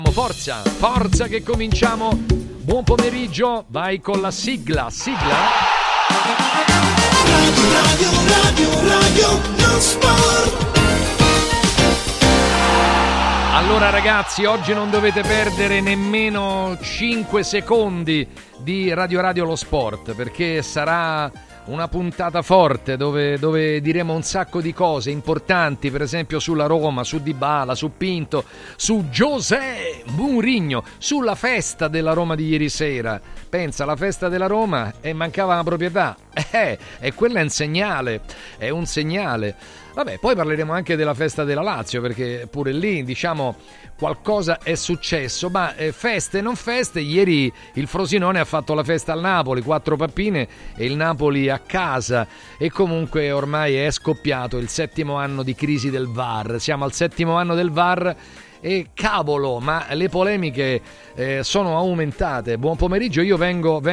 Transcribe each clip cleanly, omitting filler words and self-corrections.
Forza, forza che cominciamo. Buon pomeriggio, vai con la sigla. Radio Non Sport. Allora ragazzi, oggi non dovete perdere nemmeno 5 secondi di Radio Lo Sport, perché sarà una puntata forte dove diremo un sacco di cose importanti, per esempio sulla Roma, su Dybala, su Pinto, su José Mourinho, sulla festa della Roma di ieri sera. Pensa, la festa della Roma e mancava la proprietà. E quello è un segnale. Vabbè, poi parleremo anche della festa della Lazio, perché pure lì, diciamo, qualcosa è successo, ma feste non feste. Ieri il Frosinone ha fatto la festa al Napoli, 4 pappine e il Napoli a casa, e comunque ormai è scoppiato il 7° anno di crisi del VAR. Siamo al 7° anno del VAR e cavolo, ma le polemiche sono aumentate. Buon pomeriggio, io vengo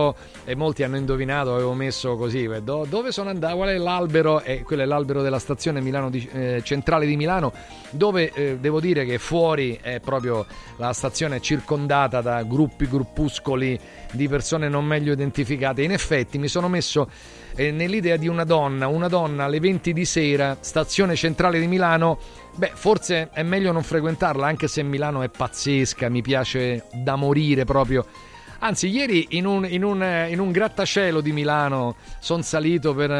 e molti hanno indovinato, avevo messo così, dove sono andato, qual è l'albero, quello è l'albero della stazione Milano centrale di Milano, dove devo dire che fuori è proprio la stazione circondata da gruppuscoli di persone non meglio identificate. In effetti mi sono messo nell'idea di una donna alle 20 di sera, stazione centrale di Milano. Beh, forse è meglio non frequentarla, anche se Milano è pazzesca, mi piace da morire proprio. Anzi, ieri in un grattacielo di Milano sono salito per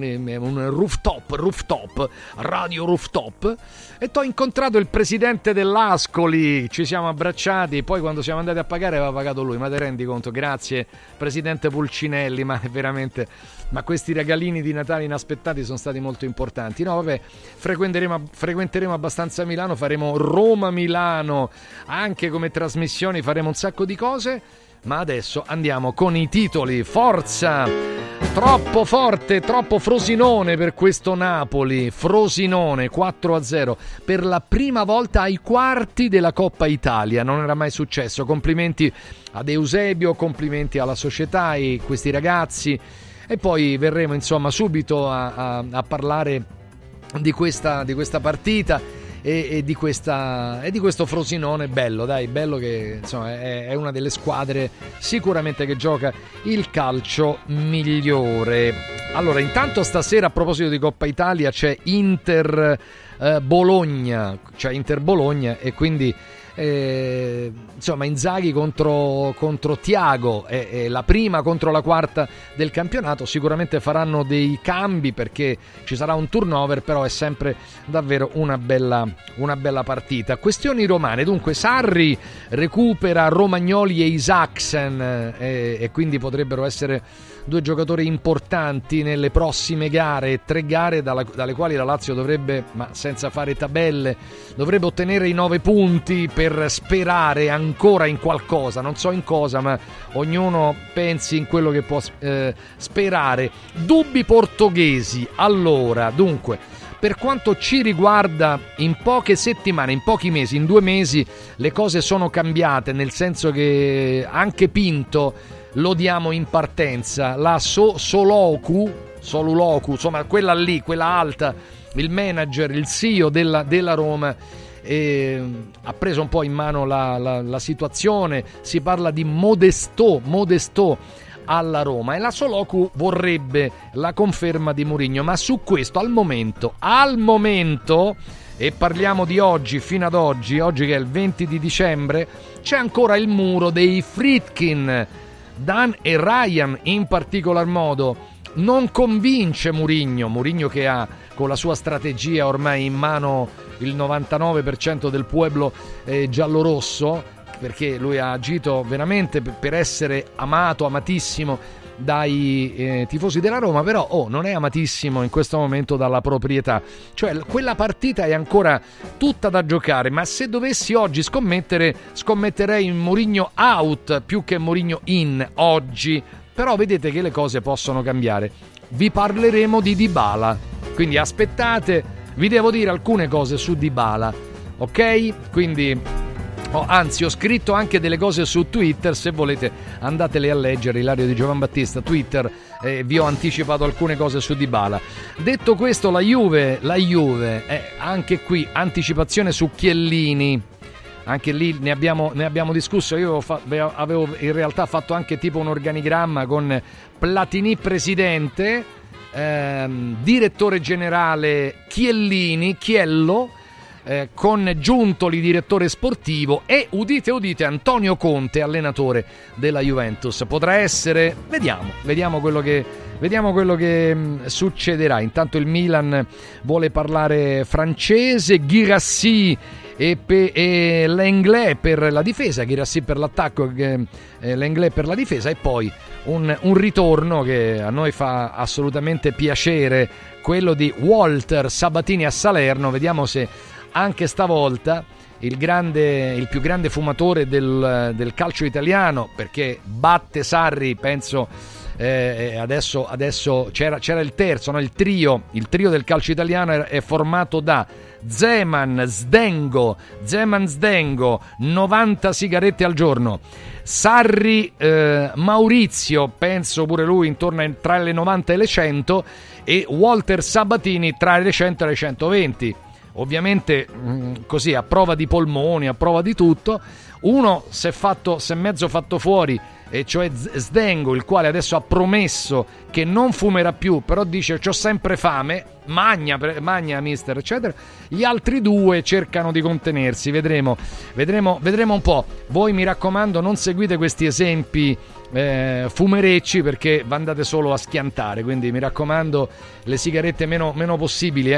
un rooftop, radio rooftop, e t'ho incontrato il presidente dell'Ascoli, ci siamo abbracciati, poi quando siamo andati a pagare aveva pagato lui, ma ti rendi conto? Grazie presidente Pulcinelli, ma veramente, ma questi regalini di Natale inaspettati sono stati molto importanti. No, vabbè, frequenteremo abbastanza Milano, faremo Roma-Milano, anche come trasmissioni faremo un sacco di cose. Ma adesso andiamo con i titoli. Forza! Troppo forte, troppo Frosinone per questo Napoli. Frosinone 4-0 per la prima volta ai quarti della Coppa Italia. Non era mai successo. Complimenti ad Eusebio, complimenti alla società e questi ragazzi. E poi verremo insomma subito a parlare di questa partita. E di questo Frosinone bello che insomma è una delle squadre sicuramente che gioca il calcio migliore. Allora, intanto stasera, a proposito di Coppa Italia, c'è Inter Bologna, e quindi insomma Inzaghi contro Thiago, la prima contro la quarta del campionato. Sicuramente faranno dei cambi perché ci sarà un turnover, però è sempre davvero una bella partita. Questioni romane, dunque Sarri recupera Romagnoli e Isaksen, e quindi potrebbero essere 2 giocatori importanti nelle prossime gare, 3 gare dalle quali la Lazio dovrebbe, ma senza fare tabelle, dovrebbe ottenere i 9 punti per sperare ancora in qualcosa. Non so in cosa, ma ognuno pensi in quello che può sperare. Dubbi portoghesi. Allora, dunque, per quanto ci riguarda, in poche settimane, in pochi mesi, in 2 mesi, le cose sono cambiate, nel senso che anche Pinto lo diamo in partenza. La Soluloku, insomma quella lì, quella alta, il manager, il CEO della Roma, ha preso un po' in mano la situazione. Si parla di Modesto alla Roma, e la Soluloku vorrebbe la conferma di Mourinho, ma su questo al momento, e parliamo di oggi, fino ad oggi che è il 20 di dicembre, c'è ancora il muro dei Friedkin. Dan e Ryan in particolar modo non convince Mourinho che ha, con la sua strategia, ormai in mano il 99% del pueblo giallorosso, perché lui ha agito veramente per essere amatissimo dai tifosi della Roma, però non è amatissimo in questo momento dalla proprietà. Cioè, quella partita è ancora tutta da giocare, ma se dovessi oggi scommetterei in Mourinho out più che Mourinho in oggi. Però vedete che le cose possono cambiare. Vi parleremo di Dybala, quindi aspettate, vi devo dire alcune cose su Dybala, ok? Quindi anzi, ho scritto anche delle cose su Twitter, se volete andatele a leggere. Ilario Di Giovanbattista, Twitter, vi ho anticipato alcune cose su Dybala. Detto questo, la Juve, anche qui anticipazione su Chiellini. anche lì ne abbiamo discusso. Io avevo in realtà fatto anche tipo un organigramma con Platini presidente, direttore generale Chiello, con Giuntoli direttore sportivo e udite Antonio Conte allenatore della Juventus. Potrà essere, vediamo quello che succederà. Intanto il Milan vuole parlare francese, Guirassy e Lenglet per la difesa, Guirassy per l'attacco, Lenglet per la difesa, e poi un ritorno che a noi fa assolutamente piacere, quello di Walter Sabatini a Salerno. Vediamo se anche stavolta il più grande fumatore del calcio italiano, perché batte Sarri, penso. Adesso c'era il terzo, no? Il trio del calcio italiano è formato da Zeman Zdengo, 90 sigarette al giorno, Sarri, Maurizio, penso pure lui intorno tra le 90 e le 100, e Walter Sabatini tra le 100 e le 120. Ovviamente così a prova di polmoni, a prova di tutto. Uno si è mezzo fatto fuori, e cioè Zdengo, il quale adesso ha promesso che non fumerà più, però dice c'ho sempre fame, magna mister, eccetera. Gli altri due cercano di contenersi, vedremo un po'. Voi, mi raccomando, non seguite questi esempi fumerecci, perché andate solo a schiantare, quindi mi raccomando, le sigarette meno possibili.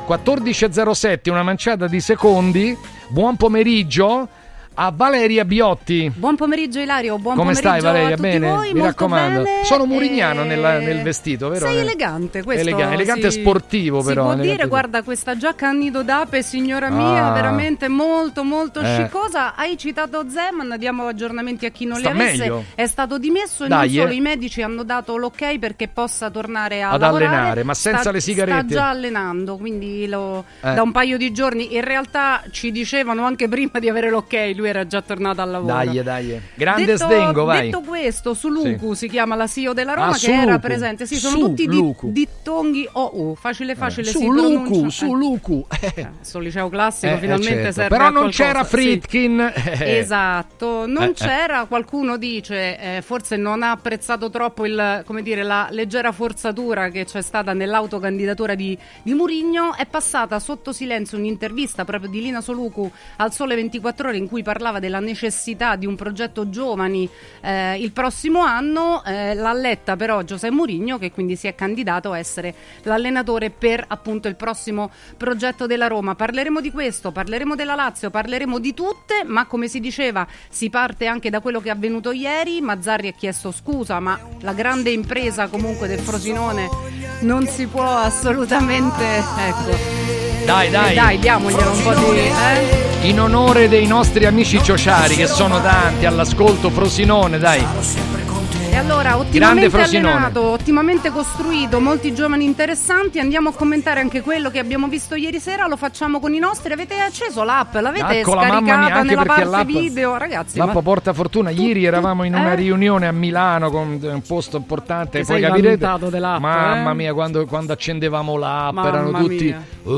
14:07, una manciata di secondi. Buon pomeriggio a Valeria Biotti. Buon pomeriggio Ilario, buon Come pomeriggio stai Valeria? a tutti Bene? voi, Mi raccomando. bene. Sono murignano nel vestito, vero? Sei elegante, questo elegante e sportivo, però. Si può dire, guarda questa giacca a nido d'ape, signora mia, veramente molto sciccosa. Hai citato Zeman, diamo aggiornamenti a chi non li avesse. Meglio. È stato dimesso e non solo, i medici hanno dato l'ok perché possa tornare ad allenare, ma senza le sigarette. Sta già allenando, quindi da un paio di giorni. In realtà ci dicevano anche prima di avere l'ok, lui era già tornato al lavoro. Dai. Grande Zdengo, vai. Detto questo, Suluku si chiama la CEO della Roma, che era presente. Sì, sono tutti dittonghi OU. Facile si pronuncia. Suluku. Sul liceo classico finalmente certo. serve. Però a non qualcosa. c'era Friedkin. Esatto, non c'era. Qualcuno dice forse non ha apprezzato troppo la leggera forzatura che c'è stata nell'autocandidatura di Mourinho. È passata sotto silenzio un'intervista proprio di Lina Soluku al Sole 24 Ore, in cui parlava della necessità di un progetto giovani il prossimo anno. L'ha letta però Giuseppe Mourinho, che quindi si è candidato a essere l'allenatore per appunto il prossimo progetto della Roma. Parleremo di questo, parleremo della Lazio, parleremo di tutte, ma come si diceva si parte anche da quello che è avvenuto ieri. Mazzarri ha chiesto scusa, ma la grande impresa comunque del Frosinone non si può assolutamente, ecco. Dai, diamoglielo un po' di in onore dei nostri amici ciociari, che sono tanti all'ascolto. Frosinone, dai. E allora, ottimamente allenato, ottimamente costruito, molti giovani interessanti. Andiamo a commentare anche quello che abbiamo visto ieri sera. Lo facciamo con i nostri. Avete acceso l'app? L'avete scaricata nella parte video? Ragazzi, l'app porta fortuna. Ieri eravamo in una riunione a Milano con un posto importante, e poi capirete, mamma mia, quando accendevamo l'app, erano tutti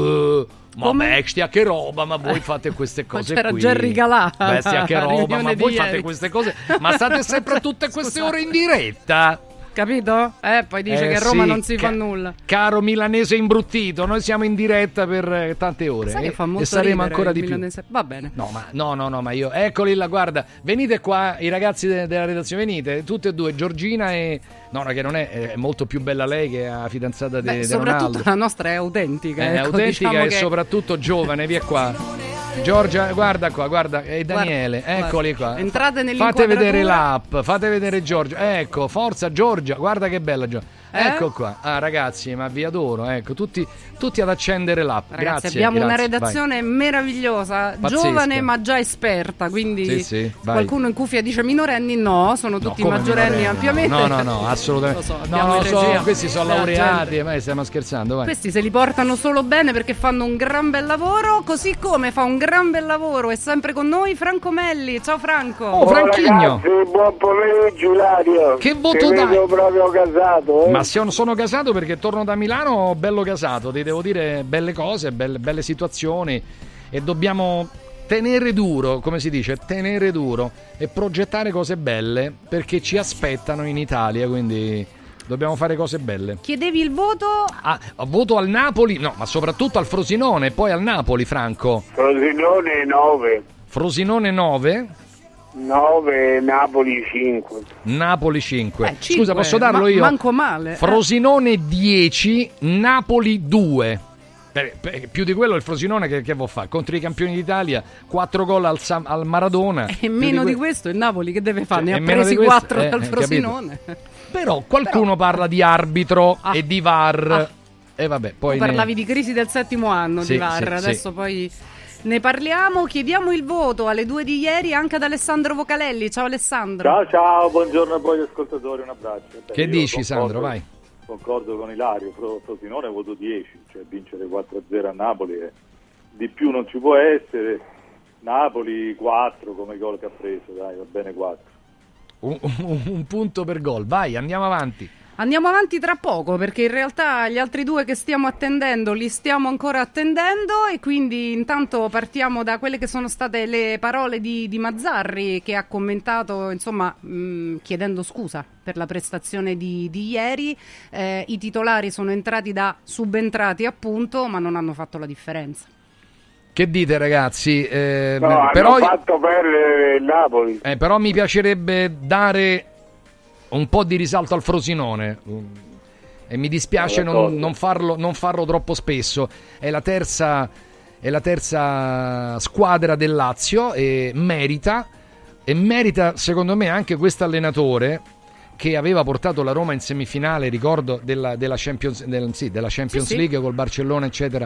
ma bestia che roba, ma voi fate queste cose c'era qui. Gerry Galà. Bestia che roba, ma voi fate queste cose, ma state sempre tutte queste ore in diretta. Capito? Poi dice che a Roma non si fa nulla. Caro milanese imbruttito, noi siamo in diretta per tante ore. Sai che fa molto e saremo ancora di milanese. più. Va bene. No, ma io. Eccoli là, guarda. Venite qua, i ragazzi della redazione, venite, tutte e due, Giorgina e che non è molto più bella lei che la fidanzata di Ronaldo. Soprattutto la nostra è autentica. È autentica, diciamo, e soprattutto giovane, via qua. Giorgia, guarda qua, e Daniele, eccoli qua. Entrate nell'inquadratura. Fate vedere l'app, fate vedere Giorgia. Ecco, forza Giorgia, guarda che bella Giorgia. Ecco qua. Ragazzi, ma vi adoro, ecco, tutti ad accendere l'app. Ragazzi, abbiamo una redazione meravigliosa, pazzesca, giovane ma già esperta, quindi sì, qualcuno in cuffia dice minorenni, no, sono tutti maggiorenni ampiamente. No, assolutamente. Questi sono laureati, ma stiamo scherzando, vai. Questi se li portano solo bene perché fanno un gran bel lavoro, così come fa un gran bel lavoro è sempre con noi Franco Melli. Ciao Franco. Oh, Franchigno. Ragazzi, buon pomeriggio Ilario. Che voto dai? Vedo proprio casato, Ma sono casato perché torno da Milano bello casato, ti devo dire, belle cose, belle situazioni, e dobbiamo tenere duro, come si dice, tenere duro e progettare cose belle, perché ci aspettano in Italia, quindi dobbiamo fare cose belle. Chiedevi il voto? Voto al Napoli, no, ma soprattutto al Frosinone, poi al Napoli, Franco. Frosinone 9. Frosinone 9. 9, Napoli 5. Napoli 5. 5. Scusa, posso darlo io? Manco male. Frosinone 10, Napoli 2. Più di quello il Frosinone che vuol fare? Contro i campioni d'Italia, 4 gol al Maradona. E meno di questo il Napoli che deve fare? Cioè, Ne ha presi 4 dal Frosinone. Però qualcuno parla di arbitro e di VAR. E vabbè, poi parlavi di crisi del 7° anno di VAR, adesso poi ne parliamo. Chiediamo il voto alle 2 di ieri anche ad Alessandro Vocalelli. Ciao Alessandro. Ciao, buongiorno a voi ascoltatori, un abbraccio. Che dici, Sandro? Vai. Concordo con Ilario, Frosinone voto 10, cioè vincere 4-0 a Napoli, di più non ci può essere. Napoli 4 come gol che ha preso, dai, va bene 4. Un punto per gol, vai, andiamo avanti. Andiamo avanti tra poco, perché in realtà gli altri 2 che stiamo attendendo li stiamo ancora attendendo, e quindi intanto partiamo da quelle che sono state le parole di Mazzarri, che ha commentato, insomma, chiedendo scusa per la prestazione di ieri. I titolari sono entrati da subentrati, appunto, ma non hanno fatto la differenza. Che dite, ragazzi? No, però hanno fatto perdere il Napoli. Però mi piacerebbe dare un po' di risalto al Frosinone, e mi dispiace non farlo troppo spesso. È la terza squadra del Lazio e merita secondo me anche questo allenatore, che aveva portato la Roma in semifinale, ricordo, della Champions League col Barcellona, eccetera.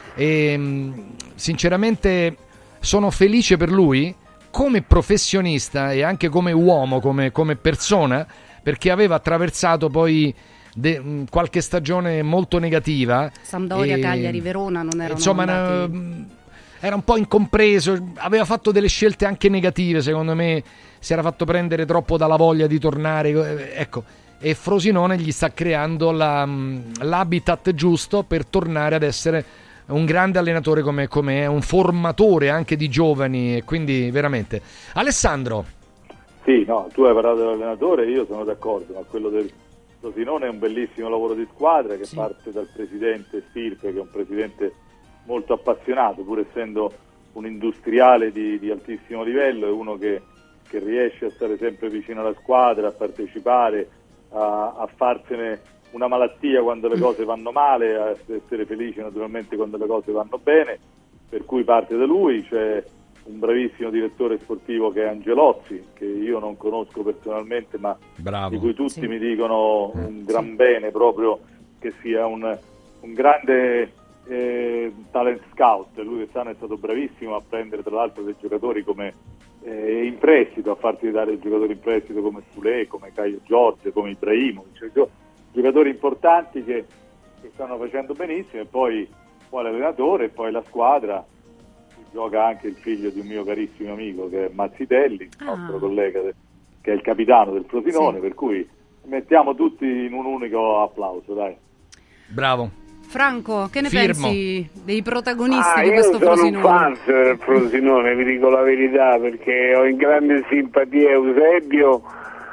E sinceramente sono felice per lui come professionista e anche come uomo, come persona, perché aveva attraversato poi qualche stagione molto negativa. Sampdoria, Cagliari, Verona non erano insomma andati. Era un po' incompreso, aveva fatto delle scelte anche negative, secondo me si era fatto prendere troppo dalla voglia di tornare, ecco, e Frosinone gli sta creando l'habitat giusto per tornare ad essere un grande allenatore come è, un formatore anche di giovani, e quindi veramente. Alessandro. Sì, no, tu hai parlato dell'allenatore, io sono d'accordo, ma quello del Frosinone è un bellissimo lavoro di squadra che parte dal presidente Stirpe, che è un presidente molto appassionato, pur essendo un industriale di altissimo livello, è uno che riesce a stare sempre vicino alla squadra, a partecipare, a farsene una malattia quando le cose vanno male, a essere felice naturalmente quando le cose vanno bene, per cui parte da lui. C'è un bravissimo direttore sportivo che è Angelozzi, che io non conosco personalmente, ma di cui tutti mi dicono un gran bene, proprio che sia un grande talent scout. Lui quest'anno è stato bravissimo a prendere tra l'altro dei giocatori come in prestito, a farsi dare giocatori in prestito come Sule, come Caio Giorgio, come Ibrahimovic, cioè giocatori importanti che stanno facendo benissimo. E poi l'allenatore, e poi la squadra. Gioca anche il figlio di un mio carissimo amico che è Mazzitelli, il nostro collega che è il capitano del Frosinone, per cui mettiamo tutti in un unico applauso, dai. Bravo. Franco, che ne pensi dei protagonisti di questo Frosinone? Io sono un fan del Frosinone, vi dico la verità, perché ho in grande simpatia Eusebio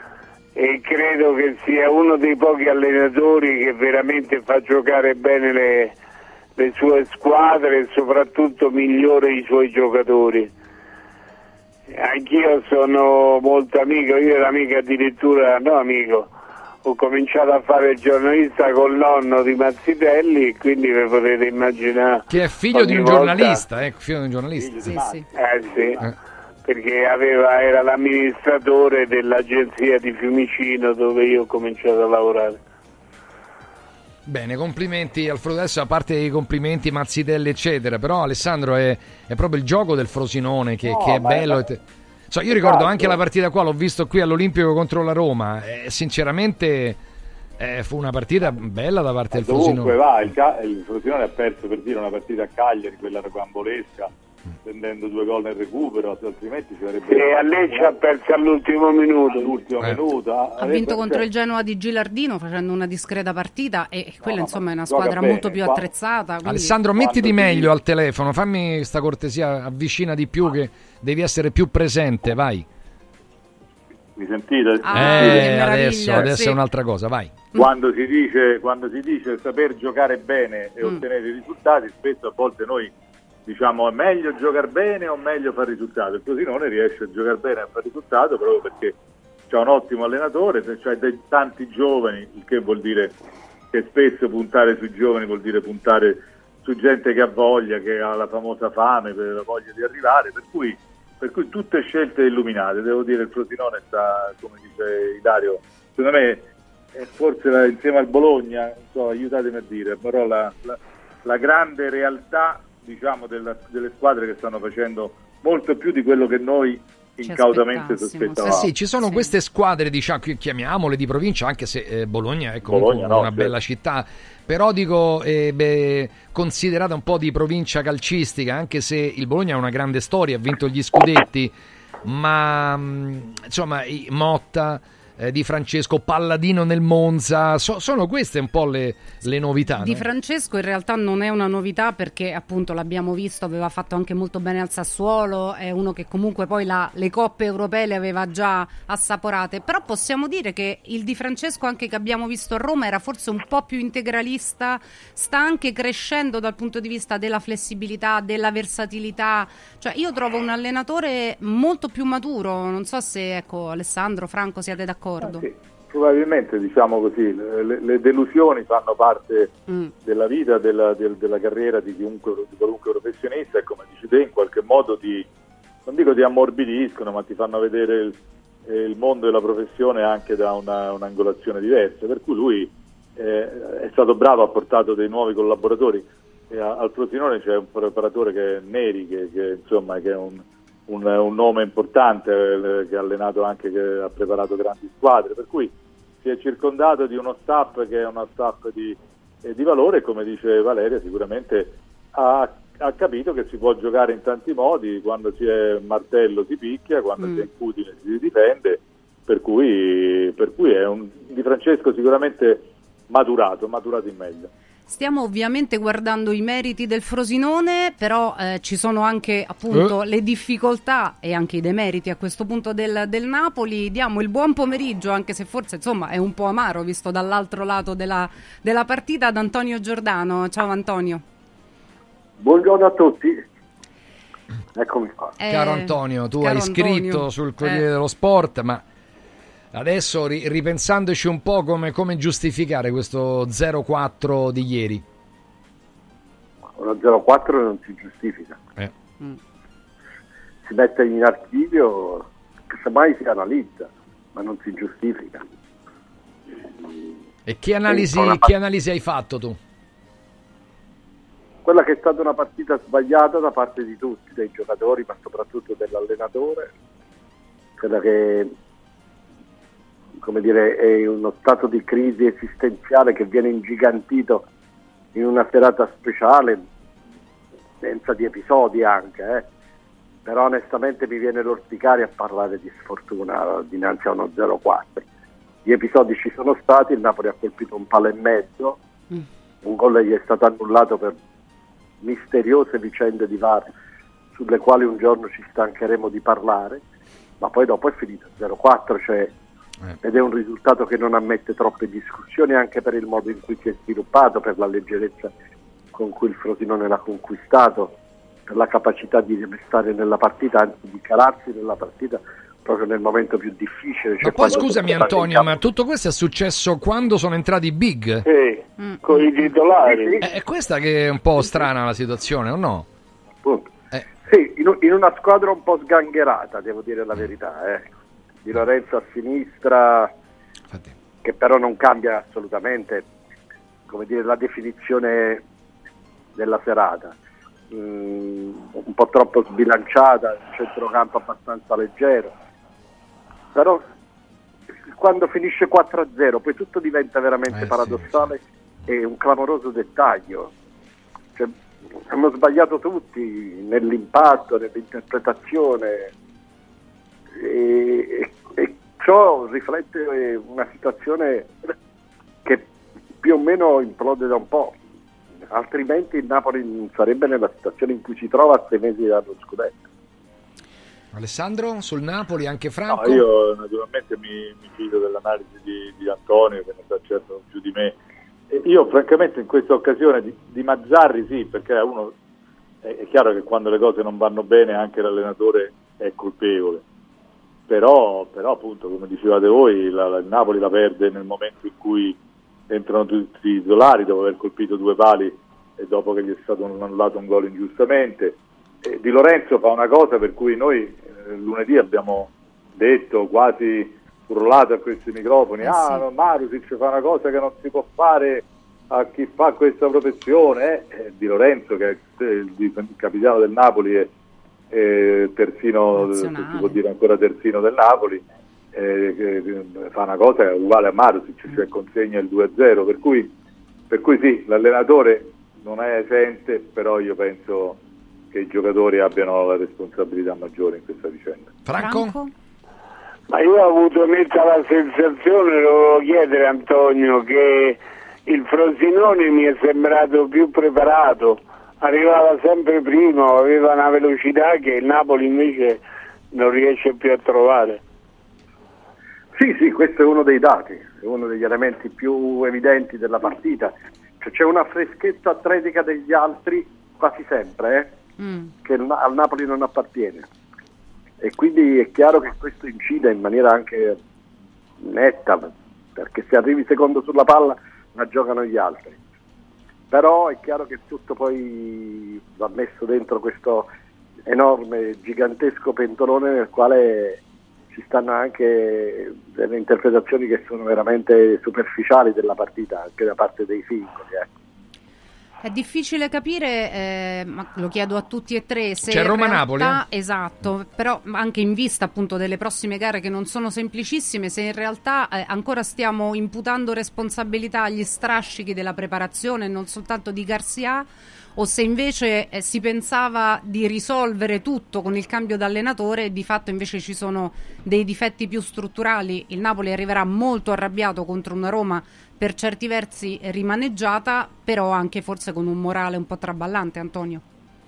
e credo che sia uno dei pochi allenatori che veramente fa giocare bene le sue squadre e soprattutto migliore i suoi giocatori. Anch'io sono molto amico, io ero amico addirittura, ho cominciato a fare il giornalista col nonno di Mazzitelli, quindi vi potete immaginare. Che è figlio di un giornalista, figlio di un giornalista. Sì. Perché era l'amministratore dell'agenzia di Fiumicino dove io ho cominciato a lavorare. Bene, complimenti al Frosinone. Adesso, a parte i complimenti Mazzitelli eccetera, però Alessandro è proprio il gioco del Frosinone che è bello. Io ricordo anche la partita qua, l'ho visto qui all'Olimpico contro la Roma, sinceramente fu una partita bella da parte del Frosinone. Dovunque va, il Frosinone ha perso, per dire, una partita a Cagliari, quella rocambolesca, prendendo 2 gol nel recupero, altrimenti ci sarebbe... E a Lecce ha perso all'ultimo minuto. Ha vinto contro il Genoa di Gilardino facendo una discreta partita e quella insomma è una squadra molto più attrezzata. Quindi... Alessandro, mettiti meglio al telefono, fammi questa cortesia, avvicina di più che devi essere più presente, vai. Mi sentite? Adesso è un'altra cosa, vai. Quando si dice saper giocare bene e ottenere i risultati, spesso a volte noi diciamo è meglio giocare bene o meglio fare risultato. Il Frosinone riesce a giocare bene e a fare risultato proprio perché c'è un ottimo allenatore, c'è tanti giovani, il che vuol dire che spesso puntare sui giovani vuol dire puntare su gente che ha voglia, che ha la famosa fame, per la voglia di arrivare, per cui tutte scelte illuminate. Devo dire, il Frosinone sta, come dice Ilario, secondo me è forse insieme al Bologna, non so, aiutatemi a dire, però la grande realtà, diciamo, delle squadre che stanno facendo molto più di quello che noi incautamente sospettavamo. Sì, ci sono queste squadre, diciamo, chiamiamole di provincia, anche se Bologna è comunque una bella città, però dico considerata un po' di provincia calcistica, anche se il Bologna ha una grande storia, ha vinto gli scudetti, ma insomma Motta, Di Francesco, Palladino nel Monza, sono queste un po' le novità. Di Francesco in realtà non è una novità perché appunto l'abbiamo visto, aveva fatto anche molto bene al Sassuolo, è uno che comunque poi le coppe europee le aveva già assaporate, però possiamo dire che il Di Francesco anche che abbiamo visto a Roma era forse un po' più integralista, sta anche crescendo dal punto di vista della flessibilità, della versatilità, cioè io trovo un allenatore molto più maturo, non so se Alessandro, Franco siete d'accordo. Sì, probabilmente, diciamo così, le delusioni fanno parte della vita, della carriera di qualunque professionista, e come dici te, in qualche modo non dico ti ammorbidiscono, ma ti fanno vedere il mondo della professione anche da un'angolazione diversa, per cui lui è stato bravo, ha portato dei nuovi collaboratori, e al Frosinone c'è un preparatore che è Neri, che insomma che è un nome importante, che ha allenato anche, che ha preparato grandi squadre, per cui si è circondato di uno staff che è uno staff di valore, e come dice Valeria sicuramente ha capito che si può giocare in tanti modi, quando si è martello si picchia, quando si è incudine si difende, per cui è un Di Francesco sicuramente maturato in meglio. Stiamo ovviamente guardando i meriti del Frosinone, però ci sono anche appunto le difficoltà e anche i demeriti a questo punto del Napoli. Diamo il buon pomeriggio, anche se forse insomma è un po' amaro visto dall'altro lato della partita, ad Antonio Giordano. Ciao Antonio. Buongiorno a tutti. Eccomi qua. Caro Antonio, tu hai scritto sul Corriere dello Sport, ma adesso ripensandoci un po' come giustificare questo 0-4 di ieri? Uno 0-4 non si giustifica. Si mette in archivio, che semmai si analizza, ma non si giustifica. E che analisi hai fatto tu? Quella che è stata una partita sbagliata da parte di tutti, dei giocatori, ma soprattutto dell'allenatore, quella che, come dire, è uno stato di crisi esistenziale che viene ingigantito in una serata speciale, senza di episodi anche, però onestamente mi viene l'orticare a parlare di sfortuna dinanzi a uno 0-4. Gli episodi ci sono stati, il Napoli ha colpito un palo e mezzo, un gol gli è stato annullato per misteriose vicende di VAR sulle quali un giorno ci stancheremo di parlare, ma poi dopo è finito 0-4, cioè, ed è un risultato che non ammette troppe discussioni, anche per il modo in cui si è sviluppato, per la leggerezza con cui il Frosinone l'ha conquistato, per la capacità di restare nella partita, anzi di calarsi nella partita proprio nel momento più difficile. Ma poi scusami Antonio, ma tutto questo è successo quando sono entrati i big? Con i titolari. È questa che è un po' strana la situazione, o no? Sì, in una squadra un po' sgangherata, devo dire la verità. Di Lorenzo a sinistra, infatti, che però non cambia assolutamente, come dire, la definizione della serata. Un po' troppo sbilanciata, il centrocampo abbastanza leggero, però quando finisce 4-0 poi tutto diventa veramente paradossale, sì. E un clamoroso dettaglio, cioè, hanno sbagliato tutti nell'impatto, nell'interpretazione e ciò riflette una situazione che più o meno implode da un po', altrimenti il Napoli non sarebbe nella situazione in cui si trova a 6 mesi dallo scudetto. Alessandro, sul Napoli, anche Franco? No, io naturalmente mi fido dell'analisi di Antonio, che ne sa certo più di me. E io francamente in questa occasione di Mazzarri sì, perché uno è chiaro che quando le cose non vanno bene anche l'allenatore è colpevole, però appunto, come dicevate voi, il Napoli la perde nel momento in cui entrano tutti i titolari dopo aver colpito 2 pali e dopo che gli è stato annullato un gol ingiustamente. Di Lorenzo fa una cosa per cui noi lunedì abbiamo detto, quasi urlato a questi microfoni, Marusic fa una cosa che non si può fare a chi fa questa professione. Di Lorenzo, che è il capitano del Napoli e terzino, si può dire ancora terzino del Napoli, fa una cosa uguale a Marusic, cioè consegna il 2-0, per cui sì, l'allenatore non è esente, però io penso che i giocatori abbiano la responsabilità maggiore in questa vicenda. Franco? Ma io ho avuto netta la sensazione, lo volevo chiedere a Antonio, che il Frosinone mi è sembrato più preparato, arrivava sempre primo, aveva una velocità che il Napoli invece non riesce più a trovare. Sì, questo è uno dei dati, è uno degli elementi più evidenti della partita. Cioè, c'è una freschezza atletica degli altri quasi sempre, che al Napoli non appartiene. E quindi è chiaro che questo incide in maniera anche netta, perché se arrivi secondo sulla palla la giocano gli altri. Però è chiaro che tutto poi va messo dentro questo enorme, gigantesco pentolone nel quale ci stanno anche delle interpretazioni che sono veramente superficiali della partita, anche da parte dei singoli. È difficile capire, ma lo chiedo a tutti e tre, se c'è Roma-Napoli. Esatto, però anche in vista appunto delle prossime gare che non sono semplicissime, se in realtà ancora stiamo imputando responsabilità agli strascichi della preparazione, non soltanto di Garcia, o se invece si pensava di risolvere tutto con il cambio d'allenatore e di fatto invece ci sono dei difetti più strutturali. Il Napoli arriverà molto arrabbiato contro una Roma per certi versi rimaneggiata, però anche forse con un morale un po' traballante, Antonio.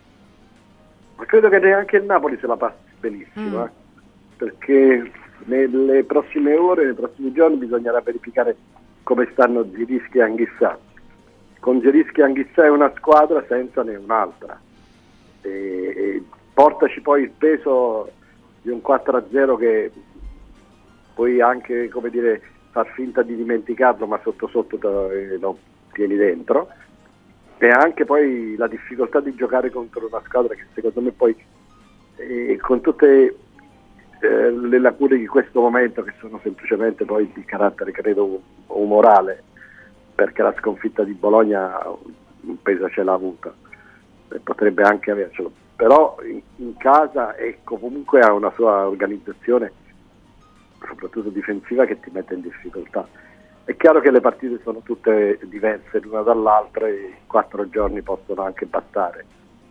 Ma credo che neanche il Napoli se la passi benissimo, perché nelle prossime ore, nei prossimi giorni bisognerà verificare come stanno Zirischi e Anghissà. Con Zirischi e Anghissà è una squadra senza né un'altra. E portaci poi il peso di un 4-0 che puoi anche, come dire, far finta di dimenticarlo, ma sotto lo tieni dentro, e anche poi la difficoltà di giocare contro una squadra che secondo me poi con tutte le lacune di questo momento, che sono semplicemente poi di carattere credo umorale, perché la sconfitta di Bologna un peso ce l'ha avuta e potrebbe anche avercelo, però in casa comunque ha una sua organizzazione soprattutto difensiva che ti mette in difficoltà. È chiaro che le partite sono tutte diverse l'una dall'altra e 4 giorni possono anche bastare,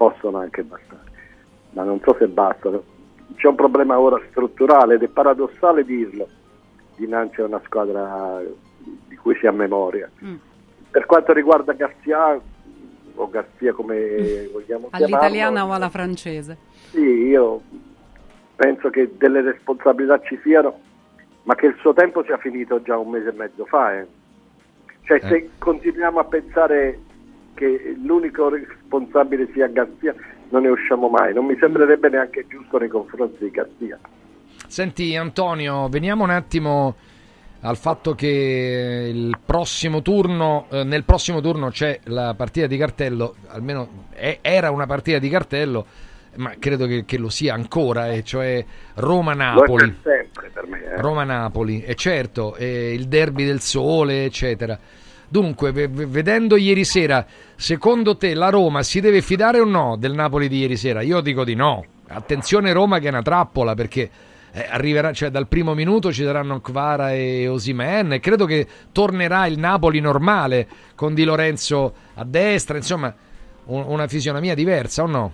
ma non so se bastano. C'è un problema ora strutturale ed è paradossale dirlo dinanzi a una squadra di cui si ha memoria. Per quanto riguarda Garcia, o Garzia come vogliamo chiamarlo, all'italiana o alla francese? Sì, io penso che delle responsabilità ci siano, ma che il suo tempo sia finito già 1 mese e mezzo fa. Cioè, se continuiamo a pensare che l'unico responsabile sia Garzia, non ne usciamo mai. Non mi sembrerebbe neanche giusto nei confronti di Garzia. Senti Antonio, veniamo un attimo al fatto che nel prossimo turno c'è la partita di cartello, almeno era una partita di cartello, ma credo che lo sia ancora, e cioè Roma-Napoli. Lo è per sempre per me. Roma-Napoli, e certo, il derby del sole, eccetera. Dunque, vedendo ieri sera, secondo te la Roma si deve fidare o no del Napoli di ieri sera? Io dico di no. Attenzione Roma, che è una trappola, perché arriverà, cioè dal primo minuto ci saranno Kvara e Osimhen, e credo che tornerà il Napoli normale con Di Lorenzo a destra, insomma una fisionomia diversa o no?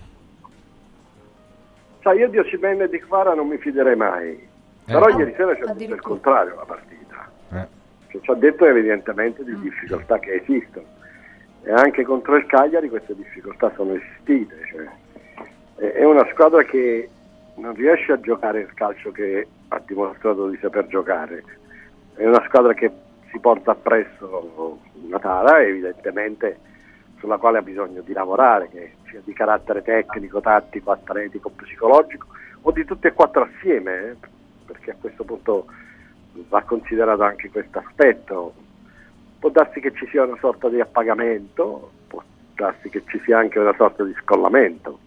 Sai, io di Osimhen e di Kvara non mi fiderei mai, però ieri sera ci ha detto il contrario la partita, cioè, ci ha detto evidentemente di difficoltà che esistono, e anche contro il Cagliari queste difficoltà sono esistite, cioè, è una squadra che non riesce a giocare il calcio che ha dimostrato di saper giocare, è una squadra che si porta appresso una tara evidentemente sulla quale ha bisogno di lavorare, che sia di carattere tecnico, tattico, atletico, psicologico, o di tutte e quattro assieme, perché a questo punto va considerato anche questo aspetto. Può darsi che ci sia una sorta di appagamento, può darsi che ci sia anche una sorta di scollamento.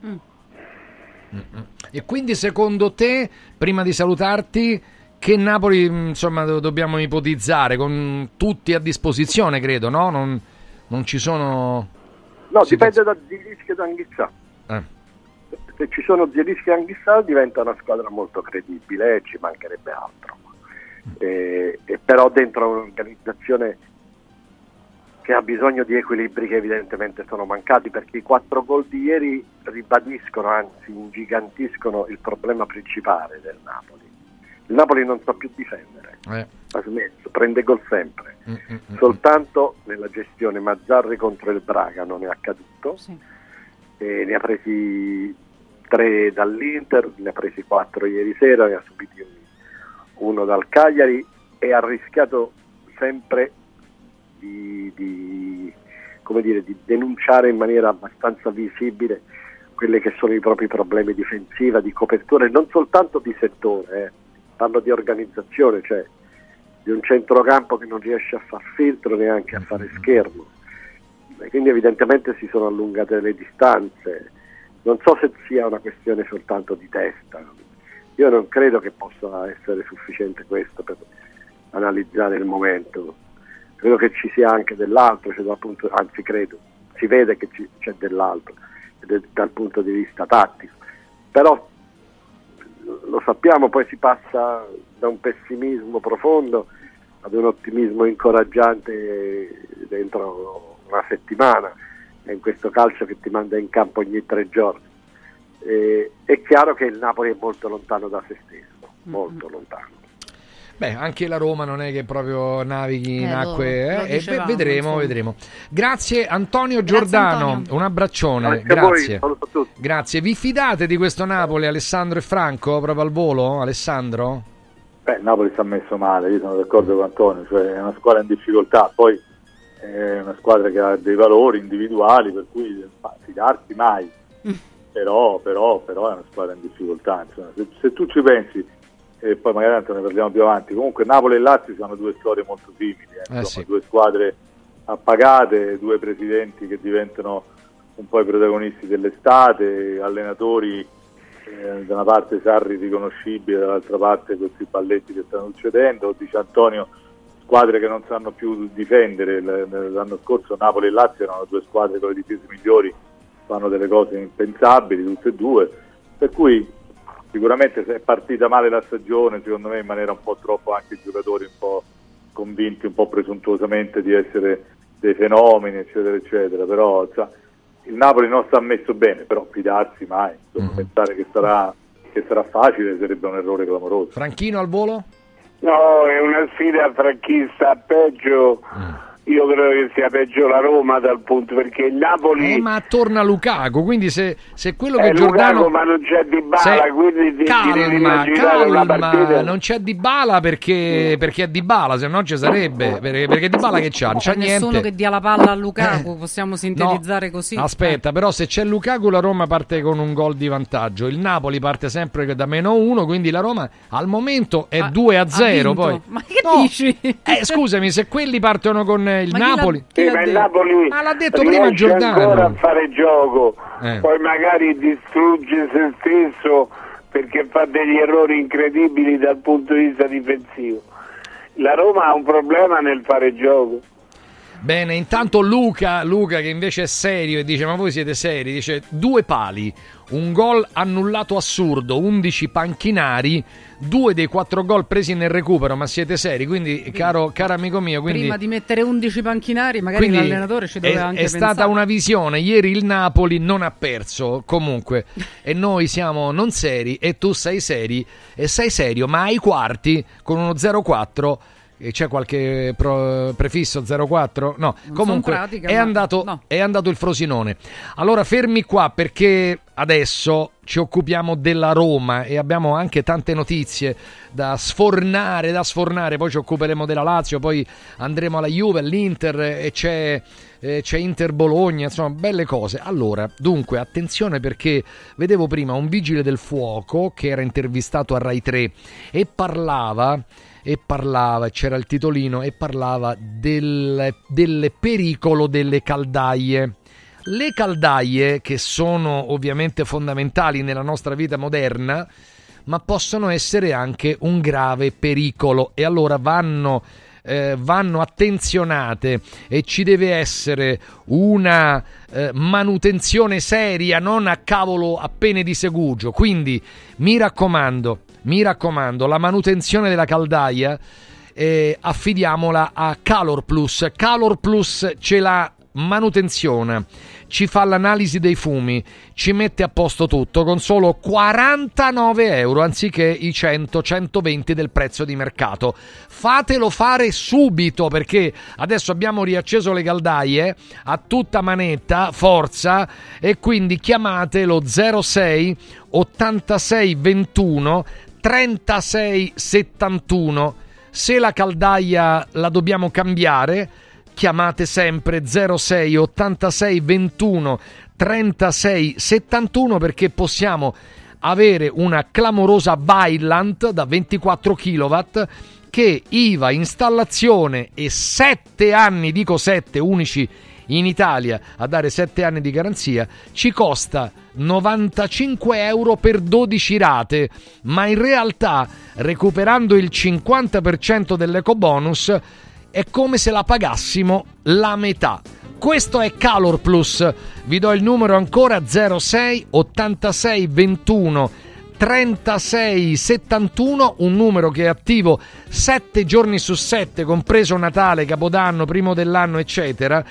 E quindi secondo te, prima di salutarti, che Napoli insomma dobbiamo ipotizzare, con tutti a disposizione, credo, no? Non ci sono... No, dipende da Zielinski e da Anghissà. Se ci sono Zielinski e Anghissà diventa una squadra molto credibile, ci mancherebbe altro. Però dentro un'organizzazione che ha bisogno di equilibri che evidentemente sono mancati, perché i 4 gol di ieri ribadiscono, anzi ingigantiscono il problema principale del Napoli. Il Napoli non sa più difendere, ha smesso, prende gol sempre, soltanto nella gestione Mazzarri contro il Braga non è accaduto, e ne ha presi 3 dall'Inter, ne ha presi 4 ieri sera, ne ha subiti 1 dal Cagliari, e ha rischiato sempre di denunciare in maniera abbastanza visibile quelli che sono i propri problemi difensivi, di copertura, e non soltanto di settore, parlo di organizzazione, cioè di un centrocampo che non riesce a far filtro neanche a fare schermo, e quindi evidentemente si sono allungate le distanze. Non so se sia una questione soltanto di testa, io non credo che possa essere sufficiente questo per analizzare il momento, credo che ci sia anche dell'altro, cioè credo, si vede che c'è dell'altro dal punto di vista tattico, però lo sappiamo, poi si passa da un pessimismo profondo ad un ottimismo incoraggiante dentro una settimana, è in questo calcio che ti manda in campo ogni 3 giorni. È chiaro che il Napoli è molto lontano da se stesso, molto lontano. Beh, anche la Roma non è che proprio navighi in acque, vedremo. Grazie Antonio Giordano, Antonio. Un abbraccione, Anche grazie. voi, saluto a tutti. Grazie. Vi fidate di questo Napoli, Alessandro e Franco, proprio al volo, Alessandro? Beh, Napoli sta messo male, io sono d'accordo con Antonio, cioè è una squadra in difficoltà, poi è una squadra che ha dei valori individuali per cui fidarsi mai, però è una squadra in difficoltà, insomma. Se tu ci pensi, e poi magari tanto ne parliamo più avanti, comunque Napoli e Lazio sono 2 storie molto simili, insomma, 2 squadre appagate, 2 presidenti che diventano un po' i protagonisti dell'estate, allenatori da una parte Sarri riconoscibile, dall'altra parte questi balletti che stanno succedendo, dice Antonio, squadre che non sanno più difendere. L'anno scorso Napoli e Lazio erano 2 squadre con le difese migliori, fanno delle cose impensabili tutte e 2, per cui sicuramente se è partita male la stagione, secondo me in maniera un po' troppo, anche i giocatori un po' convinti, un po' presuntuosamente di essere dei fenomeni, eccetera eccetera, però il Napoli non sta messo bene, però fidarsi mai, pensare che sarà facile sarebbe un errore clamoroso. Franchino al volo? No, è una sfida fra chi sta peggio. Io credo che sia peggio la Roma dal punto, perché il Napoli ma torna Lukaku, quindi se quello che Giordano Lukaku, ma non c'è Dybala, quindi calma, non c'è Dybala perché è Dybala, se no ci sarebbe, perché Dybala che c'ha? Non c'ha niente. Nessuno che dia la palla a Lukaku, possiamo sintetizzare così. Aspetta, però se c'è Lukaku la Roma parte con un gol di vantaggio, il Napoli parte sempre da -1, quindi la Roma al momento è 2-0 poi. Ma che dici? Scusami, se quelli partono con il Napoli. Il Napoli l'ha detto prima Giordano. Ancora a fare gioco, poi magari distrugge se stesso perché fa degli errori incredibili dal punto di vista difensivo. La Roma ha un problema nel fare gioco. Bene, intanto Luca che invece è serio e dice: ma voi siete seri? Dice: 2 pali, un gol annullato assurdo, 11 panchinari, 2 dei 4 gol presi nel recupero. Ma siete seri? Quindi, caro amico mio, quindi, prima di mettere 11 panchinari magari l'allenatore ci doveva anche pensare. È stata una visione. Ieri il Napoli non ha perso comunque e noi siamo non seri e tu sei seri e sei serio, ma ai quarti con uno 0-4. C'è qualche prefisso 0-4? No, comunque pratica, è andato il Frosinone. Allora fermi qua, perché adesso ci occupiamo della Roma e abbiamo anche tante notizie da sfornare, poi ci occuperemo della Lazio, poi andremo alla Juve, all'Inter e c'è Inter Bologna, insomma belle cose. Allora, dunque, attenzione, perché vedevo prima un vigile del fuoco che era intervistato a Rai 3 e parlava, c'era il titolino, e parlava del pericolo delle caldaie. Le caldaie, che sono ovviamente fondamentali nella nostra vita moderna, ma possono essere anche un grave pericolo, e allora vanno attenzionate e ci deve essere una manutenzione seria, non a cavolo appene di segugio. Quindi mi raccomando, la manutenzione della caldaia affidiamola a Calor Plus. Calor Plus ce la manutenzione, ci fa l'analisi dei fumi, ci mette a posto tutto con solo 49 euro anziché i 100-120 del prezzo di mercato. Fatelo fare subito, perché adesso abbiamo riacceso le caldaie a tutta manetta, forza, e quindi chiamate lo 06 86 21 36 71. Se la caldaia la dobbiamo cambiare, chiamate sempre 06 86 21 36 71, perché possiamo avere una clamorosa Vaillant da 24 kW che IVA, installazione e 7 anni, dico 7, unici in Italia a dare 7 anni di garanzia, ci costa 95 euro per 12 rate, ma in realtà, recuperando il 50% dell'ecobonus, è come se la pagassimo la metà. Questo è Calor Plus. Vi do il numero ancora: 06 86 21 36 71, un numero che è attivo 7 giorni su 7, compreso Natale, Capodanno, primo dell'anno, eccetera,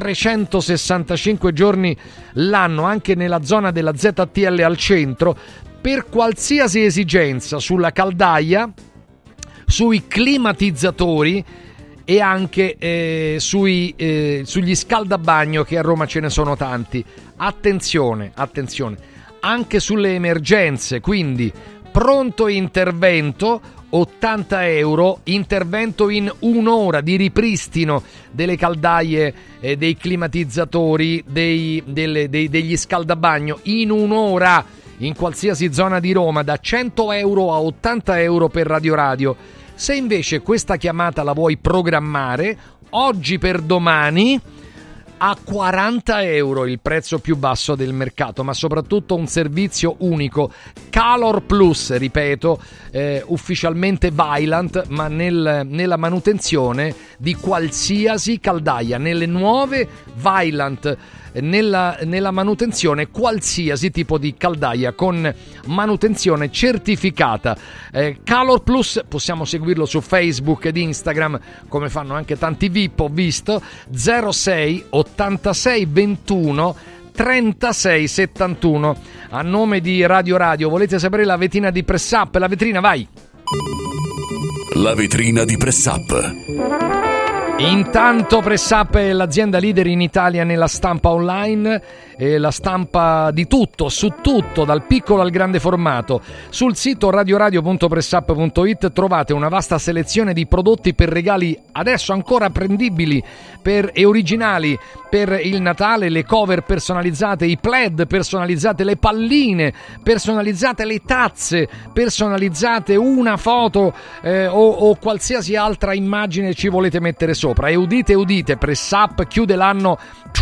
365 giorni l'anno, anche nella zona della ZTL al centro, per qualsiasi esigenza sulla caldaia, sui climatizzatori e anche sugli scaldabagno, che a Roma ce ne sono tanti. Attenzione, anche sulle emergenze, quindi pronto intervento, 80 euro, intervento in un'ora di ripristino delle caldaie, dei climatizzatori, degli scaldabagno, in un'ora, in qualsiasi zona di Roma, da 100 euro a 80 euro per Radio. Se invece questa chiamata la vuoi programmare, oggi per domani, a 40 euro, il prezzo più basso del mercato, ma soprattutto un servizio unico. Calor Plus, ripeto, ufficialmente Vaillant, ma nella manutenzione di qualsiasi caldaia, nelle nuove Vaillant, nella manutenzione qualsiasi tipo di caldaia con manutenzione certificata. Calor Plus, possiamo seguirlo su Facebook ed Instagram, come fanno anche tanti VIP, ho visto. 06 86 21 36 71. A nome di Radio, volete sapere la vetrina di Press Up? La vetrina, vai! La vetrina di Press Up. Intanto Press Up è l'azienda leader in Italia nella stampa online, la stampa di tutto, su tutto, dal piccolo al grande formato. Sul sito radioradio.pressup.it trovate una vasta selezione di prodotti per regali adesso ancora prendibili e originali per il Natale, le cover personalizzate, i plaid personalizzate, le palline personalizzate, le tazze personalizzate, una foto o qualsiasi altra immagine ci volete mettere sopra. E udite, Press Up chiude l'anno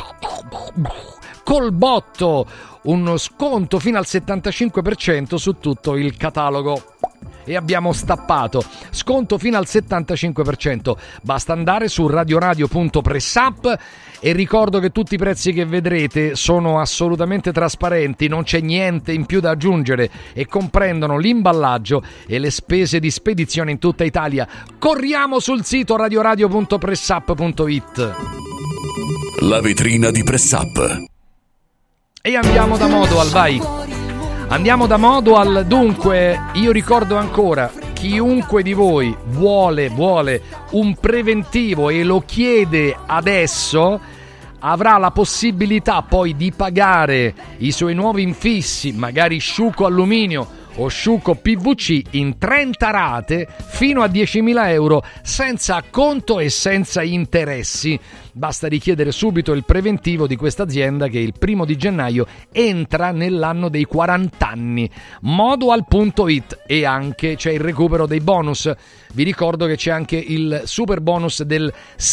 col botto, uno sconto fino al 75% su tutto il catalogo. e abbiamo stappato. Sconto fino al 75%. Basta andare su radioradio.pressup e ricordo che tutti i prezzi che vedrete sono assolutamente trasparenti, non c'è niente in più da aggiungere e comprendono l'imballaggio e le spese di spedizione in tutta Italia. Corriamo sul sito radioradio.pressup.it. La vetrina di Pressup. E andiamo da Modoal, vai. Andiamo da Modoal. Dunque, io ricordo ancora, chiunque di voi vuole un preventivo e lo chiede adesso, avrà la possibilità poi di pagare i suoi nuovi infissi, magari sciuco alluminio o sciuco PVC, in 30 rate fino a 10.000 euro senza acconto e senza interessi. Basta richiedere subito il preventivo di questa azienda che il 1 di gennaio entra nell'anno dei 40 anni. Modoal.it. E anche c'è il recupero dei bonus. Vi ricordo che c'è anche il super bonus del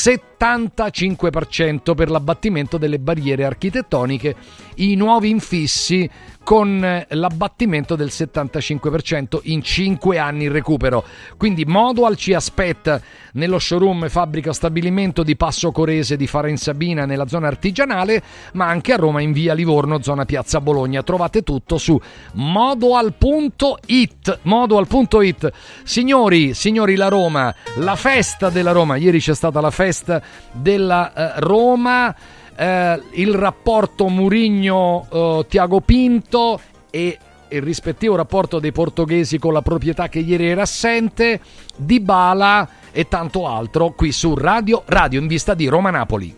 75% per l'abbattimento delle barriere architettoniche, i nuovi infissi con l'abbattimento del 75% in 5 anni il recupero. Quindi Modoal ci aspetta nello showroom fabbrica stabilimento di Passo Corese di Farensabina nella zona artigianale, ma anche a Roma in via Livorno, zona Piazza Bologna. Trovate tutto su Modoal.it. Modoal.it. Signori, la Roma, la festa della Roma. Ieri c'è stata la festa della Roma, il rapporto Mourinho-Tiago Pinto e il rispettivo rapporto dei portoghesi con la proprietà che ieri era assente, Dybala e tanto altro qui su Radio in vista di Roma-Napoli.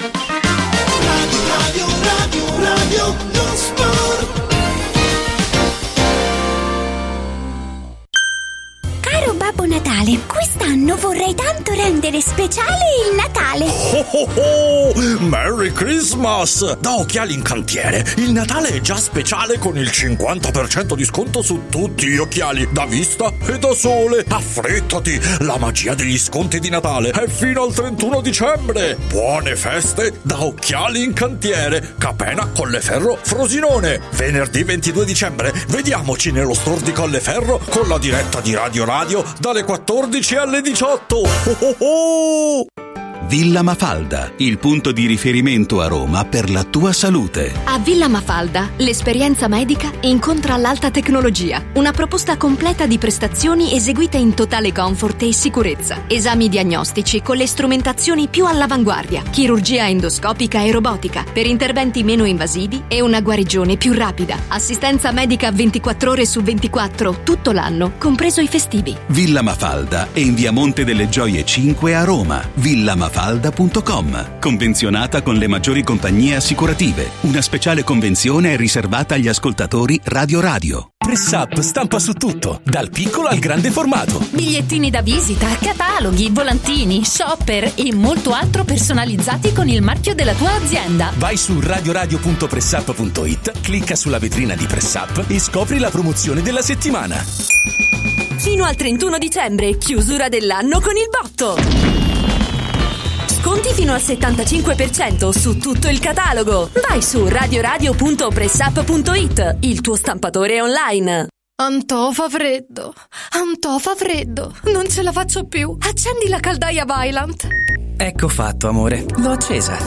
Radio non sport. Caro Babbo Natale, quest'anno vorrei tanto rendere speciale il Natale. Oh oh oh! Merry Christmas! Da Occhiali in Cantiere, il Natale è già speciale con il 50% di sconto su tutti gli occhiali, da vista e da sole. Affrettati! La magia degli sconti di Natale è fino al 31 dicembre. Buone feste da Occhiali in Cantiere, Capena, Colleferro, Frosinone. Venerdì 22 dicembre, vediamoci nello store di Colleferro con la diretta di Radio dalle 14 alle 18. Oh oh oh! Villa Mafalda, il punto di riferimento a Roma per la tua salute. A Villa Mafalda, l'esperienza medica incontra l'alta tecnologia. Una proposta completa di prestazioni eseguite in totale comfort e sicurezza. Esami diagnostici con le strumentazioni più all'avanguardia. Chirurgia endoscopica e robotica per interventi meno invasivi e una guarigione più rapida. Assistenza medica 24 ore su 24, tutto l'anno, compreso i festivi. Villa Mafalda è in via Monte delle Gioie 5 a Roma. villamafalda.com. Convenzionata con le maggiori compagnie assicurative. Una speciale convenzione è riservata agli ascoltatori Radio. Pressup stampa su tutto, dal piccolo al grande formato. Bigliettini da visita, cataloghi, volantini, shopper e molto altro personalizzati con il marchio della tua azienda. Vai su radioradio.pressup.it, clicca sulla vetrina di Pressup e scopri la promozione della settimana. Fino al 31 dicembre, chiusura dell'anno con il botto. Sconti fino al 75% su tutto il catalogo. Vai su radioradio.pressup.it, il tuo stampatore online. Antò fa freddo, non ce la faccio più. Accendi la caldaia Vaillant. Ecco fatto, amore, l'ho accesa.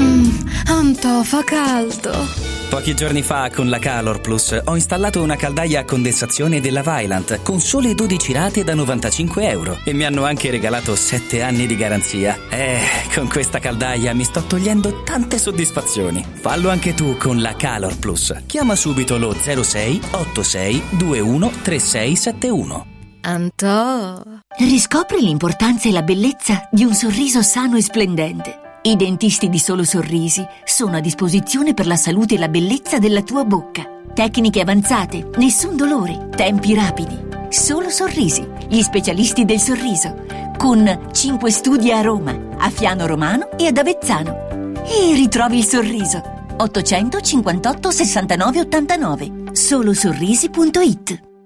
Antò fa caldo. Pochi giorni fa con la Calor Plus ho installato una caldaia a condensazione della Vaillant con sole 12 rate da 95 euro e mi hanno anche regalato 7 anni di garanzia. Con questa caldaia mi sto togliendo tante soddisfazioni. Fallo anche tu con la Calor Plus. Chiama subito lo 06 86 21 3671. Antò. Riscopri l'importanza e la bellezza di un sorriso sano e splendente. I dentisti di Solo Sorrisi sono a disposizione per la salute e la bellezza della tua bocca. Tecniche avanzate, nessun dolore, tempi rapidi. Solo Sorrisi, gli specialisti del sorriso. Con 5 studi a Roma, a Fiano Romano e ad Avezzano. E ritrovi il sorriso. 858 69 89. Solosorrisi.it.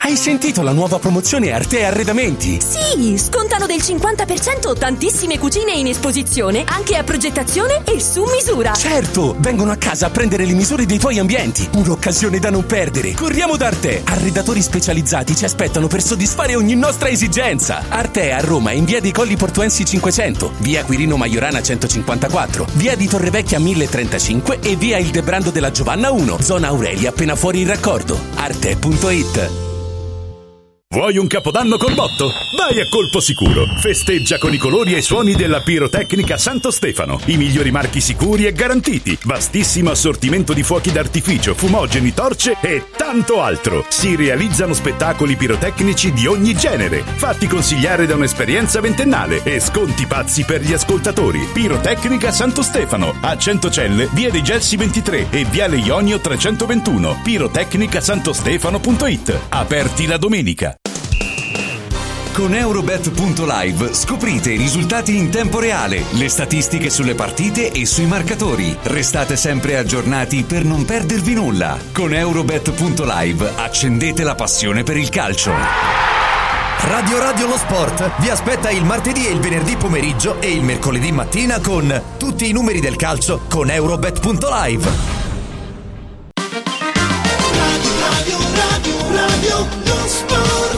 Hai sentito la nuova promozione Arte Arredamenti? Sì, scontano del 50% tantissime cucine in esposizione, anche a progettazione e su misura. Certo, vengono a casa a prendere le misure dei tuoi ambienti. Un'occasione da non perdere. Corriamo da Arte. Arredatori specializzati ci aspettano per soddisfare ogni nostra esigenza. Arte a Roma in via dei Colli Portuensi 500, via Quirino Maiorana 154, via di Torrevecchia 1035 e via Ildebrando della Giovanna 1, zona Aurelia appena fuori il raccordo. Arte.it. Vuoi un capodanno col botto? Vai a Colpo Sicuro. Festeggia con i colori e i suoni della pirotecnica Santo Stefano. I migliori marchi sicuri e garantiti. Vastissimo assortimento di fuochi d'artificio, fumogeni, torce e tanto altro. Si realizzano spettacoli pirotecnici di ogni genere. Fatti consigliare da un'esperienza ventennale e sconti pazzi per gli ascoltatori. Pirotecnica Santo Stefano. A Centocelle, via dei Gelsi 23 e viale Ionio 321. Pirotecnicasantostefano.it. Aperti la domenica. Con Eurobet.live scoprite i risultati in tempo reale, le statistiche sulle partite e sui marcatori. Restate sempre aggiornati per non perdervi nulla. Con Eurobet.live accendete la passione per il calcio. Radio Lo Sport vi aspetta il martedì e il venerdì pomeriggio e il mercoledì mattina con tutti i numeri del calcio con Eurobet.live. Radio Lo Sport.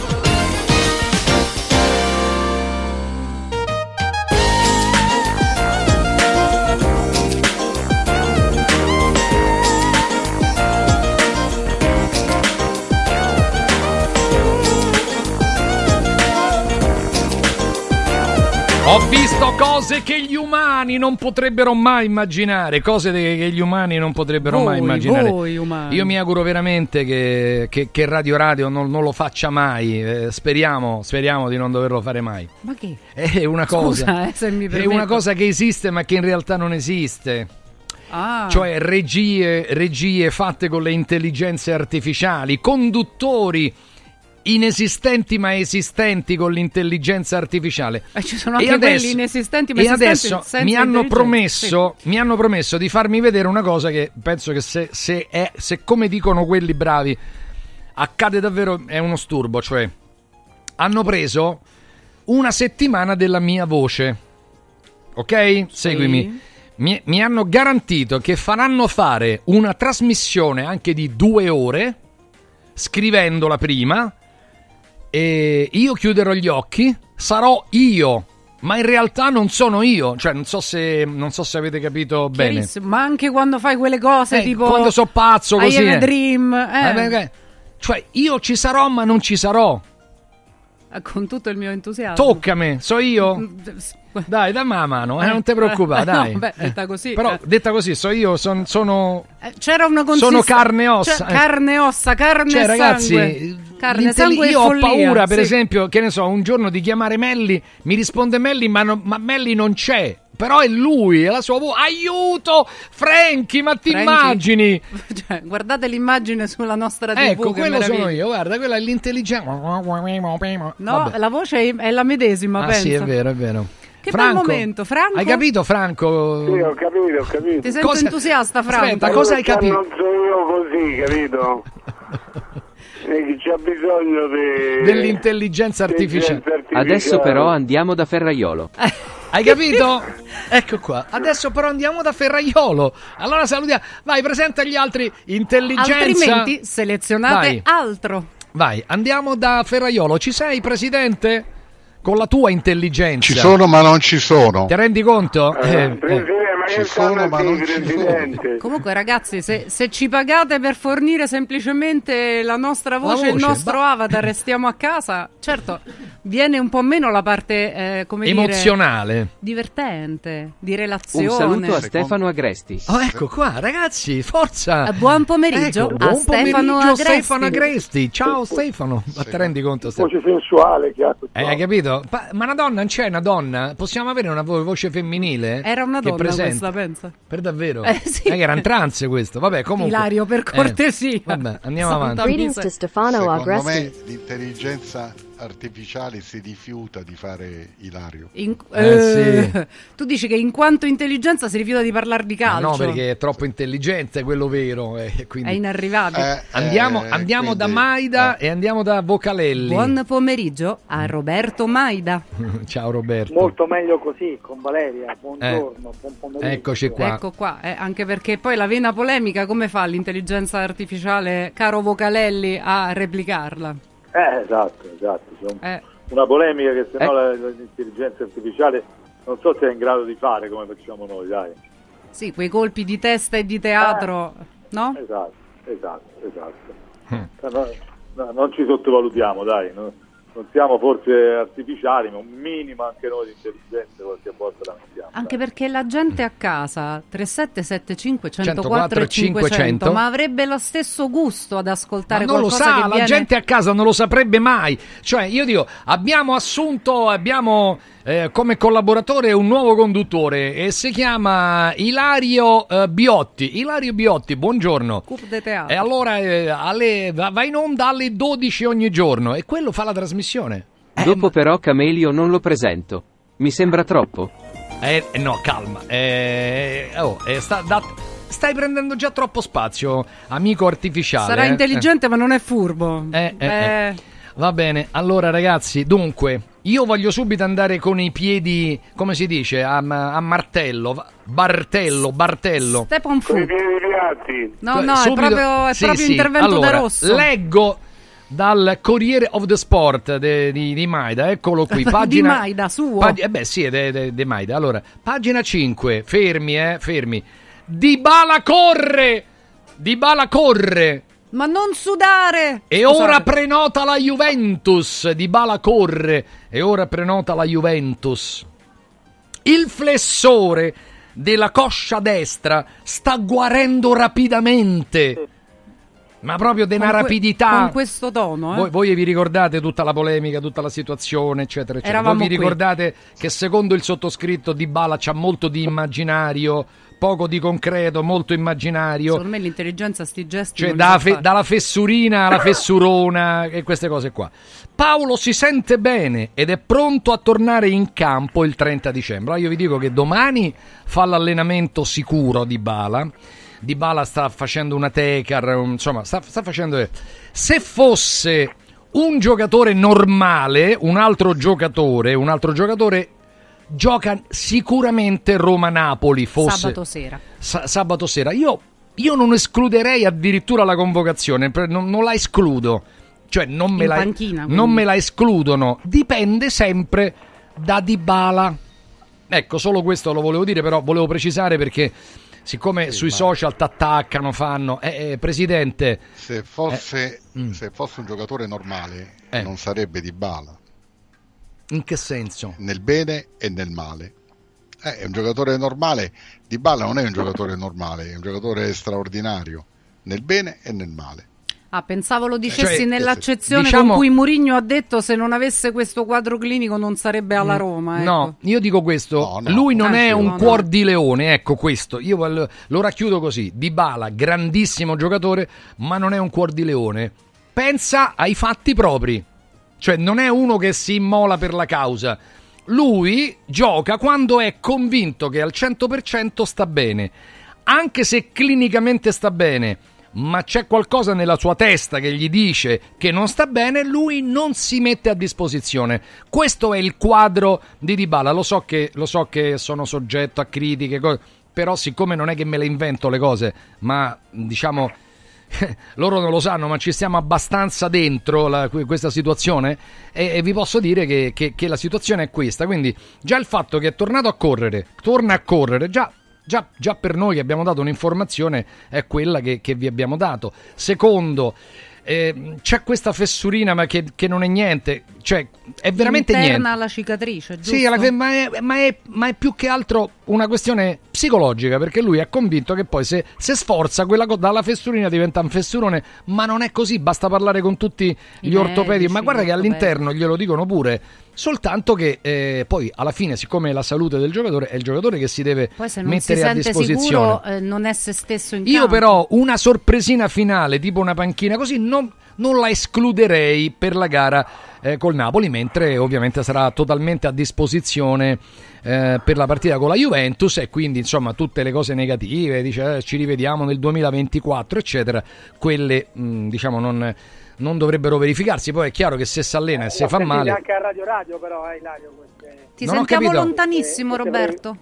Ho visto cose che gli umani non potrebbero mai immaginare, che gli umani non potrebbero mai immaginare. Voi umani. Io mi auguro veramente che Radio non lo faccia mai. Speriamo di non doverlo fare mai. Ma che? È una cosa. Scusa, se mi permetto. È una cosa che esiste ma che in realtà non esiste. Cioè regie fatte con le intelligenze artificiali, conduttori inesistenti ma esistenti con l'intelligenza articifale. Ci sono anche quelli inesistenti ma esistenti adesso senza mi hanno promesso di farmi vedere una cosa che penso che se come dicono quelli bravi accade davvero, è uno sturbo. Cioè hanno preso una settimana della mia voce, ok? Seguimi. Mi hanno garantito che faranno fare una trasmissione anche di 2 ore scrivendola prima, e io chiuderò gli occhi, sarò io, ma in realtà non sono io. Cioè non so se avete capito bene. Ma anche quando fai quelle cose tipo quando so pazzo così, I have a dream, cioè io ci sarò ma non ci sarò. Con tutto il mio entusiasmo. Toccami, so io. Dai, dammi la mano, non ti preoccupare, dai. No, detta così. Però detta così, so io, sono c'era una sono carne e ossa. Carne e ossa, carne e ragazzi, sangue. Carne, sangue io e ho follia, paura, per esempio, che ne so, un giorno di chiamare Melli, mi risponde Melli, ma Melli non c'è. Però è lui, è la sua voce. Aiuto! Frankie, ma ti immagini? Cioè, guardate l'immagine sulla nostra TV. Ecco, quello sono io, guarda, quella è l'intelligenza. No, vabbè. la voce è la medesima, pensa. Sì, è vero, è vero. Che Franco, bel momento, Franco. Hai capito, Franco? Sì, ho capito. Ti sento entusiasta, Franco. Aspetta, cosa hai capito? Non so io così, capito? C'è bisogno dell'intelligenza artificiale. Adesso però andiamo da Ferraiolo. Hai capito? Ecco qua. Adesso però andiamo da Ferraiolo. Allora salutiamo. Vai, presenta gli altri. Intelligenza. Altrimenti selezionate altro. Vai, andiamo da Ferraiolo. Ci sei, presidente? Con la tua intelligenza. Ci sono ma non ci sono. Ti rendi conto? Ci sono ma non ci sono. Comunque ragazzi, se ci pagate per fornire semplicemente la nostra voce, il nostro avatar e stiamo a casa, certo viene un po' meno la parte emozionale, divertente, di relazione. Un saluto a Stefano Agresti. Oh, ecco qua ragazzi, forza. Buon pomeriggio a Stefano Agresti. Ciao Stefano. Ma ti rendi conto? Voce sensuale che ha. Hai capito? Ma una donna, non c'è una donna? Possiamo avere una voce femminile? Era una donna questa, pensa. Per davvero? Sì. Era in trance questo. Vabbè, comunque. Ilario, per cortesia. Vabbè, andiamo avanti. Secondo me l'intelligenza artificiale si rifiuta di fare Ilario. Sì. Tu dici che in quanto intelligenza si rifiuta di parlare di calcio? No, perché è troppo intelligente, è quello vero. Quindi... È inarrivabile. Andiamo da Maida e andiamo da Vocalelli. Buon pomeriggio a Roberto Maida. Ciao Roberto. Molto meglio così, con Valeria. Buongiorno, buon pomeriggio. Eccoci qua. Ecco qua, anche perché poi la vena polemica come fa l'intelligenza artificiale, caro Vocalelli, a replicarla? Esatto. C'è una polemica che se no l'intelligenza artificiale non so se è in grado di fare come facciamo noi, dai. Sì, quei colpi di testa e di teatro, no? Esatto. Non ci sottovalutiamo, dai. Non siamo forse artificiali, ma un minimo anche noi di intelligenza qualche volta la mettiamo. Anche perché la gente a casa 3775 104 e 500 ma avrebbe lo stesso gusto ad ascoltare qualcosa che viene... la gente a casa non lo saprebbe mai. Cioè, io dico, abbiamo come collaboratore un nuovo conduttore e si chiama Ilario Biotti. Ilario Biotti, buongiorno. E allora va in onda alle 12 ogni giorno e quello fa la trasmissione. Dopo però Camelio non lo presento. Mi sembra troppo. No, calma. Stai prendendo già troppo spazio, amico artificiale. Sarà intelligente ma non è furbo. Va bene, allora ragazzi, dunque, io voglio subito andare con i piedi, come si dice, a martello, Bartello. Stefan Fu. Con i piedi piatti. No, subito, è proprio intervento allora, da Rosso. Leggo dal Corriere of the Sport di Maida, eccolo qui, pagina di Maida, suo. Sì, è di Maida. Allora, pagina 5, fermi. Dybala corre. Ma non sudare! E ora prenota la Juventus. Dybala corre. E ora prenota la Juventus. Il flessore della coscia destra sta guarendo rapidamente. Ma proprio di una rapidità. Con questo tono, Voi vi ricordate tutta la polemica, tutta la situazione, eccetera. Voi vi ricordate che secondo il sottoscritto Dybala c'ha molto di immaginario, poco di concreto, molto immaginario. Secondo me l'intelligenza sti gesti. Cioè dalla fessurina alla fessurona e queste cose qua. Paolo si sente bene ed è pronto a tornare in campo il 30 dicembre. Allora io vi dico che domani fa l'allenamento sicuro Dybala. Dybala sta facendo una tecar, insomma, sta facendo... Se fosse un giocatore normale, un altro giocatore gioca sicuramente Roma-Napoli, forse sabato sera. Io non escluderei addirittura la convocazione, non la escludo, cioè non me la escludono, dipende sempre da Dybala. Ecco, solo questo lo volevo dire, però volevo precisare perché siccome sui social t'attaccano, fanno presidente, se fosse un giocatore normale non sarebbe Dybala. In che senso? Nel bene e nel male. È un giocatore normale. Dybala non è un giocatore normale, è un giocatore straordinario nel bene e nel male. Pensavo lo dicessi nell'accezione con cui Mourinho ha detto se non avesse questo quadro clinico non sarebbe alla Roma. Ecco. No, io dico questo, lui non è un cuor di leone, ecco questo, io lo racchiudo così, Dybala, grandissimo giocatore, ma non è un cuor di leone, pensa ai fatti propri, cioè non è uno che si immola per la causa, lui gioca quando è convinto che al 100% sta bene, anche se clinicamente sta bene, ma c'è qualcosa nella sua testa che gli dice che non sta bene, lui non si mette a disposizione. Questo è il quadro di Dybala. Lo so che sono soggetto a critiche, però siccome non è che me le invento le cose, ma diciamo loro non lo sanno, ma ci stiamo abbastanza dentro questa situazione e vi posso dire che la situazione è questa. Quindi già il fatto che è torna a correre, già per noi che abbiamo dato un'informazione è quella che vi abbiamo dato. Secondo, c'è questa fessurina ma che non è niente, cioè è veramente interna niente. alla cicatrice, giusto? Sì, ma è più che altro una questione psicologica, perché lui è convinto che poi se sforza quella dalla fessurina diventa un fessurone, ma non è così, basta parlare con tutti gli ortopedi, ma guarda che all'interno glielo dicono pure, soltanto che poi alla fine, siccome la salute del giocatore è il giocatore che si deve mettere a disposizione. Sicuro, non è se stesso in campo. Io però una sorpresina finale, tipo una panchina così, non non la escluderei per la gara col Napoli, mentre ovviamente sarà totalmente a disposizione per la partita con la Juventus, e quindi insomma tutte le cose negative, dice ci rivediamo nel 2024 eccetera, quelle diciamo non dovrebbero verificarsi. Poi è chiaro che se si allena e se fa male anche a Radio però Ilario ti sentiamo lontanissimo Roberto.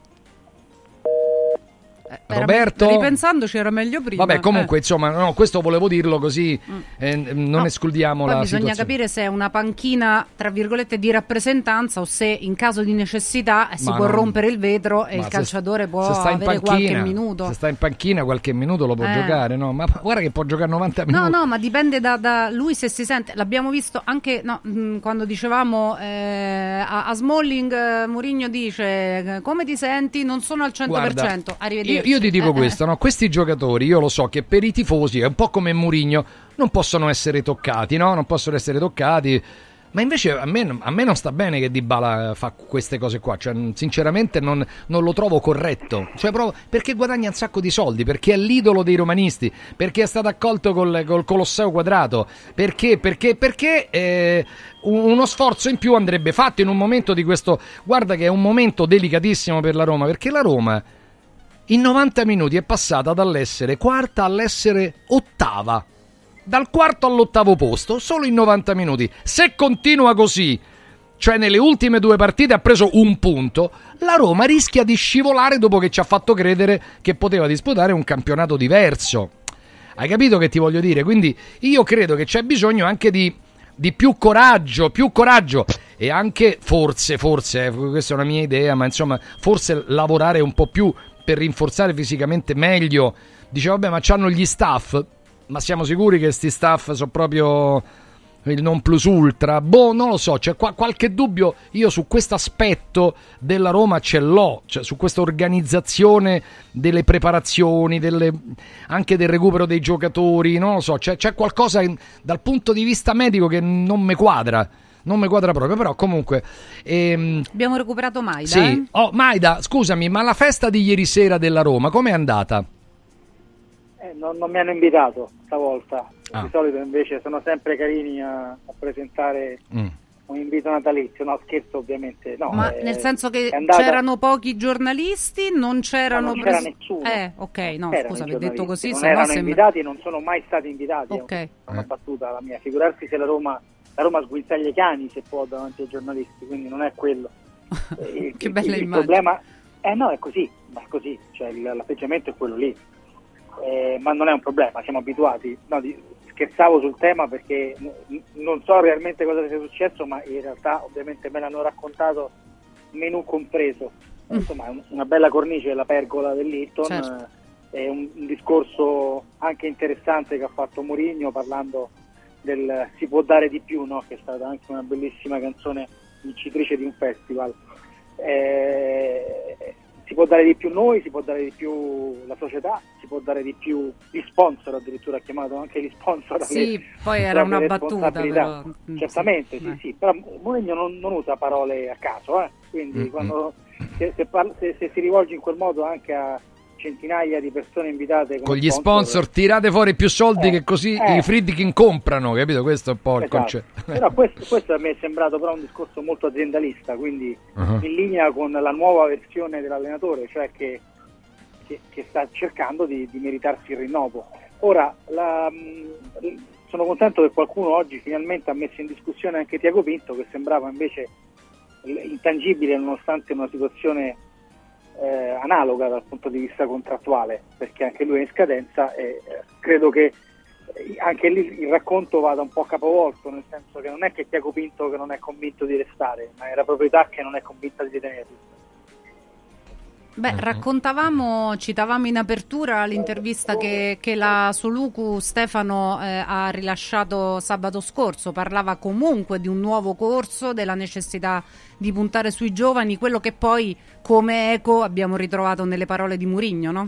Roberto, ripensandoci era meglio prima. Vabbè, comunque insomma, no, questo volevo dirlo così non escludiamo la bisogna situazione. capire se è una panchina tra virgolette di rappresentanza o se in caso di necessità si può rompere il vetro e il calciatore può avere qualche minuto. Se sta in panchina qualche minuto lo può giocare, no? Ma guarda che può giocare 90 minuti. No, ma dipende da lui se si sente. L'abbiamo visto anche quando dicevamo a Smalling, Mourinho dice come ti senti? Non sono al 100%. Guarda, arrivederci. Io ti dico questo, no? Questi giocatori, io lo so che per i tifosi è un po' come Mourinho, non possono essere toccati, no? Non possono essere toccati, ma invece a me non sta bene che Dybala fa queste cose qua, cioè sinceramente non lo trovo corretto, cioè proprio perché guadagna un sacco di soldi, perché è l'idolo dei romanisti, perché è stato accolto col Colosseo Quadrato, perché uno sforzo in più andrebbe fatto in un momento di questo. Guarda che è un momento delicatissimo per la Roma, perché la Roma in 90 minuti è passata dall'essere quarta all'essere ottava, dal quarto all'8º posto, solo in 90 minuti. Se continua così, cioè nelle ultime 2 partite ha preso 1 punto, la Roma rischia di scivolare dopo che ci ha fatto credere che poteva disputare un campionato diverso. Hai capito che ti voglio dire? Quindi io credo che c'è bisogno anche di più coraggio e anche forse, questa è una mia idea, ma insomma forse lavorare un po' più per rinforzare fisicamente meglio. Dice vabbè, ma c'hanno gli staff, ma siamo sicuri che sti staff sono proprio il non plus ultra? Non lo so, c'è qualche dubbio io su questo aspetto della Roma, ce l'ho, cioè su questa organizzazione delle preparazioni, anche del recupero dei giocatori, non lo so, c'è qualcosa dal punto di vista medico che non mi quadra proprio, però comunque abbiamo recuperato Maida. Sì. Maida, scusami, ma la festa di ieri sera della Roma com'è andata? Non mi hanno invitato stavolta. Di solito invece sono sempre carini a presentare un invito natalizio. No, scherzo ovviamente. No, ma nel senso che c'erano pochi giornalisti, non c'era nessuno. Ok, no, scusa, avevo detto così. Non erano invitati e non sono mai stati invitati. Ok. È una battuta la mia. Figurarsi se la Roma sguinzaglia i cani se può davanti ai giornalisti, quindi non è quello. Che bella il immagine. Problema no, è così, cioè l'atteggiamento è quello lì. Ma non è un problema, siamo abituati. No, scherzavo sul tema perché non so realmente cosa sia successo, ma in realtà ovviamente me l'hanno raccontato, menù compreso. Insomma, è una bella cornice la pergola dell'Hilton. Certo. È un discorso anche interessante che ha fatto Mourinho parlando del si può dare di più, no? Che è stata anche una bellissima canzone vincitrice di un festival. Si può dare di più noi, si può dare di più la società, si può dare di più gli sponsor, addirittura ha chiamato anche gli sponsor. Sì, poi era una battuta però. Certamente, sì, però Mourinho non usa parole a caso, quindi quando se si rivolge in quel modo anche a centinaia di persone invitate con gli sponsor tirate fuori più soldi che così i Friedkin comprano, capito? Questo è un po' il concetto. Però questo a me è sembrato però un discorso molto aziendalista, quindi in linea con la nuova versione dell'allenatore, cioè che sta cercando di meritarsi il rinnovo. Ora sono contento che qualcuno oggi finalmente ha messo in discussione anche Tiago Pinto, che sembrava invece intangibile nonostante una situazione analoga dal punto di vista contrattuale, perché anche lui è in scadenza e credo che anche lì il racconto vada un po' capovolto, nel senso che non è che Tiago Pinto che non è convinto di restare, ma è la proprietà che non è convinta di tenerlo. Citavamo in apertura l'intervista che la Soluku Stefano ha rilasciato sabato scorso, parlava comunque di un nuovo corso, della necessità di puntare sui giovani, quello che poi come eco abbiamo ritrovato nelle parole di Mourinho, no?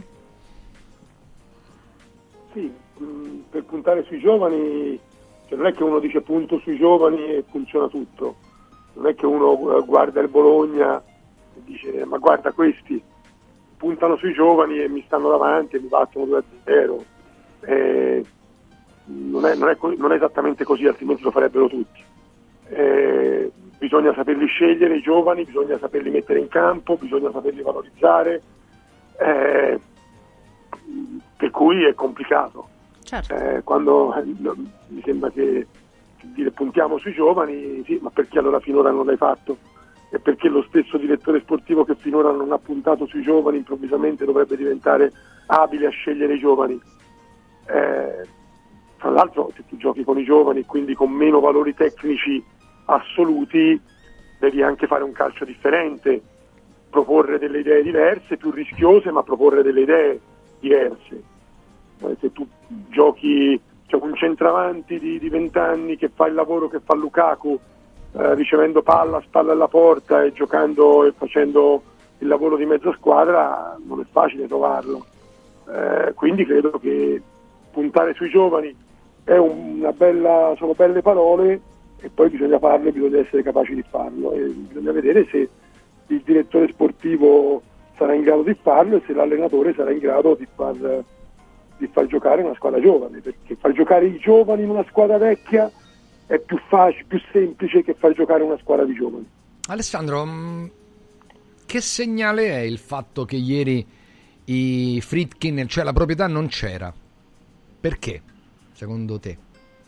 Sì, per puntare sui giovani, cioè non è che uno dice punto sui giovani e funziona tutto, non è che uno guarda il Bologna e dice ma guarda questi puntano sui giovani e mi stanno davanti e mi battono 2-0. non è esattamente così, altrimenti lo farebbero tutti. Bisogna saperli scegliere i giovani, bisogna saperli mettere in campo, bisogna saperli valorizzare, per cui è complicato. Certo. Quando mi sembra che dire puntiamo sui giovani, sì, ma perché allora finora non l'hai fatto? E perché lo stesso direttore sportivo che finora non ha puntato sui giovani improvvisamente dovrebbe diventare abile a scegliere i giovani? Tra l'altro, se tu giochi con i giovani, quindi con meno valori tecnici assoluti, devi anche fare un calcio differente, proporre delle idee diverse, più rischiose, ma proporre delle idee diverse. Se tu giochi, cioè un centravanti di 20 anni che fa il lavoro che fa Lukaku, ricevendo palla, spalla alla porta e giocando e facendo il lavoro di mezza squadra, non è facile trovarlo. Quindi credo che puntare sui giovani sono belle parole, e poi bisogna farlo, bisogna essere capaci di farlo, e bisogna vedere se il direttore sportivo sarà in grado di farlo e se l'allenatore sarà in grado di far giocare una squadra giovane, perché far giocare i giovani in una squadra vecchia è più facile, più semplice che far giocare una squadra di giovani. Alessandro, che segnale è il fatto che ieri i Friedkin, cioè la proprietà, non c'era? Perché, secondo te?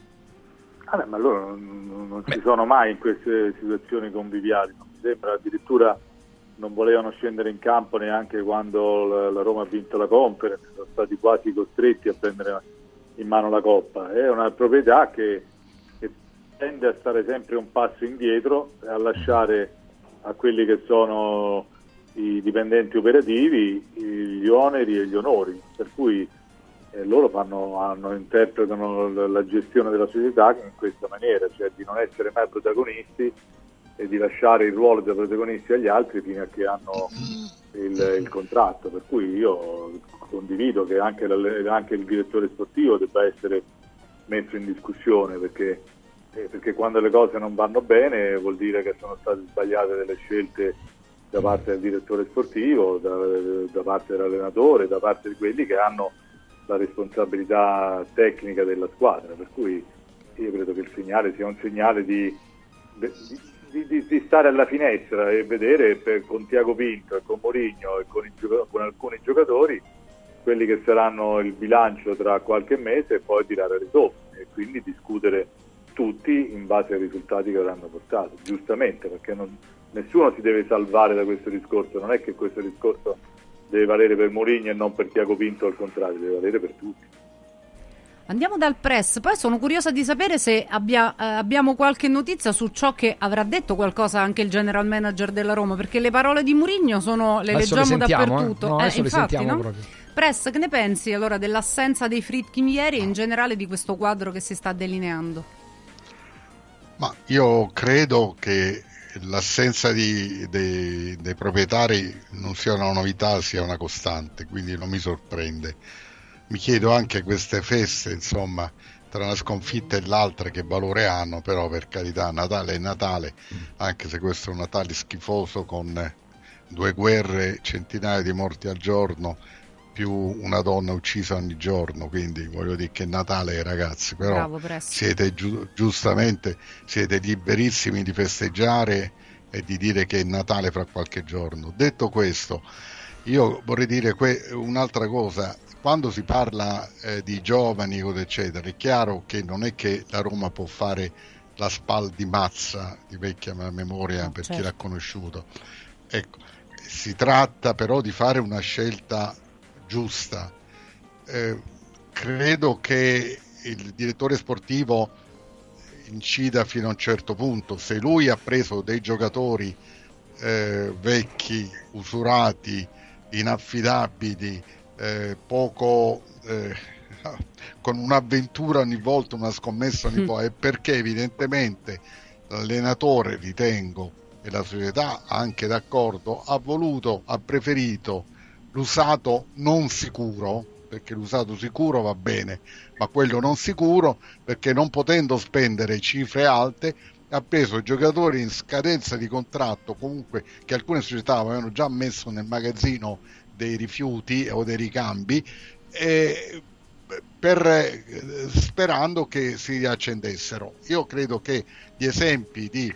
Ma loro non ci sono mai in queste situazioni conviviali, non mi sembra. Addirittura non volevano scendere in campo neanche quando la Roma ha vinto la Conference, sono stati quasi costretti a prendere in mano la Coppa. È una proprietà che tende a stare sempre un passo indietro e a lasciare a quelli che sono i dipendenti operativi gli oneri e gli onori, per cui loro interpretano la gestione della società in questa maniera, cioè di non essere mai protagonisti e di lasciare il ruolo da protagonisti agli altri fino a che hanno il contratto. Per cui io condivido che anche il direttore sportivo debba essere messo in discussione, perché quando le cose non vanno bene vuol dire che sono state sbagliate delle scelte da parte del direttore sportivo, da parte dell'allenatore, da parte di quelli che hanno la responsabilità tecnica della squadra. Per cui io credo che il segnale sia un segnale di stare alla finestra e vedere con Tiago Pinto e con Mourinho e con alcuni giocatori quelli che saranno il bilancio tra qualche mese, e poi tirare le somme e quindi discutere tutti in base ai risultati che avranno portato, giustamente, perché nessuno si deve salvare da questo discorso. Non è che questo discorso deve valere per Mourinho e non per Tiago Pinto, al contrario, deve valere per tutti. Andiamo dal press, poi sono curiosa di sapere se abbiamo qualche notizia su ciò che avrà detto qualcosa anche il general manager della Roma, perché le parole di Mourinho le leggiamo dappertutto. No, adesso infatti, le sentiamo, no? proprio. Press, che ne pensi allora dell'assenza dei Friedkin ieri e in generale di questo quadro che si sta delineando? Ma io credo che l'assenza dei proprietari non sia una novità, sia una costante, quindi non mi sorprende. Mi chiedo anche queste feste, insomma, tra una sconfitta e l'altra che valore hanno, però per carità, Natale è Natale, anche se questo è un Natale schifoso con 2 guerre, centinaia di morti al giorno, più una donna uccisa ogni giorno, quindi voglio dire che Natale, ragazzi, però siete giustamente siete liberissimi di festeggiare e di dire che è Natale fra qualche giorno. Detto questo, io vorrei dire un'altra cosa. Quando si parla di giovani eccetera, è chiaro che non è che la Roma può fare la SPAL di Mazza, di vecchia memoria, per chi l'ha conosciuto. Ecco, si tratta però di fare una scelta giusta. Credo che il direttore sportivo incida fino a un certo punto. Se lui ha preso dei giocatori vecchi, usurati, inaffidabili, poco con un'avventura ogni volta, una scommessa ogni volta, è perché evidentemente l'allenatore, ritengo, e la società anche d'accordo, ha preferito l'usato non sicuro, perché l'usato sicuro va bene, ma quello non sicuro, perché non potendo spendere cifre alte ha preso giocatori in scadenza di contratto, comunque che alcune società avevano già messo nel magazzino dei rifiuti o dei ricambi, sperando che si riaccendessero. Io credo che gli esempi di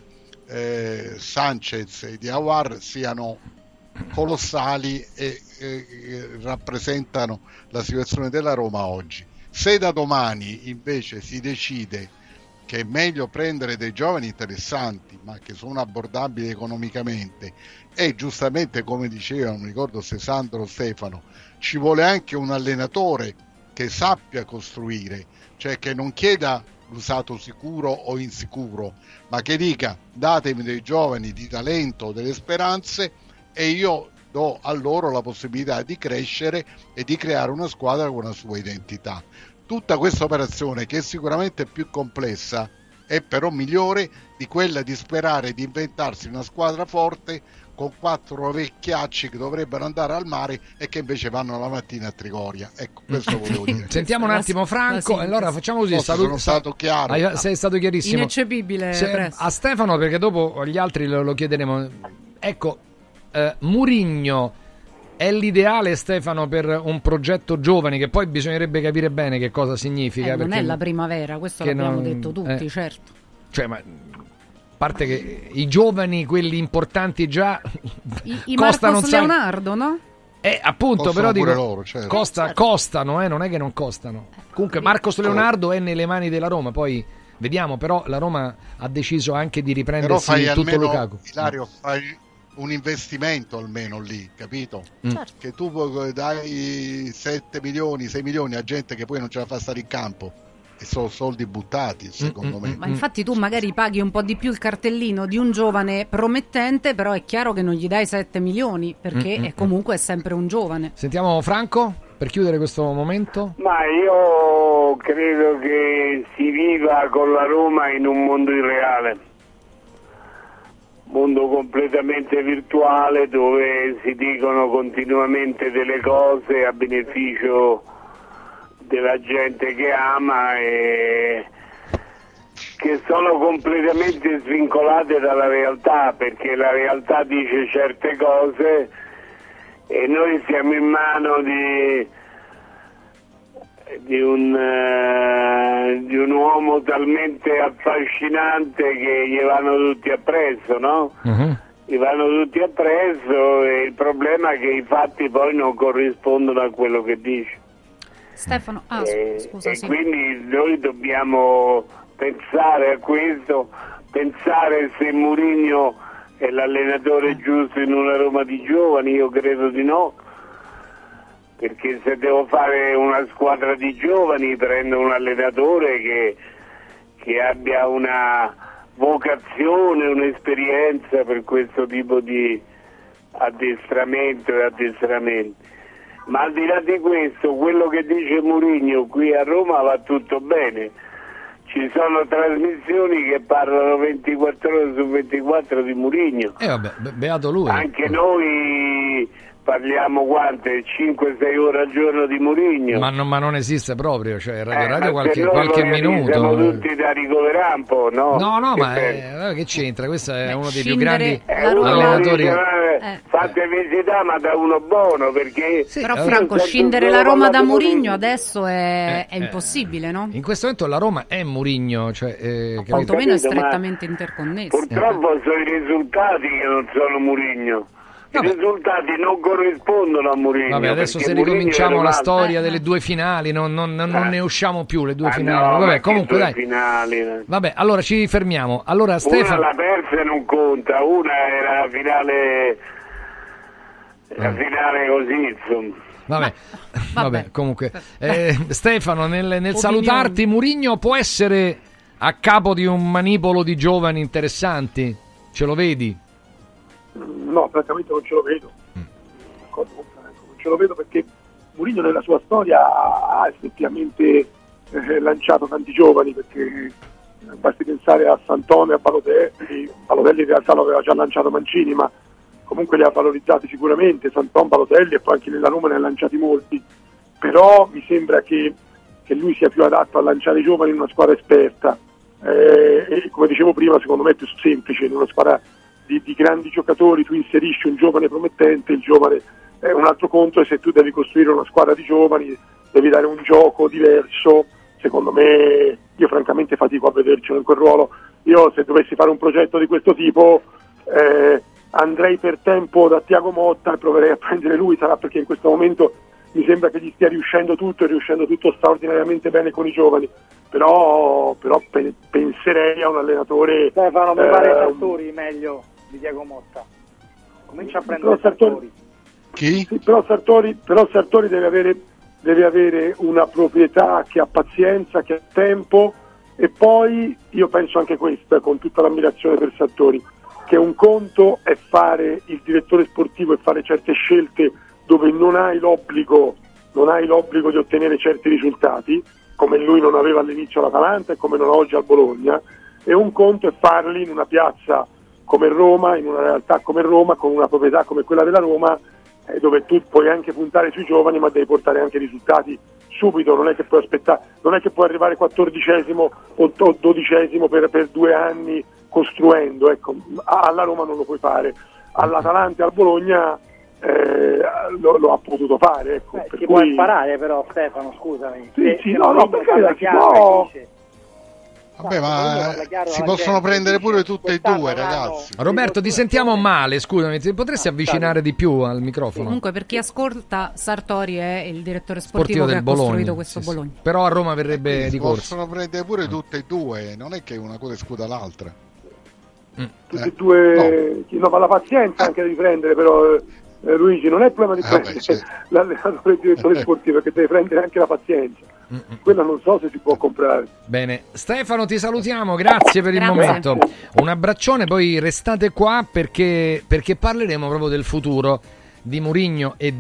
Sanchez e di Aouar siano colossali e rappresentano la situazione della Roma oggi. Se da domani invece si decide che è meglio prendere dei giovani interessanti ma che sono abbordabili economicamente, e giustamente, come diceva, non ricordo se Sandro o Stefano, ci vuole anche un allenatore che sappia costruire, cioè che non chieda l'usato sicuro o insicuro, ma che dica: datemi dei giovani di talento, delle speranze, e io do a loro la possibilità di crescere e di creare una squadra con una sua identità. Tutta questa operazione, che è sicuramente più complessa, è però migliore di quella di sperare di inventarsi una squadra forte con 4 vecchiacci che dovrebbero andare al mare e che invece vanno la mattina a Trigoria. Ecco, questo volevo dire. Sentiamo un attimo Franco, allora facciamo così. Sono stato chiaro. Sei stato chiarissimo. Ineccepibile. A Stefano, perché dopo gli altri lo chiederemo. Ecco, Mourinho è l'ideale, Stefano, per un progetto giovani, che poi bisognerebbe capire bene che cosa significa. Non è la primavera, questo l'abbiamo detto tutti, certo. Cioè, ma a parte che i giovani, quelli importanti già i costano Marcos Leonardo, no? Appunto, costano, però dico, loro, certo. Costano, non è che non costano. Comunque Marcos Leonardo è nelle mani della Roma, poi vediamo, però la Roma ha deciso anche di riprendersi tutto Lukaku. Ilario, fai un investimento almeno lì, capito? Certo. Che tu dai 7 milioni, 6 milioni a gente che poi non ce la fa stare in campo, e sono soldi buttati, secondo me. Ma infatti tu magari paghi un po' di più il cartellino di un giovane promettente, però è chiaro che non gli dai 7 milioni perché comunque è sempre un giovane. Sentiamo Franco per chiudere questo momento. Ma io credo che si viva con la Roma in un mondo irreale, mondo completamente virtuale, dove si dicono continuamente delle cose a beneficio della gente che ama e che sono completamente svincolate dalla realtà, perché la realtà dice certe cose e noi siamo in mano di un uomo talmente affascinante che gli vanno tutti appresso, no? Gli vanno tutti appresso, e il problema è che i fatti poi non corrispondono a quello che dice. Stefano, scusa, e quindi noi dobbiamo pensare a questo, pensare se Mourinho è l'allenatore giusto in una Roma di giovani. Io credo di no, perché se devo fare una squadra di giovani prendo un allenatore che abbia una vocazione, un'esperienza per questo tipo di addestramento e addestramenti. Ma al di là di questo, quello che dice Mourinho qui a Roma va tutto bene. Ci sono trasmissioni che parlano 24 ore su 24 di Mourinho. Beato lui. Anche noi parliamo 5-6 ore al giorno di Mourinho. Ma non esiste proprio, cioè Radio qualche minuto. Siamo tutti da ricoverare un po', no? No, ma che c'entra? Questo è uno dei più grandi allenatori. Fate visitare, ma da uno buono, perché però Franco, scindere la Roma da Mourinho adesso è impossibile, no? In questo momento la Roma è Mourinho, cioè quantomeno è strettamente interconnesso. Purtroppo sono i risultati che non sono Mourinho. I risultati non corrispondono a Mourinho. Vabbè, adesso se ricominciamo la storia delle due finali non ne usciamo più, le due finali. Vabbè, comunque dai. Finali. Vabbè, allora ci fermiamo. Allora Stefano, una la persa e non conta, una era la finale così, insomma. Vabbè, comunque Stefano, nel salutarti, Mourinho può essere a capo di un manipolo di giovani interessanti? Ce lo vedi? No, francamente non ce lo vedo. Non ce lo vedo perché Mourinho nella sua storia ha effettivamente lanciato tanti giovani, perché basti pensare a Sant'One e a Balotelli. Balotelli in realtà lo aveva già lanciato Mancini, ma comunque li ha valorizzati sicuramente. Sant'One, Balotelli, e poi anche nella Roma ne ha lanciati molti. Però mi sembra che lui sia più adatto a lanciare i giovani in una squadra esperta, e come dicevo prima, secondo me è più semplice in una squadra di grandi giocatori. Tu inserisci un giovane promettente, il giovane è un altro conto, e se tu devi costruire una squadra di giovani devi dare un gioco diverso. Secondo me, io francamente fatico a vedercelo in quel ruolo. Io se dovessi fare un progetto di questo tipo andrei per tempo da Thiago Motta e proverei a prendere lui, sarà perché in questo momento mi sembra che gli stia riuscendo tutto straordinariamente bene con i giovani, però penserei a un allenatore. Stefano, mi pare Sartori meglio di Thiago Motta. Comincia a prendere Sartori. Chi? Sì, però Sartori deve avere una proprietà che ha pazienza, che ha tempo, e poi io penso anche questo, con tutta l'ammirazione per Sartori, che un conto è fare il direttore sportivo e fare certe scelte dove non hai l'obbligo di ottenere certi risultati, come lui non aveva all'inizio all'Atalanta e come non ha oggi al Bologna, e un conto è farli in una piazza come Roma, in una realtà come Roma, con una proprietà come quella della Roma, dove tu puoi anche puntare sui giovani, ma devi portare anche risultati subito. Non è che puoi aspettare, non è che puoi arrivare 14esimo o 12esimo per 2 anni costruendo, ecco. Alla Roma non lo puoi fare, all'Atalanta e al Bologna lo ha potuto fare, ecco. Per si cui... può imparare però, Stefano, scusami. Perché si può. Vabbè, ma si possono prendere pure tutte e due, ragazzi. Roberto, ti sentiamo male, scusami, ti potresti avvicinare di più al microfono? Comunque, per chi ascolta, Sartori è il direttore sportivo che ha costruito questo Bologna. Però a Roma verrebbe di corsa. Possono prendere pure tutte e due, non è che una cosa escluda l'altra. Tutte e due, no, ma la pazienza anche di prendere, però Luigi, non è il problema di prendere l'allenatore e il direttore sportivo, perché deve prendere anche la pazienza. Quella non so se si può comprare. Bene, Stefano, ti salutiamo, grazie per il momento, un abbraccione, poi restate qua perché parleremo proprio del futuro di Mourinho e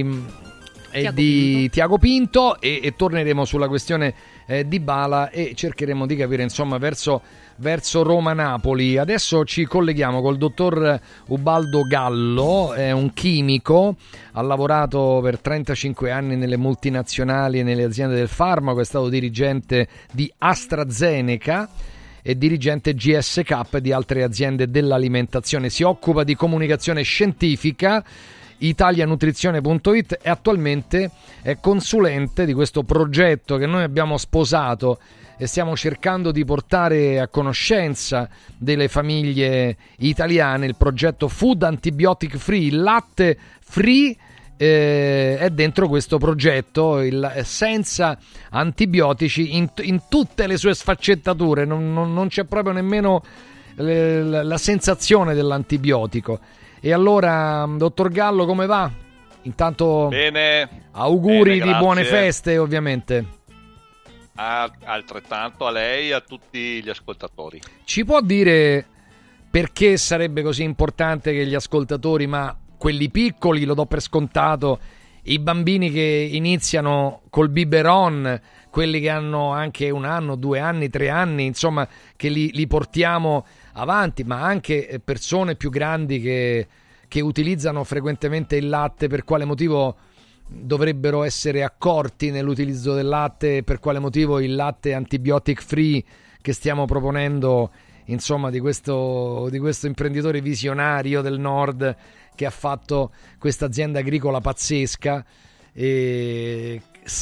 di Thiago Pinto e torneremo sulla questione Dybala e cercheremo di capire insomma verso Roma-Napoli. Adesso ci colleghiamo col dottor Ubaldo Gallo, è un chimico, ha lavorato per 35 anni nelle multinazionali e nelle aziende del farmaco, è stato dirigente di AstraZeneca e dirigente GSK e di altre aziende dell'alimentazione. Si occupa di comunicazione scientifica, italianutrizione.it, e attualmente è consulente di questo progetto che noi abbiamo sposato e stiamo cercando di portare a conoscenza delle famiglie italiane, il progetto Food Antibiotic Free. Il latte free è dentro questo progetto, senza antibiotici in tutte le sue sfaccettature, non c'è proprio nemmeno la sensazione dell'antibiotico. E allora, dottor Gallo, come va? Intanto bene, auguri bene, di buone feste, ovviamente. Altrettanto a lei e a tutti gli ascoltatori. Ci può dire perché sarebbe così importante che gli ascoltatori, ma quelli piccoli, lo do per scontato, i bambini che iniziano col biberon, quelli che hanno anche 1 anno, 2 anni, 3 anni, insomma, che li portiamo avanti, ma anche persone più grandi che utilizzano frequentemente il latte, per quale motivo dovrebbero essere accorti nell'utilizzo del latte, per quale motivo il latte antibiotic free che stiamo proponendo, insomma, di questo imprenditore visionario del nord che ha fatto questa azienda agricola pazzesca e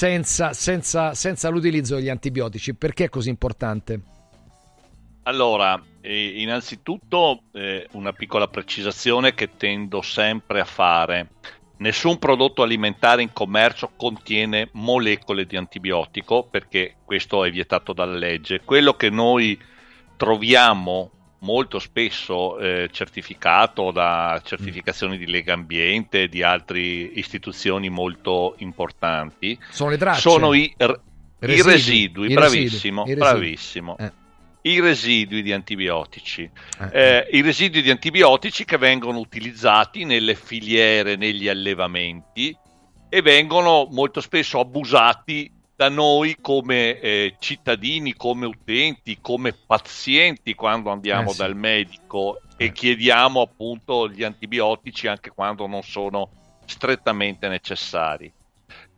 senza l'utilizzo degli antibiotici. Perché è così importante? Allora, innanzitutto una piccola precisazione che tendo sempre a fare: nessun prodotto alimentare in commercio contiene molecole di antibiotico, perché questo è vietato dalla legge. Quello che noi troviamo molto spesso certificato da certificazioni di Legambiente e di altre istituzioni molto importanti sono le tracce, sono i residui. Bravissimo. I residui di antibiotici, i residui di antibiotici che vengono utilizzati nelle filiere, negli allevamenti, e vengono molto spesso abusati da noi come cittadini, come utenti, come pazienti quando andiamo dal medico e chiediamo appunto gli antibiotici anche quando non sono strettamente necessari.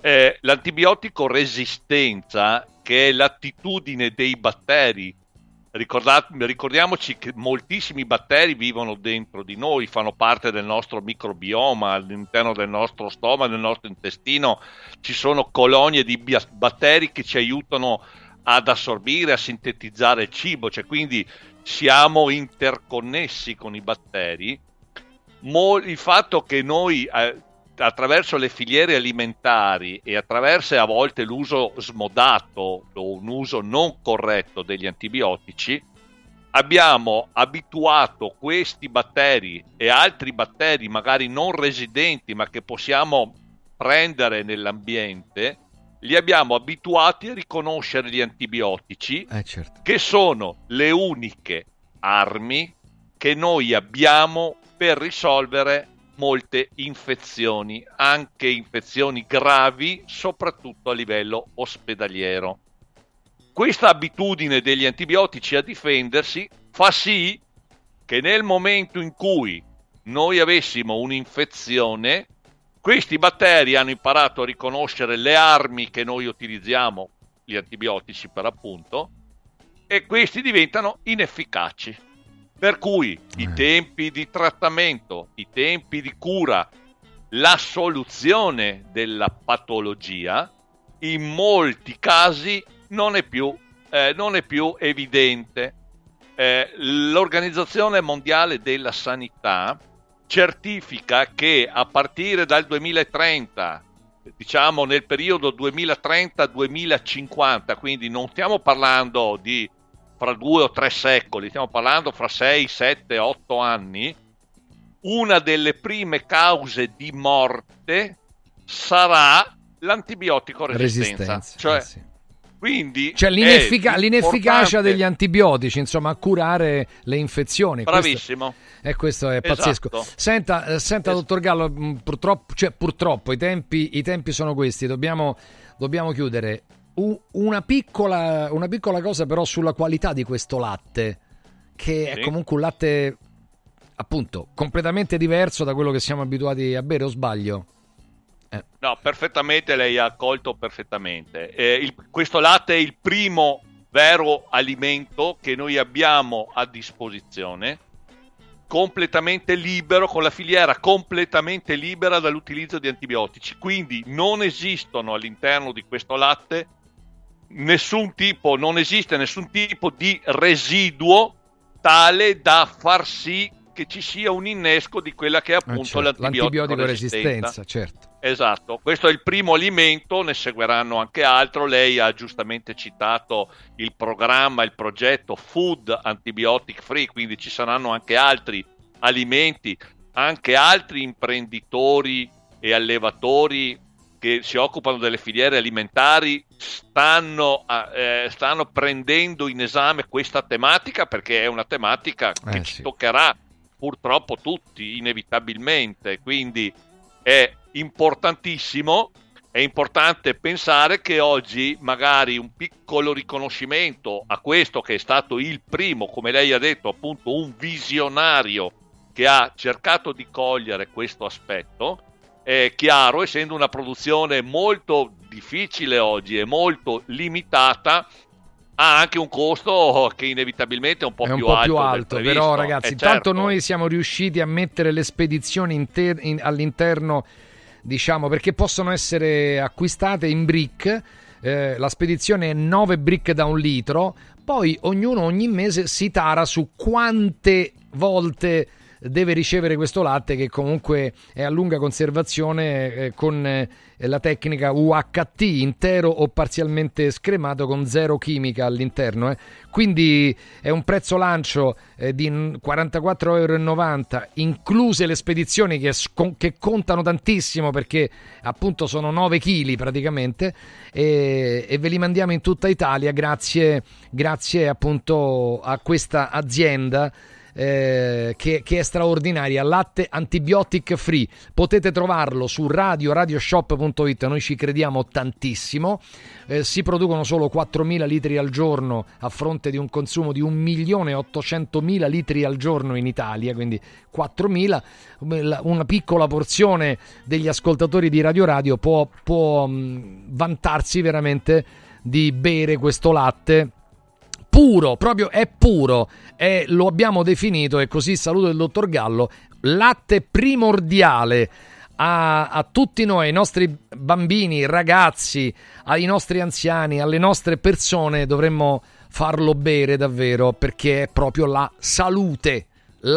L'antibiotico resistenza, che è l'attitudine dei batteri Ricordiamoci che moltissimi batteri vivono dentro di noi, fanno parte del nostro microbioma, all'interno del nostro stomaco, del nostro intestino ci sono colonie di batteri che ci aiutano ad assorbire, a sintetizzare il cibo, cioè quindi siamo interconnessi con i batteri. Il fatto che noi attraverso le filiere alimentari e attraverso a volte l'uso smodato o un uso non corretto degli antibiotici abbiamo abituato questi batteri e altri batteri magari non residenti ma che possiamo prendere nell'ambiente, li abbiamo abituati a riconoscere gli antibiotici, certo, che sono le uniche armi che noi abbiamo per risolvere molte infezioni, anche infezioni gravi, soprattutto a livello ospedaliero. Questa abitudine degli antibiotici a difendersi fa sì che nel momento in cui noi avessimo un'infezione, questi batteri hanno imparato a riconoscere le armi che noi utilizziamo, gli antibiotici per appunto, e questi diventano inefficaci. Per cui i tempi di trattamento, i tempi di cura, la soluzione della patologia in molti casi non è più evidente. L'Organizzazione Mondiale della Sanità certifica che a partire dal 2030, diciamo nel periodo 2030-2050, quindi non stiamo parlando di fra 2 o 3 secoli, stiamo parlando fra 6, 7, 8 anni, una delle prime cause di morte sarà l'antibiotico resistenza. Quindi l'inefficacia degli antibiotici, insomma, a curare le infezioni. Bravissimo. Questo è pazzesco. Senta, dottor Gallo, purtroppo i tempi sono questi, dobbiamo chiudere. Una piccola cosa però sulla qualità di questo latte, che è comunque un latte appunto completamente diverso da quello che siamo abituati a bere, o sbaglio? No, perfettamente, lei ha colto perfettamente. Questo latte è il primo vero alimento che noi abbiamo a disposizione, completamente libero, con la filiera completamente libera dall'utilizzo di antibiotici, quindi non esistono all'interno di questo latte non esiste nessun tipo di residuo tale da far sì che ci sia un innesco di quella che è appunto l'antibiotico resistenza. Certo. Esatto, questo è il primo alimento, ne seguiranno anche altro. Lei ha giustamente citato il programma, il progetto Food Antibiotic Free, quindi ci saranno anche altri alimenti, anche altri imprenditori e allevatori che si occupano delle filiere alimentari stanno prendendo in esame questa tematica, perché è una tematica che ci toccherà purtroppo tutti inevitabilmente, quindi è importantissimo. È importante pensare che oggi magari un piccolo riconoscimento a questo che è stato il primo, come lei ha detto, appunto un visionario che ha cercato di cogliere questo aspetto, è chiaro, essendo una produzione molto difficile oggi e molto limitata, ha anche un costo che inevitabilmente è un po' più alto, però ragazzi, intanto noi siamo riusciti a mettere le spedizioni all'interno, diciamo, perché possono essere acquistate in brick. La spedizione è 9 brick da 1 litro, poi ognuno ogni mese si tara su quante volte deve ricevere questo latte, che comunque è a lunga conservazione con la tecnica UHT, intero o parzialmente scremato con 0 chimica all'interno. Quindi è un prezzo lancio di 44,90 €, incluse le spedizioni che contano tantissimo, perché appunto sono 9 kg praticamente, e ve li mandiamo in tutta Italia grazie appunto a questa azienda che è straordinaria, latte antibiotic free. Potete trovarlo su radioshop.it, noi ci crediamo tantissimo. Si producono solo 4.000 litri al giorno a fronte di un consumo di 1.800.000 litri al giorno in Italia, quindi 4.000. Una piccola porzione degli ascoltatori di Radio può vantarsi veramente di bere questo latte puro, proprio è puro, lo abbiamo definito, e così saluto il dottor Gallo, latte primordiale a tutti noi, ai nostri bambini, ragazzi, ai nostri anziani, alle nostre persone. Dovremmo farlo bere davvero, perché è proprio la salute,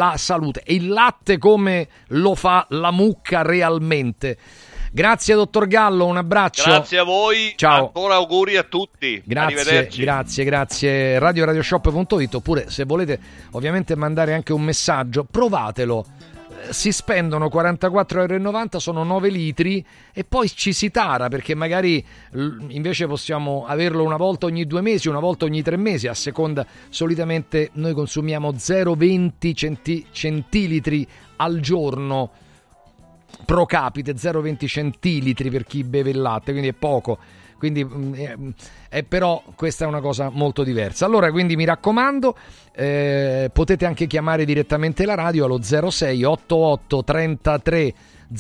e il latte come lo fa la mucca realmente. Grazie dottor Gallo, un abbraccio. Grazie a voi, ciao. Ancora auguri a tutti. Arrivederci. Grazie. radioshop.it, oppure se volete ovviamente mandare anche un messaggio, provatelo. Si spendono 44,90 €, sono 9 litri, e poi ci si tara, perché magari invece possiamo averlo una volta ogni 2 mesi, una volta ogni 3 mesi, a seconda. Solitamente noi consumiamo 0,20 centilitri al giorno pro capite, 0,20 centilitri per chi beve il latte, quindi è poco. Quindi però questa è una cosa molto diversa. Allora, quindi mi raccomando, potete anche chiamare direttamente la radio allo 06 88 33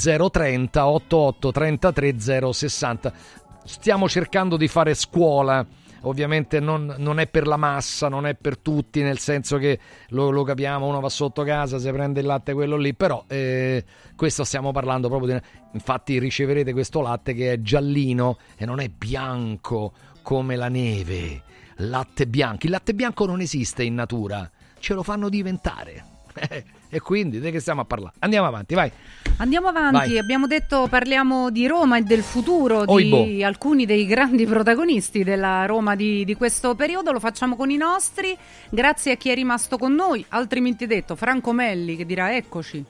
030 88 33 060. Stiamo cercando di fare scuola. Ovviamente non è per la massa, non è per tutti, nel senso che lo capiamo, uno va sotto casa, si prende il latte quello lì, però questo stiamo parlando proprio di... Infatti riceverete questo latte che è giallino e non è bianco come la neve. Latte bianco, il latte bianco non esiste in natura, ce lo fanno diventare. E quindi di che stiamo a parlare? Andiamo avanti, vai. Vai. Abbiamo detto, parliamo di Roma e del futuro di alcuni dei grandi protagonisti della Roma di questo periodo. Lo facciamo con i nostri, grazie a chi è rimasto con noi. Altrimenti detto, Franco Melli che dirà eccoci.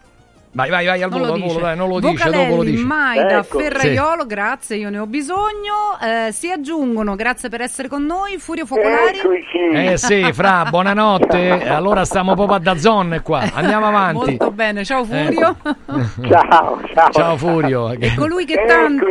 Vai al volo, dai, non lo dice, Vocalelli, dopo lo dice. Maida, Ferraiolo, sì. Grazie, io ne ho bisogno. Si aggiungono, grazie per essere con noi, Furio Focolari. Sì, Fra, buonanotte. Allora stiamo proprio a DAZN qua. Andiamo avanti. Molto bene, ciao Furio. Ciao Furio. E colui che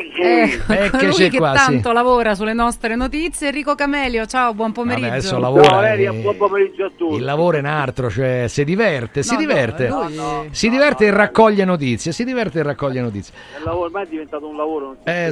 tanto lavora sulle nostre notizie, Enrico Camelio. Ciao, buon pomeriggio. Vabbè, adesso lavora. Buon pomeriggio a tutti. Il lavoro è un altro, cioè si diverte. Si diverte e raccoglie notizie. Il lavoro ormai è diventato un lavoro.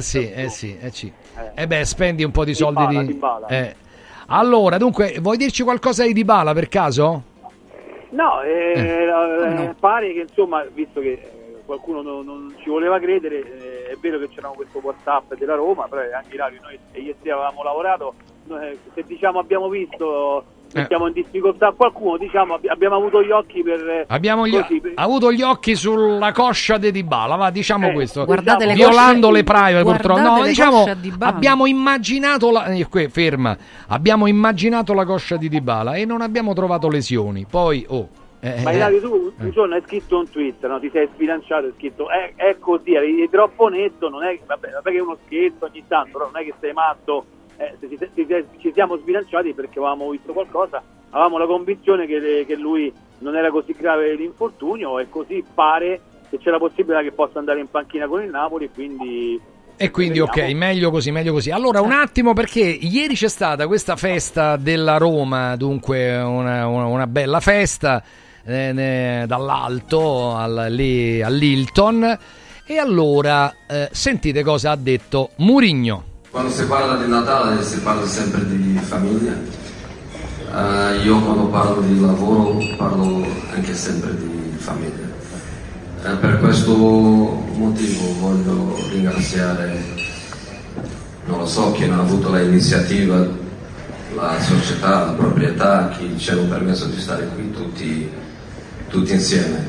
Spendi un po' di soldi Dybala. Allora, dunque, vuoi dirci qualcosa di Dybala per caso? No, pare che insomma, visto che qualcuno non ci voleva credere, è vero che c'era questo WhatsApp della Roma, però anche Ilario, noi ieri avevamo lavorato, se diciamo abbiamo visto, mettiamo in difficoltà qualcuno, diciamo abbiamo avuto gli occhi per avuto gli occhi sulla coscia di Dybala, va, diciamo questo, guardate violando le private purtroppo, no, diciamo abbiamo immaginato abbiamo immaginato la coscia di Dybala e non abbiamo trovato lesioni, poi ma Ilario, tu un giorno hai scritto un tweet, no? Ti sei sbilanciato, hai scritto è così, eri troppo netto, non è vabbè che è uno scherzo ogni tanto, però non è che sei matto. Ci siamo sbilanciati perché avevamo visto qualcosa, avevamo la convinzione che lui non era così grave l'infortunio, e così pare che c'è la possibilità che possa andare in panchina con il Napoli, quindi ok, meglio così. Allora un attimo, perché ieri c'è stata questa festa della Roma, dunque una bella festa dall'alto lì all'Hilton, e allora sentite cosa ha detto Mourinho. Quando si parla di Natale si parla sempre di famiglia. Io quando parlo di lavoro parlo anche sempre di famiglia. Per questo motivo voglio ringraziare, non lo so, chi ha avuto l'iniziativa, la società, la proprietà, chi ci hanno permesso di stare qui tutti insieme.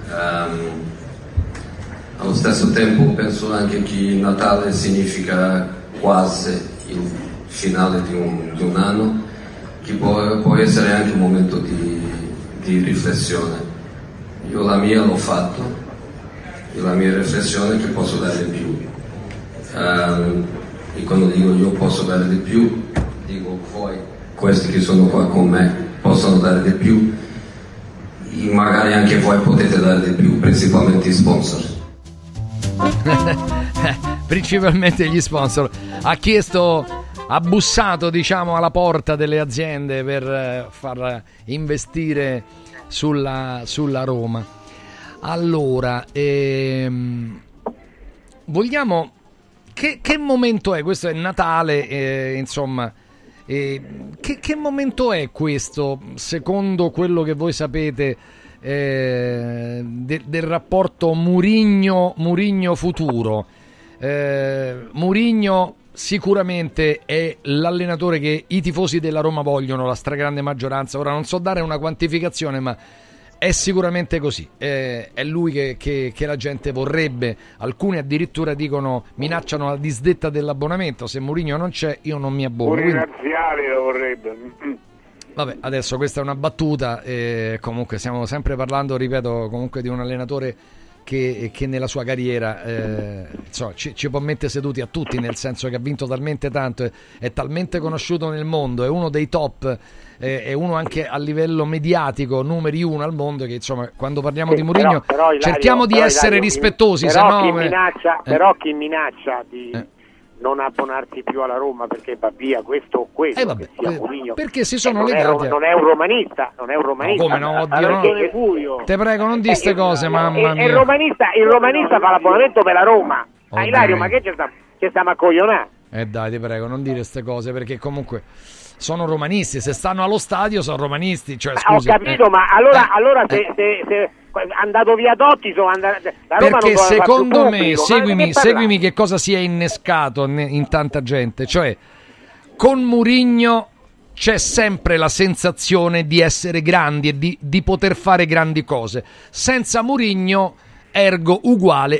Allo stesso tempo penso anche che Natale significa quasi il finale di un anno, che può essere anche un momento di riflessione. Io la mia l'ho fatto, la mia riflessione è che posso dare di più, e quando dico io posso dare di più, dico voi, questi che sono qua con me, possono dare di più, e magari anche voi potete dare di più, principalmente i sponsor. Principalmente gli sponsor. Ha bussato, diciamo, alla porta delle aziende per far investire sulla Roma. Allora, vogliamo che momento è? Questo è Natale, insomma, Che momento è questo, secondo quello che voi sapete, del rapporto Mourinho futuro? Mourinho sicuramente è l'allenatore che i tifosi della Roma vogliono, la stragrande maggioranza. Ora non so dare una quantificazione, ma è sicuramente così. È lui che la gente vorrebbe. Alcuni addirittura minacciano la disdetta dell'abbonamento. Se Mourinho non c'è, io non mi abbono. Pure i razziali lo vorrebbe. Vabbè, adesso questa è una battuta, comunque stiamo sempre parlando, ripeto, comunque di un allenatore che nella sua carriera ci può mettere seduti a tutti, nel senso che ha vinto talmente tanto, è talmente conosciuto nel mondo, è uno dei top, è uno anche a livello mediatico numeri uno al mondo, che insomma quando parliamo di Mourinho cerchiamo di essere rispettosi, però chi minaccia di non abbonarsi più alla Roma perché va via questo o quello, che sia Mourinho, perché si sono legati. Non è un romanista, No, come no, oddio, te prego, non di queste cose, mamma mia. Il romanista fa l'abbonamento per la Roma. Ilario, ma che ci stiamo a coglionare? Dai, ti prego, non dire queste cose, perché comunque sono romanisti, se stanno allo stadio sono romanisti, cioè scusi. Ho capito, ma allora se è andato via Totti, la Roma perché non secondo me, pubblico, seguimi che cosa si è innescato in tanta gente, cioè con Mourinho c'è sempre la sensazione di essere grandi e di poter fare grandi cose. Senza Mourinho, ergo uguale,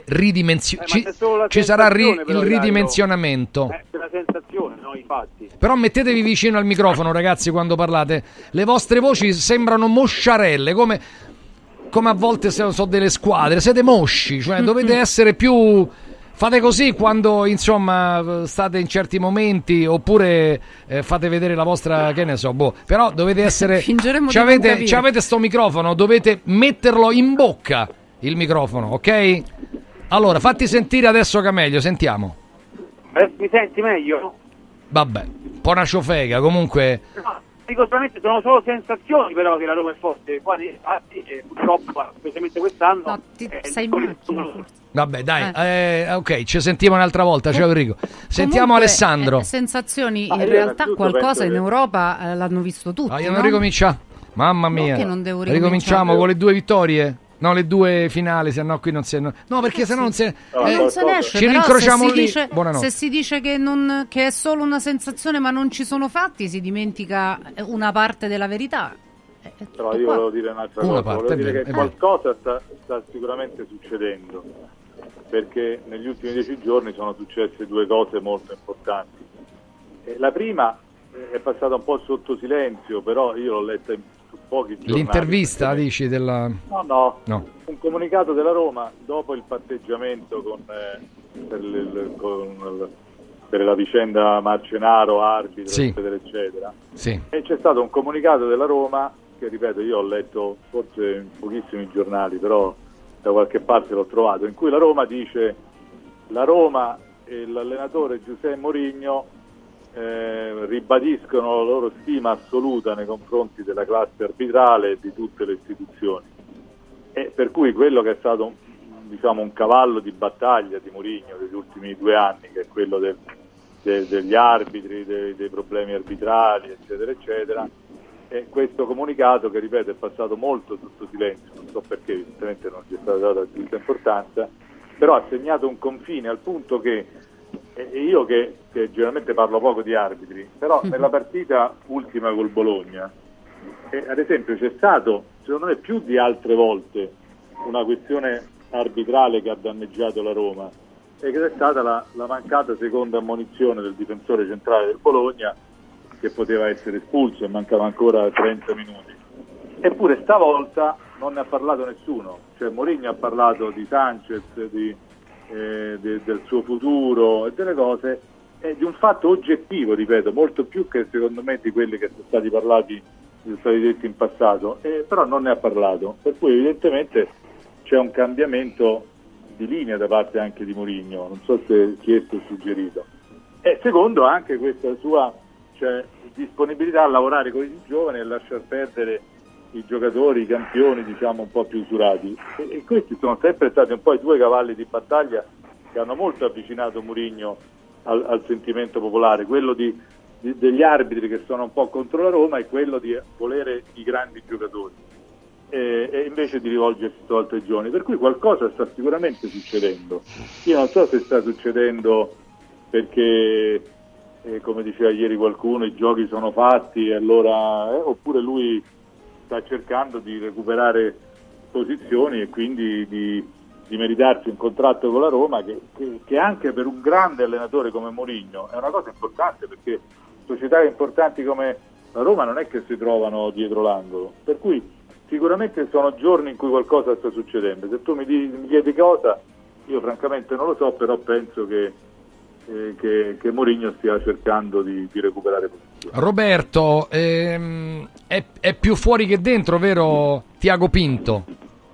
ci sarà il ridimensionamento. La sensazione, no, infatti. Però mettetevi vicino al microfono, ragazzi, quando parlate. Le vostre voci sembrano mosciarelle, come a volte so delle squadre. Siete mosci, cioè dovete essere più... Fate così quando, insomma, state in certi momenti, oppure fate vedere la vostra, che ne so, però dovete essere... C'avete sto microfono, dovete metterlo in bocca, il microfono, ok? Allora, fatti sentire adesso che è meglio, sentiamo. Mi senti meglio? Vabbè, un po' una ciofega, comunque... No, dico solamente, sono solo sensazioni però che la Roma è forte, purtroppo, specialmente quest'anno... No, sei macchina. Vabbè, dai, ok, ci sentiamo un'altra volta. Ciao Enrico. Sentiamo comunque, Alessandro. Sensazioni, in realtà qualcosa in Europa l'hanno visto tutti. Io non ricominciamo. Mamma mia. Non devo ricominciamo con le 2 vittorie? No, le 2 finali, se no qui non si... No, perché se no non si... non se ne esce, ci rincrociamo lì. Se si dice che è solo una sensazione ma non ci sono fatti, si dimentica una parte della verità. Però io volevo dire un'altra cosa, volevo dire che qualcosa sta sicuramente succedendo, perché negli ultimi 10 giorni sono successe 2 cose molto importanti. La prima è passata un po' sotto silenzio, però io l'ho letta su pochi giornali. L'intervista, dici, della... No. Un comunicato della Roma dopo il patteggiamento per la vicenda Marcenaro, arbitro, eccetera. Sì. E c'è stato un comunicato della Roma che, ripeto, io ho letto forse in pochissimi giornali, però da qualche parte l'ho trovato, in cui la Roma dice: la Roma e l'allenatore Giuseppe Mourinho ribadiscono la loro stima assoluta nei confronti della classe arbitrale e di tutte le istituzioni, e per cui quello che è stato un cavallo di battaglia di Mourinho degli ultimi 2 anni, che è quello degli arbitri, dei problemi arbitrali, eccetera eccetera, e questo comunicato, che ripeto è passato molto sotto silenzio, non so perché, evidentemente non ci è stata data giusta importanza, però ha segnato un confine, al punto che io che generalmente parlo poco di arbitri, però nella partita ultima col Bologna, ad esempio, c'è stato, secondo me più di altre volte, una questione arbitrale che ha danneggiato la Roma, e che è stata la mancata seconda ammonizione del difensore centrale del Bologna, che poteva essere espulso e mancava ancora 30 minuti. Eppure stavolta non ne ha parlato nessuno, cioè Mourinho ha parlato di Sanchez, del suo futuro e delle cose, e di un fatto oggettivo, ripeto, molto più che secondo me di quelli che sono stati detti in passato, però non ne ha parlato, per cui evidentemente c'è un cambiamento di linea da parte anche di Mourinho, non so se chiesto o suggerito, e secondo anche questa sua disponibilità a lavorare con i giovani e lasciar perdere i giocatori, i campioni, un po' più usurati, e questi sono sempre stati un po' i 2 cavalli di battaglia che hanno molto avvicinato Mourinho al sentimento popolare, quello di degli arbitri che sono un po' contro la Roma è quello di volere i grandi giocatori e invece di rivolgersi soltanto ai giovani, per cui qualcosa sta sicuramente succedendo. Io non so se sta succedendo perché come diceva ieri qualcuno, i giochi sono fatti e allora oppure lui sta cercando di recuperare posizioni e quindi di meritarsi un contratto con la Roma che anche per un grande allenatore come Mourinho è una cosa importante, perché società importanti come la Roma non è che si trovano dietro l'angolo, per cui sicuramente sono giorni in cui qualcosa sta succedendo. Se tu mi chiedi cosa, io francamente non lo so, però penso che Mourinho stia cercando di recuperare posizioni. Roberto, è più fuori che dentro, vero Tiago Pinto?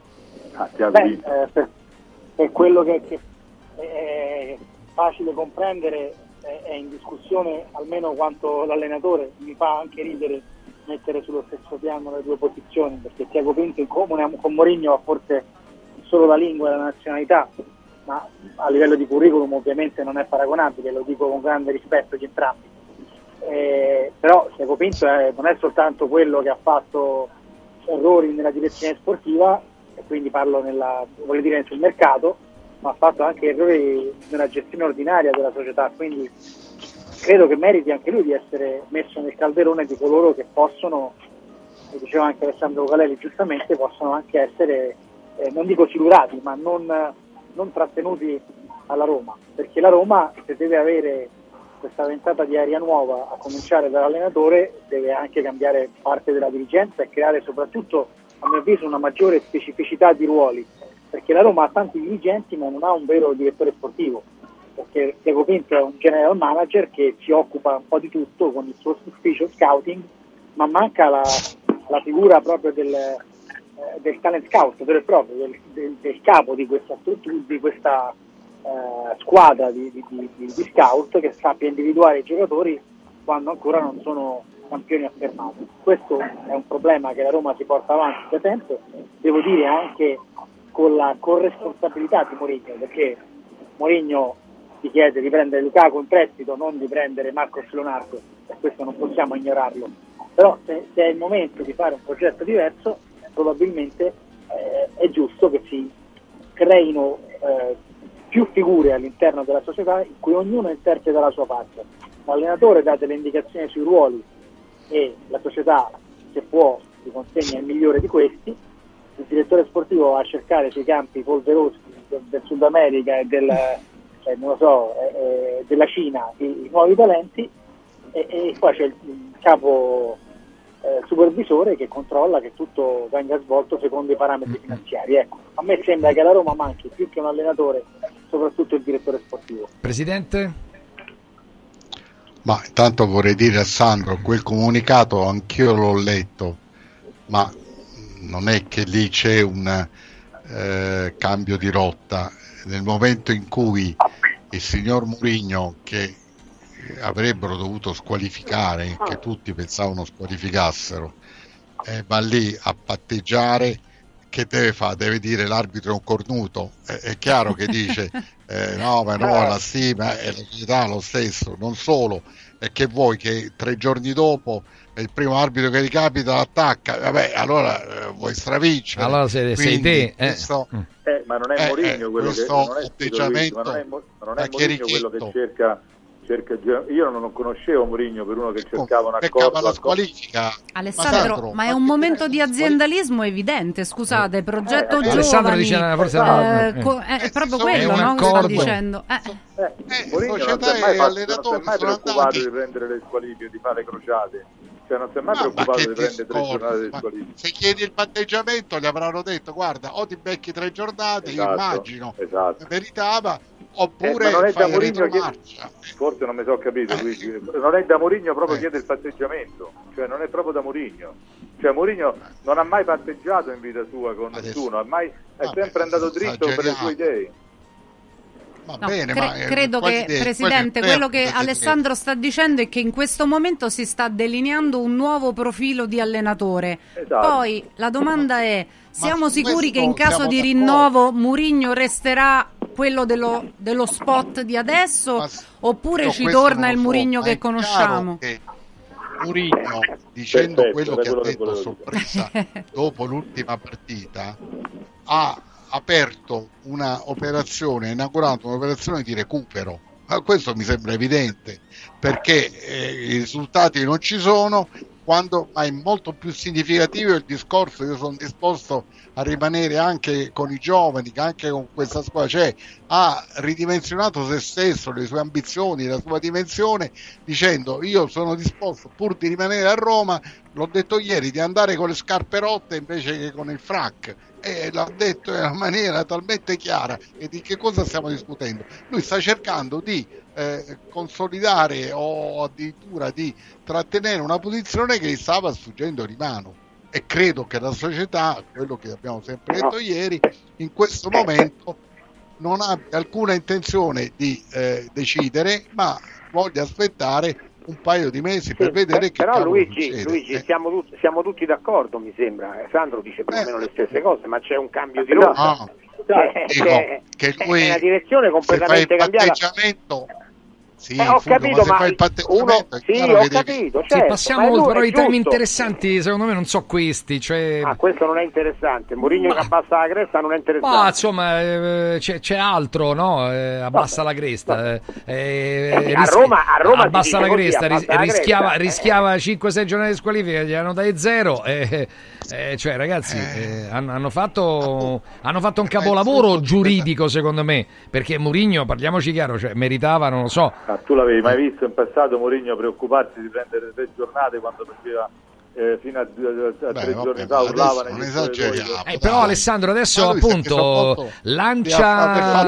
Per quello che è facile comprendere, è in discussione almeno quanto l'allenatore. Mi fa anche ridere mettere sullo stesso piano le due posizioni, perché Tiago Pinto in comune con Mourinho ha forse solo la lingua e la nazionalità, ma a livello di curriculum ovviamente non è paragonabile, lo dico con grande rispetto di entrambi. Però Tiago Pinto non è soltanto quello che ha fatto errori nella direzione sportiva, e quindi parlo sul mercato, ma ha fatto anche errori nella gestione ordinaria della società, quindi credo che meriti anche lui di essere messo nel calderone di coloro che possono, e diceva anche Alessandro Caleli giustamente, possono anche essere, non dico silurati, ma non trattenuti alla Roma, perché la Roma, se deve avere questa ventata di aria nuova, a cominciare dall'allenatore, deve anche cambiare parte della dirigenza e creare soprattutto, a mio avviso, una maggiore specificità di ruoli, perché la Roma ha tanti dirigenti ma non ha un vero direttore sportivo, perché Tiago Pinto è un general manager che si occupa un po' di tutto con il suo ufficio scouting, ma manca la figura proprio del talent scout vero e proprio, del capo di questa struttura, di questa squadra di scout che sappia individuare i giocatori quando ancora non sono campioni affermati. Questo è un problema che la Roma si porta avanti da tempo, devo dire anche con la corresponsabilità di Mourinho, perché Mourinho ti chiede di prendere Lukaku in prestito, non di prendere Marcos Leonardo, e questo non possiamo ignorarlo. Però se è il momento di fare un progetto diverso, probabilmente è giusto che si creino più figure all'interno della società in cui ognuno interpreta la sua parte. L'allenatore dà delle indicazioni sui ruoli e la società, se può, si consegna il migliore di questi. Il direttore sportivo va a cercare sui campi polverosi del Sud America e della Cina i nuovi talenti, e poi c'è il capo supervisore che controlla che tutto venga svolto secondo i parametri finanziari. Ecco, a me sembra che la Roma manchi più che un allenatore, soprattutto il direttore sportivo. Presidente? Ma intanto vorrei dire a Sandro, quel comunicato anch'io l'ho letto, ma non è che lì c'è un cambio di rotta. Nel momento in cui il signor Mourinho, che avrebbero dovuto squalificare, che tutti pensavano squalificassero, va lì a patteggiare, che deve fare? Deve dire l'arbitro è un cornuto. È chiaro che dice no, ma no, la stima e la società lo stesso. Non solo, è che vuoi che 3 giorni dopo il primo arbitro che ricapita l'attacca, vabbè, allora vuoi stravincere. Allora sei te. Ma non è Mourinho quello che non è atteggiamento, ma non è Mourinho quello che cerca. Io non conoscevo Mourinho per uno che cercava un accordo, la squalifica. Alessandro, ma è un momento di aziendalismo evidente, scusate, progetto giovani. Alessandro dice forse è proprio quello, no? Che sta dicendo. Mourinho non si è mai preoccupato di prendere le squalifiche, di fare crociate. Cioè non si è mai preoccupato di prendere 3 giornate di squalifica. Se chiedi il patteggiamento gli avranno detto guarda, o ti becchi 3 giornate, io immagino meritava, oppure ma non è da fai retromarcia. Forse non mi sono capito, Luigi. Non è da Mourinho proprio chiede il patteggiamento, cioè non è proprio da Mourinho. Cioè Mourinho non ha mai patteggiato in vita sua con nessuno, è sempre andato dritto per le sue idee. Credo che, Presidente, quello che Alessandro sta dicendo è che in questo momento si sta delineando un nuovo profilo di allenatore. Poi la domanda è: siamo sicuri che in caso di rinnovo Mourinho resterà quello dello spot di adesso, oppure ci torna il Mourinho che conosciamo? Mourinho, dicendo quello che ha detto sorpresa dopo l'ultima partita, ha aperto inaugurato un'operazione di recupero. Ma questo mi sembra evidente, perché i risultati non ci sono, ma è molto più significativo il discorso. Io sono disposto a rimanere anche con i giovani, anche con questa squadra, cioè ha ridimensionato se stesso, le sue ambizioni, la sua dimensione, dicendo io sono disposto, pur di rimanere a Roma, l'ho detto ieri, di andare con le scarpe rotte invece che con il frac, e l'ha detto in una maniera talmente chiara. E di che cosa stiamo discutendo? Lui sta cercando di consolidare o addirittura di trattenere una posizione che gli stava sfuggendo di mano, e credo che la società, quello che abbiamo sempre detto ieri, in questo momento non abbia alcuna intenzione di decidere, ma voglia aspettare un paio di mesi per vedere che però Luigi siamo tutti d'accordo, mi sembra. Sandro dice più o meno le stesse cose, ma c'è un cambio di rotta. Che lui, è una direzione completamente cambiata. Sì, ho capito, ma il patteggiamento ho capito. Certo, passiamo però i temi interessanti, secondo me non so questi. Cioè... questo non è interessante. Mourinho che abbassa la cresta non è interessante. Ma insomma, c'è altro, no? Abbassa la cresta. A Roma abbassa la cresta, rischiava 5-6 giornate di squalifica, gli hanno dai 0. Cioè, ragazzi, hanno fatto un capolavoro giuridico, secondo me, perché Mourinho, parliamoci chiaro, cioè, meritava, non lo so. Tu l'avevi mai visto in passato Mourinho preoccuparsi di prendere 3 giornate quando faceva fino a 3 giorni fa urlava non esageriamo, però Alessandro adesso appunto lancia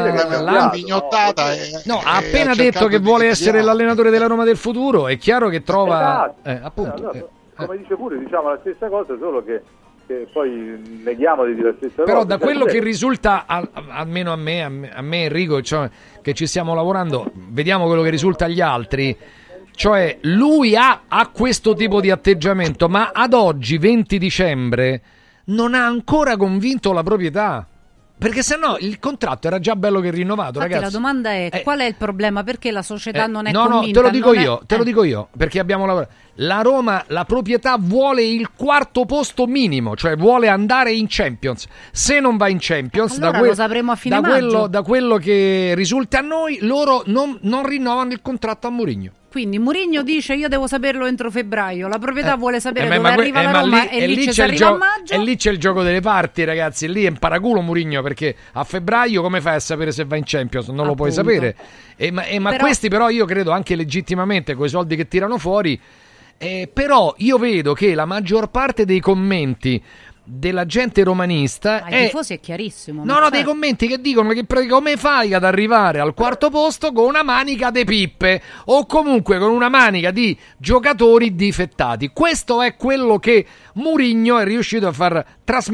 ha appena detto che vuole essere l'allenatore della Roma del futuro. È chiaro che trova appunto come dice pure, diciamo la stessa cosa, solo che poi neghiamo di dire la stessa cosa. Però da quello che risulta, almeno a me Enrico, cioè, che ci stiamo lavorando, vediamo quello che risulta agli altri. Cioè lui ha questo tipo di atteggiamento, ma ad oggi 20 dicembre non ha ancora convinto la proprietà, perché sennò il contratto era già bello che rinnovato. Infatti, ragazzi, la domanda è qual è il problema, perché la società non è convinta? No, te lo dico io, perché abbiamo lavorato. La Roma, la proprietà vuole il 4º posto minimo, cioè vuole andare in Champions. Se non va in Champions, allora lo sapremo a fine maggio. Da quello che risulta a noi, loro non rinnovano il contratto a Mourinho. Quindi Mourinho dice io devo saperlo entro febbraio, la proprietà vuole sapere dove arriva la Roma e lì ci arriva a maggio. E lì c'è il gioco delle parti, ragazzi, lì è un paraculo Mourinho, perché a febbraio come fai a sapere se va in Champions? Non lo puoi sapere. Ma questi però io credo anche legittimamente, coi soldi che tirano fuori, però io vedo che la maggior parte dei commenti della gente romanista ai tifosi è chiarissimo. Dei commenti che dicono che come fai ad arrivare al 4º posto con una manica de pippe o comunque con una manica di giocatori difettati. Questo è quello che Mourinho è riuscito a far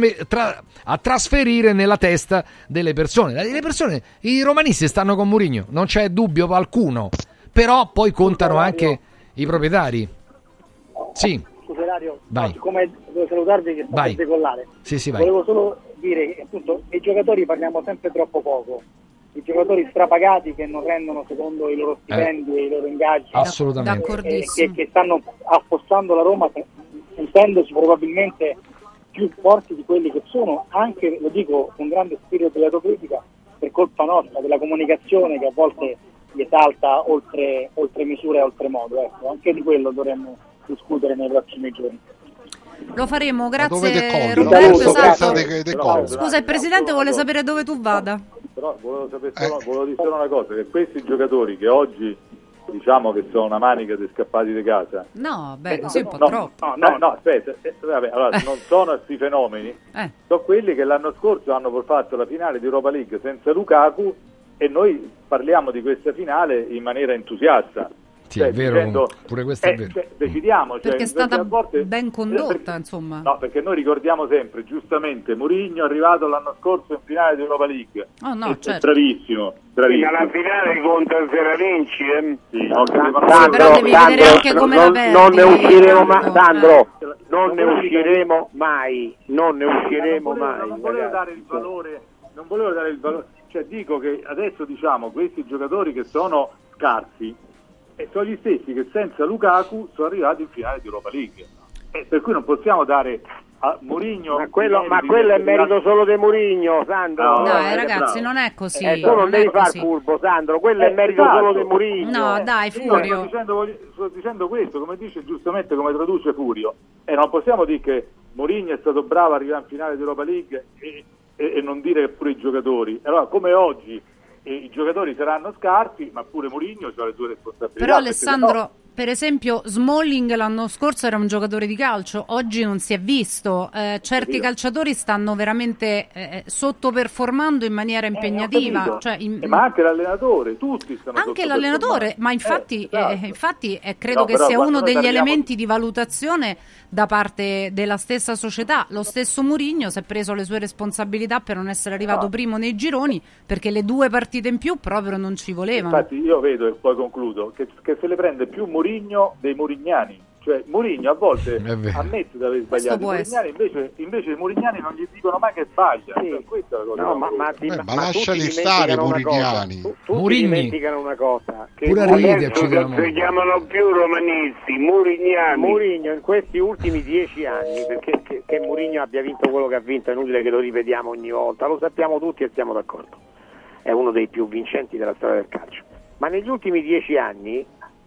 trasferire nella testa delle persone. I romanisti stanno con Mourinho, non c'è dubbio alcuno, però poi contano anche i proprietari. Sì. Scusa Dario, vai. Siccome devo salutarvi che sto per decollare, sì, vai. Volevo solo dire che appunto i giocatori parliamo sempre troppo poco, i giocatori strapagati che non rendono secondo i loro stipendi e i loro ingaggi, assolutamente, che stanno affossando la Roma sentendosi probabilmente più forti di quelli che sono, anche, lo dico con grande spirito di autocritica, per colpa nostra, della comunicazione che a volte li esalta oltre misura e oltre modo. Ecco, anche di quello dovremmo discutere nei prossimi giorni. Lo faremo, grazie Roberto. Scusa, il presidente vuole sapere dove tu vada. Però volevo dire solo una cosa, che questi giocatori che oggi diciamo che sono una manica di scappati di casa. Così un po' troppo. No, aspetta, allora, non sono questi fenomeni, sono quelli che l'anno scorso hanno fatto la finale di Europa League senza Lukaku e noi parliamo di questa finale in maniera entusiasta. Sì, è vero, dicendo, pure questo è vero. Decidiamo, perché è stata ben condotta, insomma. No, perché noi ricordiamo sempre, giustamente, Mourinho è arrivato l'anno scorso in finale di Europa League. Certo. Bravissimo. Alla finale contro il Ferravinci, Sì, però devi vedere anche come la perdi. Non ne usciremo mai, Sandro. Non ne usciremo mai. Non volevo dare il valore non volevo dare il valore, cioè dico che adesso diciamo questi giocatori che sono scarsi sono gli stessi che senza Lukaku sono arrivati in finale di Europa League, per cui non possiamo dare a Mourinho. Ma quello è merito solo di Mourinho, Sandro. No, ragazzi, non è così. Tu non devi far furbo, Sandro, quello è merito solo di Mourinho. No, dai, Furio. Sto dicendo questo, come dice giustamente, come traduce Furio. Non possiamo dire che Mourinho è stato bravo a arrivare in finale di Europa League e non dire che pure i giocatori. Allora, come oggi i giocatori saranno scarsi, ma pure Mourinho ha le sue responsabilità. Però Alessandro, per esempio Smalling l'anno scorso era un giocatore di calcio, oggi non si è visto, certi calciatori stanno veramente sottoperformando in maniera impegnativa, ma anche l'allenatore, tutti stanno anche l'allenatore, ma infatti credo che sia uno degli elementi di valutazione da parte della stessa società. Lo stesso Mourinho si è preso le sue responsabilità per non essere arrivato primo nei gironi, perché le 2 partite in più proprio non ci volevano. Infatti io vedo, e poi concludo, che se le prende più Mourinho dei Murignani, cioè Mourinho a volte ammette di aver sbagliato, Murignani invece i Murignani non gli dicono mai che sbaglia. Sì. Questa è la cosa. No, ma lasciali stare Murignani. Tutti dimenticano una cosa, che pure adesso non si chiamano più romanisti, Murignani. Mourinho in questi ultimi 10 anni, perché che Mourinho abbia vinto quello che ha vinto è inutile che lo ripetiamo ogni volta, lo sappiamo tutti e siamo d'accordo, è uno dei più vincenti della storia del calcio, ma negli ultimi 10 anni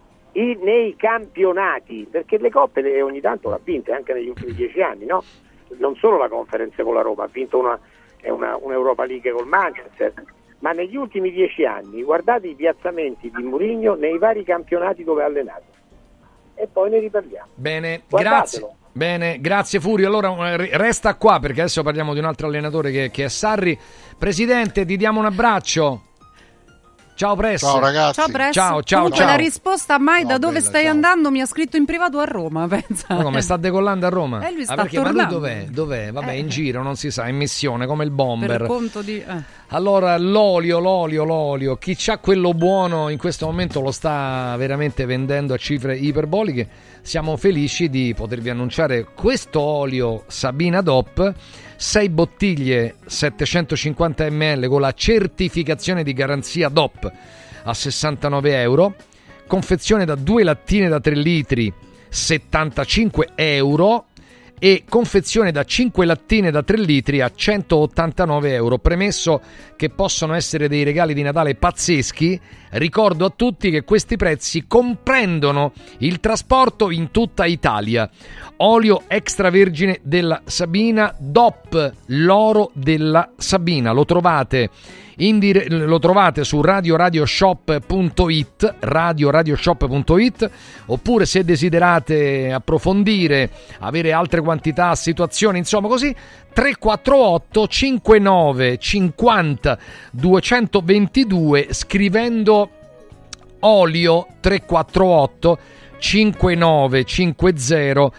nei campionati, perché le coppe ogni tanto l'ha vinte anche negli ultimi 10 anni, no? Non solo la Conference con la Roma, ha vinto una Europa League col Manchester, ma negli ultimi 10 anni guardate i piazzamenti di Mourinho nei vari campionati dove ha allenato e poi ne riparliamo. Bene, Guardatelo. grazie. Bene, grazie Furio. Allora resta qua perché adesso parliamo di un altro allenatore che è Sarri. Presidente, ti diamo un abbraccio. Ciao Press. Ciao ragazzi. Ciao Press. Ciao. Comunque la risposta mai da dove bella, stai ciao. andando mi ha scritto in privato a Roma, pensa. Ma come sta decollando a Roma? Lui sta perché, tornando. Ma lui dov'è? Vabbè, in giro, non si sa, in missione come il bomber. Per conto di Allora, l'olio, chi c'ha quello buono in questo momento lo sta veramente vendendo a cifre iperboliche. Siamo felici di potervi annunciare questo olio Sabina DOP, 6 bottiglie 750 ml con la certificazione di garanzia DOP a €69, confezione da 2 lattine da 3 litri €75 e confezione da 5 lattine da 3 litri a €189. Premesso che possono essere dei regali di Natale pazzeschi, ricordo a tutti che questi prezzi comprendono il trasporto in tutta Italia. Olio extravergine della Sabina DOP, l'oro della Sabina, lo trovate su radioradioshop.it, oppure se desiderate approfondire, avere altre quantità, situazioni, insomma così, 348 59 50 222 scrivendo olio 348 59 50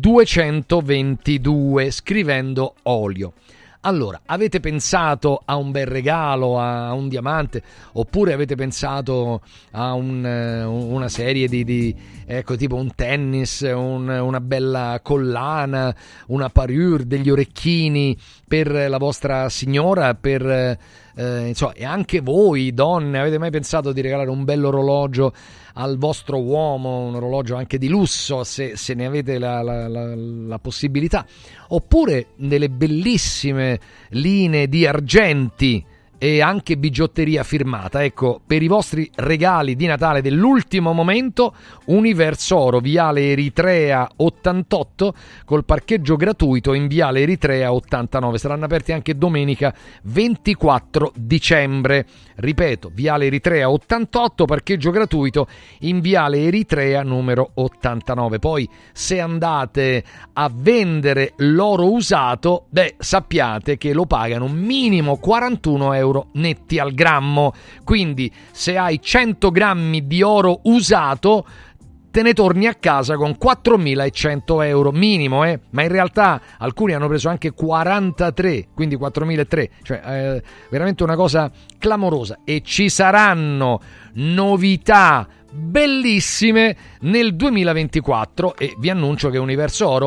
222 scrivendo olio. Allora, avete pensato a un bel regalo, a un diamante, oppure avete pensato a una serie di ecco, tipo un tennis, una bella collana, una parure, degli orecchini per la vostra signora, insomma, e anche voi donne, avete mai pensato di regalare un bello orologio al vostro uomo, un orologio anche di lusso, se ne avete la possibilità, oppure delle bellissime linee di argenti e anche bigiotteria firmata? Ecco, per i vostri regali di Natale dell'ultimo momento, Universo Oro, Viale Eritrea 88, col parcheggio gratuito in Viale Eritrea 89. Saranno aperti anche domenica 24 dicembre. Ripeto, Viale Eritrea 88, parcheggio gratuito in Viale Eritrea numero 89. Poi, se andate a vendere l'oro usato, sappiate che lo pagano minimo €41 netti al grammo. Quindi se hai 100 grammi di oro usato te ne torni a casa con €4.100 minimo, ma in realtà alcuni hanno preso anche 43, quindi 4.300, cioè veramente una cosa clamorosa. E ci saranno novità bellissime nel 2024 e vi annuncio che Universo Oro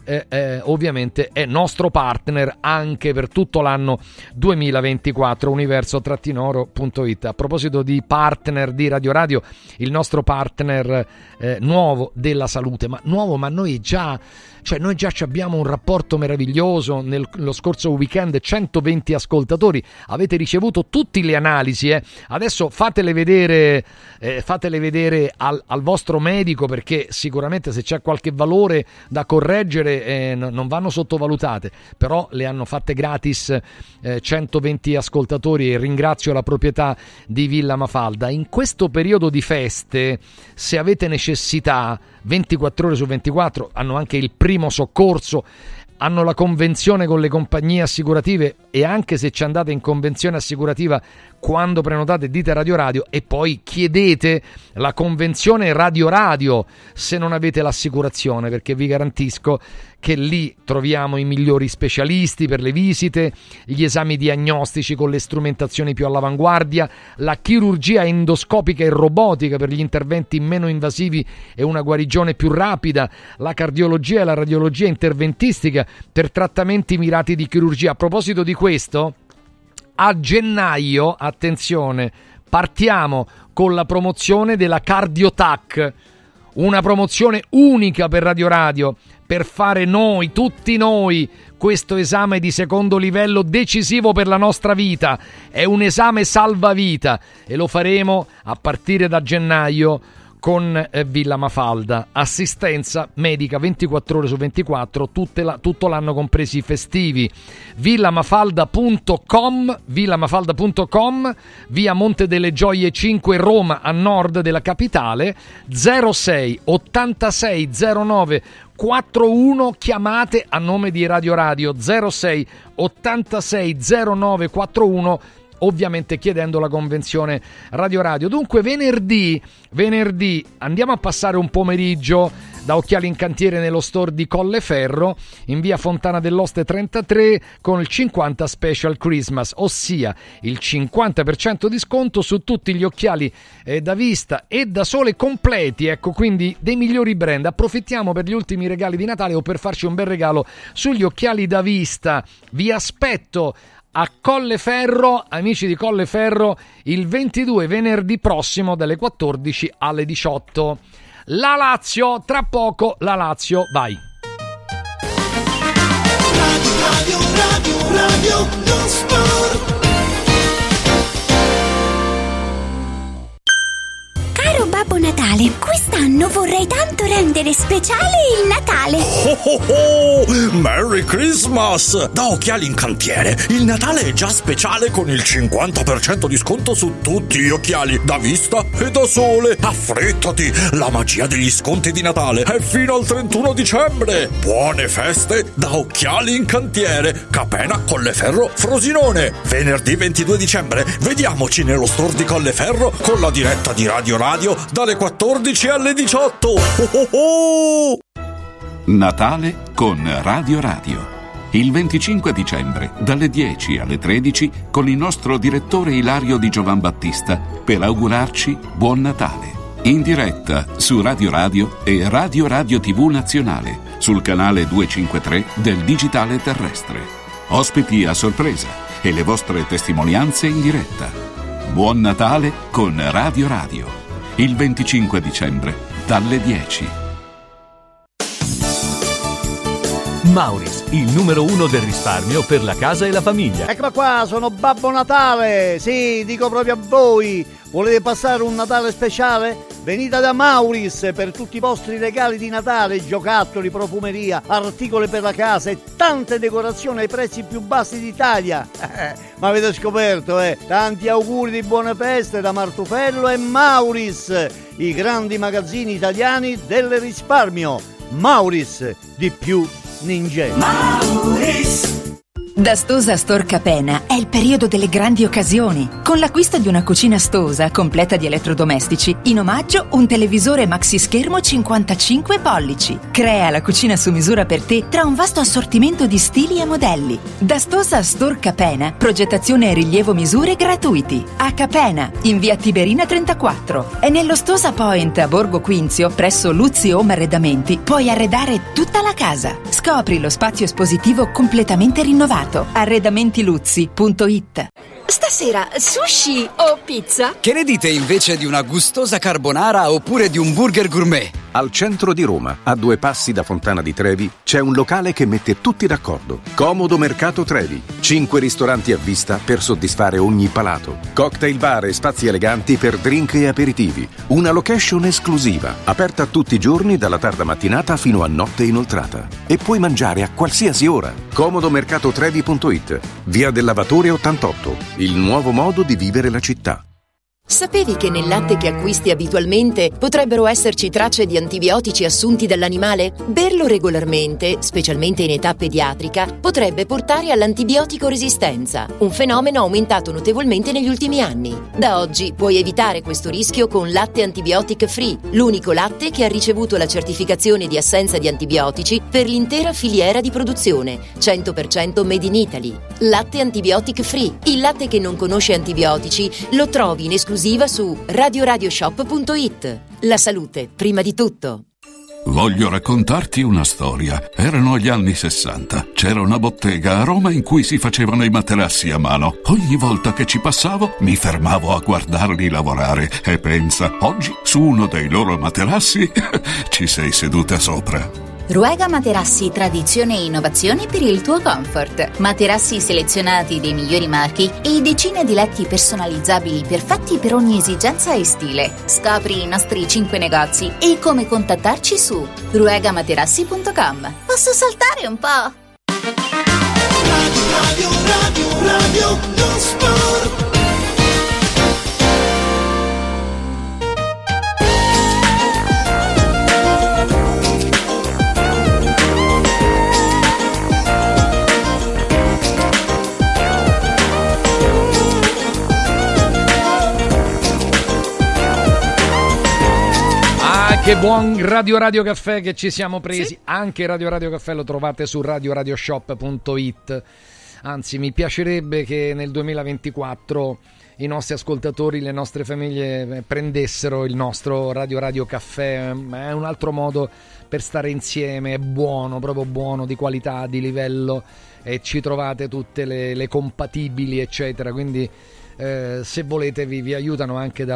ovviamente è nostro partner anche per tutto l'anno 2024, universo-oro.it. A proposito di partner di Radio Radio, il nostro partner nuovo della salute, ma noi già abbiamo un rapporto meraviglioso. Nello scorso weekend 120 ascoltatori, avete ricevuto tutte le analisi, adesso fatele vedere al vostro medico, perché sicuramente se c'è qualche valore da correggere non vanno sottovalutate, però le hanno fatte gratis 120 ascoltatori, e ringrazio la proprietà di Villa Mafalda. In questo periodo di feste, se avete necessità, 24 ore su 24, hanno anche il primo soccorso, hanno la convenzione con le compagnie assicurative, e anche se ci andate in convenzione assicurativa, quando prenotate dite Radio Radio e poi chiedete la convenzione Radio Radio se non avete l'assicurazione, perché vi garantisco che lì troviamo i migliori specialisti per le visite, gli esami diagnostici con le strumentazioni più all'avanguardia, la chirurgia endoscopica e robotica per gli interventi meno invasivi e una guarigione più rapida, la cardiologia e la radiologia interventistica per trattamenti mirati di chirurgia. A proposito di questo, a gennaio, attenzione, partiamo con la promozione della CardioTac, una promozione unica per Radio Radio, per fare tutti noi, questo esame di secondo livello decisivo per la nostra vita. È un esame salvavita e lo faremo a partire da gennaio con Villa Mafalda, assistenza medica 24 ore su 24, tutto l'anno compresi i festivi. villamafalda.com, via Monte delle Gioie 5, Roma, a nord della capitale. 06 86 09 41, chiamate a nome di Radio Radio, 06 86 09 41, ovviamente chiedendo la convenzione Radio Radio. Dunque venerdì andiamo a passare un pomeriggio da Occhiali in Cantiere nello store di Colleferro, in via Fontana dell'Oste 33, con il 50 Special Christmas, ossia il 50% di sconto su tutti gli occhiali da vista e da sole completi, ecco, quindi dei migliori brand. Approfittiamo per gli ultimi regali di Natale o per farci un bel regalo sugli occhiali da vista. Vi aspetto a Colleferro, amici di Colleferro, il 22, venerdì prossimo, dalle 14 alle 18. La Lazio, tra poco la Lazio, vai. Radio lo sport. Caro Babbo Natale, quest'anno vorrei tanto rendere speciale il Natale. Merry Christmas! Da Occhiali in Cantiere, il Natale è già speciale con il 50% di sconto su tutti gli occhiali da vista e da sole. Affrettati, la magia degli sconti di Natale è fino al 31 dicembre. Buone feste da Occhiali in Cantiere, Capena, Colleferro, Frosinone. Venerdì 22 dicembre, vediamoci nello store di Colleferro con la diretta di Radio Radio dalle 14 alle 18. Natale con Radio Radio. Il 25 dicembre dalle 10 alle 13 con il nostro direttore Ilario Di Giovan Battista per augurarci buon Natale. In diretta su Radio Radio e Radio Radio TV Nazionale sul canale 253 del digitale terrestre. Ospiti a sorpresa e le vostre testimonianze in diretta. Buon Natale con Radio Radio. Il 25 dicembre dalle 10. Mauris, il numero 1 del risparmio per la casa e la famiglia. Eccola qua, sono Babbo Natale. Sì, dico proprio a voi. Volete passare un Natale speciale? Venite da Mauris per tutti i vostri regali di Natale, giocattoli, profumeria, articoli per la casa e tante decorazioni ai prezzi più bassi d'Italia. Ma avete scoperto, Tanti auguri di buone feste da Martufello e Mauris, i grandi magazzini italiani del risparmio. Mauris, di più Ninja. Mauris. Da Stosa Store Capena è il periodo delle grandi occasioni. Con l'acquisto di una cucina Stosa completa di elettrodomestici, in omaggio un televisore maxi schermo 55 pollici. Crea la cucina su misura per te tra un vasto assortimento di stili e modelli. Da Stosa Store Capena, progettazione e rilievo misure gratuiti. A Capena, in via Tiberina 34. E nello Stosa Point a Borgo Quinzio, presso Luzzi Home Arredamenti, puoi arredare tutta la casa. Scopri lo spazio espositivo completamente rinnovato. Arredamentiluzzi.it. Stasera sushi o pizza? Che ne dite invece di una gustosa carbonara oppure di un burger gourmet? Al centro di Roma, a 2 passi da Fontana di Trevi, c'è un locale che mette tutti d'accordo. Comodo Mercato Trevi. 5 ristoranti a vista per soddisfare ogni palato. Cocktail bar e spazi eleganti per drink e aperitivi. Una location esclusiva, aperta tutti i giorni dalla tarda mattinata fino a notte inoltrata. E puoi mangiare a qualsiasi ora. Comodomercatotrevi.it. Via del Lavatore 88. Il nuovo modo di vivere la città. Sapevi che nel latte che acquisti abitualmente potrebbero esserci tracce di antibiotici assunti dall'animale? Berlo regolarmente, specialmente in età pediatrica, potrebbe portare all'antibiotico resistenza, un fenomeno aumentato notevolmente negli ultimi anni. Da oggi puoi evitare questo rischio con Latte Antibiotic Free, l'unico latte che ha ricevuto la certificazione di assenza di antibiotici per l'intera filiera di produzione, 100% made in Italy. Latte Antibiotic Free, il latte che non conosce antibiotici, lo trovi in esclusiva su radioradioshop.it. La salute, prima di tutto. Voglio raccontarti una storia. Erano gli anni 60. C'era una bottega a Roma in cui si facevano i materassi a mano. Ogni volta che ci passavo mi fermavo a guardarli lavorare e pensa, oggi su uno dei loro materassi ci sei seduta sopra. Ruega Materassi, tradizione e innovazione per il tuo comfort. Materassi selezionati dei migliori marchi e decine di letti personalizzabili perfetti per ogni esigenza e stile. Scopri i nostri 5 negozi e come contattarci su ruegamaterassi.com. Posso saltare un po'? Radio lo sport. Che buon Radio Caffè che ci siamo presi, sì. Anche Radio Caffè lo trovate su radioradioshop.it. Anzi, mi piacerebbe che nel 2024 i nostri ascoltatori, le nostre famiglie prendessero il nostro Radio Caffè. È un altro modo per stare insieme, è buono, proprio buono, di qualità, di livello, e ci trovate tutte le compatibili eccetera, quindi se volete vi aiutano anche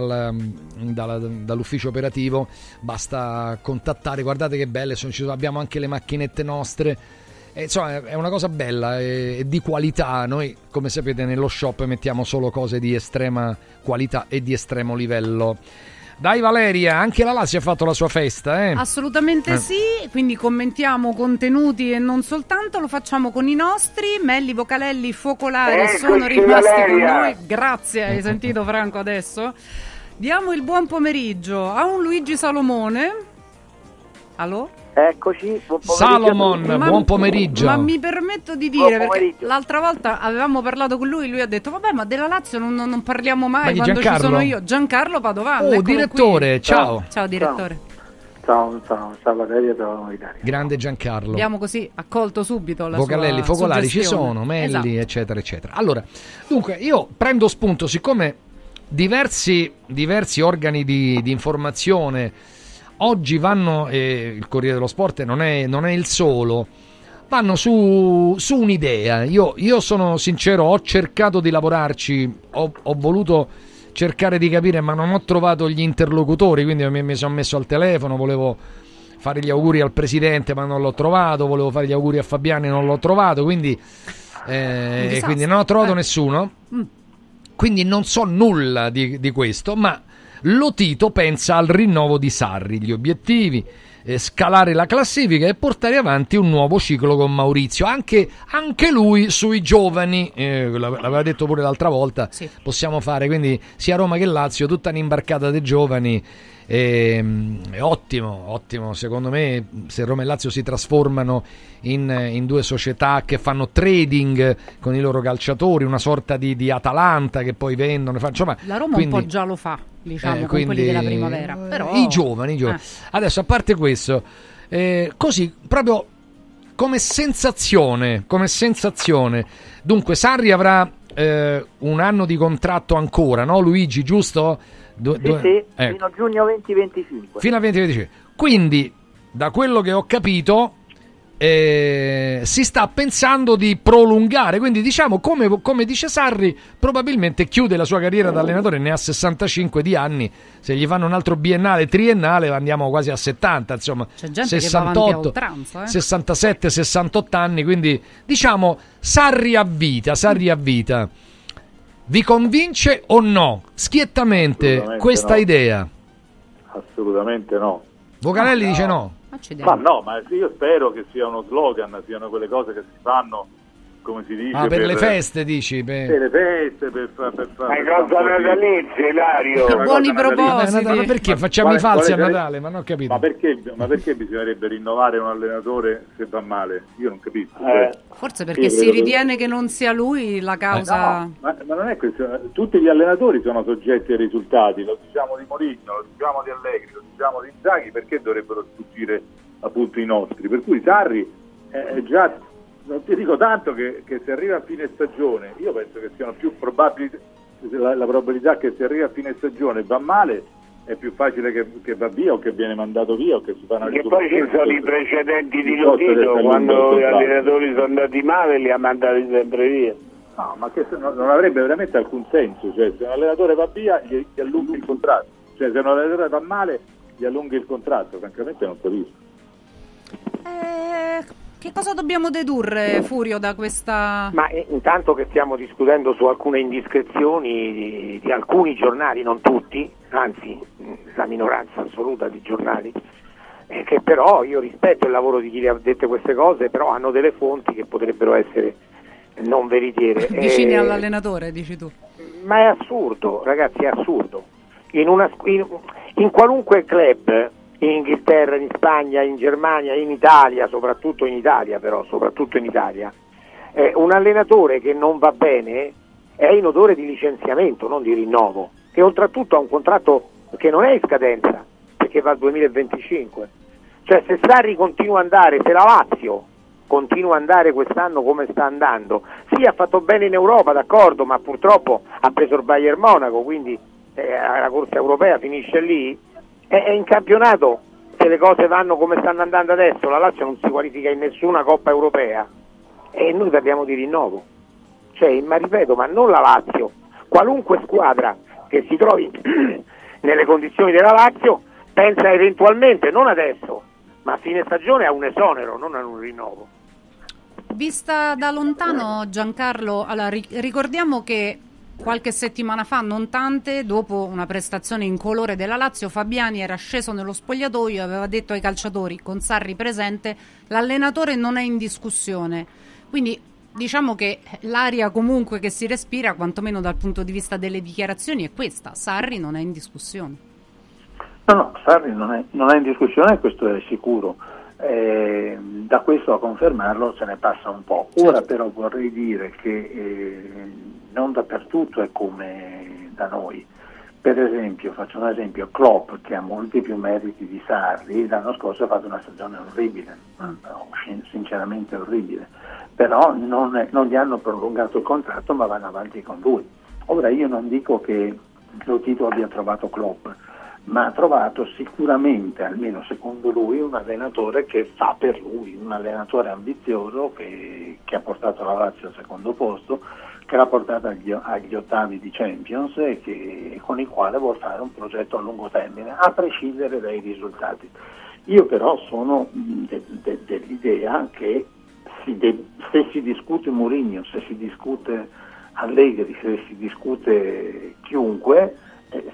dall'ufficio operativo, basta contattare. Guardate che belle sono, abbiamo anche le macchinette nostre, insomma è una cosa bella e di qualità. Noi, come sapete, nello shop mettiamo solo cose di estrema qualità e di estremo livello. Dai Valeria, anche la Lazio ha fatto la sua festa, eh? Assolutamente sì, quindi commentiamo contenuti e non soltanto, lo facciamo con i nostri. Melli, Vocalelli, Focolari sono rimasti con noi. Grazie, hai sentito Franco adesso? Diamo il buon pomeriggio a un Luigi Salomone. Allo? Eccoci, buon pomeriggio. Salomon, buon pomeriggio. Ma mi permetto di dire, perché l'altra volta avevamo parlato con lui ha detto vabbè, ma della Lazio non parliamo mai quando ci sono io. Giancarlo Padovano. Oh, direttore, qui. Ciao. Ciao direttore. Ciao Valeria, ciao Italia. Grande Giancarlo. Abbiamo così accolto subito la Vocalelli, sua Focolari suggestione. Ci sono, Melli, esatto. eccetera eccetera. Allora, dunque io prendo spunto, siccome diversi organi di informazione oggi vanno, il Corriere dello Sport non è il solo, vanno su un'idea. Io sono sincero, ho cercato di lavorarci, ho voluto cercare di capire, ma non ho trovato gli interlocutori, quindi mi sono messo al telefono, volevo fare gli auguri al presidente ma non l'ho trovato, volevo fare gli auguri a Fabiani, non l'ho trovato, quindi non ho trovato nessuno, quindi non so nulla di questo, ma Lotito pensa al rinnovo di Sarri, gli obiettivi, scalare la classifica e portare avanti un nuovo ciclo con Maurizio, anche lui sui giovani, l'aveva detto pure l'altra volta, sì. Possiamo fare quindi sia Roma che Lazio tutta un'imbarcata dei giovani. È ottimo secondo me se Roma e Lazio si trasformano in due società che fanno trading con i loro calciatori, una sorta di Atalanta che poi vendono, insomma, la Roma quindi, un po' già lo fa, diciamo, con quelli della primavera, però i giovani. Adesso, a parte questo, così proprio come sensazione, dunque Sarri avrà un anno di contratto ancora, no Luigi, giusto? Sì, fino a giugno 2025. Fino a 2025. Quindi, da quello che ho capito, si sta pensando di prolungare. Quindi, diciamo, come dice Sarri, probabilmente chiude la sua carriera da allenatore, ne ha 65 di anni. Se gli fanno un altro biennale, triennale, andiamo quasi a 70, insomma. C'è gente 68, che va avanti a oltranza, 67, 68 anni. Quindi, diciamo, Sarri a vita. Vi convince o no? Schiettamente questa idea? Assolutamente no. Vocalelli dice no. Ma no, ma io spero che sia uno slogan, siano quelle cose che si fanno, come si dice, per le feste, dici? Per le feste, per fare cosa natalizia, Ilario. Buoni propositi. Ma perché facciamo i falsi a Natale? Ma non ho capito. Ma perché bisognerebbe rinnovare un allenatore se va male? Io non capisco. Forse perché si ritiene che non sia lui la causa. No, ma non è questo. Tutti gli allenatori sono soggetti ai risultati. Lo diciamo di Mourinho, lo diciamo di Allegri, lo diciamo di Inzaghi. Perché dovrebbero sfuggire appunto i nostri? Per cui Sarri è già. Non ti dico tanto che se arriva a fine stagione, io penso che siano più probabili, la probabilità che se arriva a fine stagione e va male è più facile che va via o che viene mandato via o che si fa una ricostruzione. E poi ci sono i precedenti di Lotito, quando gli allenatori sono andati male li ha mandati sempre via. No, ma che non avrebbe veramente alcun senso, cioè se un allenatore va via gli allunghi il contratto, cioè se un allenatore va male gli allunghi il contratto, francamente non capisco. Che cosa dobbiamo dedurre, Furio, da questa... Ma intanto che stiamo discutendo su alcune indiscrezioni di alcuni giornali, non tutti, anzi la minoranza assoluta di giornali, che però io rispetto il lavoro di chi le ha dette queste cose, però hanno delle fonti che potrebbero essere non veritiere. Vicine all'allenatore, dici tu. Ma è assurdo, ragazzi, è assurdo. In qualunque club, in Inghilterra, in Spagna, in Germania, in Italia, soprattutto in Italia, un allenatore che non va bene è in odore di licenziamento, non di rinnovo, e oltretutto ha un contratto che non è in scadenza, perché va al 2025. Cioè se Sarri continua a andare, se la Lazio continua a andare quest'anno come sta andando, sì, ha fatto bene in Europa, d'accordo, ma purtroppo ha preso il Bayern Monaco, quindi la corsa europea finisce lì. E in campionato, se le cose vanno come stanno andando adesso, la Lazio non si qualifica in nessuna Coppa Europea e noi parliamo di rinnovo. Cioè, ma ripeto, ma non la Lazio, qualunque squadra che si trovi nelle condizioni della Lazio pensa eventualmente, non adesso, ma a fine stagione a un esonero, non a un rinnovo. Vista da lontano, Giancarlo, allora, ricordiamo che qualche settimana fa, non tante, dopo una prestazione incolore della Lazio, Fabiani era sceso nello spogliatoio e aveva detto ai calciatori, con Sarri presente, l'allenatore non è in discussione. Quindi diciamo che l'aria comunque che si respira, quantomeno dal punto di vista delle dichiarazioni, è questa: Sarri non è in discussione. No, Sarri non è in discussione, questo è sicuro. Da questo a confermarlo se ne passa un po'. Ora però vorrei dire che non dappertutto è come da noi. Per esempio, faccio un esempio, Klopp, che ha molti più meriti di Sarri, l'anno scorso ha fatto una stagione orribile, sinceramente orribile, però non gli hanno prolungato il contratto, ma vanno avanti con lui. Ora io non dico che Lotito abbia trovato Klopp, ma ha trovato sicuramente, almeno secondo lui, un allenatore che fa per lui, un allenatore ambizioso che ha portato la Lazio al secondo posto, che l'ha portata agli ottavi di Champions e con il quale vuol fare un progetto a lungo termine, a prescindere dai risultati. Io però sono dell'idea che se si discute Mourinho, se si discute Allegri, se si discute chiunque,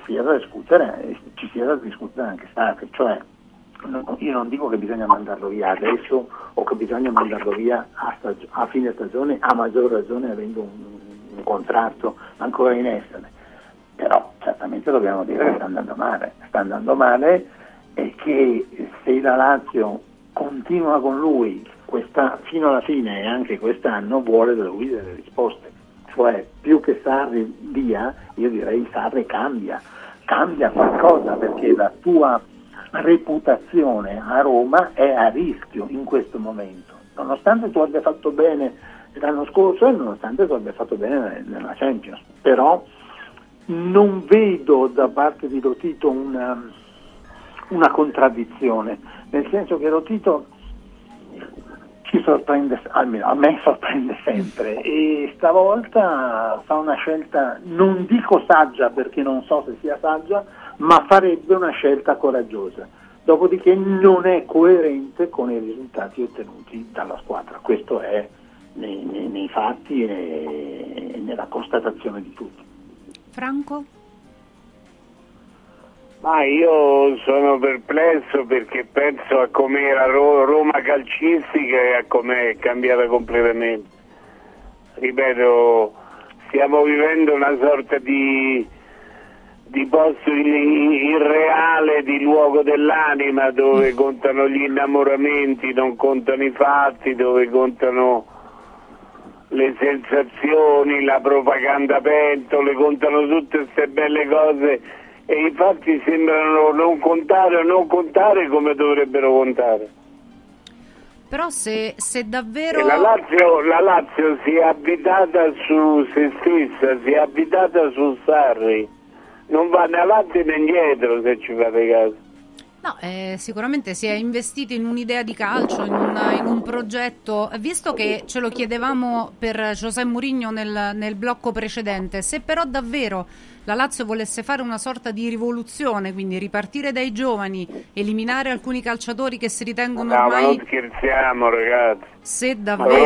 sia da discutere, ci sia da discutere anche Sarri, cioè io non dico che bisogna mandarlo via adesso o che bisogna mandarlo via a fine stagione, a maggior ragione avendo un contratto ancora in essere, però certamente dobbiamo dire che sta andando male e che se la Lazio continua con lui fino alla fine e anche quest'anno vuole da lui delle risposte, cioè più che Sarri via, io direi Sarri cambia qualcosa, perché la tua reputazione a Roma è a rischio in questo momento, nonostante tu abbia fatto bene l'anno scorso e nonostante tu abbia fatto bene nella Champions, però non vedo da parte di Lotito una contraddizione, nel senso che Lotito ci sorprende, almeno a me sorprende sempre, e stavolta fa una scelta, non dico saggia perché non so se sia saggia, ma farebbe una scelta coraggiosa, dopodiché non è coerente con i risultati ottenuti dalla squadra, questo è nei fatti e nella constatazione di tutti. Franco? Ma io sono perplesso perché penso a com'era Roma calcistica e a com'è cambiata completamente. Ripeto, stiamo vivendo una sorta di posto irreale, di luogo dell'anima, dove contano gli innamoramenti, non contano i fatti, dove contano le sensazioni, la propaganda pentole, contano tutte queste belle cose e i fatti sembrano non contare come dovrebbero contare. Però se davvero... E la Lazio si è abitata su se stessa, si è abitata su Sarri, non va né avanti né indietro, se ci fate caso. No, sicuramente si è investito in un'idea di calcio, in un progetto, visto che ce lo chiedevamo per José Mourinho nel blocco precedente, se però davvero la Lazio volesse fare una sorta di rivoluzione, quindi ripartire dai giovani, eliminare alcuni calciatori che si ritengono ormai... ma non scherziamo, ragazzi. Se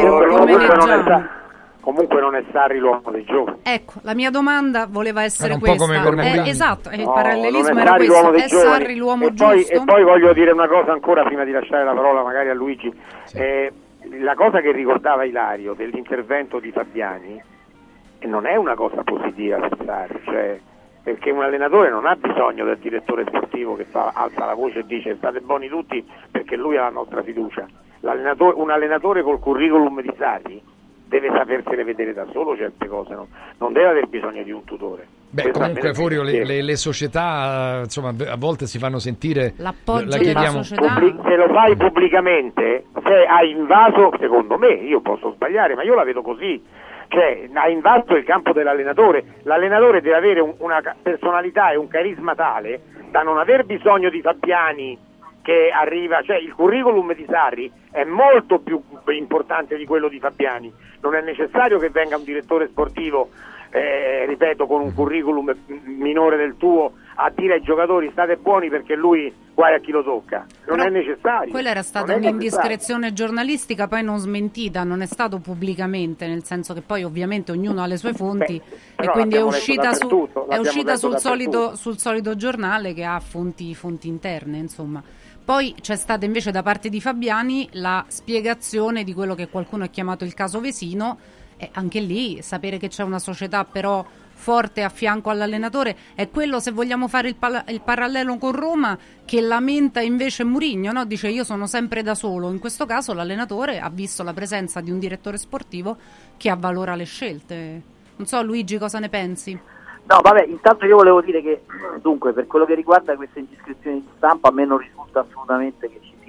davvero... Comunque non è Sarri l'uomo dei giovani. Ecco, la mia domanda voleva essere un questa. Po' come esatto, il no, parallelismo era questo. È Sarri l'uomo giusto? E poi voglio dire una cosa ancora prima di lasciare la parola magari a Luigi. Sì. La cosa che ricordava Ilario dell'intervento di Fabiani non è una cosa positiva per Sarri, cioè, perché un allenatore non ha bisogno del direttore sportivo che alza la voce e dice state buoni tutti perché lui ha la nostra fiducia. Un allenatore col curriculum di Sarri deve sapersene vedere da solo certe cose, no? Non deve aver bisogno di un tutore. Beh, comunque Furio, le società insomma a volte si fanno sentire, l'appoggio della società. Se lo fai pubblicamente, se hai invaso, secondo me, io posso sbagliare, ma io la vedo così, cioè ha invaso il campo dell'allenatore. L'allenatore deve avere una personalità e un carisma tale da non aver bisogno di Fabiani che arriva, cioè il curriculum di Sarri è molto più importante di quello di Fabiani, non è necessario che venga un direttore sportivo, ripeto, con un curriculum minore del tuo a dire ai giocatori state buoni perché lui guai a chi lo tocca, non è necessario. Quella era stata un'indiscrezione giornalistica, poi non smentita, non è stato pubblicamente, nel senso che poi ovviamente ognuno ha le sue fonti e quindi è uscita sul solito giornale che ha fonti interne, insomma. Poi c'è stata invece da parte di Fabiani la spiegazione di quello che qualcuno ha chiamato il caso Vesino, e anche lì sapere che c'è una società però forte a fianco all'allenatore è quello, se vogliamo fare il parallelo con Roma, che lamenta invece Mourinho, no? Dice io sono sempre da solo. In questo caso l'allenatore ha visto la presenza di un direttore sportivo che avvalora le scelte. Non so Luigi cosa ne pensi? No, vabbè, intanto io volevo dire che, dunque, per quello che riguarda queste indiscrezioni di stampa, a me non risulta assolutamente che ci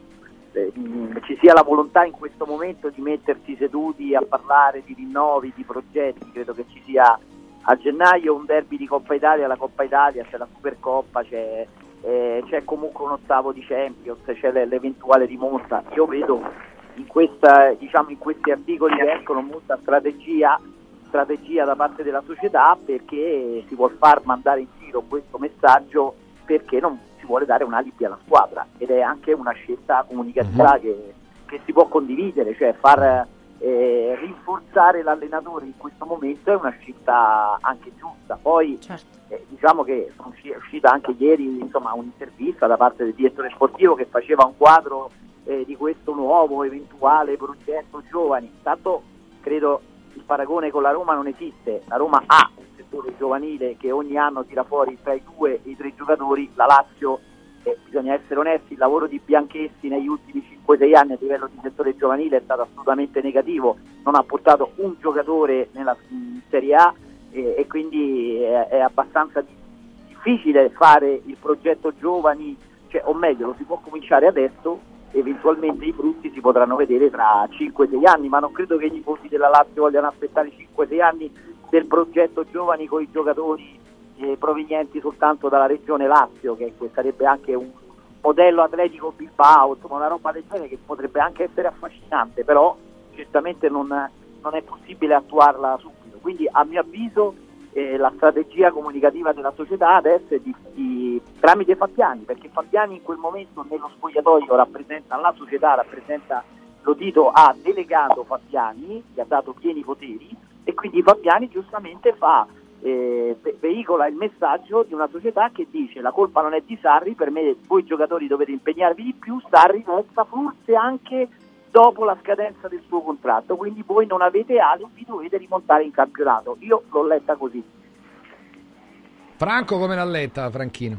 sia la volontà in questo momento di mettersi seduti a parlare di rinnovi, di progetti. Credo che ci sia a gennaio un derby di Coppa Italia, la Coppa Italia, c'è la Supercoppa, c'è comunque un ottavo di Champions, c'è l'eventuale rimonta. Io vedo in questi articoli che escono molta strategia da parte della società, perché si vuol far mandare in giro questo messaggio, perché non si vuole dare un alibi alla squadra, ed è anche una scelta comunicativa che si può condividere, cioè far rinforzare l'allenatore in questo momento è una scelta anche giusta. Poi diciamo che è uscita anche ieri un'intervista da parte del direttore sportivo che faceva un quadro di questo nuovo eventuale progetto giovani. Intanto credo il paragone con la Roma non esiste. La Roma ha un settore giovanile che ogni anno tira fuori tra i 2 e i 3 giocatori. La Lazio, bisogna essere onesti, il lavoro di Bianchessi negli ultimi 5-6 anni a livello di settore giovanile è stato assolutamente negativo, non ha portato un giocatore nella Serie A e quindi è abbastanza difficile fare il progetto giovani, o meglio lo si può cominciare adesso, eventualmente i frutti si potranno vedere tra 5-6 anni, ma non credo che i tifosi della Lazio vogliano aspettare 5-6 anni del progetto giovani con i giocatori provenienti soltanto dalla regione Lazio, che sarebbe anche un modello Atletico Bilbao, una roba del genere che potrebbe anche essere affascinante, però certamente non è possibile attuarla subito. Quindi a mio avviso la strategia comunicativa della società adesso è di tramite Fabbiani, perché Fabbiani in quel momento nello spogliatoio rappresenta la società, rappresenta lo Tito, ha delegato Fabbiani, gli ha dato pieni poteri e quindi Fabbiani giustamente veicola il messaggio di una società che dice: la colpa non è di Sarri, per me voi giocatori dovete impegnarvi di più, Sarri resta forse anche dopo la scadenza del suo contratto, quindi voi non avete alibi, dovete rimontare in campionato. Io l'ho letta così. Franco come l'ha letta, Franchino?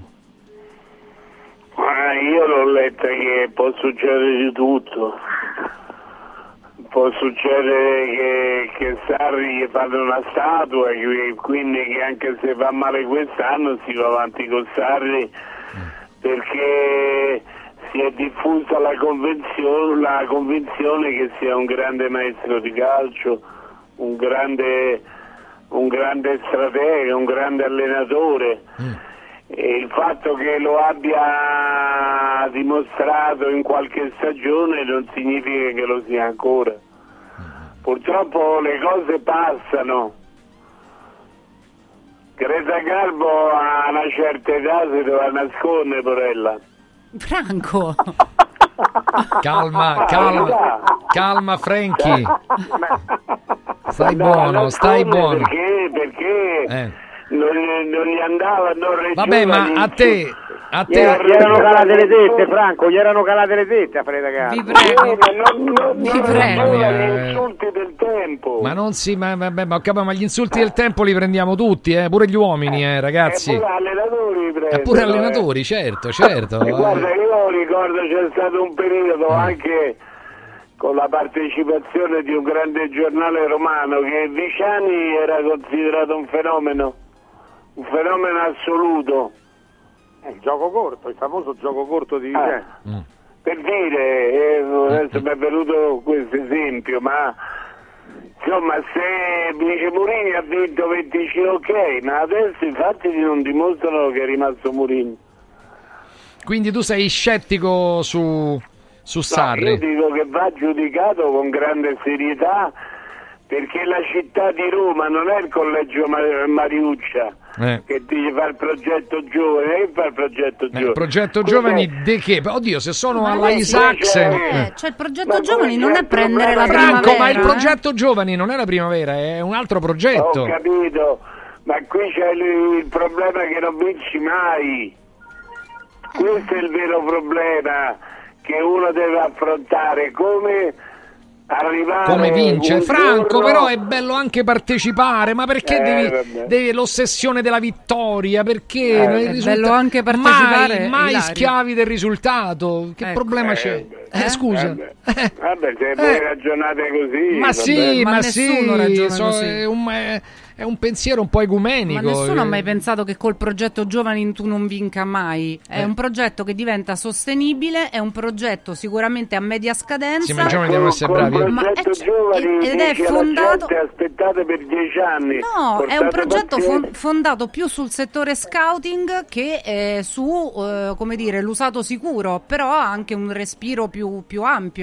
Io l'ho letta che può succedere di tutto. Può succedere che Sarri gli fanno una statua e quindi che anche se va male quest'anno si va avanti con Sarri, perché si è diffusa la convinzione che sia un grande maestro di calcio, un grande stratega, un grande allenatore. E il fatto che lo abbia dimostrato in qualche stagione non significa che lo sia ancora. Purtroppo le cose passano. Greta Garbo a una certa età si doveva nascondere, porella. Franco! Calma Franchi. Stai buono. Perché non gli andava, non reggeva. Vabbè, ma a te gli erano calate le tette, Franco, gli erano calate le tette a Freda Garbo. Vi prego. Vi prego. Gli insulti del tempo. Ma non si, ma gli insulti del tempo li prendiamo tutti, pure gli uomini, ragazzi. Pure allenatori prendono. Pure allenatori, certo. E guarda, io ricordo c'è stato un periodo anche con la partecipazione di un grande giornale romano che Viciani era considerato un fenomeno assoluto. Il gioco corto, il famoso gioco corto di Viciani. Per dire, adesso mi è venuto questo esempio, ma insomma se dice Mourinho ha vinto 25, ok, ma adesso i fatti non dimostrano che è rimasto Mourinho. Quindi tu sei scettico su Sarri? No, io dico che va giudicato con grande serietà, perché la città di Roma non è il collegio Mariuccia che dice fa il progetto giovane, che fa il progetto giovane? Il progetto giovani di che? Oddio, se sono alla Isaacsen. Cioè il progetto giovani non è prendere la primavera. Franco, ma il progetto giovani non è la primavera, è un altro progetto. Ho capito, ma qui c'è il problema che non vinci mai. Questo è il vero problema che uno deve affrontare, come arrivare, come vince. Franco, giorno... però è bello anche partecipare, ma perché devi l'ossessione della vittoria? Perché è bello anche partecipare, mai schiavi del risultato. Che problema c'è? Scusa. Vabbè, se voi ragionate così, ma sì, ma nessuno ragiona così. È un pensiero un po' ecumenico. Ma nessuno ha mai pensato che col progetto giovani tu non vinca mai. È un progetto che diventa sostenibile, è un progetto sicuramente a media scadenza. Sì, ma i giovani devono essere bravi. Ed è fondato. Aspettate per 10 anni. No, è un progetto fondato più sul settore scouting che su come dire, l'usato sicuro, però ha anche un respiro più ampio.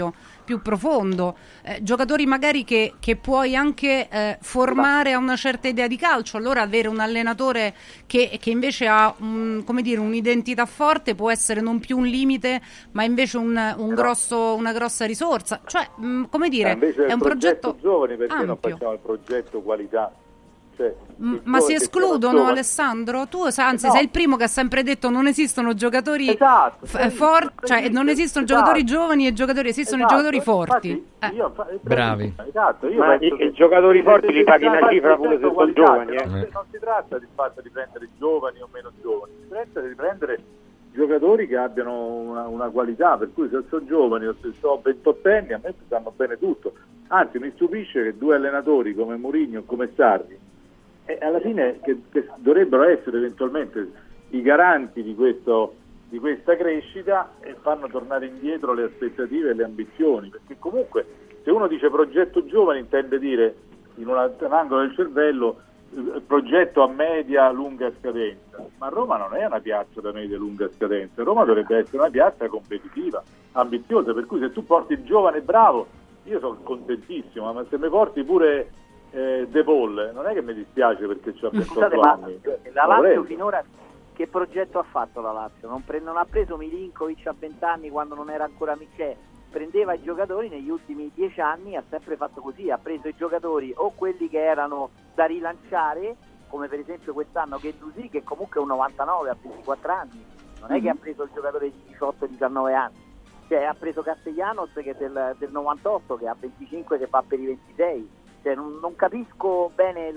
più profondo, giocatori magari che puoi anche formare a una certa idea di calcio. Allora avere un allenatore che invece ha un'identità forte può essere non più un limite, ma invece una grossa risorsa. Cioè, come dire, è un progetto giovani, perché ampio. non facciamo il progetto qualità? Cioè, ma si escludono, Alessandro? Tu sei il primo che ha sempre detto non esistono giocatori forti, cioè non esistono giocatori giovani e esistono i giocatori forti. Bravi. Ma i giocatori forti li paghi una cifra pure se sono giovani. Non si tratta del fatto di prendere giovani o meno giovani, si tratta di prendere giocatori che abbiano una qualità, per cui se sono giovani o se sono 28enni a me sanno bene tutto. Anzi, mi stupisce che due allenatori come Mourinho e come Sarri alla fine che dovrebbero essere eventualmente i garanti di questa crescita, e fanno tornare indietro le aspettative e le ambizioni, perché comunque se uno dice progetto giovane intende dire in un angolo del cervello progetto a media lunga scadenza, ma Roma non è una piazza da media lunga scadenza. Roma dovrebbe essere una piazza competitiva, ambiziosa, per cui se tu porti il giovane bravo io sono contentissimo, ma se mi porti pure De Paul non è che mi dispiace, perché ci ha 28 anni. La Lazio finora che progetto ha fatto la Lazio? Non ha preso Milinkovic a 20 anni quando non era ancora Michè, prendeva i giocatori negli ultimi 10 anni, ha sempre fatto così, ha preso i giocatori o quelli che erano da rilanciare, come per esempio quest'anno Guendouzi, che comunque è un 99, ha 24 anni, non è che ha preso il giocatore di 18-19 anni, cioè ha preso Castellanos che è del 98, che ha 25, che fa per i 26. Cioè, non capisco bene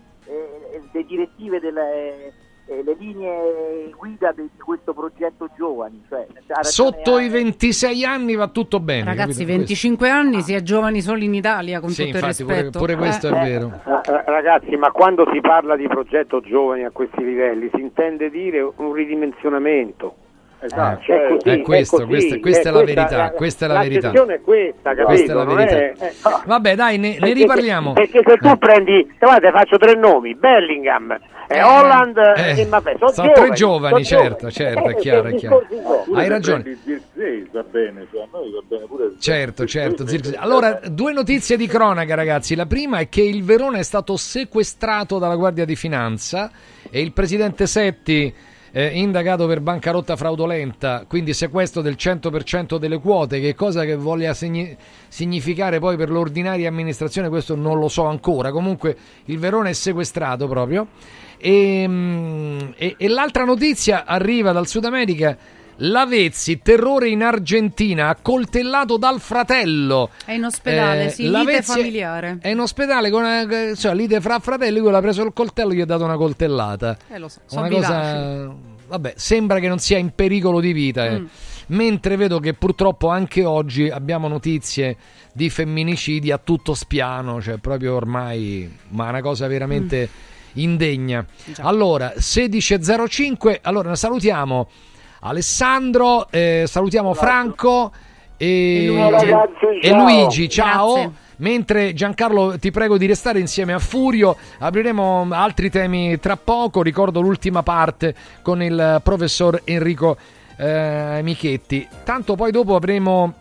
le direttive le linee guida di questo progetto giovani. Cioè, sotto i 26 anni va tutto bene. Ragazzi, 25 anni si è giovani solo in Italia, con sì, tutto infatti, il rispetto. Pure questo è vero. Ragazzi, ma quando si parla di progetto giovani a questi livelli si intende dire un ridimensionamento. Esatto, questa è la verità. Questa è la verità. La questione è questa, capito? Questa è la verità. Vabbè, dai, ne riparliamo. Perché se tu prendi, guardate, faccio 3 nomi: Bellingham, Holland e vabbè, sono 3 giovani, certo, è chiaro. Hai ragione. Va bene, cioè, a noi va bene pure. Certo. Allora, 2 notizie di cronaca, ragazzi. La prima è che il Verona è stato sequestrato dalla Guardia di Finanza e il presidente Setti indagato per bancarotta fraudolenta, quindi sequestro del 100% delle quote. Che cosa che voglia significare poi per l'ordinaria amministrazione, questo non lo so ancora. Comunque il Verona è sequestrato proprio. E l'altra notizia arriva dal Sud America. Lavezzi, terrore in Argentina, accoltellato dal fratello. È in ospedale, lite familiare. È in ospedale con lite fra fratelli, quello ha preso il coltello e gli ha dato una coltellata. Lo so, una cosa, vabbè, sembra che non sia in pericolo di vita. Mentre vedo che purtroppo anche oggi abbiamo notizie di femminicidi a tutto spiano, cioè proprio ormai, ma una cosa veramente indegna. Già. Allora, 16.05, allora salutiamo Alessandro, salutiamo Franco e Luigi, ciao. Grazie. Mentre Giancarlo ti prego di restare insieme a Furio, apriremo altri temi tra poco. Ricordo l'ultima parte con il professor Enrico Michetti. Tanto poi dopo avremo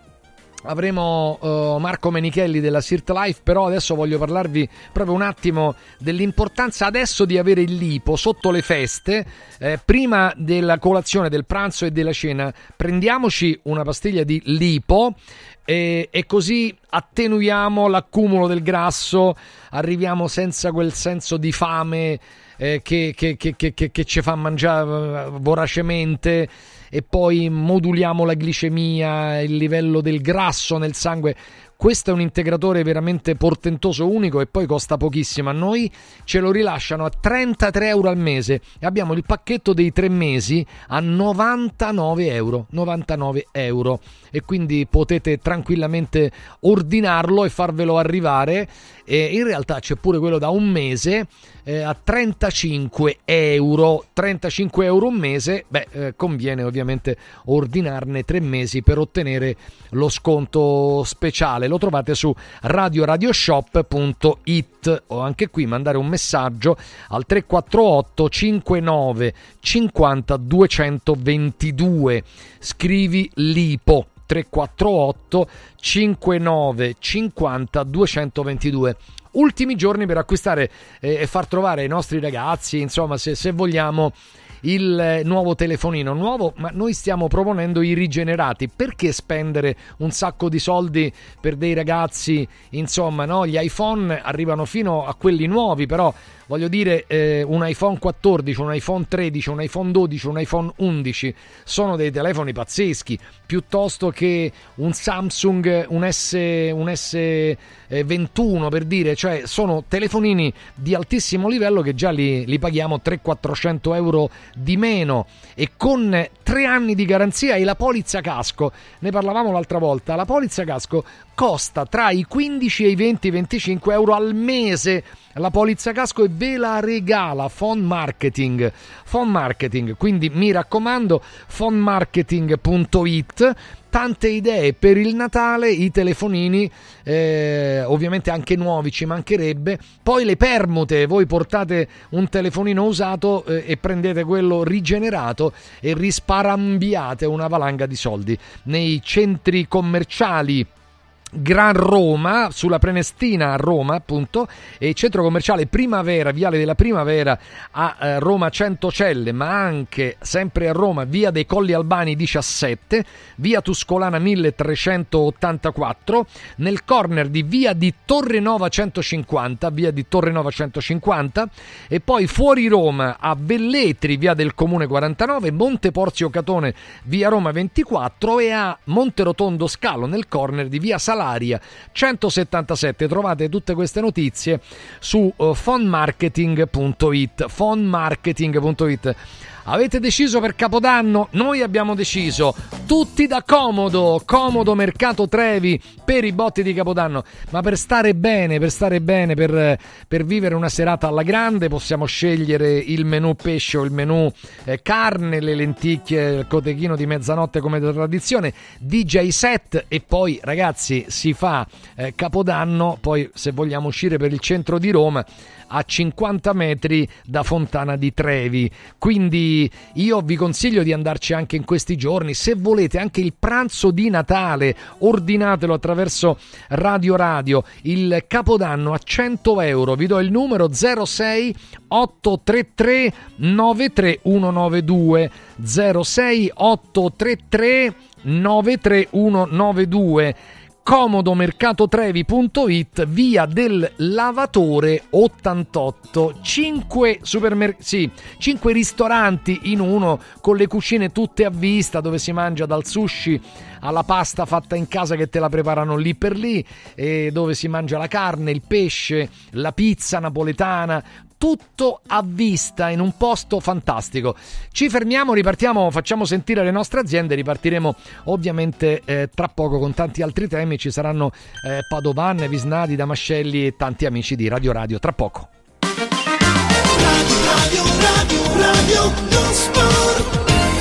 Marco Menichelli della Sirt Life, però adesso voglio parlarvi proprio un attimo dell'importanza adesso di avere il lipo sotto le feste. Prima della colazione, del pranzo e della cena prendiamoci una pastiglia di lipo e così attenuiamo l'accumulo del grasso, arriviamo senza quel senso di fame che ci fa mangiare voracemente, e poi moduliamo la glicemia, il livello del grasso nel sangue. Questo è un integratore veramente portentoso, unico, e poi costa pochissimo. A noi ce lo rilasciano a 33 euro al mese e abbiamo il pacchetto dei 3 mesi a 99 euro, e quindi potete tranquillamente ordinarlo e farvelo arrivare. E in realtà c'è pure quello da un mese a 35 euro un mese. Conviene ovviamente ordinarne 3 mesi per ottenere lo sconto speciale. Lo trovate su radioshop.it, o anche qui mandare un messaggio al 348 59 50 222. Scrivi lipo 348 59 50 222. Ultimi giorni per acquistare e far trovare ai nostri ragazzi, insomma, se vogliamo, il nuovo telefonino nuovo, ma noi stiamo proponendo i rigenerati. Perché spendere un sacco di soldi per dei ragazzi? Insomma, no, gli iPhone arrivano fino a quelli nuovi, però voglio dire, un iPhone 14, un iPhone 13, un iPhone 12, un iPhone 11 sono dei telefoni pazzeschi, piuttosto che un Samsung, un S21, per dire. Cioè sono telefonini di altissimo livello che già li paghiamo 300-400 euro di meno, e con 3 anni di garanzia e la polizza casco. Ne parlavamo l'altra volta, la polizza casco costa tra i 15 e i 20-25 euro al mese, la polizza casco, e ve la regala Phone Marketing. Quindi mi raccomando, phonemarketing.it. Tante idee per il Natale, i telefonini, ovviamente anche nuovi, ci mancherebbe. Poi le permute, voi portate un telefonino usato e prendete quello rigenerato e risparambiate una valanga di soldi. Nei centri commerciali Gran Roma, sulla Prenestina a Roma, appunto, e centro commerciale Primavera, Viale della Primavera a Roma Centocelle, ma anche sempre a Roma Via dei Colli Albani 17, Via Tuscolana 1384, nel corner di Via di Torrenova 150, e poi fuori Roma a Velletri, Via del Comune 49, Monte Porzio Catone, Via Roma 24, e a Monterotondo Scalo nel corner di Via Salaria 177. Trovate tutte queste notizie su phonemarketing.it. Avete deciso per Capodanno? Noi abbiamo deciso, tutti da Comodo Mercato Trevi, per i botti di Capodanno, ma per stare bene, per vivere una serata alla grande. Possiamo scegliere il menù pesce o il menù carne, le lenticchie, il cotechino di mezzanotte come da tradizione, DJ set, e poi ragazzi si fa Capodanno, poi se vogliamo uscire per il centro di Roma, a 50 metri da Fontana di Trevi. Quindi io vi consiglio di andarci anche in questi giorni. Se volete anche il pranzo di Natale, ordinatelo attraverso Radio. Il Capodanno a 100 euro. Vi do il numero 06 833 93192, 06 833 93192. comodomercatotrevi.it, via del Lavatore 88. 5 ristoranti in uno, con le cucine tutte a vista, dove si mangia dal sushi alla pasta fatta in casa che te la preparano lì per lì, e dove si mangia la carne, il pesce, la pizza napoletana, tutto a vista in un posto fantastico. Ci fermiamo, ripartiamo, facciamo sentire le nostre aziende, ripartiremo ovviamente tra poco con tanti altri temi. Ci saranno Padovan, Visnadi, Damascelli e tanti amici di Radio, tra poco. Radio lo sport.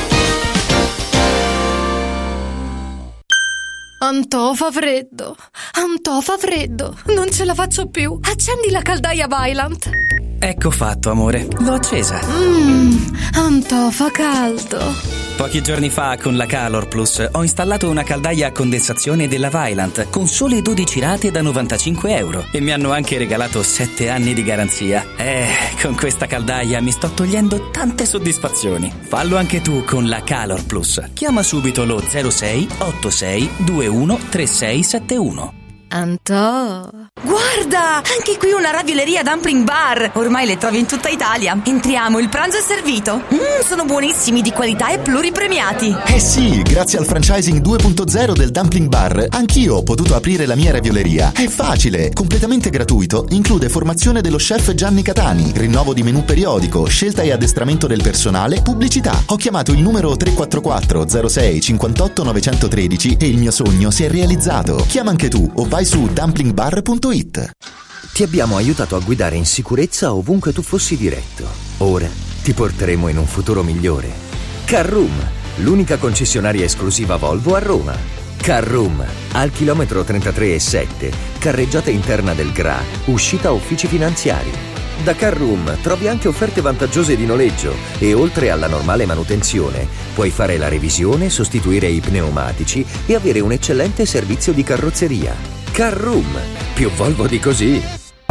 Antò fa freddo, non ce la faccio più. Accendi la caldaia Vaillant. Ecco fatto, amore, l'ho accesa. Antò fa caldo. Pochi giorni fa con la Calor Plus ho installato una caldaia a condensazione della Vaillant con sole 12 rate da 95 euro e mi hanno anche regalato 7 anni di garanzia. Con questa caldaia mi sto togliendo tante soddisfazioni. Fallo anche tu con la Calor Plus. Chiama subito lo 06 86 21 3671. Antò, guarda, anche qui una ravioleria Dumpling Bar. Ormai le trovi in tutta Italia. Entriamo, il pranzo è servito. Sono buonissimi, di qualità e pluripremiati. Eh sì, grazie al franchising 2.0 del Dumpling Bar anch'io ho potuto aprire la mia ravioleria. È facile, completamente gratuito, include formazione dello chef Gianni Catani, rinnovo di menù periodico, scelta e addestramento del personale, pubblicità. Ho chiamato il numero 344 06 58 913 e il mio sogno si è realizzato. Chiama anche tu o vai su dumplingbar.it. Ti abbiamo aiutato a guidare in sicurezza ovunque tu fossi diretto. Ora ti porteremo in un futuro migliore. Carroom, l'unica concessionaria esclusiva Volvo a Roma. Carroom, al chilometro 33,7, carreggiata interna del GRA, uscita uffici finanziari. Da Carroom trovi anche offerte vantaggiose di noleggio e oltre alla normale manutenzione puoi fare la revisione, sostituire i pneumatici e avere un eccellente servizio di carrozzeria. Carroom, più Volvo di così.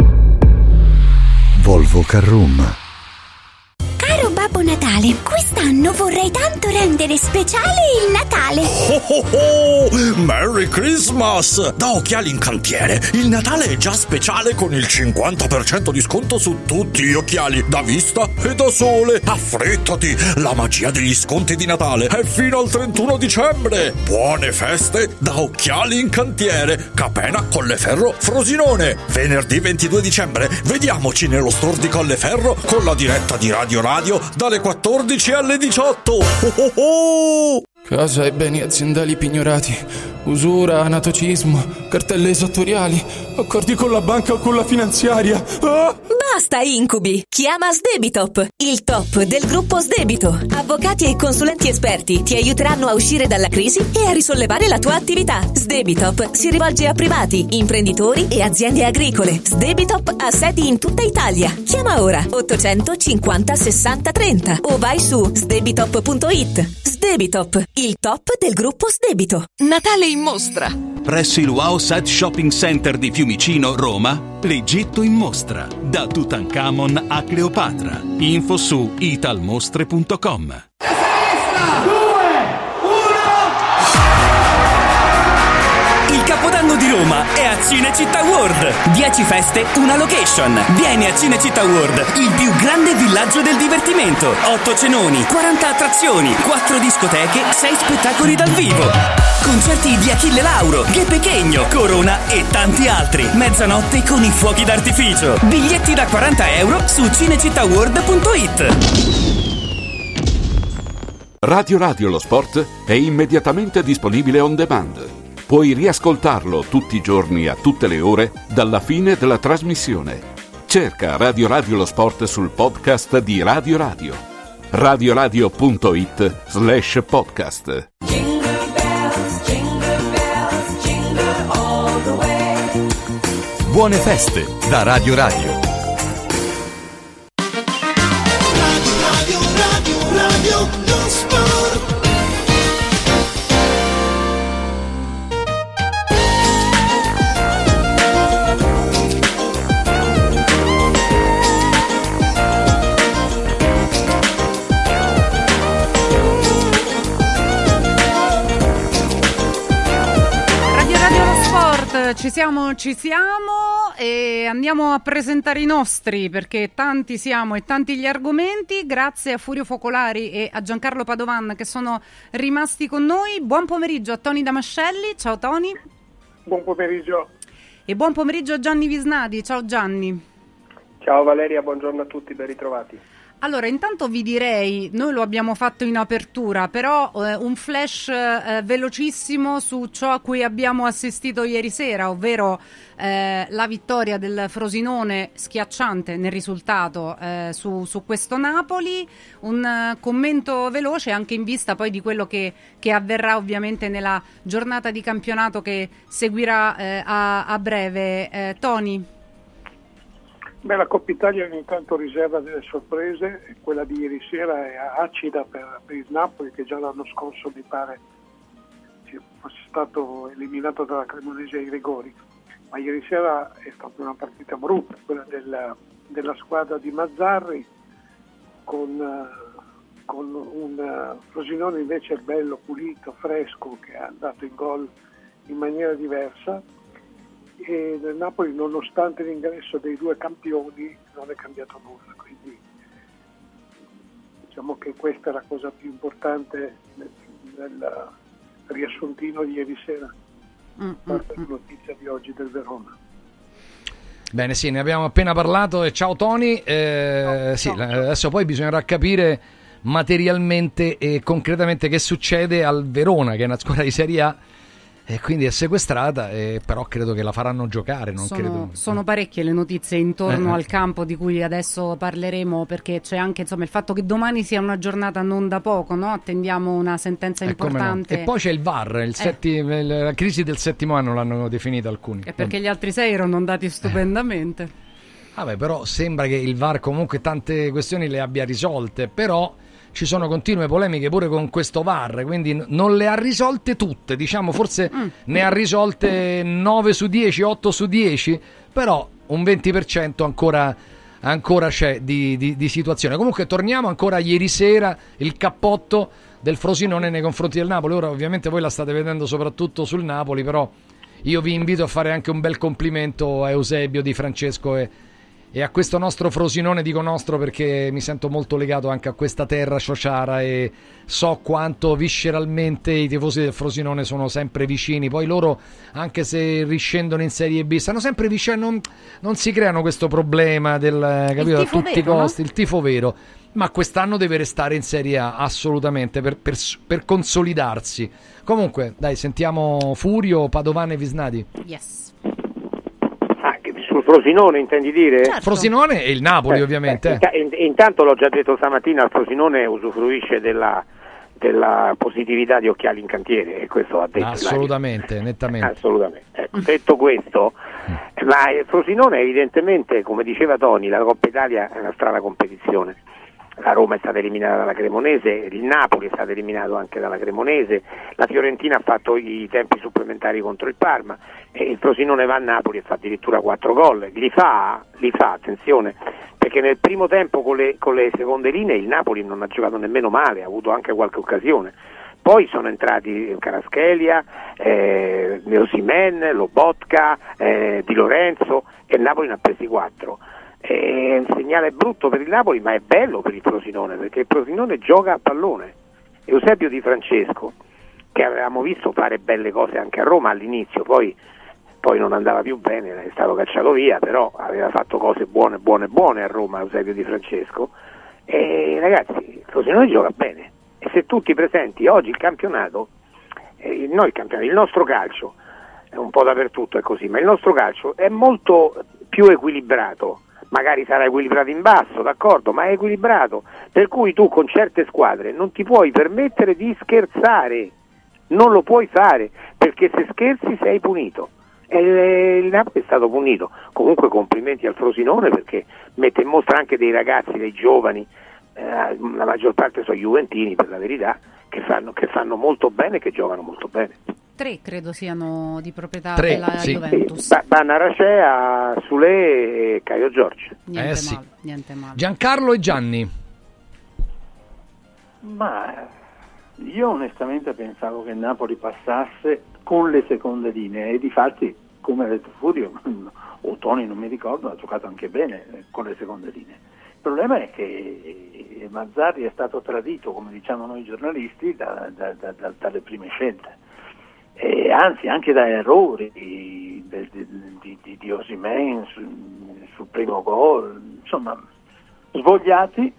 Volvo Carroom. Caro Babbo Natale, quest'anno vorrei tanto rendere speciale il Natale. Oh oh oh! Merry Christmas! Da Occhiali in Cantiere, il Natale è già speciale con il 50% di sconto su tutti gli occhiali, da vista e da sole. Affrettati! La magia degli sconti di Natale è fino al 31 dicembre. Buone feste da Occhiali in Cantiere, Capena, Colleferro, Frosinone. Venerdì 22 dicembre, vediamoci nello store di Colleferro con la diretta di Radio dalle 14 alle 18. Oh oh oh! Casa e beni aziendali pignorati, usura, anatocismo, cartelle esattoriali, accordi con la banca o con la finanziaria. Ah! Basta incubi! Chiama Sdebitop, il top del gruppo Sdebito. Avvocati e consulenti esperti ti aiuteranno a uscire dalla crisi e a risollevare la tua attività. Sdebitop si rivolge a privati, imprenditori e aziende agricole. Sdebitop ha sedi in tutta Italia. Chiama ora 850 60 30 o vai su sdebitop.it. Sdebitop, il top del gruppo Sdebito. Natale in mostra. Presso il Wow Set Shopping Center di Fiumicino, Roma, l'Egitto in mostra. Da Tutankhamon a Cleopatra. Info su italmostre.com. Il Capodanno di Roma è a Cinecittà World. 10 feste, una location. Vieni a Cinecittà World, il più grande villaggio del divertimento. 8 cenoni, 40 attrazioni, 4 discoteche, 6 spettacoli dal vivo. Concerti di Achille Lauro, Ghe Pechegno, Corona e tanti altri. Mezzanotte con i fuochi d'artificio. Biglietti da €40 su cinecittàworld.it. Radio Radio Lo Sport è immediatamente disponibile on demand. Puoi riascoltarlo tutti i giorni a tutte le ore dalla fine della trasmissione. Cerca Radio Radio Lo Sport sul podcast di Radio Radio. radioradio.it/podcast. Buone feste da Radio Radio. Radio Lo Sport. Ci siamo e andiamo a presentare i nostri, perché tanti siamo e tanti gli argomenti. Grazie a Furio Focolari e a Giancarlo Padovan che sono rimasti con noi. Buon pomeriggio a Tony Damascelli. Ciao Tony. Buon pomeriggio. E buon pomeriggio a Gianni Visnadi. Ciao Gianni. Ciao Valeria, buongiorno a tutti, ben ritrovati. Allora, intanto vi direi, noi lo abbiamo fatto in apertura, però un flash velocissimo su ciò a cui abbiamo assistito ieri sera, ovvero la vittoria del Frosinone, schiacciante nel risultato su questo Napoli. Un commento veloce anche in vista poi di quello che avverrà ovviamente nella giornata di campionato che seguirà a breve. Tony? Beh, la Coppa Italia intanto riserva delle sorprese, e quella di ieri sera è acida per il Napoli, che già l'anno scorso mi pare fosse stato eliminato dalla Cremonese ai rigori, ma ieri sera è stata una partita brutta, quella della squadra di Mazzarri, con un Frosinone invece bello, pulito, fresco, che è andato in gol in maniera diversa. E nel Napoli, nonostante l'ingresso dei due campioni, non è cambiato nulla, quindi diciamo che questa è la cosa più importante del riassuntino di ieri sera, la notizia di oggi del Verona. Bene, sì, ne abbiamo appena parlato e ciao Tony. Adesso poi bisognerà capire materialmente e concretamente che succede al Verona, che è una squadra di Serie A e quindi è sequestrata, però credo che la faranno giocare. Sono parecchie le notizie intorno al campo di cui adesso parleremo, perché c'è anche il fatto che domani sia una giornata non da poco, no? Attendiamo una sentenza importante. No. E poi c'è il VAR, la crisi del settimo anno l'hanno definita alcuni. E perché gli altri 6 erano andati stupendamente. Vabbè, però sembra che il VAR comunque tante questioni le abbia risolte, però ci sono continue polemiche pure con questo VAR, quindi non le ha risolte tutte, diciamo, forse ne ha risolte 9 su 10, 8 su 10, però un 20% ancora c'è di situazione. Comunque torniamo ancora a ieri sera, il cappotto del Frosinone nei confronti del Napoli. Ora ovviamente voi la state vedendo soprattutto sul Napoli, però io vi invito a fare anche un bel complimento a Eusebio, Di Francesco e a questo nostro Frosinone. Dico nostro perché mi sento molto legato anche a questa terra ciociara e so quanto visceralmente i tifosi del Frosinone sono sempre vicini. Poi loro, anche se riscendono in Serie B, stanno sempre vicini, non si creano questo problema del, capito, a tutti i costi, no? Il tifo vero. Ma quest'anno deve restare in Serie A assolutamente per consolidarsi. Comunque dai, sentiamo Furio, Padovani e Visnati. Yes. Sul Frosinone intendi dire? Certo. Frosinone e il Napoli ovviamente. Intanto l'ho già detto stamattina, il Frosinone usufruisce della positività di Occhiali in cantiere, e questo ha detto assolutamente, nettamente. Assolutamente. Ecco, detto questo, ma il Frosinone evidentemente, come diceva Toni, la Coppa Italia è una strana competizione. La Roma è stata eliminata dalla Cremonese, il Napoli è stato eliminato anche dalla Cremonese, la Fiorentina ha fatto i tempi supplementari contro il Parma e il Frosinone va a Napoli e fa addirittura 4 gol. Li fa, attenzione, perché nel primo tempo con le seconde linee il Napoli non ha giocato nemmeno male, ha avuto anche qualche occasione. Poi sono entrati Kvaratskhelia, Osimhen, Lobotka, Di Lorenzo e il Napoli ne ha presi 4. È un segnale brutto per il Napoli, ma è bello per il Frosinone, perché il Frosinone gioca a pallone. Eusebio Di Francesco, che avevamo visto fare belle cose anche a Roma all'inizio, poi non andava più bene, è stato cacciato via, però aveva fatto cose buone a Roma Eusebio Di Francesco, e ragazzi, il Frosinone gioca bene, e se tutti presenti oggi il campionato, il nostro calcio è un po' dappertutto è così, ma il nostro calcio è molto più equilibrato. Magari sarà equilibrato in basso, d'accordo, ma è equilibrato, per cui tu con certe squadre non ti puoi permettere di scherzare, non lo puoi fare, perché se scherzi sei punito, e il Napoli è stato punito. Comunque complimenti al Frosinone, perché mette in mostra anche dei ragazzi, dei giovani, la maggior parte sono juventini per la verità, che fanno molto bene e che giocano molto bene. 3 credo siano di proprietà della Juventus. Banaracea, Sule e Caio Giorgio. Niente male. Giancarlo e Gianni. Ma io onestamente pensavo che il Napoli passasse con le seconde linee, e difatti, come ha detto Furio, o Toni non mi ricordo, ha giocato anche bene con le seconde linee. Il problema è che Mazzarri è stato tradito, come diciamo noi giornalisti, dalle prime scelte. E anzi anche da errori di Osimhen sul primo gol, insomma svogliati,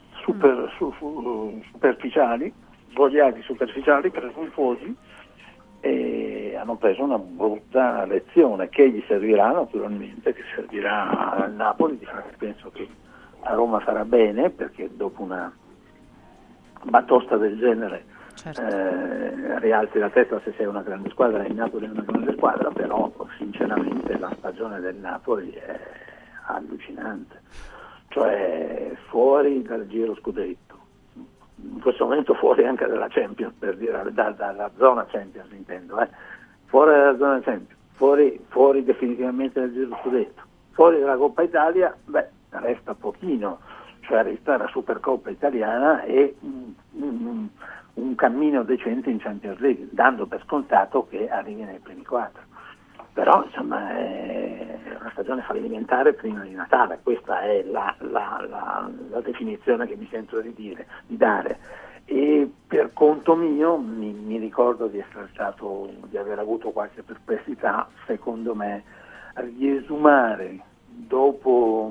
superficiali, presuntuosi, e hanno preso una brutta lezione che gli servirà naturalmente, che servirà al Napoli. Penso che la Roma farà bene, perché dopo una batosta del genere rialzi la testa se sei una grande squadra, e il Napoli è una grande squadra, però sinceramente la stagione del Napoli è allucinante, cioè fuori dal giro scudetto, in questo momento fuori anche dalla Champions, per dire, dalla zona Champions intendo, fuori dalla zona Champions, fuori definitivamente dal giro scudetto, fuori dalla Coppa Italia, resta pochino, cioè resta la Supercoppa italiana e un cammino decente in Champions League, dando per scontato che arrivi nei primi 4. Però insomma è una stagione fallimentare prima di Natale, questa è la definizione che mi sento di dare. E per conto mio mi ricordo di aver avuto qualche perplessità, secondo me, a riesumare dopo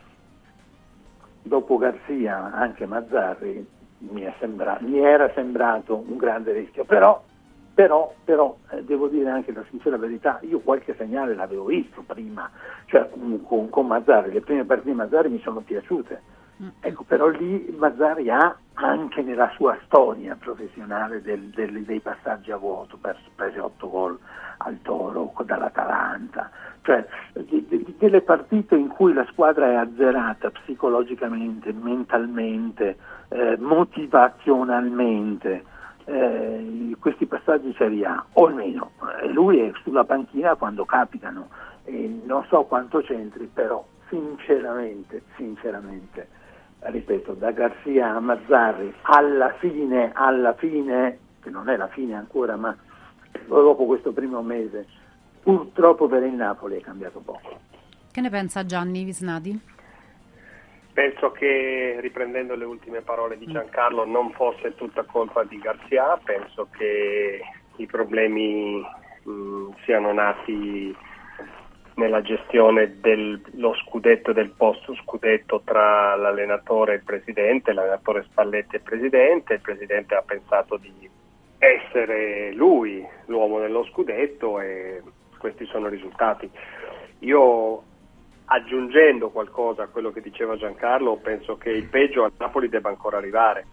Garzia anche Mazzarri mi era sembrato un grande rischio, però devo dire anche la sincera verità, io qualche segnale l'avevo visto prima, cioè con Mazzarri, le prime partite di Mazzarri mi sono piaciute, Ecco, però lì Mazzarri ha anche nella sua storia professionale dei passaggi a vuoto, prese 8 gol al Toro dall'Atalanta, cioè delle partite in cui la squadra è azzerata psicologicamente, mentalmente, motivazionalmente. Questi passaggi Serie A, o almeno lui è sulla panchina quando capitano, non so quanto c'entri, però sinceramente, ripeto, da Garcia a Mazzarri alla fine, che non è la fine ancora, ma dopo questo primo mese, purtroppo per il Napoli è cambiato poco. Che ne pensa Gianni Visnadi? Penso che, riprendendo le ultime parole di Giancarlo, non fosse tutta colpa di Garcia, penso che i problemi siano nati nella gestione dello scudetto e del post scudetto tra l'allenatore e il presidente, l'allenatore Spalletti e il presidente ha pensato di essere lui l'uomo dello scudetto e questi sono i risultati. Io, aggiungendo qualcosa a quello che diceva Giancarlo, penso che il peggio a Napoli debba ancora arrivare.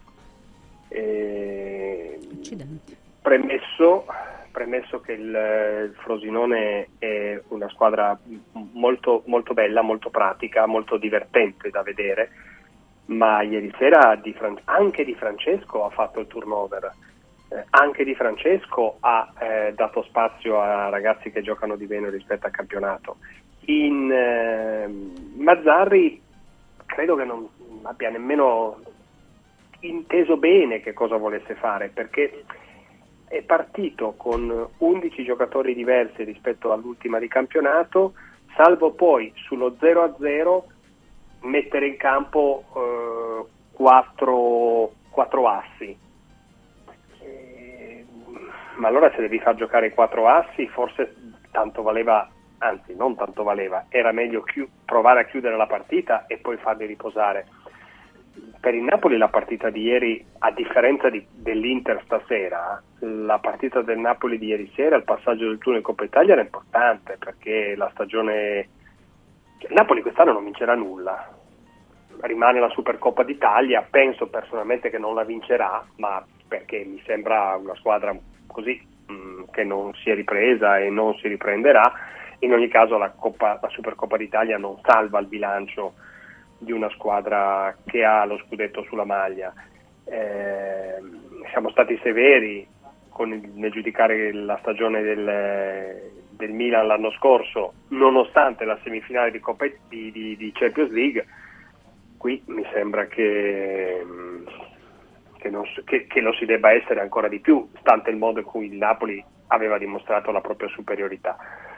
Premesso che il Frosinone è una squadra molto, molto bella, molto pratica, molto divertente da vedere, ma ieri sera anche Di Francesco ha fatto il turnover, anche Di Francesco ha dato spazio a ragazzi che giocano di meno rispetto al campionato. In Mazzarri credo che non abbia nemmeno inteso bene che cosa volesse fare, perché è partito con 11 giocatori diversi rispetto all'ultima di campionato, salvo poi sullo 0-0 mettere in campo 4 assi. Ma allora se devi far giocare i 4 assi forse tanto valeva, anzi non tanto valeva, era meglio provare a chiudere la partita e poi farli riposare. Per il Napoli la partita di ieri, a differenza dell'Inter stasera, la partita del Napoli di ieri sera, il passaggio del turno in Coppa Italia era importante, perché la stagione, il Napoli quest'anno non vincerà nulla, rimane la Supercoppa d'Italia, penso personalmente che non la vincerà, ma perché mi sembra una squadra così che non si è ripresa e non si riprenderà. In ogni caso la Supercoppa d'Italia non salva il bilancio di una squadra che ha lo scudetto sulla maglia. Siamo stati severi nel giudicare la stagione del Milan l'anno scorso, nonostante la semifinale di Champions League. Qui mi sembra che lo si debba essere ancora di più, stante il modo in cui il Napoli aveva dimostrato la propria superiorità.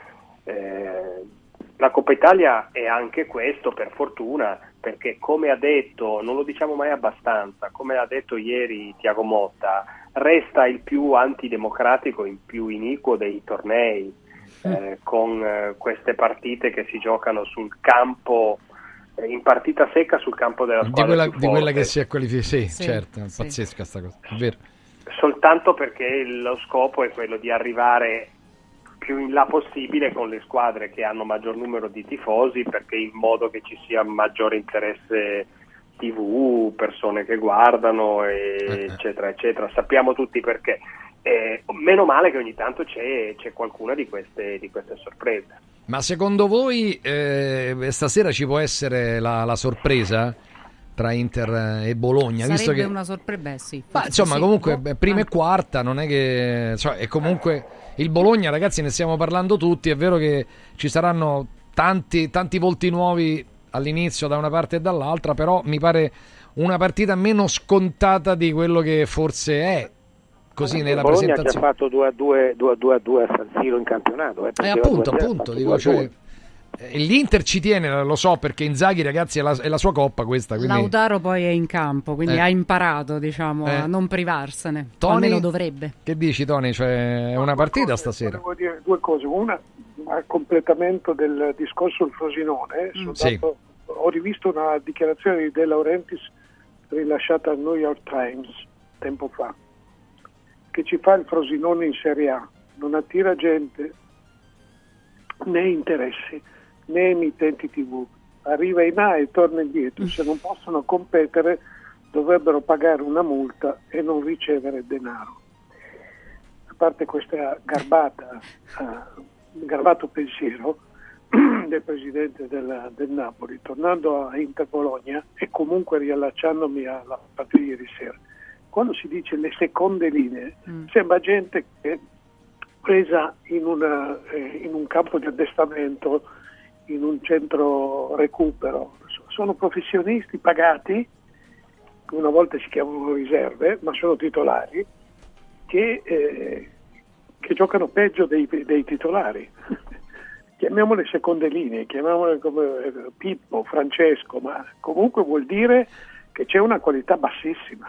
La Coppa Italia è anche questo, per fortuna, perché come ha detto, non lo diciamo mai abbastanza, come ha detto ieri Thiago Motta, resta il più antidemocratico, il più iniquo dei tornei, con queste partite che si giocano sul campo, in partita secca sul campo della squadra di quella che si è qualificata, sì, certo, è pazzesca sta cosa, è vero. Soltanto perché lo scopo è quello di arrivare più in là possibile con le squadre che hanno maggior numero di tifosi, perché in modo che ci sia maggiore interesse TV, persone che guardano, eccetera eccetera. Sappiamo tutti perché. Meno male che ogni tanto c'è qualcuna di queste sorprese. Ma secondo voi stasera ci può essere la sorpresa tra Inter e Bologna? Sarebbe visto che una sorpresa, sì. Ma insomma, sì, comunque prima e quarta non è che, cioè, è comunque il Bologna, ragazzi, ne stiamo parlando tutti. È vero che ci saranno tanti volti nuovi all'inizio da una parte e dall'altra, però mi pare una partita meno scontata di quello che forse è. Così nella Bologna presentazione ci ha fatto 2-2 a San Siro in campionato. Appunto, dico, cioè, l'Inter ci tiene, lo so, perché Inzaghi, ragazzi, è la sua coppa questa. Quindi... Lautaro poi è in campo, quindi ha imparato, diciamo, a non privarsene. Tony, almeno dovrebbe. Che dici, Tony? Cioè, è una partita stasera. Volevo dire due cose. Una, a completamento del discorso sul Frosinone, ho rivisto una dichiarazione di De Laurentiis rilasciata al New York Times tempo fa, che ci fa il Frosinone in Serie A, non attira gente, né interessi, né emittenti TV, arriva in A e torna indietro. Se non possono competere dovrebbero pagare una multa e non ricevere denaro. A parte questa garbato pensiero del presidente del Napoli, tornando a Inter Bologna e comunque riallacciandomi alla partita di ieri sera, quando si dice le seconde linee, sembra gente che è presa in un campo di addestramento, in un centro recupero. Sono professionisti pagati, una volta si chiamano riserve, ma sono titolari, che giocano peggio dei titolari. Chiamiamole seconde linee, chiamiamole come Pippo, Francesco, ma comunque vuol dire che c'è una qualità bassissima.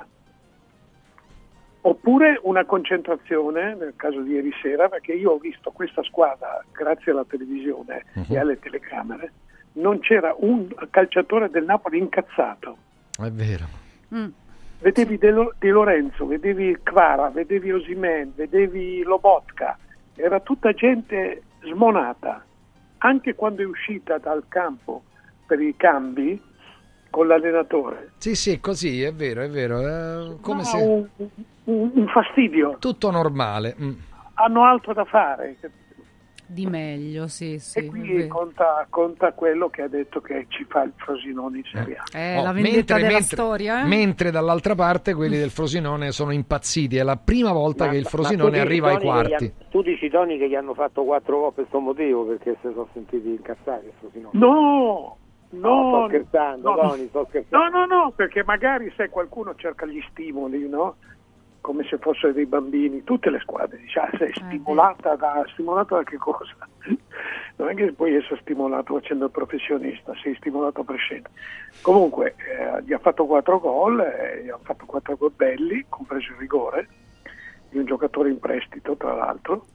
Oppure una concentrazione, nel caso di ieri sera, perché io ho visto questa squadra grazie alla televisione e alle telecamere, non c'era un calciatore del Napoli incazzato. È vero. Vedevi Di Lorenzo, vedevi Kvara, vedevi Osimhen, vedevi Lobotka, era tutta gente smonata. Anche quando è uscita dal campo per i cambi con l'allenatore. Sì, così, è vero. Come se... un fastidio. Tutto normale. Hanno altro da fare. Di meglio, sì. E qui conta quello che ha detto che ci fa il Frosinone in Serie A. La vendetta della storia. Mentre dall'altra parte quelli del Frosinone sono impazziti. È la prima volta che il Frosinone arriva ai quarti. Tu dici, Toni, che gli hanno fatto 4 gol per questo motivo, perché si sono sentiti incazzati il Frosinone? No, sto scherzando, Toni, sto scherzando. No, perché magari se qualcuno cerca gli stimoli, no? Come se fossero dei bambini, tutte le squadre, sei stimolata da che cosa? Non è che puoi essere stimolato facendo il professionista, sei stimolato a prescindere. Comunque gli ha fatto 4 gol, gli ha fatto 4 gol belli, compreso il rigore, di un giocatore in prestito tra l'altro,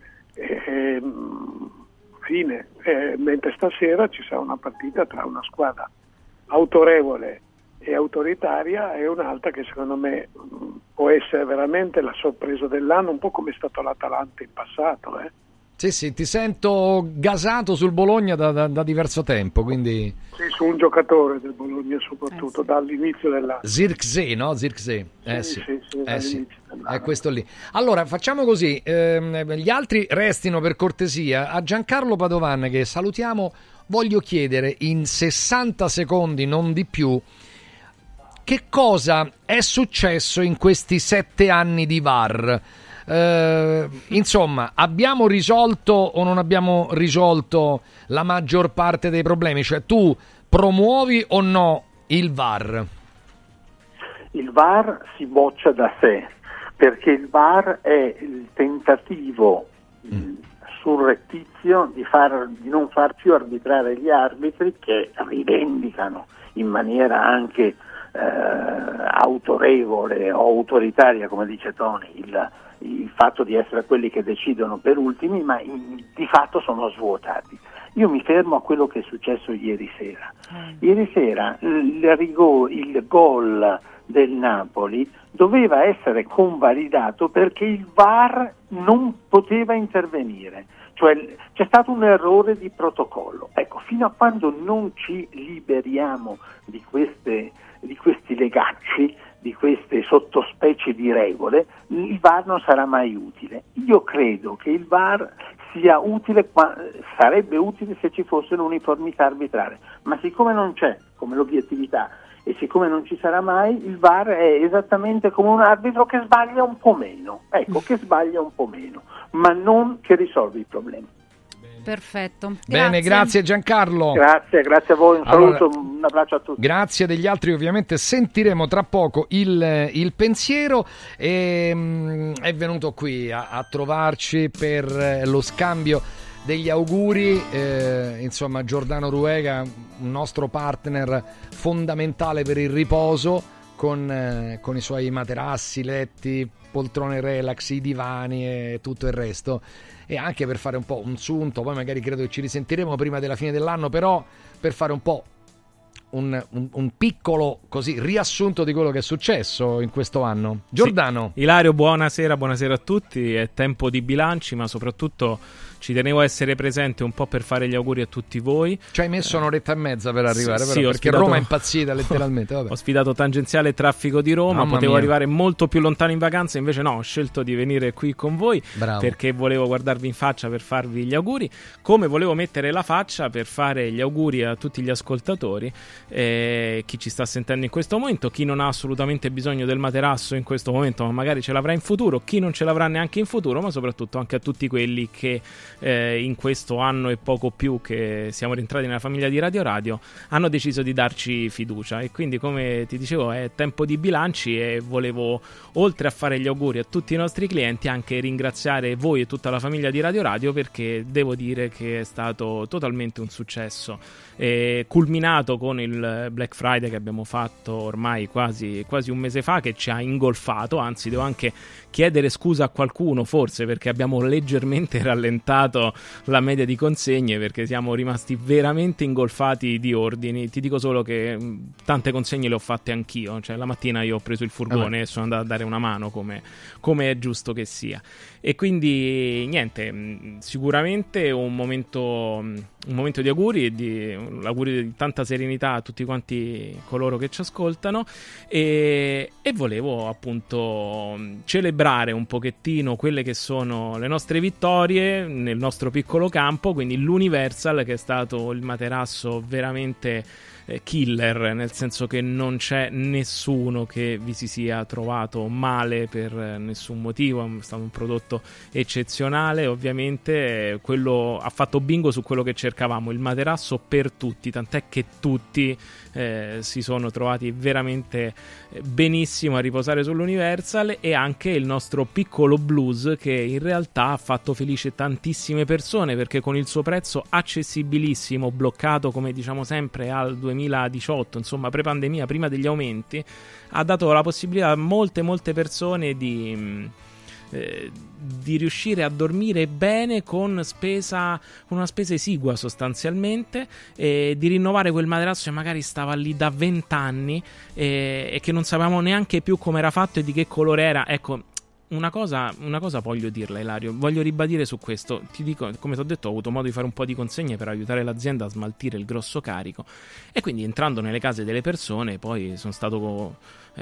fine. Mentre stasera ci sarà una partita tra una squadra autorevole e autoritaria e un'altra che secondo me può essere veramente la sorpresa dell'anno, un po' come è stato l'Atalanta in passato. Sì, ti sento gasato sul Bologna da diverso tempo, quindi... Sì, su un giocatore del Bologna soprattutto, dall'inizio dell'anno. Zirkzee, no? Zirkzee. Sì, è questo lì. Allora, facciamo così, gli altri restino per cortesia. A Giancarlo Padovan, che salutiamo, voglio chiedere in 60 secondi, non di più, che cosa è successo in questi 7 anni di VAR? Insomma, abbiamo risolto o non abbiamo risolto la maggior parte dei problemi? Cioè, tu promuovi o no il VAR? Il VAR si boccia da sé, perché il VAR è il tentativo surrettizio di non far più arbitrare gli arbitri, che rivendicano in maniera anche autorevole o autoritaria, come dice Toni, il fatto di essere quelli che decidono per ultimi, ma di fatto sono svuotati. Io mi fermo a quello che è successo ieri sera. Ieri sera il gol del Napoli doveva essere convalidato perché il VAR non poteva intervenire, cioè c'è stato un errore di protocollo. Ecco, fino a quando non ci liberiamo di questi legacci, di queste sottospecie di regole, il VAR non sarà mai utile. Io credo che il VAR sia utile, sarebbe utile se ci fosse un'uniformità arbitrale, ma siccome non c'è, come l'obiettività, e siccome non ci sarà mai, il VAR è esattamente come un arbitro che sbaglia un po' meno, che sbaglia un po' meno, ma non che risolve i problemi. Perfetto. Bene, grazie Giancarlo. Grazie a voi, un saluto, un abbraccio a tutti. Grazie degli altri, ovviamente sentiremo tra poco il pensiero. È venuto qui a trovarci per lo scambio degli auguri, insomma, Giordano Ruega, un nostro partner fondamentale per il riposo, con i suoi materassi, letti, poltrone relax, i divani e tutto il resto, e anche per fare un po' un sunto. Poi magari credo che ci risentiremo prima della fine dell'anno, però per fare un po' un piccolo così riassunto di quello che è successo in questo anno. Giordano. Sì. Ilario, buonasera a tutti. È tempo di bilanci, ma soprattutto ci tenevo a essere presente un po' per fare gli auguri a tutti voi. Ci hai messo un'oretta e mezza per arrivare, sì, però, perché Roma è impazzita letteralmente. Vabbè. Ho sfidato tangenziale e traffico di Roma, potevo arrivare molto più lontano in vacanza, invece no, ho scelto di venire qui con voi. Bravo. Perché volevo guardarvi in faccia per farvi gli auguri, come volevo mettere la faccia per fare gli auguri a tutti gli ascoltatori, chi ci sta sentendo in questo momento, chi non ha assolutamente bisogno del materasso in questo momento ma magari ce l'avrà in futuro, chi non ce l'avrà neanche in futuro, ma soprattutto anche a tutti quelli che in questo anno e poco più che siamo rientrati nella famiglia di Radio Radio hanno deciso di darci fiducia. E quindi, come ti dicevo, è tempo di bilanci e volevo, oltre a fare gli auguri a tutti i nostri clienti, anche ringraziare voi e tutta la famiglia di Radio Radio, perché devo dire che è stato totalmente un successo, culminato con il Black Friday che abbiamo fatto ormai quasi un mese fa, che ci ha ingolfato. Anzi, devo anche chiedere scusa a qualcuno, forse, perché abbiamo leggermente rallentato la media di consegne, perché siamo rimasti veramente ingolfati di ordini. Ti dico solo che tante consegne le ho fatte anch'io, cioè la mattina io ho preso il furgone e sono andato a dare una mano, come è giusto che sia. E quindi niente, sicuramente un momento di auguri e di tanta serenità a tutti quanti coloro che ci ascoltano, e volevo appunto celebrare un pochettino quelle che sono le nostre vittorie nel nostro piccolo campo, quindi l'Universal, che è stato il materasso veramente killer, nel senso che non c'è nessuno che vi si sia trovato male per nessun motivo. È stato un prodotto eccezionale, ovviamente quello ha fatto bingo su quello che cercavamo, il materasso per tutti, tant'è che tutti si sono trovati veramente benissimo a riposare sull'Universal, e anche il nostro piccolo Blues, che in realtà ha fatto felice tantissime persone, perché con il suo prezzo accessibilissimo, bloccato come diciamo sempre al 2018, insomma pre-pandemia, prima degli aumenti, ha dato la possibilità a molte persone di riuscire a dormire bene con una spesa esigua sostanzialmente, e di rinnovare quel materasso che magari stava lì da 20 anni e che non sapevamo neanche più come era fatto e di che colore era. Ecco, una cosa voglio dirla, Ilario, voglio ribadire su questo. Ti dico, come ti ho detto, ho avuto modo di fare un po' di consegne per aiutare l'azienda a smaltire il grosso carico, e quindi entrando nelle case delle persone poi sono stato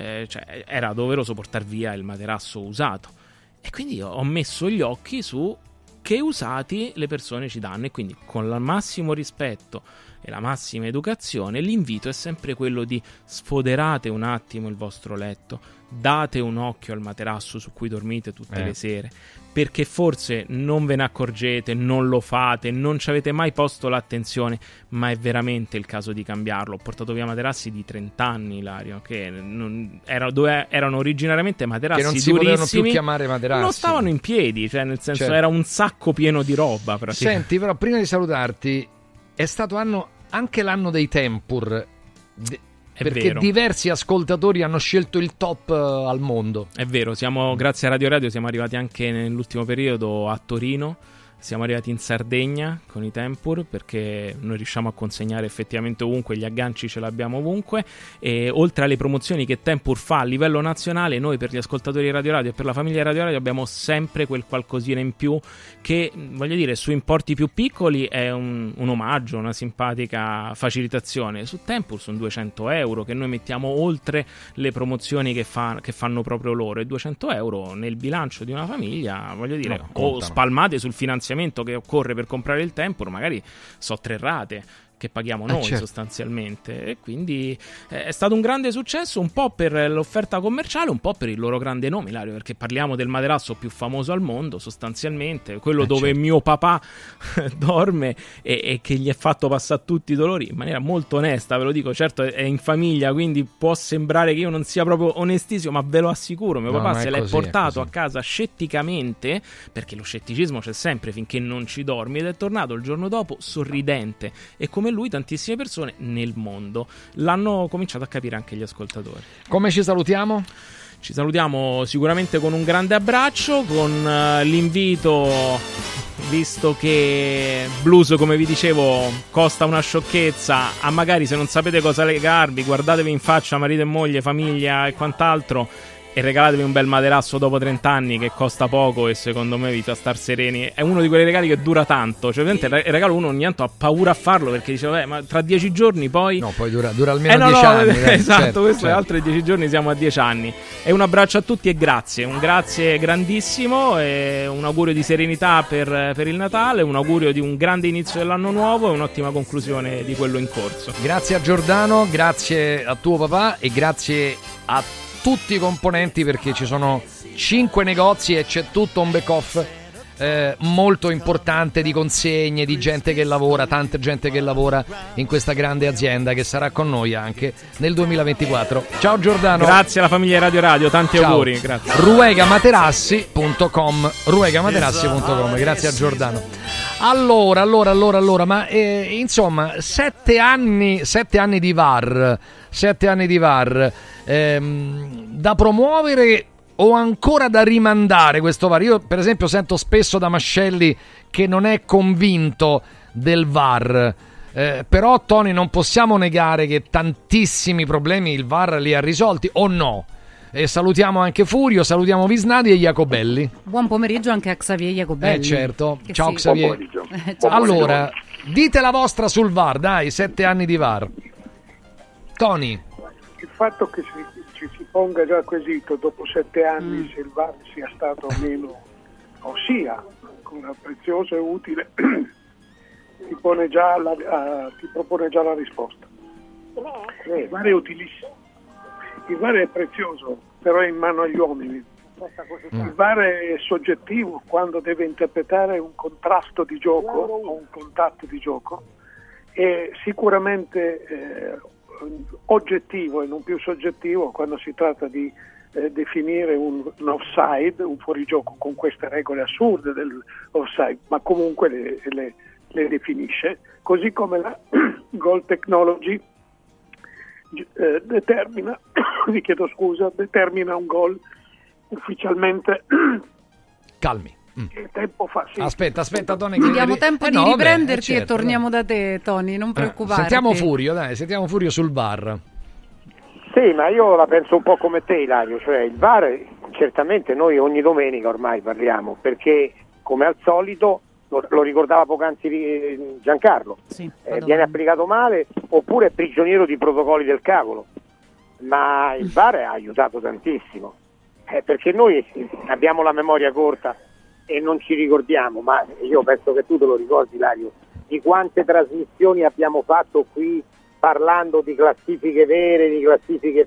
era doveroso portare via il materasso usato, e quindi ho messo gli occhi su che usati le persone ci danno, e quindi con il massimo rispetto e la massima educazione l'invito è sempre quello di sfoderate un attimo il vostro letto, date un occhio al materasso su cui dormite tutte le sere, perché forse non ve ne accorgete, non lo fate, non ci avete mai posto l'attenzione, ma è veramente il caso di cambiarlo. Ho portato via materassi di 30 anni, Ilario, che erano originariamente materassi che non si durissimi, potevano più chiamare materassi, non stavano in piedi, cioè nel senso era un sacco pieno di roba praticamente. Senti, però prima di salutarti, è stato anche l'anno dei Tempur, perché diversi ascoltatori hanno scelto il top al mondo. È vero, grazie a Radio Radio siamo arrivati anche nell'ultimo periodo a Torino, siamo arrivati in Sardegna con i Tempur, perché noi riusciamo a consegnare effettivamente ovunque, gli agganci ce l'abbiamo ovunque, e oltre alle promozioni che Tempur fa a livello nazionale, noi per gli ascoltatori di Radio Radio e per la famiglia Radio Radio abbiamo sempre quel qualcosina in più che, voglio dire, su importi più piccoli è un omaggio, una simpatica facilitazione. Su Tempur sono 200 euro che noi mettiamo oltre le promozioni che fanno proprio loro, e 200 euro nel bilancio di una famiglia, voglio dire, o spalmate sul finanziamento che occorre per comprare il Tempur, magari so 3 rate che paghiamo noi sostanzialmente, e quindi è stato un grande successo, un po' per l'offerta commerciale, un po' per il loro grande nome, Ilario, perché parliamo del materasso più famoso al mondo sostanzialmente, quello dove mio papà dorme e che gli è fatto passare tutti i dolori in maniera molto onesta, ve lo dico. Certo è in famiglia, quindi può sembrare che io non sia proprio onestissimo, ma ve lo assicuro, mio papà se l'è portato a casa scetticamente, perché lo scetticismo c'è sempre finché non ci dormi, ed è tornato il giorno dopo sorridente, e come lui tantissime persone nel mondo l'hanno cominciato a capire anche gli ascoltatori. Come ci salutiamo? Ci salutiamo sicuramente con un grande abbraccio, con l'invito visto che blues, come vi dicevo, costa una sciocchezza, magari se non sapete cosa legarvi, guardatevi in faccia marito e moglie, famiglia e quant'altro, e regalatevi un bel materasso dopo 30 anni che costa poco e secondo me vi fa star sereni. È uno di quei regali che dura tanto, cioè il regalo uno ogni tanto ha paura a farlo perché dice ma tra 10 giorni poi... No, poi dura almeno 10 anni. Esatto, certo, questo certo. è altri 10 giorni, siamo a 10 anni. E un abbraccio a tutti e grazie, un grazie grandissimo e un augurio di serenità per il Natale, un augurio di un grande inizio dell'anno nuovo e un'ottima conclusione di quello in corso. Grazie a Giordano, grazie a tuo papà e grazie a tutti i componenti, perché ci sono 5 negozi e c'è tutto un back-off molto importante di consegne, di gente che lavora, tanta gente che lavora in questa grande azienda che sarà con noi anche nel 2024. Ciao Giordano. Grazie alla famiglia Radio, tanti Ciao. auguri. Grazie. ruegamaterassi.com, grazie a Giordano. Allora, ma insomma, 7 anni di VAR, da promuovere o ancora da rimandare questo VAR? Io per esempio sento spesso da Mascelli che non è convinto del VAR, però Tony non possiamo negare che tantissimi problemi il VAR li ha risolti, o no? E salutiamo anche Furio, salutiamo Visnadi e Jacobelli. Buon pomeriggio anche a Xavier Jacobelli. Certo, che ciao sì. Xavier. Allora, dite la vostra sul VAR, dai, 7 anni di VAR. Tony. Il fatto che ci si ponga già quesito dopo 7 anni se il VAR sia stato o meno, o sia ancora prezioso e utile, ti propone già la risposta. Il VAR è utilissimo, il VAR è prezioso, però è in mano agli uomini. Il VAR è soggettivo quando deve interpretare un contrasto di gioco o un contatto di gioco, è sicuramente oggettivo e non più soggettivo quando si tratta di definire un offside, un fuorigioco con queste regole assurde dell'offside, ma comunque le definisce, così come la goal technology determina un gol ufficialmente. Calmi. Che tempo fa? Sì. Aspetta Tony, Ti diamo tempo di riprenderti certo, e torniamo da te, Tony, non preoccuparti. Sentiamo Furio sul VAR. Sì, ma io la penso un po' come te, Ilario, cioè il VAR certamente noi ogni domenica ormai parliamo, perché come al solito lo ricordava poc'anzi Giancarlo, sì, viene applicato male oppure è prigioniero di protocolli del cavolo, ma il VAR ha aiutato tantissimo, perché noi abbiamo la memoria corta e non ci ricordiamo, ma io penso che tu te lo ricordi, Ilario, di quante trasmissioni abbiamo fatto qui parlando di classifiche vere, di classifiche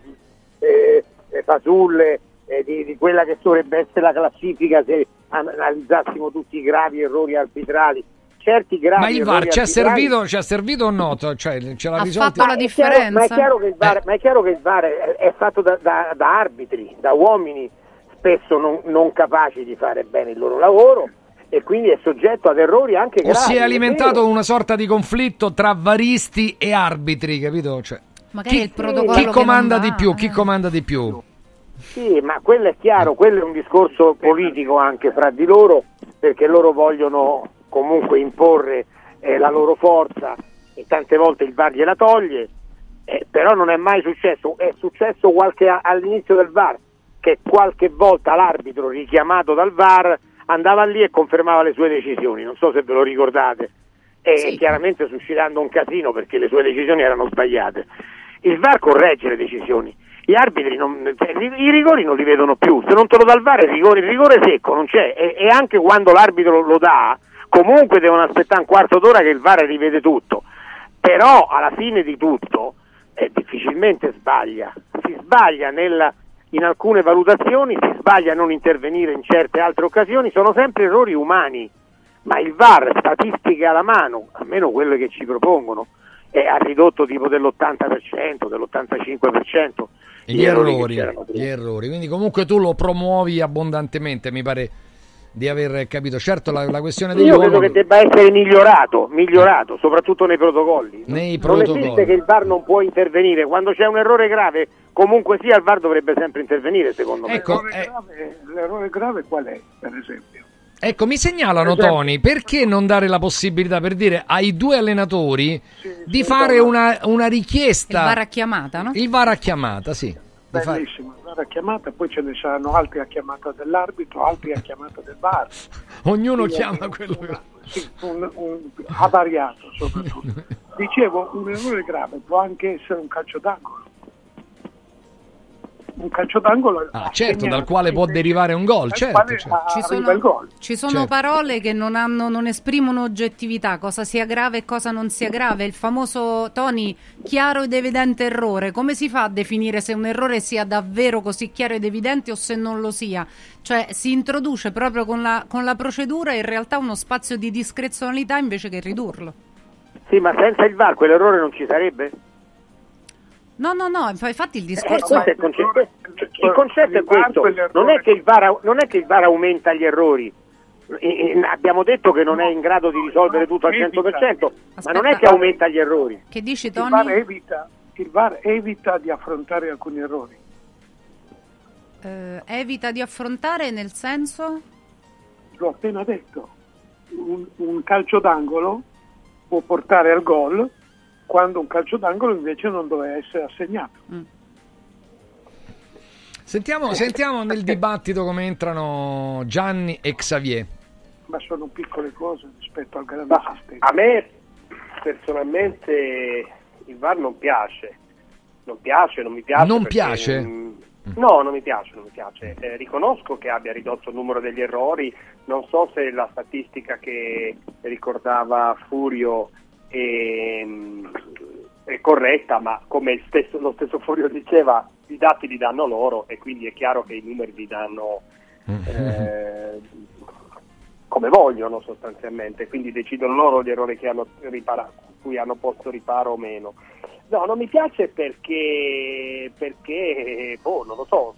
fasulle, di quella che dovrebbe essere la classifica se analizzassimo tutti i gravi errori arbitrali. Certi gravi ma il VAR ci ha servito o no? Cioè, ce l'ha risolto? Fatto la differenza? Ma è chiaro che il VAR è fatto da arbitri, da uomini spesso non capaci di fare bene il loro lavoro, e quindi è soggetto ad errori anche gravi. O si è alimentato una sorta di conflitto tra varisti e arbitri, capito? Cioè, magari il protocollo chi comanda che non di più? Chi comanda di più? Sì, ma quello è chiaro, quello è un discorso politico anche fra di loro, perché loro vogliono comunque imporre la loro forza e tante volte il VAR gliela toglie, però non è mai successo. È successo all'inizio del VAR che qualche volta l'arbitro richiamato dal VAR andava lì e confermava le sue decisioni, non so se ve lo ricordate, e chiaramente suscitando un casino perché le sue decisioni erano sbagliate. Il VAR corregge le decisioni, gli arbitri i rigori non li vedono più, se non te lo dà il VAR il rigore secco non c'è, e anche quando l'arbitro lo dà comunque devono aspettare un quarto d'ora che il VAR rivede tutto, però alla fine di tutto difficilmente sbaglia, si sbaglia in alcune valutazioni, si sbaglia a non intervenire in certe altre occasioni, sono sempre errori umani, ma il VAR, statistiche alla mano, almeno quelle che ci propongono, ha ridotto tipo dell'80%, dell'85% gli errori, quindi comunque tu lo promuovi abbondantemente, mi pare di aver capito. Certo, la questione degli uomini, io credo che debba essere migliorato, soprattutto nei protocolli. Non esiste che il VAR non può intervenire quando c'è un errore grave, comunque sia il VAR dovrebbe sempre intervenire, secondo me. L'errore grave qual è, per esempio? Ecco, mi segnalano, Tony, perché non dare la possibilità, per dire, ai due allenatori di fare una richiesta. Il VAR a chiamata, no? Il VAR a chiamata, sì. Bellissimo, il VAR a chiamata, poi ce ne saranno altri a chiamata dell'arbitro, altri a chiamata del VAR. Ognuno chiama quello che... Sì, un avariato soprattutto. Dicevo, un errore grave può anche essere un calcio d'angolo. Un calcio d'angolo certo, dal quale può derivare un gol, certo. Ci sono parole che non esprimono oggettività, cosa sia grave e cosa non sia grave. Il famoso, Tony, chiaro ed evidente errore. Come si fa a definire se un errore sia davvero così chiaro ed evidente o se non lo sia? Cioè si introduce proprio con la procedura in realtà uno spazio di discrezionalità invece che ridurlo. Sì, ma senza il VAR quell'errore non ci sarebbe? No, infatti il discorso il concetto è questo, non è che il VAR aumenta gli errori. Abbiamo detto che non è in grado di risolvere tutto al 100%, ma non è che aumenta gli errori. Che dici, Tony? Il VAR evita di affrontare alcuni errori. Evita di affrontare nel senso? L'ho appena detto. Un calcio d'angolo può portare al gol quando un calcio d'angolo invece non doveva essere assegnato. Sentiamo nel dibattito come entrano Gianni e Xavier. Ma sono piccole cose rispetto al grande sistema. A me personalmente il VAR non piace. Non mi piace. Non perché, piace? No, non mi piace. Riconosco che abbia ridotto il numero degli errori. Non so se la statistica che ricordava Furio è corretta, ma come lo stesso Furio diceva, i dati li danno loro e quindi è chiaro che i numeri li danno come vogliono sostanzialmente, quindi decidono loro gli errori che hanno cui hanno posto riparo o meno. No, non mi piace perché non lo so,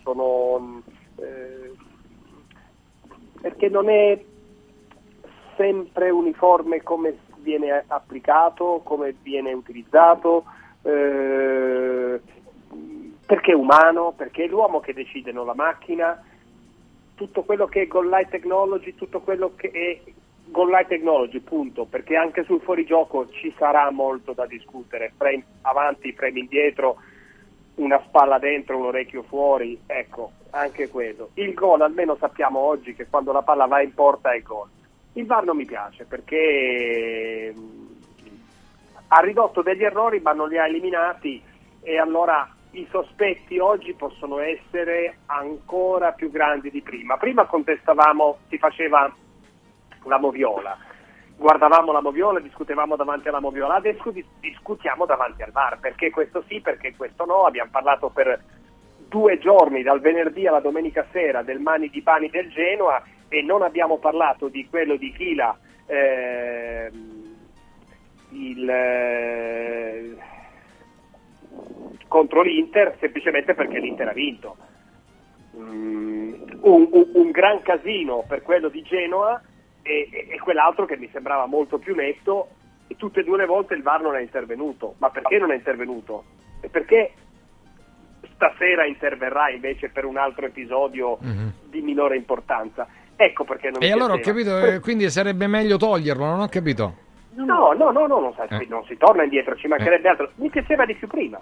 perché non è sempre uniforme come viene applicato, come viene utilizzato, perché è umano, perché è l'uomo che decide, non la macchina. Tutto quello che è goal line technology, tutto quello che è goal line technology, punto, perché anche sul fuorigioco ci sarà molto da discutere, frame avanti, frame indietro, una spalla dentro, un orecchio fuori, ecco, anche quello. Il gol, almeno sappiamo oggi che quando la palla va in porta è gol. Il VAR non mi piace perché ha ridotto degli errori ma non li ha eliminati, e allora i sospetti oggi possono essere ancora più grandi di prima. Prima contestavamo, si faceva la moviola, guardavamo la moviola, discutevamo davanti alla moviola, adesso discutiamo davanti al VAR, perché questo sì, perché questo no. Abbiamo parlato per 2 giorni, dal venerdì alla domenica sera, del Mani di Bani del Genoa, e non abbiamo parlato di quello di Chila, contro l'Inter, semplicemente perché l'Inter ha vinto. Un gran casino per quello di Genoa e quell'altro che mi sembrava molto più netto, e tutte e 2 le volte il VAR non è intervenuto. Ma perché non è intervenuto? E perché stasera interverrà invece per un altro episodio di minore importanza? Ecco perché non mi piaceva. Allora ho capito, quindi sarebbe meglio toglierlo, non ho capito. No, non si torna indietro, ci mancherebbe altro. Mi piaceva di più prima,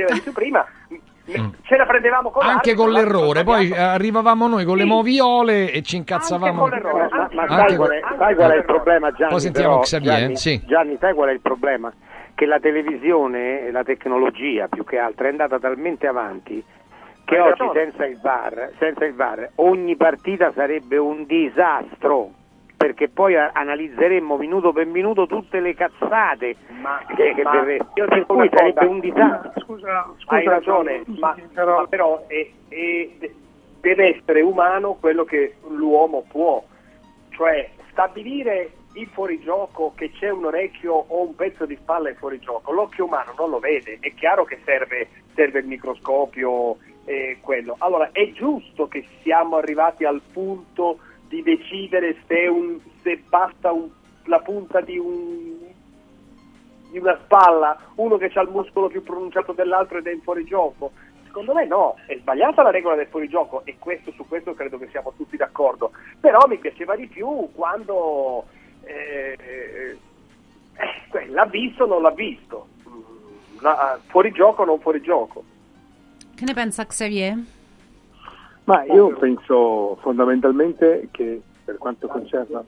ce la prendevamo con anche con l'errore, poi arrivavamo noi con le moviole e ci incazzavamo. Ma sai qual è il problema, Gianni? Poi sentiamo Xavier. Gianni, sai qual è il problema? Che la televisione, la tecnologia più che altro, è andata talmente avanti che oggi senza il VAR ogni partita sarebbe un disastro, perché poi analizzeremmo minuto per minuto tutte le cazzate per cui sarebbe un disastro. Scusa, hai ragione, ma però deve essere umano quello che l'uomo può, cioè stabilire il fuorigioco, che c'è un orecchio o un pezzo di spalla in fuorigioco. L'occhio umano non lo vede, è chiaro che serve il microscopio, quello. Allora è giusto che siamo arrivati al punto di decidere se basta la punta di una spalla, uno che ha il muscolo più pronunciato dell'altro ed è in fuorigioco. secondo me no, è sbagliata la regola del fuorigioco e su questo credo che siamo tutti d'accordo, però mi piaceva di più quando l'ha visto o non l'ha visto, fuorigioco o non fuorigioco. Che ne pensa Xavier? Ma io penso fondamentalmente che, per quanto concerne,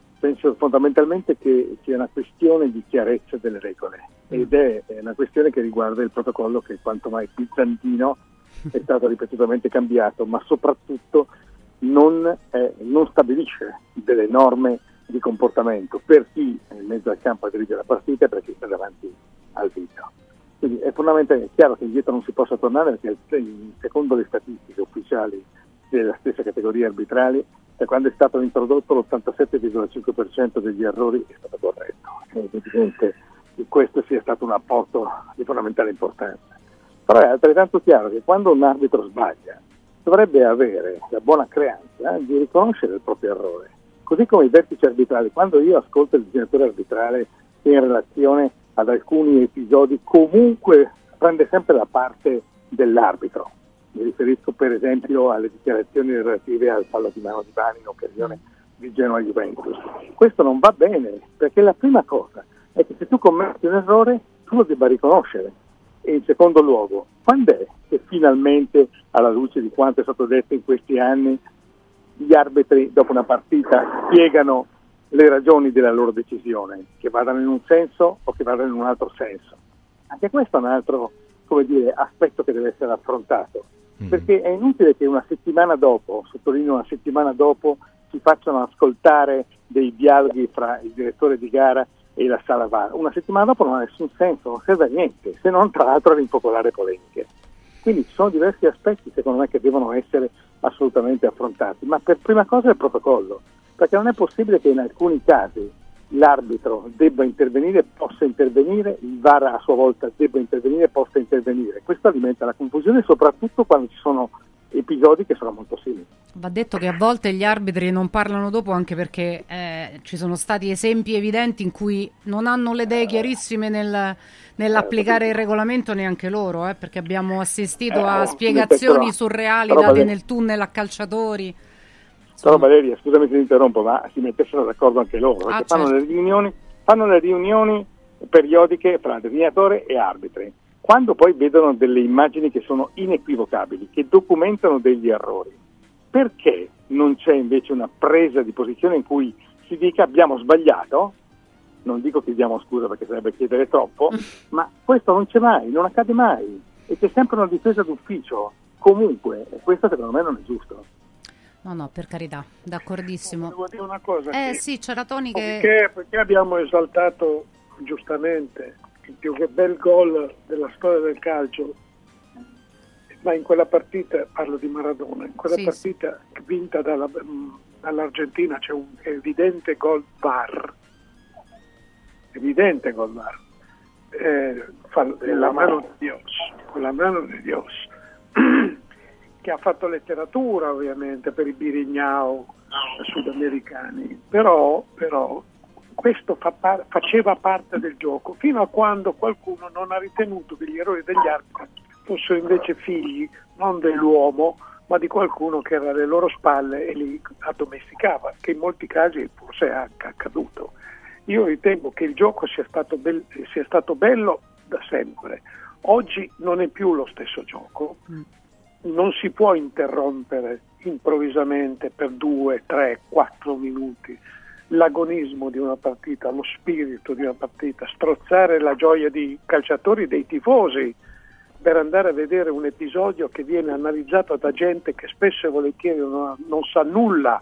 che sia una questione di chiarezza delle regole, ed è una questione che riguarda il protocollo che quanto mai bizantino è stato ripetutamente cambiato, ma soprattutto non stabilisce delle norme di comportamento per chi è in mezzo al campo a dirigere la partita e per chi sta davanti al video. Quindi è fondamentale, è chiaro che indietro non si possa tornare, perché secondo le statistiche ufficiali della stessa categoria arbitrali, da quando è stato introdotto l'87,5% degli errori è stato corretto. È evidente che questo sia stato un apporto di fondamentale importanza. Però è altrettanto chiaro che quando un arbitro sbaglia dovrebbe avere la buona creanza di riconoscere il proprio errore. Così come i vertici arbitrali, quando io ascolto il direttore arbitrale in relazione ad alcuni episodi, comunque prende sempre la parte dell'arbitro. Mi riferisco per esempio alle dichiarazioni relative al fallo di mano di Bani in occasione di Genoa-Juventus. Questo non va bene, perché la prima cosa è che se tu commetti un errore tu lo debba riconoscere. E in secondo luogo, quando è che finalmente, alla luce di quanto è stato detto in questi anni, gli arbitri dopo una partita spiegano le ragioni della loro decisione, che vadano in un senso o che vadano in un altro senso? Anche questo è un altro, aspetto che deve essere affrontato, perché è inutile che una settimana dopo, sottolineo una settimana dopo, si facciano ascoltare dei dialoghi fra il direttore di gara e la sala VAR. Una settimana dopo non ha nessun senso, non serve a niente, se non tra l'altro a rimpopolare polemiche. Quindi ci sono diversi aspetti secondo me che devono essere assolutamente affrontati, ma per prima cosa il protocollo, perché non è possibile che in alcuni casi l'arbitro debba intervenire, possa intervenire, il VAR a sua volta debba intervenire, possa intervenire. Questo alimenta la confusione, soprattutto quando ci sono episodi che sono molto simili. Va detto che a volte gli arbitri non parlano dopo, anche perché ci sono stati esempi evidenti in cui non hanno le idee chiarissime nell'applicare il regolamento neanche loro, perché abbiamo assistito a spiegazioni surreali date nel tunnel a calciatori. Però Valeria, scusami se ti interrompo, ma si mettessero d'accordo anche loro, perché fanno le riunioni periodiche tra delineatore e arbitri. Quando poi vedono delle immagini che sono inequivocabili, che documentano degli errori, perché non c'è invece una presa di posizione in cui si dica abbiamo sbagliato? Non dico che diamo scusa perché sarebbe chiedere troppo, ma questo non c'è mai, non accade mai, e c'è sempre una difesa d'ufficio, comunque, e questo secondo me non è giusto. No, per carità, d'accordissimo. Devo dire una cosa. Sì, c'era Toni che... Perché abbiamo esaltato giustamente il più bel gol della storia del calcio, ma in quella partita, parlo di Maradona, in quella partita vinta dall'Argentina c'è un evidente gol VAR, la mano di Dios, che ha fatto letteratura ovviamente per i birignao sudamericani, però questo faceva parte del gioco, fino a quando qualcuno non ha ritenuto che gli errori degli arbitri fossero invece figli non dell'uomo, ma di qualcuno che era alle loro spalle e li addomesticava, che in molti casi forse è accaduto. Io ritengo che il gioco sia stato bello da sempre. Oggi non è più lo stesso gioco, non si può interrompere improvvisamente per 2, 3, 4 minuti l'agonismo di una partita, lo spirito di una partita, strozzare la gioia dei calciatori, dei tifosi, per andare a vedere un episodio che viene analizzato da gente che spesso e volentieri non sa nulla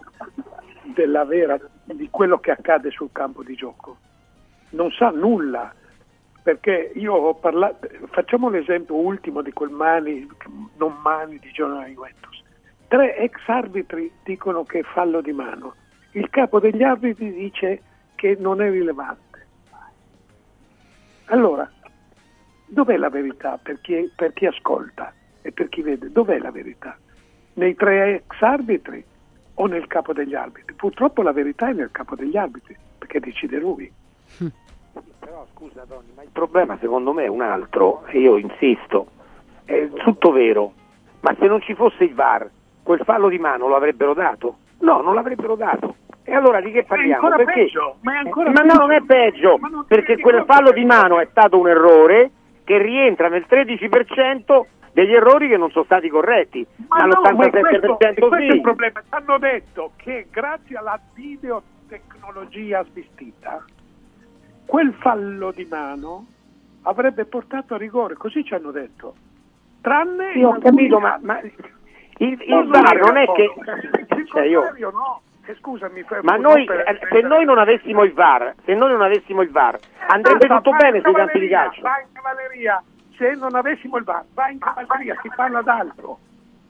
di quello che accade sul campo di gioco, non sa nulla, perché io ho parlato, facciamo l'esempio ultimo di quel Mani di Genoa-Juventus, 3 ex arbitri dicono che è fallo di mano, il capo degli arbitri dice che non è rilevante. Allora, dov'è la verità per chi ascolta e per chi vede? Dov'è la verità? Nei 3 ex arbitri o nel capo degli arbitri? Purtroppo la verità è nel capo degli arbitri, perché decide lui. Però scusa Tony, ma il problema secondo me è un altro, e io insisto, è tutto vero, ma se non ci fosse il VAR, quel fallo di mano lo avrebbero dato? No, non l'avrebbero dato. E allora di che parliamo? Perché? Peggio, ma no, non è peggio, perché quel fallo di mano è stato un errore che rientra nel 13% degli errori che non sono stati corretti, ma l'87% questo è il sì. problema. Hanno detto che grazie alla videotecnologia assistita quel fallo di mano avrebbe portato a rigore, così ci hanno detto. Tranne Sì, ho capito, ma il VAR non è che... Cioè no. Scusami, ma noi, se noi non avessimo il VAR, andrebbe tutto bene sui campi di calcio. Va in cavalleria, se non avessimo il VAR, va in cavalleria, si parla d'altro.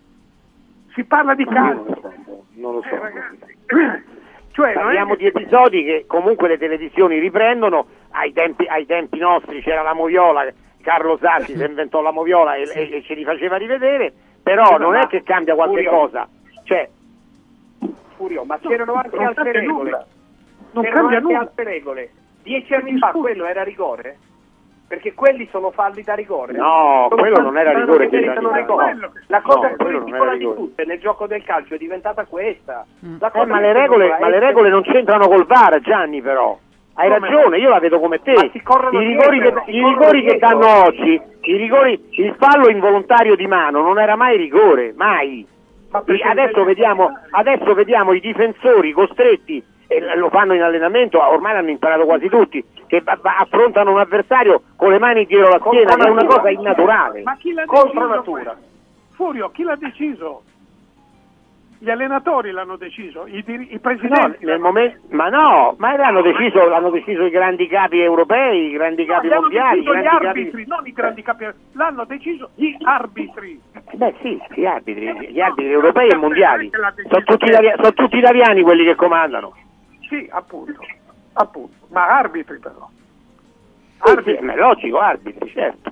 Si parla di calcio. Non lo so. Ragazzi. Cioè, parliamo di episodi che comunque le televisioni riprendono. Ai tempi nostri c'era la moviola, Carlo Santi si inventò la moviola e ce li faceva rivedere, però non è che cambia qualche cosa. Cioè, Furio, ma c'erano anche altre regole. Non cambia nulla. Altre regole. 10 anni fa quello era rigore? Perché quelli sono falli da rigore. No, quello non era rigore. La cosa più ridicola di tutte nel gioco del calcio è diventata questa. Ma le regole non c'entrano col VAR, Gianni, però. Hai ragione, io la vedo come te. I rigori che danno oggi, il fallo involontario di mano non era mai rigore, mai. Adesso vediamo i difensori costretti, e lo fanno in allenamento, ormai l'hanno imparato quasi tutti, che affrontano un avversario con le mani dietro la schiena, che è una cosa innaturale. Ma chi l'ha contro deciso natura. Furio, chi l'ha deciso? Gli allenatori l'hanno deciso, i presidenti. Ma l'hanno deciso i grandi capi europei, i grandi capi mondiali. Gli arbitri, non i grandi capi, l'hanno deciso gli arbitri. Beh sì, gli arbitri europei e mondiali. Sono tutti italiani quelli che comandano. Sì, appunto, ma arbitri però. Sì, ma è logico, arbitri, certo.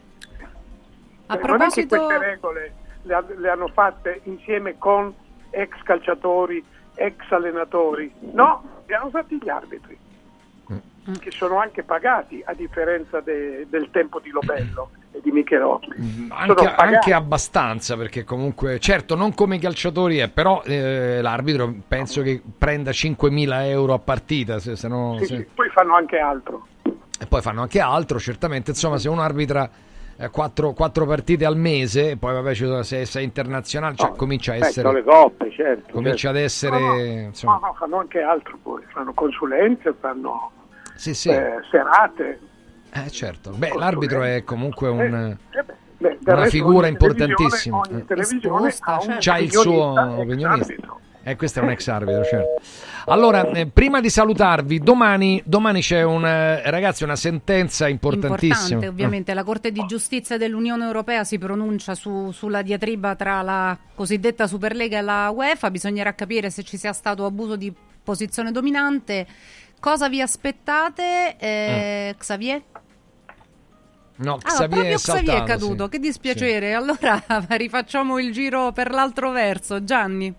A proposito... Non è che queste regole le hanno fatte insieme con ex calciatori, ex allenatori, no, li hanno fatti gli arbitri, che sono anche pagati, a differenza del tempo di Lobello e di Michelotto. Anche abbastanza, perché comunque, certo, non come i calciatori, però l'arbitro penso che prenda 5.000 euro a partita, se no... Sì, poi fanno anche altro. E poi fanno anche altro, certamente, insomma, se uno arbitra 4 partite al mese, e poi vabbè, se sei internazionale, cioè comincia a essere le coppe, certo, comincia ad essere insomma... no, fanno anche altro, poi fanno consulenze, fanno sì. serate, certo. Beh, l'arbitro è comunque una figura importantissima, c'ha il suo opinionista. Questo è un ex arbitro, certo. Allora, prima di salutarvi, domani c'è ragazzi, una sentenza importantissima. Importante, ovviamente. La Corte di Giustizia dell'Unione Europea si pronuncia sulla diatriba tra la cosiddetta Superlega e la UEFA. Bisognerà capire se ci sia stato abuso di posizione dominante. Cosa vi aspettate, Xavier? No, Xavier è caduto, sì. Che dispiacere. Sì. Allora rifacciamo il giro per l'altro verso. Gianni.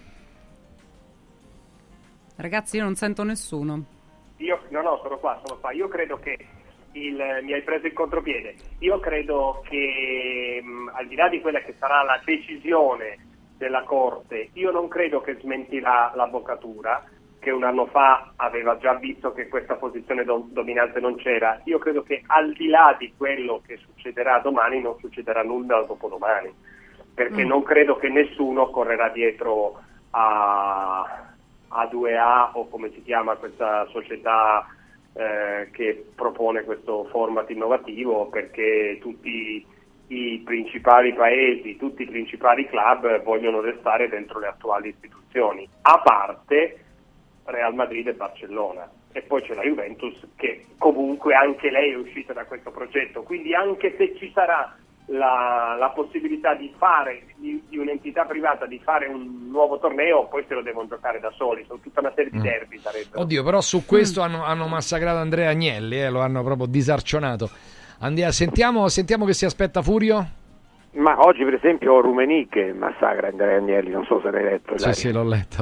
Ragazzi, io non sento nessuno. Sono qua. Io credo che mi hai preso il contropiede. Io credo che al di là di quella che sarà la decisione della Corte, io non credo che smentirà l'avvocatura, che un anno fa aveva già visto che questa posizione dominante non c'era. Io credo che al di là di quello che succederà domani non succederà nulla dopodomani, perché non credo che nessuno correrà dietro a 2A o come si chiama questa società che propone questo format innovativo, perché tutti i principali paesi, tutti i principali club vogliono restare dentro le attuali istituzioni, a parte Real Madrid e Barcellona, e poi c'è la Juventus che comunque anche lei è uscita da questo progetto, quindi anche se ci sarà la possibilità di fare di un'entità privata di fare un nuovo torneo, poi se lo devono giocare da soli, sono tutta una serie di derby sarebbero. Oddio, però su questo hanno massacrato Andrea Agnelli, lo hanno proprio disarcionato. Sentiamo che si aspetta Furio. Ma oggi per esempio Rummenigge che massacra Andrea Agnelli, non so se l'hai letto. Sì, l'ho letto.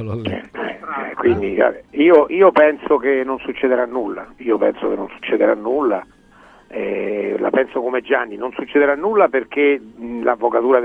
Quindi io penso che non succederà nulla, La penso come Gianni, non succederà nulla perché l'avvocatura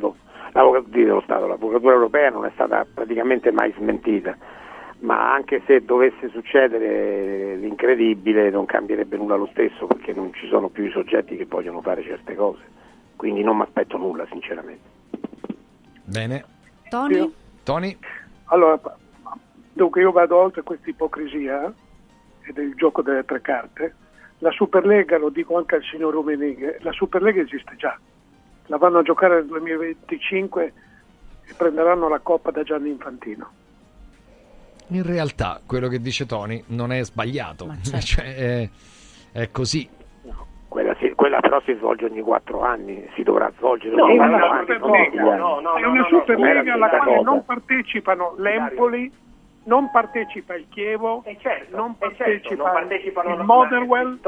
europea non è stata praticamente mai smentita, ma anche se dovesse succedere l'incredibile non cambierebbe nulla lo stesso, perché non ci sono più i soggetti che vogliono fare certe cose, quindi non mi aspetto nulla sinceramente. Bene. Tony? Allora, dunque io vado oltre questa ipocrisia e del gioco delle tre carte. La Superlega, lo dico anche al signor Rummenigge, la Superlega esiste già, la vanno a giocare nel 2025 e prenderanno la Coppa da Gianni Infantino. In realtà quello che dice Tony non è sbagliato, cioè, è così. Quella però si svolge ogni 4 anni, si dovrà svolgere. È una Superlega alla quale non partecipano l'Empoli, non partecipa il Chievo, non partecipa il Motherwell.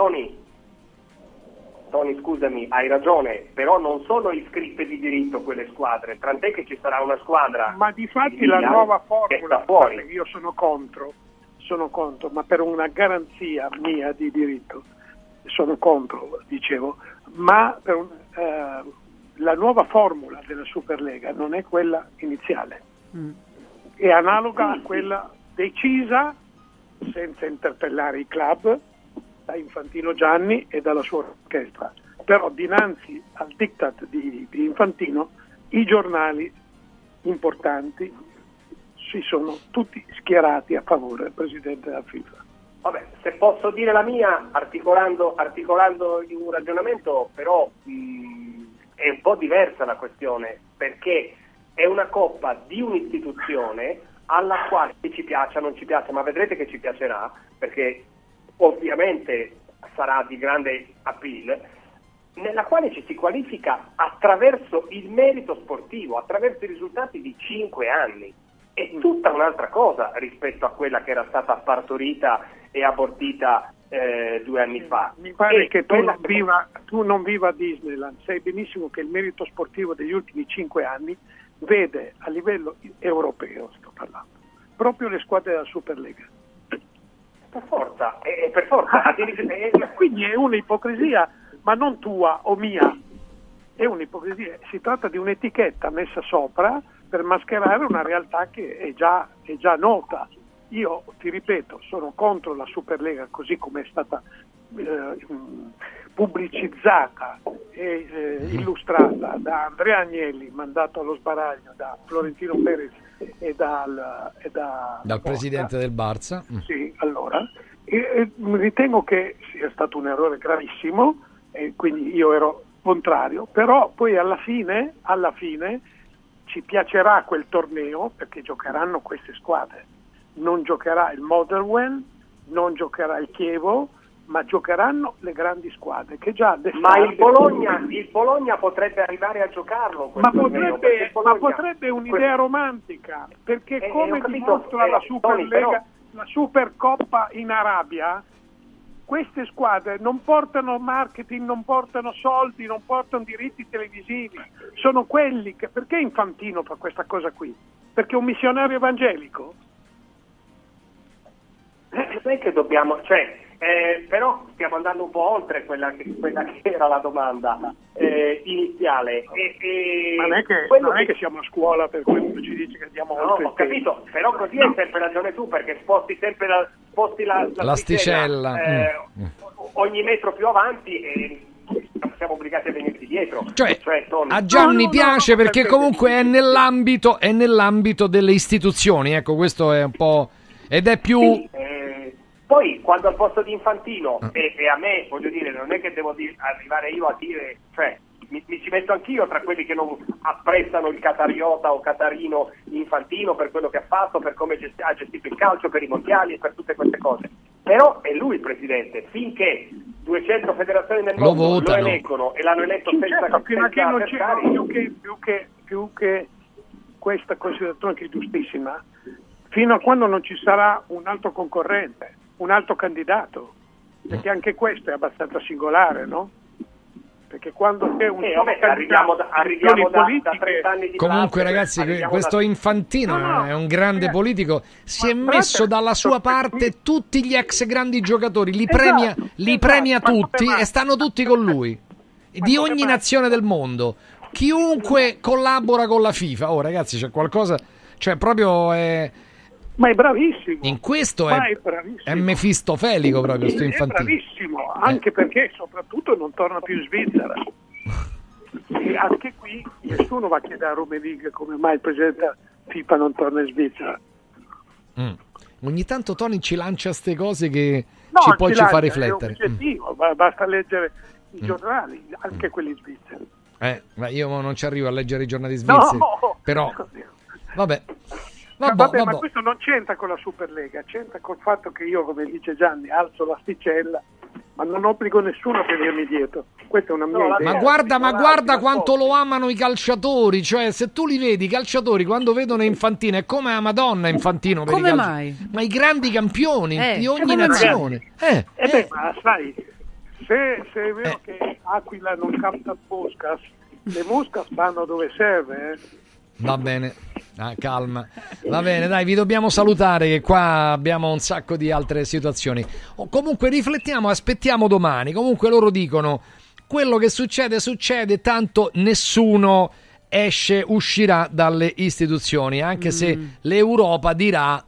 Tony, scusami, hai ragione, però non sono iscritte di diritto quelle squadre, tant'è che ci sarà una squadra. Ma difatti la nuova formula, io sono contro, ma per una garanzia mia di diritto sono contro, dicevo, ma per la nuova formula della Superlega non è quella iniziale. È analoga a quella decisa, senza interpellare i club, da Infantino Gianni e dalla sua orchestra. Però dinanzi al diktat di Infantino i giornali importanti si sono tutti schierati a favore del presidente della FIFA. Vabbè, se posso dire la mia, articolando un ragionamento, però è un po' diversa la questione, perché è una coppa di un'istituzione alla quale ci piaccia o non ci piace, ma vedrete che ci piacerà, perché ovviamente sarà di grande appeal, nella quale ci si qualifica attraverso il merito sportivo, attraverso i risultati di 5 anni. È tutta un'altra cosa rispetto a quella che era stata partorita e abortita 2 anni fa. Mi pare che tu non viva a Disneyland, sai benissimo che il merito sportivo degli ultimi 5 anni vede a livello europeo, sto parlando, proprio le squadre della Superlega. Per forza. Quindi è un'ipocrisia, ma non tua o mia, è un'ipocrisia, si tratta di un'etichetta messa sopra per mascherare una realtà che è già nota. Io ti ripeto, sono contro la Superlega così come è stata pubblicizzata e illustrata da Andrea Agnelli, mandato allo sbaraglio da Florentino Perez e dal presidente del Barça. Sì, allora ritengo che sia stato un errore gravissimo e quindi io ero contrario, però poi alla fine ci piacerà quel torneo perché giocheranno queste squadre. Non giocherà il Motherwell, non giocherà il Chievo, ma giocheranno le grandi squadre che già ma il Bologna potrebbe arrivare a giocarlo, ma potrebbe un'idea romantica, perché come dimostra la Superlega, la Supercoppa in Arabia, queste squadre non portano marketing, non portano soldi, non portano diritti televisivi, sono quelli che... Perché Infantino fa questa cosa qui? Perché è un missionario evangelico? Sai che dobbiamo, però stiamo andando un po' oltre quella che era la domanda iniziale. Ma non è che siamo a scuola per quello ci dice che andiamo oltre. Ho capito, però così hai sempre ragione tu, perché sposti sempre l'asticella ogni metro più avanti e siamo obbligati a venirti dietro. A Gianni piace perché comunque è nell'ambito delle istituzioni, ecco, questo è un po'... ed è più... Sì, poi quando al posto di Infantino e a me, voglio dire, non è che devo arrivare io a dire, mi ci metto anch'io tra quelli che non apprezzano il catariota o catarino Infantino per quello che ha fatto, per come ha gestito il calcio, per i mondiali e per tutte queste cose. Però è lui il presidente, finché 200 federazioni nel mondo lo eleggono e l'hanno eletto fino a che non c'è più che questa considerazione che è giustissima, fino a quando non ci sarà un altro concorrente, un altro candidato, perché anche questo è abbastanza singolare, no? perché quando c'è un arriviamo da 30 anni di comunque ragazzi, questo Infantino è un grande politico, si è messo dalla sua parte tutti gli ex grandi giocatori, li premia tutti e stanno tutti con lui, di ogni nazione del mondo, chiunque collabora con la FIFA. Oh ragazzi, c'è qualcosa, cioè proprio ma è bravissimo. In questo è mefistofelico proprio sto Infantino. È bravissimo, anche perché soprattutto non torna più in Svizzera. E anche qui nessuno va a chiedere a Rummenigge come mai il presidente FIFA non torna in Svizzera. Ogni tanto Tony ci lancia queste cose che ci fa riflettere. È un oggettivo, basta leggere i giornali, anche quelli svizzeri. Ma io non ci arrivo a leggere i giornali svizzeri, però vabbè. Ma questo non c'entra con la Superlega, c'entra col fatto che io, come dice Gianni, alzo l'asticella, ma non obbligo nessuno a venirmi dietro. Questa è una mia idea. Ma guarda quanto lo amano i calciatori, cioè se tu li vedi, i calciatori quando vedono Infantino è come la Madonna Infantino per come mai? Ma i grandi campioni di ogni nazione. Ma sai, se è vero che Aquila non capta Moscas, le Moscas vanno dove serve, Va bene, calma. Va bene, dai, vi dobbiamo salutare che qua abbiamo un sacco di altre situazioni. Comunque riflettiamo, aspettiamo domani. Comunque loro dicono quello che succede, tanto nessuno uscirà dalle istituzioni, anche se l'Europa dirà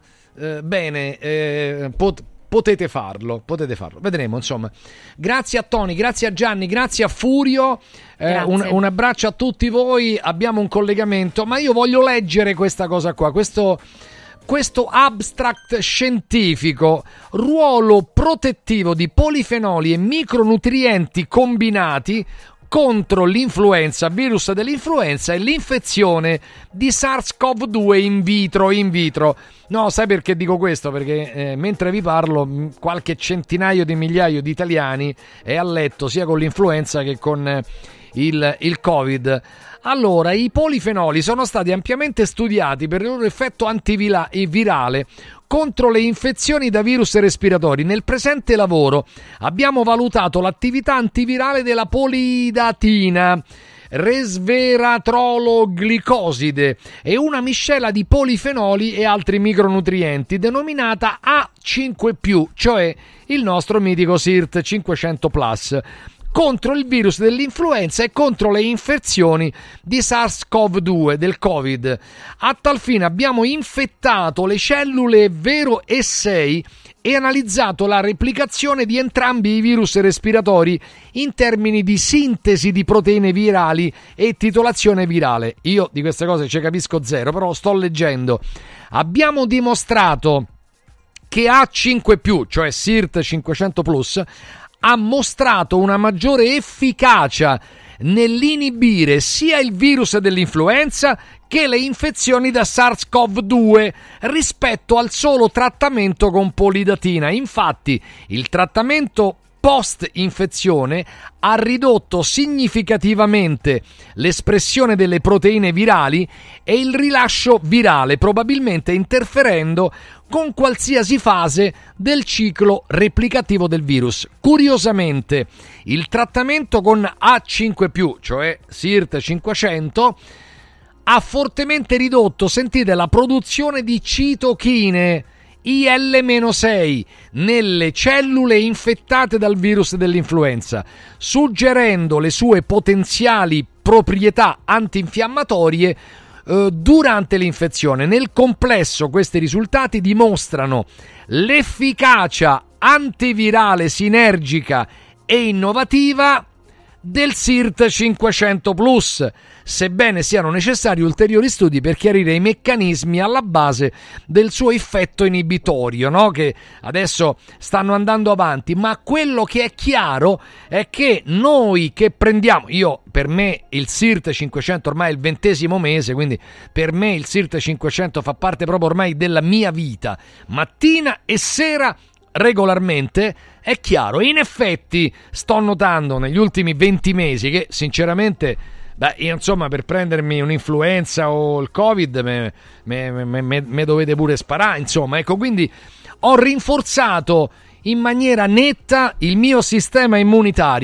potete farlo, vedremo, insomma. Grazie a Tony, grazie a Gianni, grazie a Furio, un abbraccio a tutti voi. Abbiamo un collegamento, ma io voglio leggere questa cosa qua, questo abstract scientifico: ruolo protettivo di polifenoli e micronutrienti combinati contro l'influenza, virus dell'influenza e l'infezione di SARS-CoV-2 in vitro. No, sai perché dico questo? Perché mentre vi parlo qualche centinaio di migliaia di italiani è a letto sia con l'influenza che con il Covid. Allora, i polifenoli sono stati ampiamente studiati per il loro effetto antivirale contro le infezioni da virus respiratori. Nel presente lavoro abbiamo valutato l'attività antivirale della polidatina, resveratrologlicoside e una miscela di polifenoli e altri micronutrienti denominata A5+, cioè il nostro mitico SIRT 500+, contro il virus dell'influenza e contro le infezioni di SARS-CoV-2 del Covid. A tal fine abbiamo infettato le cellule Vero E6 e analizzato la replicazione di entrambi i virus respiratori in termini di sintesi di proteine virali e titolazione virale. Io di queste cose ci capisco zero, però sto leggendo. Abbiamo dimostrato che A5+, cioè SIRT 500+, ha mostrato una maggiore efficacia nell'inibire sia il virus dell'influenza che le infezioni da SARS-CoV-2 rispetto al solo trattamento con polidatina. Infatti, il trattamento post-infezione ha ridotto significativamente l'espressione delle proteine virali e il rilascio virale, probabilmente interferendo con qualsiasi fase del ciclo replicativo del virus. Curiosamente, il trattamento con A5+, cioè SIRT 500, ha fortemente ridotto, sentite, la produzione di citochine IL-6 nelle cellule infettate dal virus dell'influenza, suggerendo le sue potenziali proprietà antinfiammatorie durante l'infezione. Nel complesso questi risultati dimostrano l'efficacia antivirale sinergica e innovativa del SIRT 500+, sebbene siano necessari ulteriori studi per chiarire i meccanismi alla base del suo effetto inibitorio, no? Che adesso stanno andando avanti, ma quello che è chiaro è che noi che prendiamo, per me il SIRT 500 ormai è il 20° mese, quindi per me il SIRT 500 fa parte proprio ormai della mia vita, mattina e sera regolarmente. È chiaro, in effetti sto notando negli ultimi 20 mesi che sinceramente, io, insomma, per prendermi un'influenza o il Covid me dovete pure sparare, insomma, ecco, quindi ho rinforzato in maniera netta il mio sistema immunitario.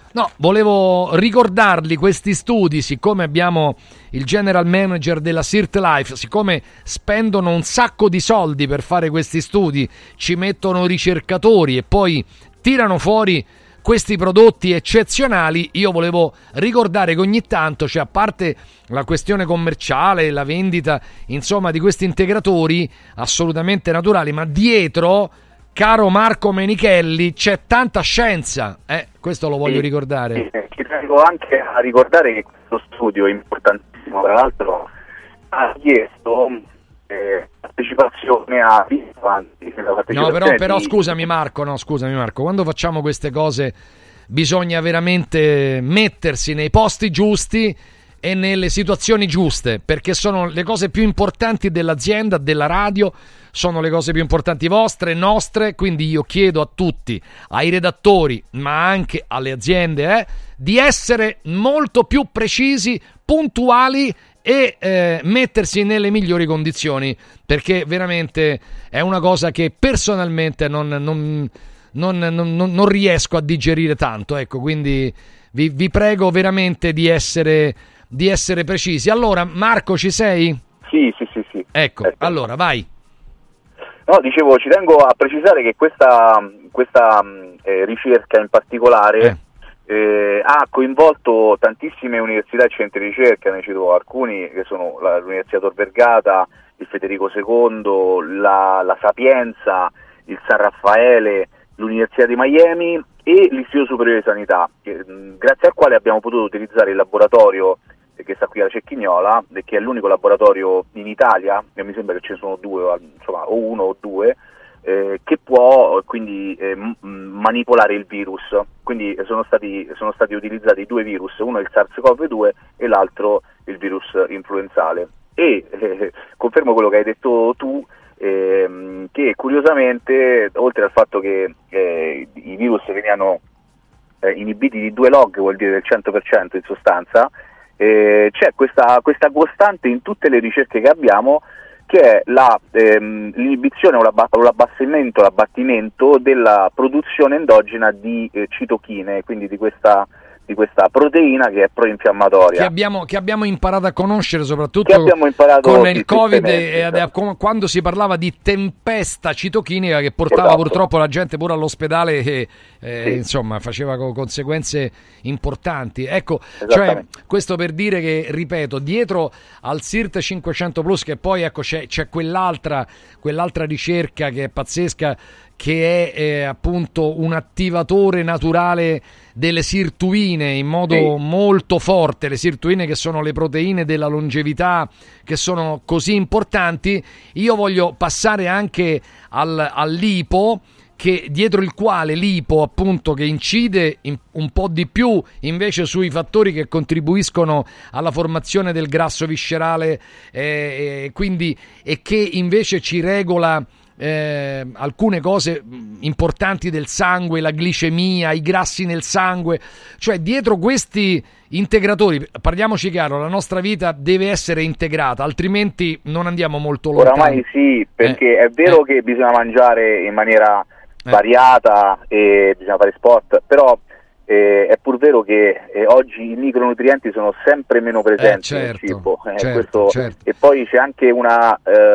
No, volevo ricordarli questi studi, siccome abbiamo il general manager della Sirt Life, siccome spendono un sacco di soldi per fare questi studi, ci mettono ricercatori e poi tirano fuori questi prodotti eccezionali, io volevo ricordare che ogni tanto, cioè a parte la questione commerciale, la vendita, insomma, di questi integratori assolutamente naturali, ma dietro, caro Marco Menichelli, c'è tanta scienza, questo lo voglio ricordare. Ci tengo anche a ricordare che questo studio importantissimo, tra l'altro, ha chiesto partecipazione a No, però scusami Marco, quando facciamo queste cose bisogna veramente mettersi nei posti giusti e nelle situazioni giuste, perché sono le cose più importanti dell'azienda, della radio, sono le cose più importanti vostre, nostre, quindi io chiedo a tutti, ai redattori, ma anche alle aziende, di essere molto più precisi, puntuali e mettersi nelle migliori condizioni, perché veramente è una cosa che personalmente non riesco a digerire tanto, ecco, quindi vi prego veramente di essere precisi. Allora, Marco, ci sei? Sì. Ecco, allora vai. No, dicevo, ci tengo a precisare che questa ricerca in particolare ha coinvolto tantissime università e centri di ricerca, ne cito alcuni che sono l'Università Tor Vergata, il Federico II, la Sapienza, il San Raffaele, l'Università di Miami e l'Istituto Superiore di Sanità, grazie al quale abbiamo potuto utilizzare il laboratorio che sta qui alla Cecchignola, che è l'unico laboratorio in Italia, e mi sembra che ce ne sono due, insomma, o uno o due, che può quindi manipolare il virus. Quindi sono stati utilizzati due virus, uno il SARS-CoV-2 e l'altro il virus influenzale. E confermo quello che hai detto tu, che curiosamente, oltre al fatto che i virus venivano inibiti di 2 log, vuol dire del 100% in sostanza, c'è questa costante in tutte le ricerche che abbiamo, che è l'inibizione o l'abbattimento della produzione endogena di citochine, quindi di questa proteina che è proinfiammatoria. Che abbiamo imparato a conoscere soprattutto con il Covid, quando si parlava di tempesta citochinica che portava purtroppo la gente pure all'ospedale e insomma faceva conseguenze importanti. Ecco, cioè, questo per dire che, ripeto, dietro al SIRT 500 Plus, che poi ecco c'è quell'altra ricerca che è pazzesca, che è appunto un attivatore naturale delle sirtuine in modo molto forte, le sirtuine che sono le proteine della longevità, che sono così importanti. Io voglio passare anche al lipo, che dietro il quale lipo, appunto, che incide un po' di più invece sui fattori che contribuiscono alla formazione del grasso viscerale, quindi, e che invece ci regola alcune cose importanti del sangue, la glicemia, i grassi nel sangue. Cioè dietro questi integratori, parliamoci chiaro, la nostra vita deve essere integrata, altrimenti non andiamo molto lontano. Oramai sì, perché è vero che bisogna mangiare in maniera variata e bisogna fare sport, però è pur vero che oggi i micronutrienti sono sempre meno presenti nel cibo, e poi c'è anche una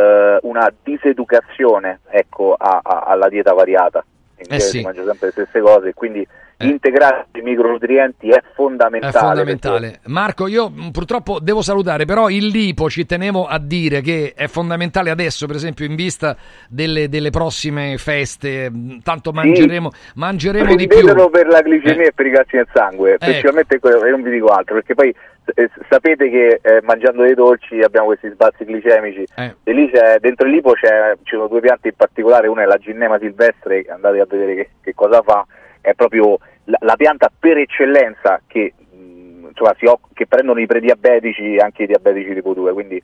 diseducazione, ecco, alla dieta variata, si mangia sempre le stesse cose, quindi integrare i micronutrienti è fondamentale. Marco, io purtroppo devo salutare, però il lipo ci tenevo a dire che è fondamentale adesso, per esempio in vista delle prossime feste, tanto mangeremo di più per la glicemia e per i grassi nel sangue, principalmente quello, e non vi dico altro, perché poi sapete che mangiando dei dolci abbiamo questi sbalzi glicemici, e lì dentro il lipo ci sono due piante in particolare, una è la ginnema silvestre, andate a vedere che cosa fa. È proprio la pianta per eccellenza che prendono i prediabetici e anche i diabetici tipo 2, quindi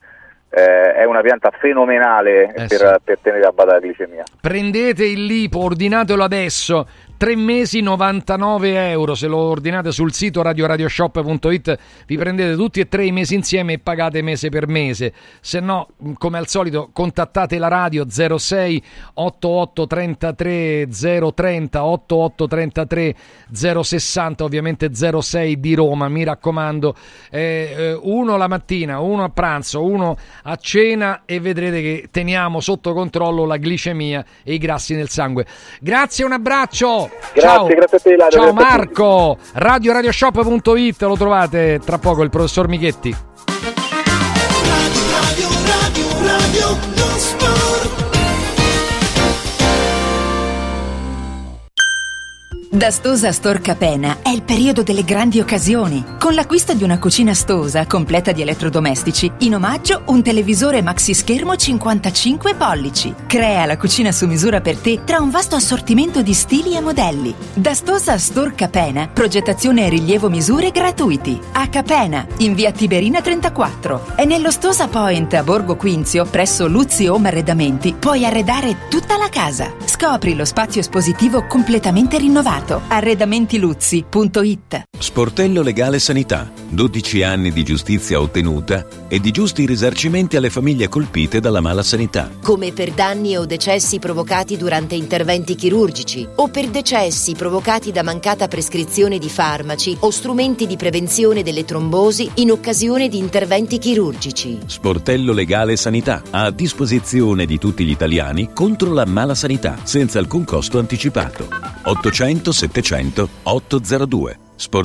è una pianta fenomenale per tenere a bada la glicemia. Prendete il lipo, ordinatelo adesso, 3 mesi 99 euro. Se lo ordinate sul sito radioradioshop.it vi prendete tutti e 3 i mesi insieme e pagate mese per mese. Se no, come al solito, contattate la radio 06 88 33 030 88 33 060, ovviamente 06 di Roma, mi raccomando. Uno la mattina, uno a pranzo, uno a cena e vedrete che teniamo sotto controllo la glicemia e i grassi nel sangue. Grazie, un abbraccio. Grazie a te, Ilaria. Ciao Marco. radioradioshop.it, lo trovate tra poco il professor Michetti. Radio lo sport. Da Stosa Store Capena è il periodo delle grandi occasioni. Con l'acquisto di una cucina Stosa completa di elettrodomestici, in omaggio un televisore maxi schermo 55 pollici. Crea la cucina su misura per te tra un vasto assortimento di stili e modelli. Da Stosa Store Capena, progettazione e rilievo misure gratuiti. A Capena, in via Tiberina 34. E nello Stosa Point a Borgo Quinzio, presso Luzzi Home Arredamenti, puoi arredare tutta la casa. Scopri lo spazio espositivo completamente rinnovato. Arredamentiluzzi.it. Sportello Legale Sanità. 12 anni di giustizia ottenuta e di giusti risarcimenti alle famiglie colpite dalla mala sanità. Come per danni o decessi provocati durante interventi chirurgici o per decessi provocati da mancata prescrizione di farmaci o strumenti di prevenzione delle trombosi in occasione di interventi chirurgici. Sportello Legale Sanità, a disposizione di tutti gli italiani contro la mala sanità, senza alcun costo anticipato. 800 700 802.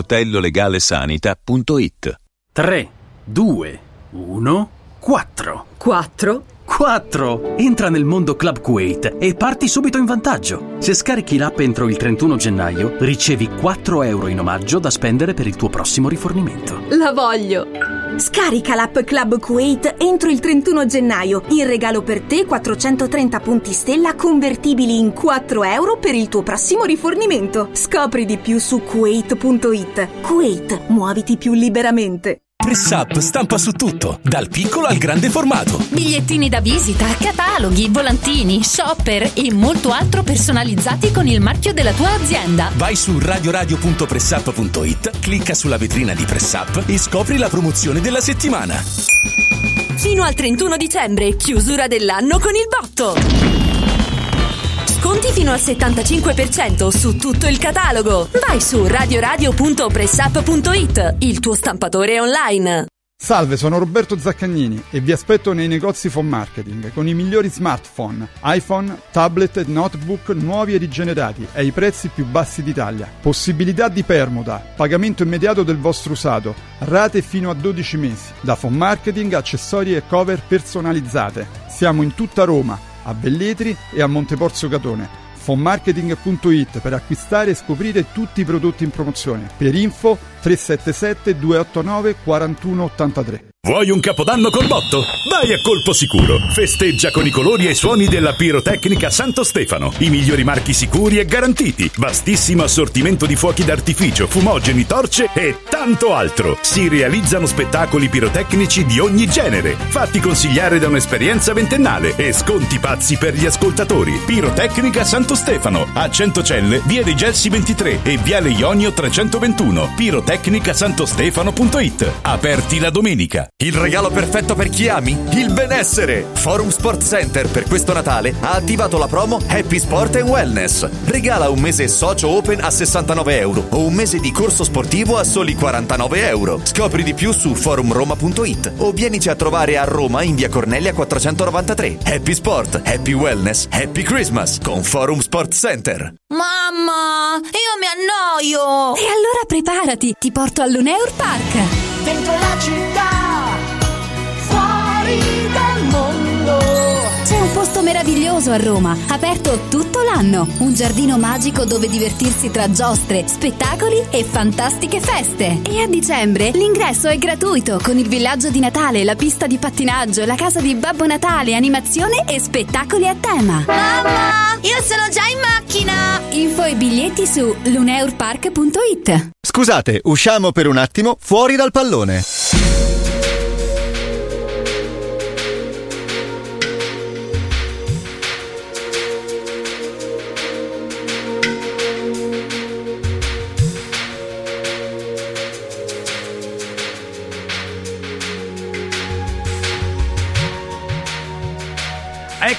sportellolegalesanita.it. 3, 2, 1, 4. 4? 4! Entra nel mondo Club Kuwait e parti subito in vantaggio. Se scarichi l'app entro il 31 gennaio, ricevi 4 euro in omaggio da spendere per il tuo prossimo rifornimento. La voglio! Scarica l'app Club Kuwait entro il 31 gennaio. In regalo per te 430 punti stella convertibili in 4 euro per il tuo prossimo rifornimento. Scopri di più su kuwait.it. Kuwait, muoviti più liberamente. PressUp stampa su tutto, dal piccolo al grande formato. Bigliettini da visita, cataloghi, volantini, shopper e molto altro personalizzati con il marchio della tua azienda. Vai su radioradio.pressup.it, clicca sulla vetrina di PressUp e scopri la promozione della settimana. Fino al 31 dicembre, chiusura dell'anno con il botto. Sconti fino al 75% su tutto il catalogo. Vai su radioradio.pressup.it, il tuo stampatore online. Salve, sono Roberto Zaccagnini e vi aspetto nei negozi Phone Marketing con i migliori smartphone, iPhone, tablet e notebook nuovi e rigenerati ai prezzi più bassi d'Italia. Possibilità di permuta, pagamento immediato del vostro usato, rate fino a 12 mesi. Da Phone Marketing, accessori e cover personalizzate. Siamo in tutta Roma, a Velletri e a Monteporzio Catone. Fonmarketing.it per acquistare e scoprire tutti i prodotti in promozione. Per info 377 289 4183. Vuoi un capodanno col botto? Vai a Colpo Sicuro. Festeggia con i colori e i suoni della pirotecnica Santo Stefano. I migliori marchi sicuri e garantiti. Vastissimo assortimento di fuochi d'artificio, fumogeni, torce e tanto altro. Si realizzano spettacoli pirotecnici di ogni genere. Fatti consigliare da un'esperienza ventennale e sconti pazzi per gli ascoltatori. Pirotecnica Santo Stefano. A Centocelle, via dei Gelsi 23 e viale Ionio 321. pirotecnicasantostefano.it. Aperti la domenica. Il regalo perfetto per chi ami? Il benessere! Forum Sport Center per questo Natale ha attivato la promo Happy Sport and Wellness. Regala un mese socio open a 69 euro o un mese di corso sportivo a soli 49 euro. Scopri di più su forumroma.it o vienici a trovare a Roma in via Cornelia 493. Happy Sport, Happy Wellness, Happy Christmas con Forum Sport Center. Mamma, io mi annoio! E allora preparati, ti porto all'Uneur Park. Dentro la città, fuori dal mondo. C'è un posto meraviglioso a Roma, aperto tutto l'anno. Un giardino magico dove divertirsi tra giostre, spettacoli e fantastiche feste. E a dicembre l'ingresso è gratuito con il villaggio di Natale, la pista di pattinaggio, la casa di Babbo Natale, animazione e spettacoli a tema. Mamma, io sono già in macchina. Info e biglietti su luneurpark.it. Scusate, usciamo per un attimo fuori dal pallone.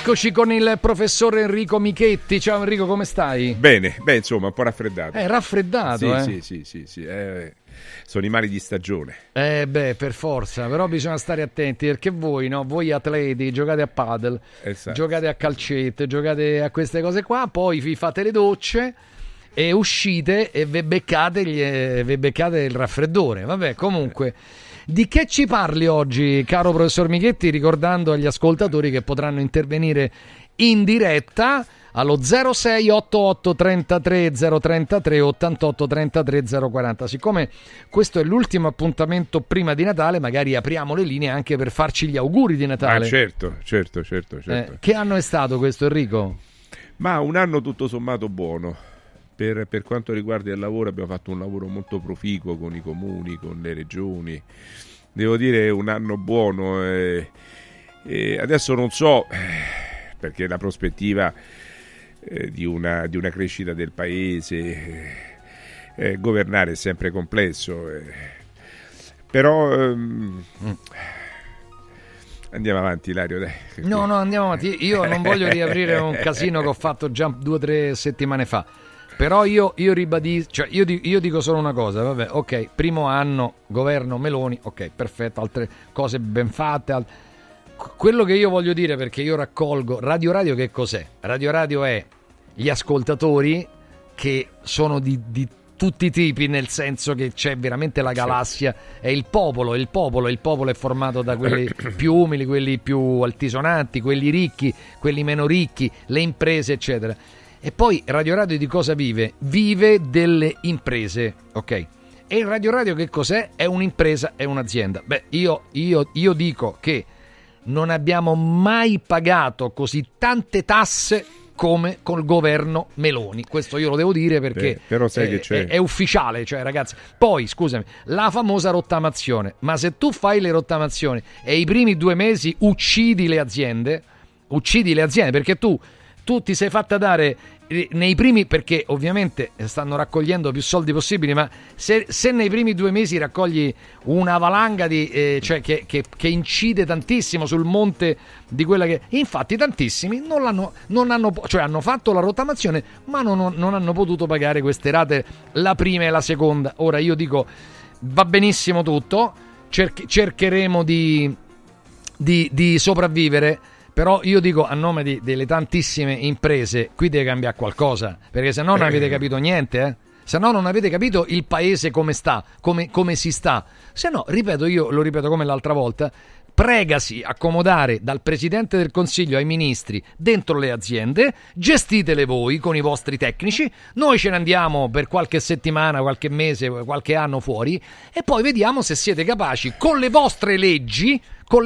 eccoci con il professor Enrico Michetti. Ciao Enrico, come stai? Bene, insomma, un po' raffreddato. Raffreddato, Sì. Sono i mali di stagione. Per forza, però bisogna stare attenti perché voi atleti giocate a padel, giocate a calcetto, giocate a queste cose qua, poi vi fate le docce e uscite e vi beccate il raffreddore. Vabbè, comunque, di che ci parli oggi, caro professor Michetti, ricordando agli ascoltatori che potranno intervenire in diretta allo 06 88 33 033 88 33 040. Siccome questo è l'ultimo appuntamento prima di Natale, magari apriamo le linee anche per farci gli auguri di Natale. Certo. Che anno è stato questo, Enrico? Ma un anno tutto sommato buono. Per quanto riguarda il lavoro, abbiamo fatto un lavoro molto proficuo con i comuni, con le regioni. Devo dire un anno buono. E adesso non so, perché la prospettiva di una crescita del paese, governare è sempre complesso, però andiamo avanti, Ilario, dai. No, andiamo avanti. Io non voglio riaprire un casino che ho fatto già 2 o 3 settimane fa, però io ribadisco, cioè io dico solo una cosa, vabbè, ok, primo anno governo Meloni, ok, perfetto, altre cose ben fatte. Quello che io voglio dire, perché io raccolgo Radio che cos'è? Radio è gli ascoltatori che sono di tutti i tipi, nel senso che c'è veramente la galassia, è il popolo è formato da quelli più umili, quelli più altisonanti, quelli ricchi, quelli meno ricchi, le imprese eccetera. E poi Radio di cosa vive? Vive delle imprese, ok? E il Radio che cos'è? È un'impresa, è un'azienda. Beh, io dico che non abbiamo mai pagato così tante tasse come col governo Meloni. Questo io lo devo dire perché però sai che c'è. È ufficiale, cioè ragazzi. Poi scusami, la famosa rottamazione, ma se tu fai le rottamazioni e i primi 2 mesi uccidi le aziende perché tu ti sei fatta dare nei primi, perché ovviamente stanno raccogliendo più soldi possibili, ma se nei primi 2 mesi raccogli una valanga di cioè che incide tantissimo sul monte di quella che, infatti tantissimi non hanno, cioè hanno fatto la rottamazione ma non hanno potuto pagare queste rate, la prima e la seconda. Ora io dico, va benissimo tutto, cercheremo di sopravvivere. Però io dico, a nome delle tantissime imprese, qui deve cambiare qualcosa, perché se no non avete capito niente, se no non avete capito il paese come sta, come si sta. Se no, io lo ripeto come l'altra volta, pregasi accomodare dal Presidente del Consiglio ai ministri dentro le aziende, gestitele voi con i vostri tecnici, noi ce ne andiamo per qualche settimana, qualche mese, qualche anno fuori e poi vediamo se siete capaci con le vostre leggi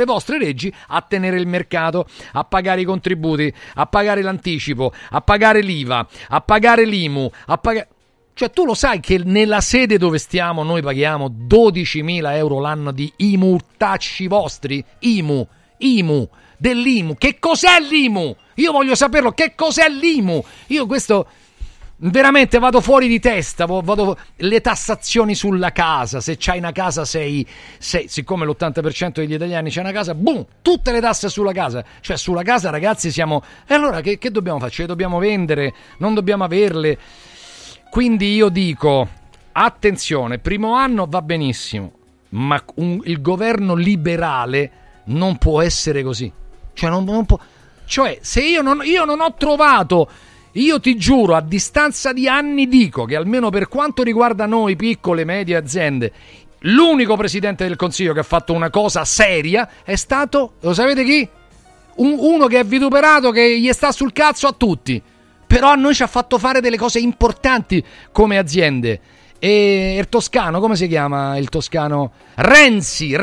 a tenere il mercato, a pagare i contributi, a pagare l'anticipo, a pagare l'IVA, a pagare l'IMU, Cioè tu lo sai che nella sede dove stiamo noi paghiamo 12.000 euro l'anno di IMU, tacci vostri, IMU, dell'IMU. Che cos'è l'IMU? Io voglio saperlo, che cos'è l'IMU? Io questo veramente vado fuori di testa, le tassazioni sulla casa, se c'hai una casa sei siccome l'80% degli italiani c'ha una casa, boom, tutte le tasse sulla casa, cioè sulla casa ragazzi siamo, e allora che dobbiamo fare? Ce le dobbiamo vendere? Non dobbiamo averle? Quindi io dico, attenzione, primo anno va benissimo, ma il governo liberale non può essere così, cioè non può, cioè se io non ho trovato. Io ti giuro, a distanza di anni dico che almeno per quanto riguarda noi piccole e medie aziende, l'unico Presidente del Consiglio che ha fatto una cosa seria è stato, lo sapete chi? Uno che è vituperato, che gli sta sul cazzo a tutti, però a noi ci ha fatto fare delle cose importanti come aziende. E il toscano, come si chiama il toscano? Renzi.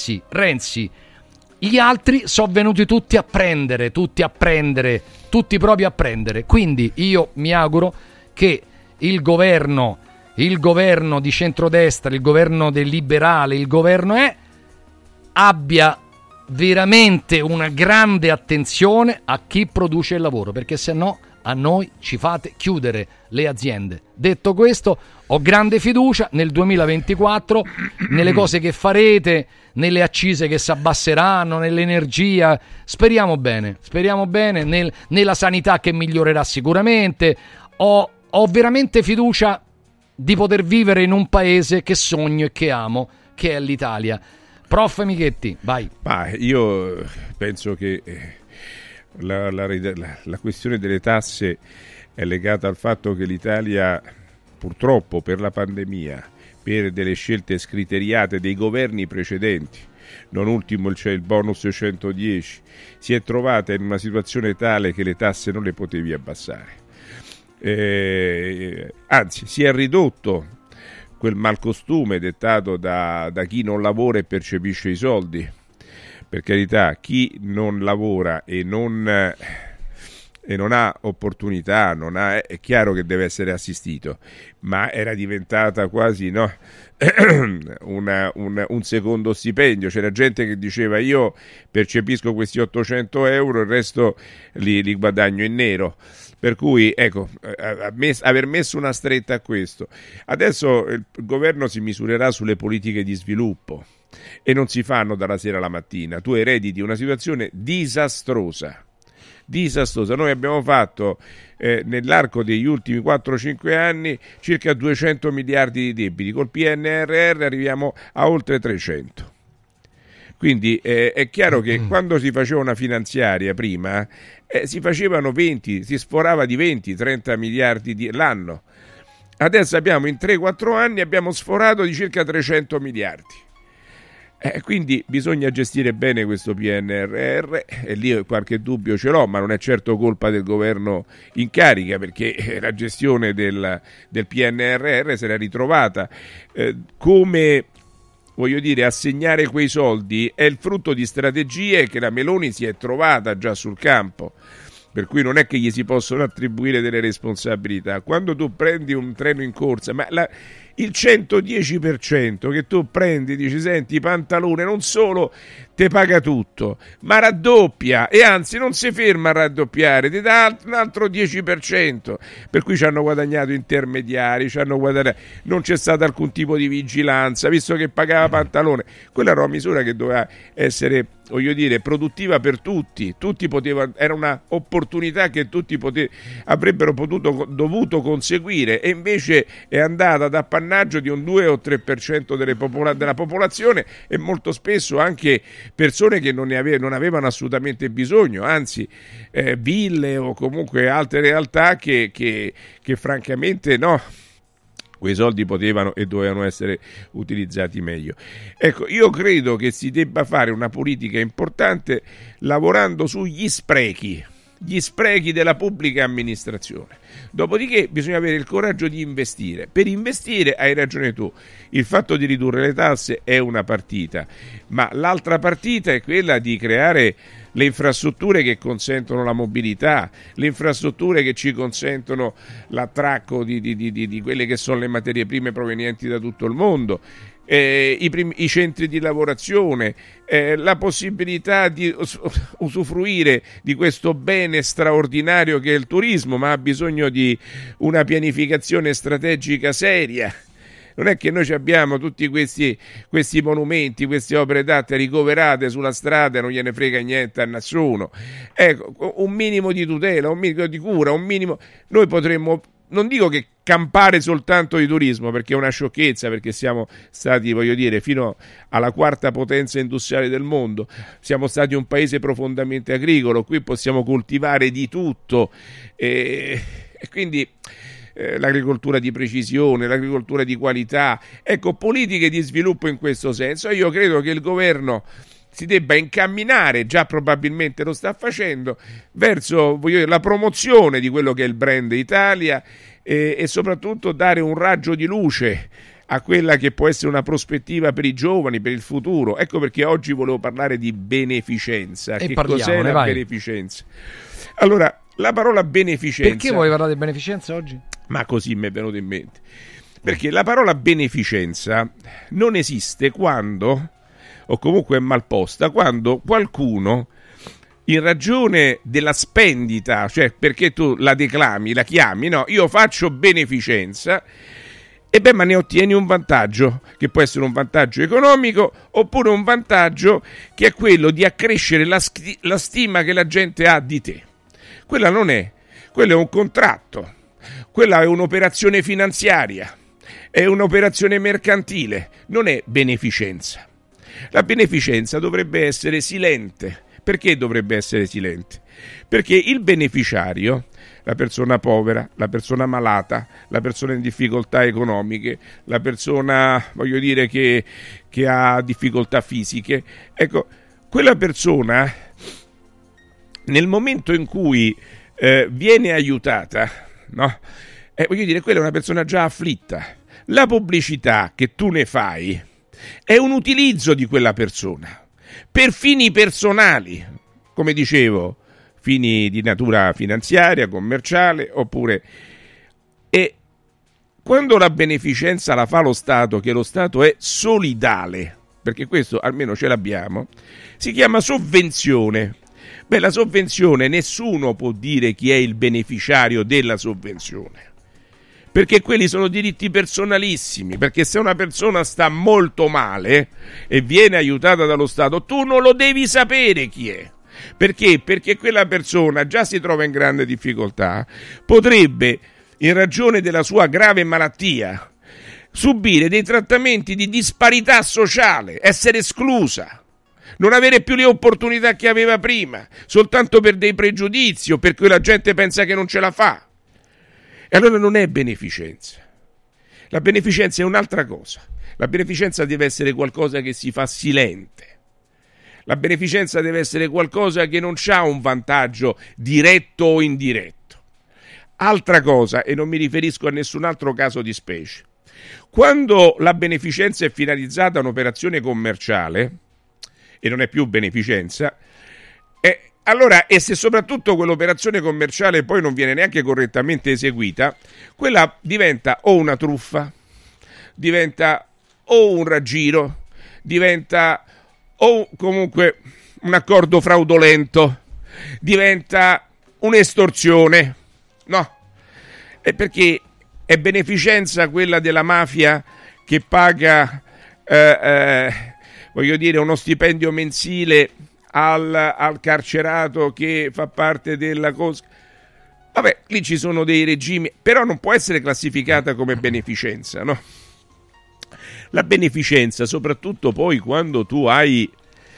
Gli altri sono venuti tutti proprio a prendere. Quindi io mi auguro che il governo di centrodestra, il governo del liberale, il governo abbia veramente una grande attenzione a chi produce il lavoro, perché se no a noi ci fate chiudere le aziende. Detto questo, ho grande fiducia nel 2024, nelle cose che farete, nelle accise che si abbasseranno, nell'energia. Speriamo bene, nella sanità che migliorerà sicuramente. Ho veramente fiducia di poter vivere in un paese che sogno e che amo, che è l'Italia. Prof. Michetti, vai. Io penso che la questione delle tasse è legata al fatto che l'Italia, purtroppo per la pandemia, per delle scelte scriteriate dei governi precedenti, non ultimo il bonus 110, si è trovata in una situazione tale che le tasse non le potevi abbassare. Anzi, si è ridotto quel malcostume dettato da chi non lavora e percepisce i soldi. Per carità, chi non lavora e non ha opportunità, è chiaro che deve essere assistito, ma era diventata quasi un secondo stipendio. C'era gente che diceva: io percepisco questi 800 euro, il resto li guadagno in nero. Per cui, ecco, aver messo una stretta a questo. Adesso il governo si misurerà sulle politiche di sviluppo e non si fanno dalla sera alla mattina. Tu erediti una situazione disastrosa. Noi abbiamo fatto nell'arco degli ultimi 4-5 anni circa 200 miliardi di debiti. Col PNRR arriviamo a oltre 300. Quindi è chiaro che quando si faceva una finanziaria prima si facevano si sforava di 20-30 miliardi l'anno. Adesso abbiamo in 3-4 anni abbiamo sforato di circa 300 miliardi. Quindi bisogna gestire bene questo PNRR, e lì qualche dubbio ce l'ho, ma non è certo colpa del governo in carica, perché la gestione del PNRR si era ritrovata come, voglio dire, assegnare quei soldi è il frutto di strategie che la Meloni si è trovata già sul campo, per cui non è che gli si possono attribuire delle responsabilità. Quando tu prendi un treno in corsa, ma il 110% che tu prendi, dici: senti, Pantalone non solo te paga tutto, ma raddoppia, e anzi non si ferma a raddoppiare, ti dà un altro 10%, per cui ci hanno guadagnato intermediari, non c'è stato alcun tipo di vigilanza, visto che pagava Pantalone. Quella era una misura che doveva essere, voglio dire, produttiva per tutti potevano, era una opportunità che tutti avrebbero dovuto conseguire, e invece è andata ad appannaggio di un 2 o 3% della popolazione, e molto spesso anche persone che non avevano assolutamente bisogno, anzi ville o comunque altre realtà che francamente quei soldi potevano e dovevano essere utilizzati meglio. Ecco, io credo che si debba fare una politica importante lavorando sugli sprechi della pubblica amministrazione. Dopodiché bisogna avere il coraggio di investire. Per investire, hai ragione tu, il fatto di ridurre le tasse è una partita, ma l'altra partita è quella di creare le infrastrutture che consentono la mobilità, le infrastrutture che ci consentono l'attracco di quelle che sono le materie prime provenienti da tutto il mondo, i centri di lavorazione, la possibilità di usufruire di questo bene straordinario che è il turismo, ma ha bisogno di una pianificazione strategica seria. Non è che noi abbiamo tutti questi monumenti, queste opere d'arte ricoverate sulla strada e non gliene frega niente a nessuno. Ecco, un minimo di tutela, un minimo di cura, noi potremmo, non dico che campare soltanto di turismo, perché è una sciocchezza, perché siamo stati, voglio dire, fino alla quarta potenza industriale del mondo, siamo stati un paese profondamente agricolo, qui possiamo coltivare di tutto, e quindi l'agricoltura di precisione, l'agricoltura di qualità, ecco, politiche di sviluppo in questo senso. Io credo che il governo si debba incamminare, già probabilmente lo sta facendo, verso, voglio dire, la promozione di quello che è il brand Italia, e soprattutto dare un raggio di luce a quella che può essere una prospettiva per i giovani, per il futuro. Ecco perché oggi volevo parlare di beneficenza. Che cos'è la beneficenza? Allora, la parola beneficenza... Perché vuoi parlare di beneficenza oggi? Ma così mi è venuto in mente. Perché la parola beneficenza non esiste quando, o comunque è mal posta, quando qualcuno in ragione della spendita, cioè perché tu la declami, la chiami, no, io faccio beneficenza, ma ne ottieni un vantaggio, che può essere un vantaggio economico oppure un vantaggio che è quello di accrescere la stima che la gente ha di te. Quello è un contratto, quella è un'operazione finanziaria, è un'operazione mercantile, non è beneficenza. La beneficenza dovrebbe essere silente. Perché dovrebbe essere silente? Perché il beneficiario, la persona povera, la persona malata, la persona in difficoltà economiche, la persona, voglio dire, che ha difficoltà fisiche, ecco, quella persona, nel momento in cui viene aiutata, no? Voglio dire, quella è una persona già afflitta. La pubblicità che tu ne fai è un utilizzo di quella persona per fini personali, come dicevo, fini di natura finanziaria, commerciale, oppure... E quando la beneficenza la fa lo Stato, che lo Stato è solidale, perché questo almeno ce l'abbiamo, si chiama sovvenzione. La sovvenzione, nessuno può dire chi è il beneficiario della sovvenzione, perché quelli sono diritti personalissimi, perché se una persona sta molto male e viene aiutata dallo Stato, tu non lo devi sapere chi è. Perché? Perché quella persona già si trova in grande difficoltà, potrebbe, in ragione della sua grave malattia, subire dei trattamenti di disparità sociale, essere esclusa, non avere più le opportunità che aveva prima, soltanto per dei pregiudizi o perché la gente pensa che non ce la fa. E allora non è beneficenza. La beneficenza è un'altra cosa. La beneficenza deve essere qualcosa che si fa silente. La beneficenza deve essere qualcosa che non ha un vantaggio diretto o indiretto. Altra cosa, e non mi riferisco a nessun altro caso di specie. Quando la beneficenza è finalizzata a un'operazione commerciale e non è più beneficenza, allora, e se soprattutto quell'operazione commerciale poi non viene neanche correttamente eseguita, quella diventa o una truffa, diventa o un raggiro, diventa o comunque un accordo fraudolento, diventa un'estorsione, no? È perché è beneficenza quella della mafia che paga, voglio dire, uno stipendio mensile al carcerato che fa parte della cosa. Vabbè, lì ci sono dei regimi, però non può essere classificata come beneficenza, no? La beneficenza, soprattutto poi quando tu hai,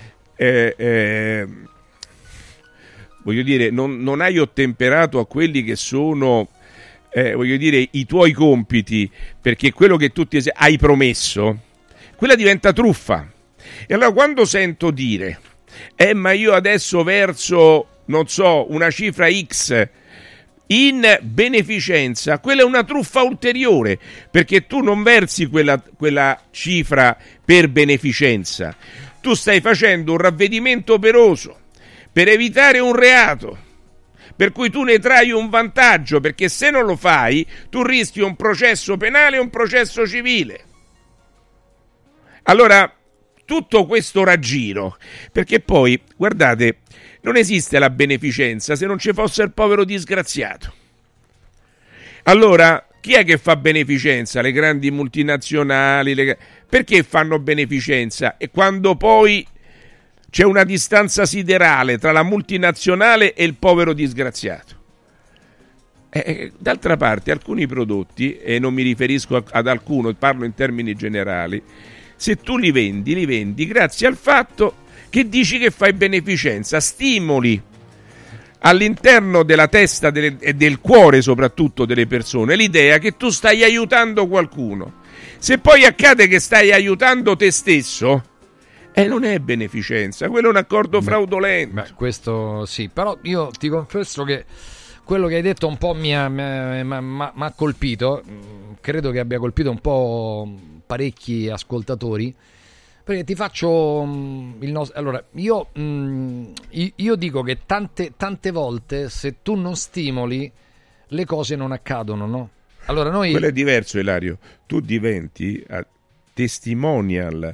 voglio dire, non hai ottemperato a quelli che sono, voglio dire, i tuoi compiti, perché quello che tu hai promesso, quella diventa truffa. E allora quando sento dire ma io adesso verso, non so, una cifra X in beneficenza, quella è una truffa ulteriore, perché tu non versi quella cifra per beneficenza, tu stai facendo un ravvedimento operoso per evitare un reato, per cui tu ne trai un vantaggio, perché se non lo fai tu rischi un processo penale e un processo civile. Allora, tutto questo raggiro, perché poi, guardate, non esiste la beneficenza se non ci fosse il povero disgraziato. Allora, chi è che fa beneficenza? Le grandi multinazionali, perché fanno beneficenza? E quando poi c'è una distanza siderale tra la multinazionale e il povero disgraziato. D'altra parte, alcuni prodotti, e non mi riferisco ad alcuno, parlo in termini generali, se tu li vendi grazie al fatto che dici che fai beneficenza, stimoli all'interno della testa e del cuore soprattutto delle persone l'idea che tu stai aiutando qualcuno. Se poi accade che stai aiutando te stesso, non è beneficenza, quello è un accordo fraudolento. Questo sì, però io ti confesso che quello che hai detto un po' mi ha colpito, credo che abbia colpito un po' parecchi ascoltatori, perché ti faccio allora io dico che tante volte se tu non stimoli le cose non accadono, no? Allora quello è diverso, Ilario, tu diventi testimonial,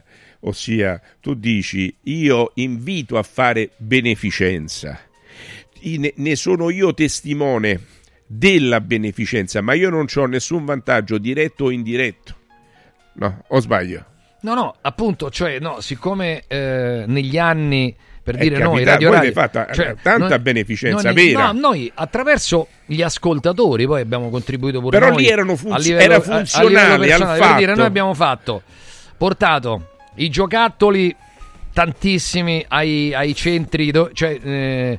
ossia tu dici io invito a fare beneficenza, ne sono io testimone della beneficenza, ma io non ho nessun vantaggio diretto o indiretto, no? O sbaglio? No, appunto, cioè no, siccome negli anni, per dire capitato, noi Radio voi Radio, avete fatto tanta beneficenza vera. No, noi attraverso gli ascoltatori poi abbiamo contribuito pure però noi. Lì erano era funzionali al fatto. Per dire, noi abbiamo portato i giocattoli tantissimi ai centri dove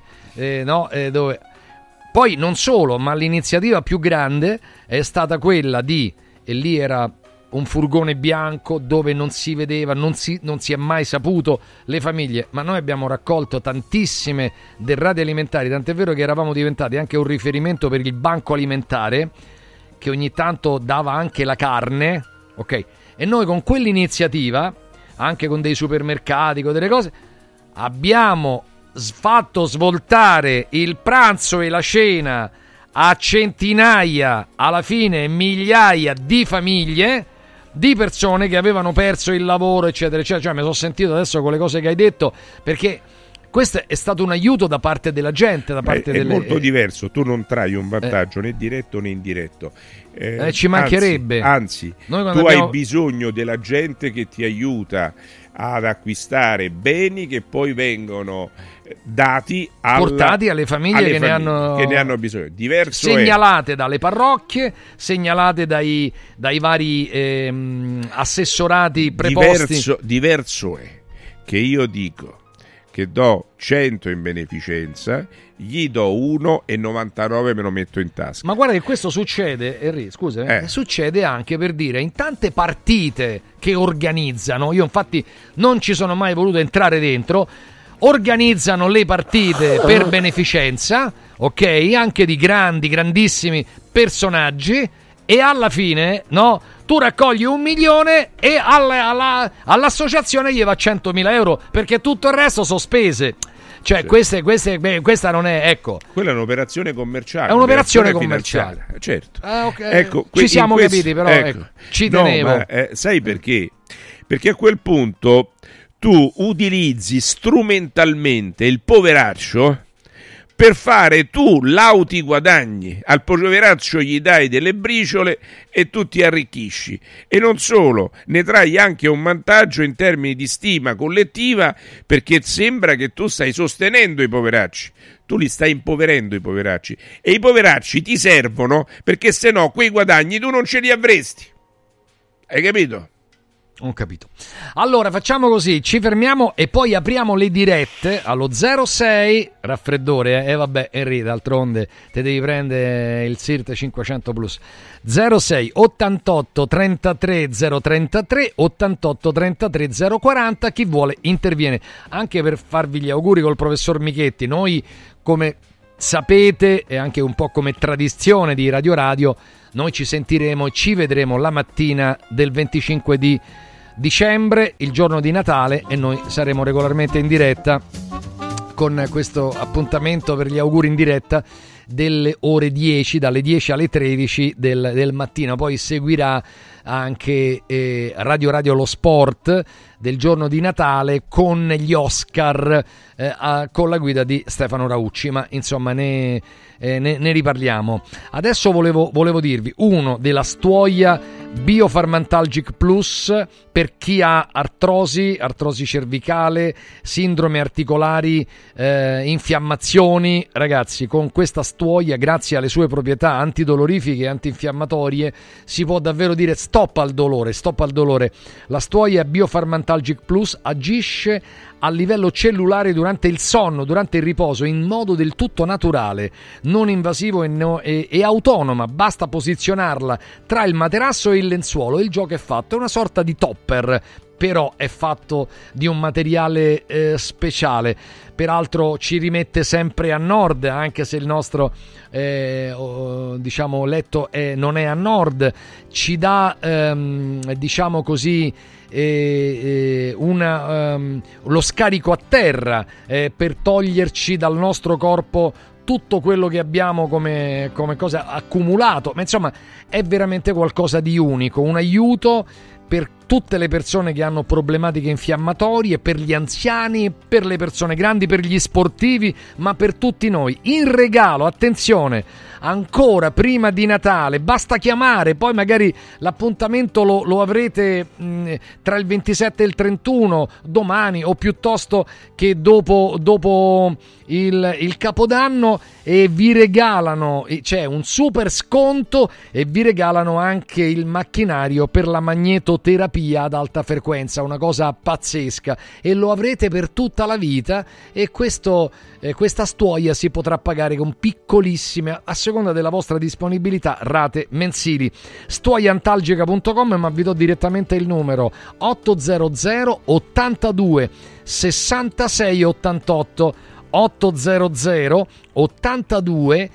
poi non solo, ma l'iniziativa più grande è stata quella e lì era un furgone bianco dove non si vedeva, non si è mai saputo le famiglie, ma noi abbiamo raccolto tantissime derrate alimentari, tant'è vero che eravamo diventati anche un riferimento per il banco alimentare che ogni tanto dava anche la carne, ok? E noi con quell'iniziativa, anche con dei supermercati, con delle cose, abbiamo fatto svoltare il pranzo e la cena a centinaia, alla fine migliaia di famiglie, di persone che avevano perso il lavoro, eccetera, eccetera. Cioè, mi sono sentito adesso con le cose che hai detto, perché questo è stato un aiuto da parte della gente, da parte è molto diverso, tu non trai un vantaggio né diretto né indiretto. Ci mancherebbe. Anzi, tu hai bisogno della gente che ti aiuta ad acquistare beni che poi vengono dati portati alle famiglie che ne hanno bisogno. Diverso segnalate dalle parrocchie, segnalate dai vari assessorati preposti. Diverso è che io dico che do 100 in beneficenza, gli do 1,99 e me lo metto in tasca. Ma guarda che questo succede, Henry, scusa, succede anche, per dire, in tante partite che organizzano. Io infatti non ci sono mai voluto entrare dentro. Organizzano le partite per beneficenza, ok? Anche di grandissimi personaggi, e alla fine, no? Tu raccogli 1 milione e all'associazione gli va 100.000 euro, perché tutto il resto sono spese. Cioè, questa non è, ecco. Quella è un'operazione commerciale. È un'operazione commerciale. Certo. Okay. Ecco, ci siamo capiti, però ecco, ci tenevo. Ma, sai perché? Perché a quel punto tu utilizzi strumentalmente il poveraccio per fare tu lauti guadagni. Al poveraccio gli dai delle briciole e tu ti arricchisci, e non solo, ne trai anche un vantaggio in termini di stima collettiva, perché sembra che tu stai sostenendo i poveracci. Tu li stai impoverendo, i poveracci, e i poveracci ti servono perché se no quei guadagni tu non ce li avresti. Hai capito? Ho capito. Allora facciamo così, ci fermiamo e poi apriamo le dirette allo 06 raffreddore, vabbè, Henry, d'altronde te devi prendere il SIRT 500 Plus. 06 88 33 033 88 33 040. Chi vuole interviene, anche per farvi gli auguri col professor Michetti. Noi, come sapete, e anche un po' come tradizione di Radio, noi ci sentiremo e ci vedremo la mattina del 25 di dicembre, il giorno di Natale, e noi saremo regolarmente in diretta con questo appuntamento per gli auguri in diretta delle ore 10, dalle 10 alle 13 del mattino. Poi seguirà anche Radio Lo Sport del giorno di Natale con gli Oscar con la guida di Stefano Raucci, ma insomma ne riparliamo. Adesso volevo dirvi della Stuoia Biofarmantalgic Plus per chi ha artrosi cervicale, sindrome articolari, infiammazioni. Ragazzi, con questa Stuoia, grazie alle sue proprietà antidolorifiche e antinfiammatorie, si può davvero dire stop al dolore. La Stuoia Biofarmantalgic Plus agisce a livello cellulare durante il sonno, durante il riposo, in modo del tutto naturale, non invasivo e autonoma. Basta posizionarla tra il materasso e il lenzuolo e il gioco è fatto. È una sorta di topper, però è fatto di un materiale speciale. Peraltro ci rimette sempre a nord, anche se il nostro letto non è a nord. Ci dà diciamo così lo scarico a terra per toglierci dal nostro corpo tutto quello che abbiamo come cosa accumulato. Ma insomma è veramente qualcosa di unico, un aiuto per tutte le persone che hanno problematiche infiammatorie, per gli anziani, per le persone grandi, per gli sportivi, ma per tutti noi. In regalo, attenzione, ancora prima di Natale, basta chiamare, poi magari l'appuntamento lo avrete tra il 27 e il 31, domani o piuttosto che dopo il Capodanno, e vi regalano, c'è un super sconto e vi regalano anche il macchinario per la magnetoterapia ad alta frequenza, una cosa pazzesca, e lo avrete per tutta la vita, e questa stuoia si potrà pagare con piccolissime, a seconda della vostra disponibilità, rate mensili. Stuoiantalgica.com, ma vi do direttamente il numero 800 82 66 88 800 82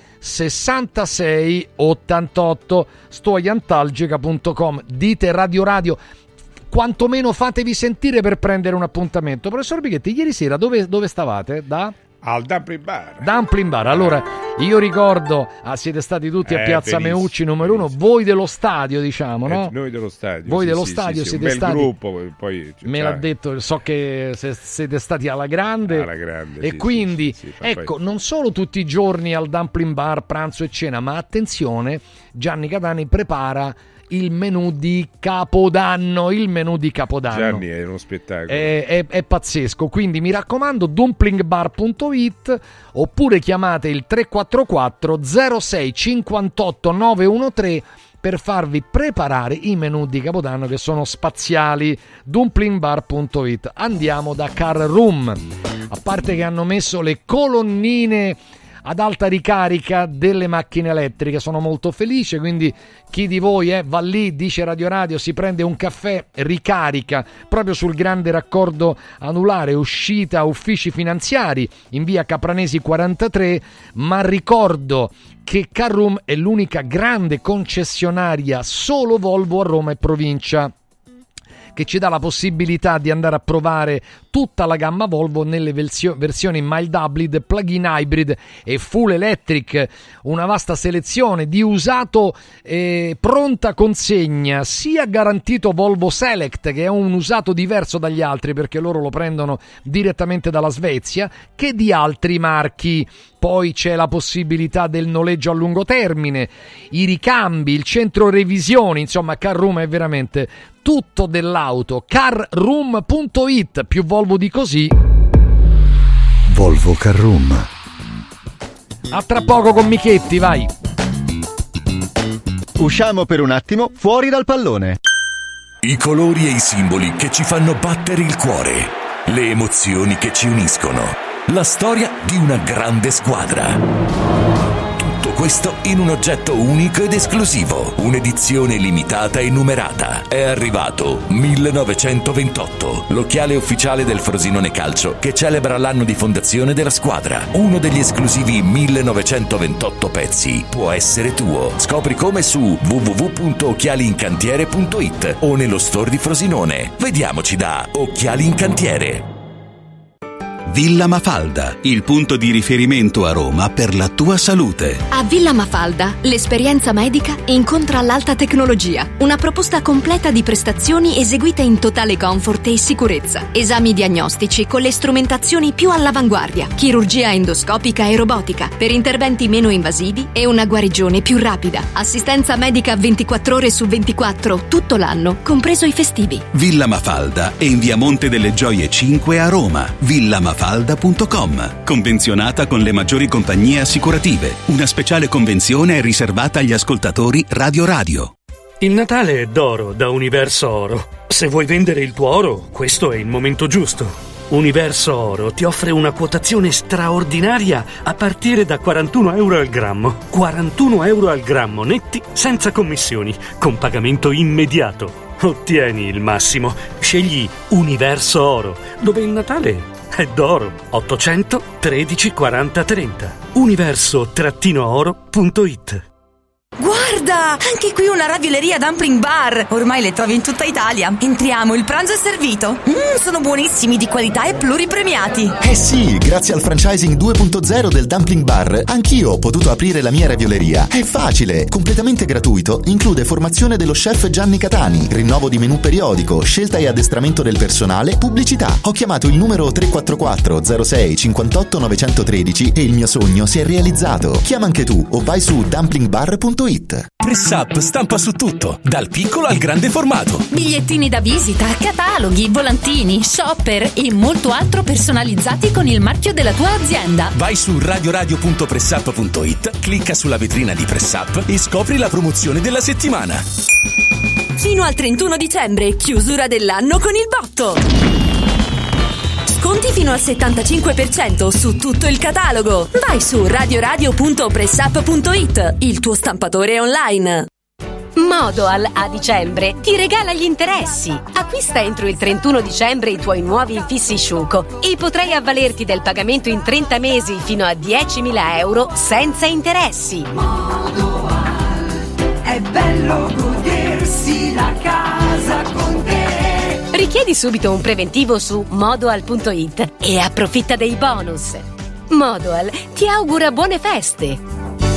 66 88. Stuoiantalgica.com. Dite Radio, quantomeno fatevi sentire per prendere un appuntamento. Professor Bighetti, ieri sera dove stavate? Al Dumpling Bar. Dumpling Bar. Allora, io ricordo, siete stati tutti a Piazza Meucci numero 1, voi dello stadio, diciamo, no? Noi dello stadio. Voi dello stadio siete un bel stati. Gruppo, poi me l'ha detto, so che siete stati alla grande. E quindi, ecco, non solo tutti i giorni al Dumpling Bar, pranzo e cena, ma attenzione, Gianni Catani prepara il menù di Capodanno. Gianni è uno spettacolo, è pazzesco, quindi mi raccomando, dumplingbar.it, oppure chiamate il 344 06 58 913 per farvi preparare i menù di Capodanno, che sono spaziali. dumplingbar.it. Andiamo da Car Room. A parte che hanno messo le colonnine ad alta ricarica delle macchine elettriche, sono molto felice, quindi chi di voi va lì, dice Radio, si prende un caffè, ricarica proprio sul grande raccordo anulare, uscita uffici finanziari in via Capranesi 43, ma ricordo che Carroom è l'unica grande concessionaria solo Volvo a Roma e provincia, che ci dà la possibilità di andare a provare tutta la gamma Volvo nelle versioni mild hybrid, plug-in hybrid e full electric, una vasta selezione di usato pronta consegna, sia garantito Volvo Select, che è un usato diverso dagli altri perché loro lo prendono direttamente dalla Svezia, che di altri marchi. Poi c'è la possibilità del noleggio a lungo termine, i ricambi, il centro revisioni, insomma Carroom è veramente tutto dell'auto. Carroom.it, più Volvo di così. Volvo Carroom. A tra poco con Michetti, vai. Usciamo per un attimo fuori dal pallone. I colori e i simboli che ci fanno battere il cuore, le emozioni che ci uniscono. La storia di una grande squadra. Tutto questo in un oggetto unico ed esclusivo. Un'edizione limitata e numerata. È arrivato 1928, l'occhiale ufficiale del Frosinone Calcio, che celebra l'anno di fondazione della squadra. Uno degli esclusivi 1928 pezzi può essere tuo. Scopri come su www.occhialiincantiere.it o nello store di Frosinone. Vediamoci da Occhiali in Cantiere. Villa Mafalda, il punto di riferimento a Roma per la tua salute. A Villa Mafalda l'esperienza medica incontra l'alta tecnologia. Una proposta completa di prestazioni eseguite in totale comfort e sicurezza. Esami diagnostici con le strumentazioni più all'avanguardia. Chirurgia endoscopica e robotica per interventi meno invasivi e una guarigione più rapida. Assistenza medica 24 ore su 24 tutto l'anno, compreso i festivi. Villa Mafalda è in via Monte delle Gioie 5 a Roma. villamafalda.com. Convenzionata con le maggiori compagnie assicurative. Una speciale convenzione è riservata agli ascoltatori Radio. Il Natale è d'oro da Universo Oro. Se vuoi vendere il tuo oro, questo è il momento giusto. Universo Oro ti offre una quotazione straordinaria a partire da 41 euro al grammo. 41 euro al grammo netti, senza commissioni, con pagamento immediato. Ottieni il massimo. Scegli Universo Oro, dove il Natale è d'oro. 800 13 40 30. Universo-oro.it. Guarda! Guarda, anche qui una ravioleria Dumpling Bar. Ormai le trovi in tutta Italia. Entriamo, il pranzo è servito. Sono buonissimi, di qualità e pluripremiati. Eh sì, grazie al franchising 2.0 del Dumpling Bar, anch'io ho potuto aprire la mia ravioleria. È facile, completamente gratuito, include formazione dello chef Gianni Catani, rinnovo di menù periodico, scelta e addestramento del personale, pubblicità. Ho chiamato il numero 344 06 58 913 e il mio sogno si è realizzato. Chiama anche tu o vai su dumplingbar.it. Press-Up stampa su tutto, dal piccolo al grande formato. Bigliettini da visita, cataloghi, volantini, shopper e molto altro personalizzati con il marchio della tua azienda. Vai su radioradio.pressup.it, clicca sulla vetrina di Press-Up e scopri la promozione della settimana. Fino al 31 dicembre, chiusura dell'anno con il botto. Sconti fino al 75% su tutto il catalogo. Vai su radioradio.pressup.it, il tuo stampatore online. Modoal a dicembre ti regala gli interessi. Acquista entro il 31 dicembre i tuoi nuovi infissi Sciuco e potrai avvalerti del pagamento in 30 mesi fino a 10.000 euro senza interessi. Modoal, è bello godersi la casa con te. Richiedi subito un preventivo su modoal.it e approfitta dei bonus. Modoal ti augura buone feste.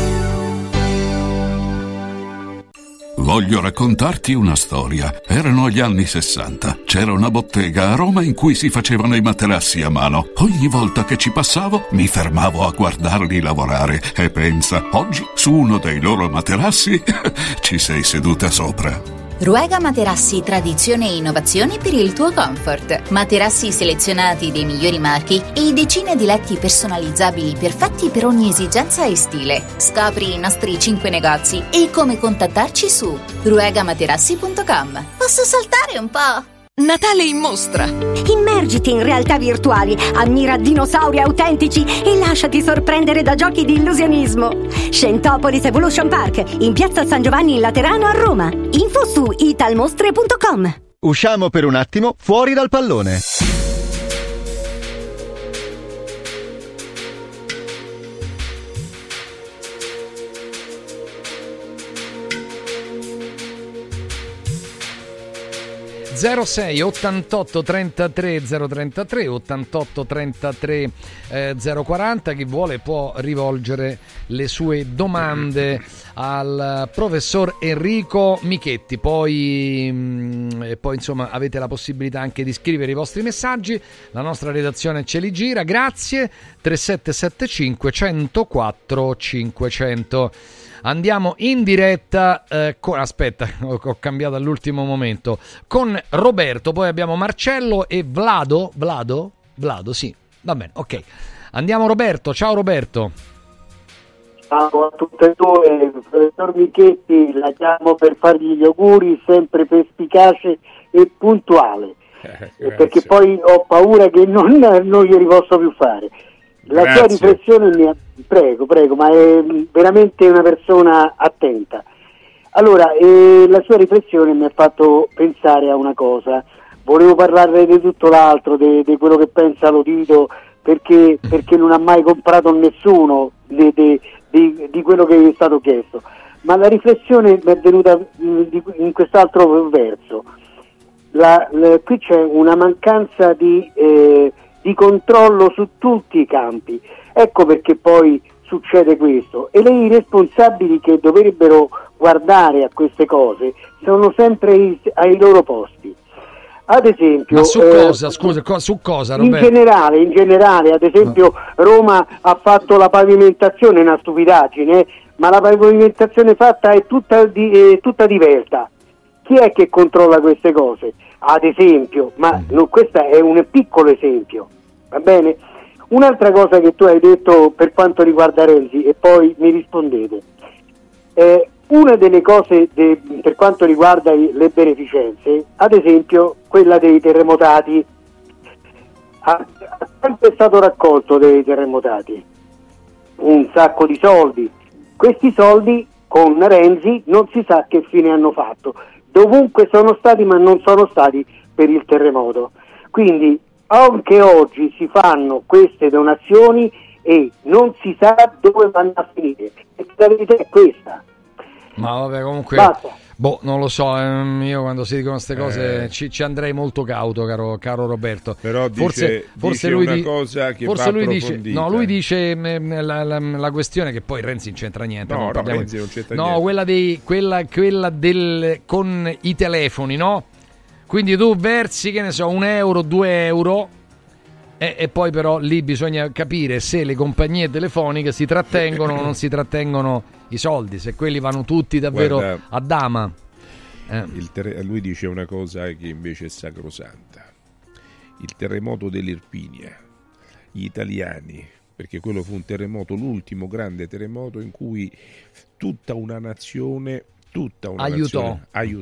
Voglio raccontarti una storia. Erano gli anni 60. C'era una bottega a Roma in cui si facevano i materassi a mano. Ogni volta che ci passavo mi fermavo a guardarli lavorare e pensa, oggi su uno dei loro materassi ci sei seduta sopra. Ruega Materassi, tradizione e innovazione per il tuo comfort. Materassi selezionati dei migliori marchi e decine di letti personalizzabili perfetti per ogni esigenza e stile. Scopri i nostri 5 negozi e come contattarci su ruegamaterassi.com. Posso saltare un po'? Natale in mostra. Immergiti in realtà virtuali, ammira dinosauri autentici e lasciati sorprendere da giochi di illusionismo. Scentopolis Evolution Park, in piazza San Giovanni in Laterano a Roma. Info su italmostre.com. Usciamo per un attimo fuori dal pallone. ...06 88 33 033 88 33 040, chi vuole può rivolgere le sue domande al professor Enrico Michetti, poi insomma avete la possibilità anche di scrivere i vostri messaggi, la nostra redazione ce li gira, grazie. 3775 104 500. Andiamo in diretta aspetta, ho cambiato all'ultimo momento, con Roberto, poi abbiamo Marcello e Vlado, sì, va bene, ok. Andiamo Roberto, ciao Roberto. Ciao a tutte e due, professor Michetti, la chiamo per fargli gli auguri, sempre perspicace e puntuale, perché poi ho paura che non glieli posso più fare. La sua riflessione mi ha... Prego, ma è veramente una persona attenta. Allora, la sua riflessione mi ha fatto pensare a una cosa. Volevo parlarle di tutto l'altro, di quello che pensa Lotito, perché non ha mai comprato nessuno di quello che gli è stato chiesto. Ma la riflessione mi è venuta in quest'altro verso. Qui c'è una mancanza di controllo su tutti i campi. Ecco perché poi succede questo, e i responsabili che dovrebbero guardare a queste cose sono sempre ai loro posti. Ad esempio, ma su cosa? Scusa, su cosa, Roberto? In generale, ad esempio Roma ha fatto la pavimentazione, una stupidaggine, ma la pavimentazione fatta è tutta diversa. Chi è che controlla queste cose? Ad esempio, questo è un piccolo esempio, va bene? Un'altra cosa che tu hai detto per quanto riguarda Renzi, e poi mi rispondete, una delle cose per quanto riguarda le beneficenze, ad esempio quella dei terremotati, quanto è stato raccolto dei terremotati? Un sacco di soldi. Questi soldi con Renzi non si sa che fine hanno fatto, dovunque sono stati, ma non sono stati per il terremoto. Quindi anche oggi si fanno queste donazioni e non si sa dove vanno a finire. E la verità è questa. Ma vabbè, comunque, Basta. non lo so, io quando si dicono queste cose ci andrei molto cauto, caro Roberto. Però forse dice lui una cosa che forse va lui dice, approfondita. no, lui dice la questione che poi Renzi non c'entra niente. No, Renzi non c'entra no, niente. quella del con i telefoni, no? Quindi tu versi, che ne so, 1 euro, 2 euro e poi però lì bisogna capire se le compagnie telefoniche si trattengono o non si trattengono i soldi, se quelli vanno tutti davvero a dama. Lui dice una cosa che invece è sacrosanta. Il terremoto dell'Irpinia, gli italiani, perché quello fu un terremoto, l'ultimo grande terremoto in cui tutta una nazione aiutò.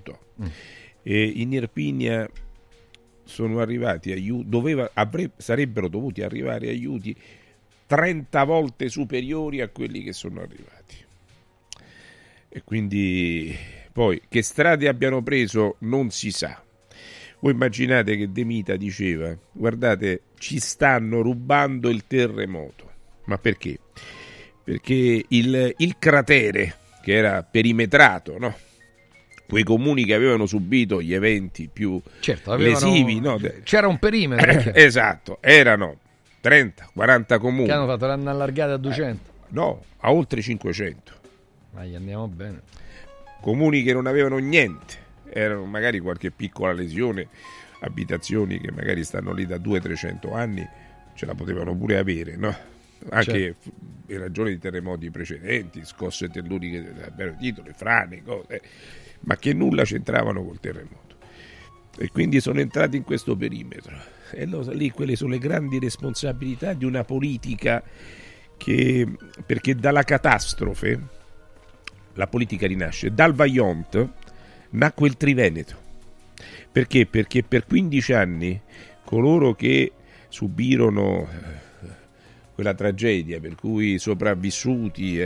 E in Irpinia sono arrivati sarebbero dovuti arrivare aiuti 30 volte superiori a quelli che sono arrivati. E quindi poi che strade abbiano preso non si sa. Voi immaginate che De Mita diceva: guardate, ci stanno rubando il terremoto. Ma perché? Perché il cratere, che era perimetrato, no? Quei comuni che avevano subito gli eventi più lesivi, no? C'era un perimetro. Esatto, erano 30-40 comuni. Che hanno fatto, l'hanno allargata a 200. No, a oltre 500. Ma gli andiamo bene. Comuni che non avevano niente, erano magari qualche piccola lesione, abitazioni che magari stanno lì da 200-300 anni, ce la potevano pure avere, no? Anche in ragione di terremoti precedenti, scosse telluriche del titolo, frane, cose, ma che nulla c'entravano col terremoto. E quindi sono entrati in questo perimetro. E lì quelle sono le grandi responsabilità di una politica perché dalla catastrofe la politica rinasce. Dal Vajont nacque il Triveneto. Perché? Perché per 15 anni coloro che subirono quella tragedia, per cui sopravvissuti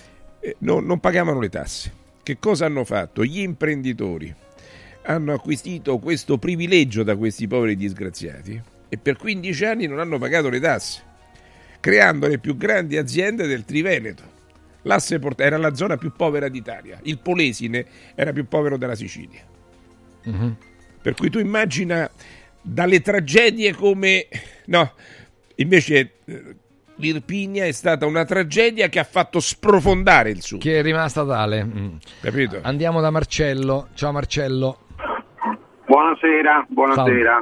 non pagavano le tasse. Che cosa hanno fatto? Gli imprenditori hanno acquisito questo privilegio da questi poveri disgraziati e per 15 anni non hanno pagato le tasse, creando le più grandi aziende del Triveneto. L'asse era la zona più povera d'Italia, il Polesine era più povero della Sicilia. Uh-huh. Per cui tu immagina dalle tragedie come... No, invece... l'Irpinia è stata una tragedia che ha fatto sprofondare il Sud. Che è rimasta tale. Capito? Andiamo da Marcello. Ciao Marcello. Buonasera. Buonasera.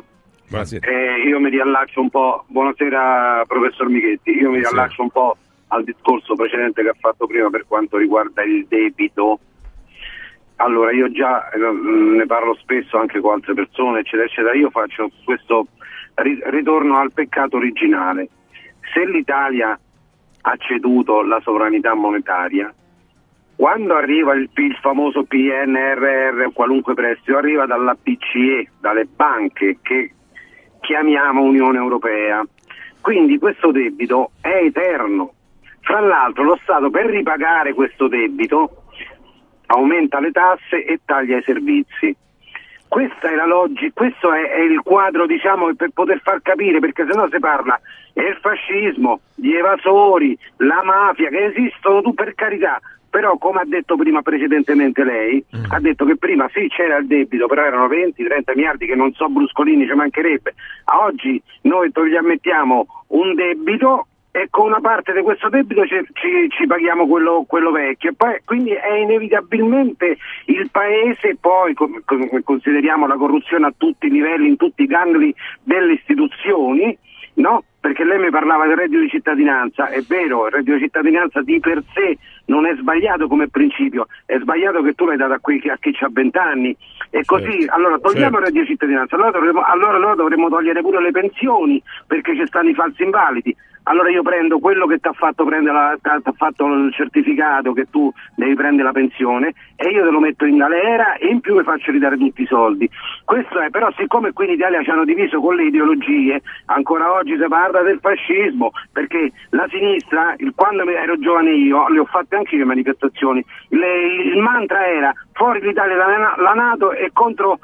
Io mi riallaccio un po'. Buonasera professor Michetti. Io mi riallaccio un po' al discorso precedente che ha fatto prima per quanto riguarda il debito. Allora, io già ne parlo spesso anche con altre persone, eccetera, eccetera. Io faccio questo ritorno al peccato originale. Se l'Italia ha ceduto la sovranità monetaria, quando arriva il famoso PNRR o qualunque prestito, arriva dalla BCE, dalle banche che chiamiamo Unione Europea. Quindi questo debito è eterno. Fra l'altro lo Stato, per ripagare questo debito, aumenta le tasse e taglia i servizi. Questa è la logica, questo è il quadro, diciamo, per poter far capire, perché sennò si parla del fascismo, gli evasori, la mafia, che esistono, tu per carità, però come ha detto prima precedentemente lei, ha detto che prima sì c'era il debito, però erano 20-30 miliardi che non so, bruscolini, ci mancherebbe. A oggi noi gli ammettiamo un debito e con una parte di questo debito ci paghiamo quello vecchio, e poi quindi è inevitabilmente il paese, poi consideriamo la corruzione a tutti i livelli, in tutti i gangli delle istituzioni, no? Perché lei mi parlava del reddito di cittadinanza, è vero, il reddito di cittadinanza di per sé non è sbagliato come principio, è sbagliato che tu l'hai dato a chi ha 20 anni, e così, allora togliamo il reddito di cittadinanza, allora dovremmo togliere pure le pensioni, perché ci stanno i falsi invalidi. Allora io prendo quello che ti ha fatto prendere t'ha fatto il certificato che tu devi prendere la pensione e io te lo metto in galera e in più mi faccio ridare tutti i soldi. Questo è, però siccome qui in Italia ci hanno diviso con le ideologie, ancora oggi si parla del fascismo, perché la sinistra, quando ero giovane io, le ho fatte anche le manifestazioni, il mantra era fuori l'Italia la NATO e contro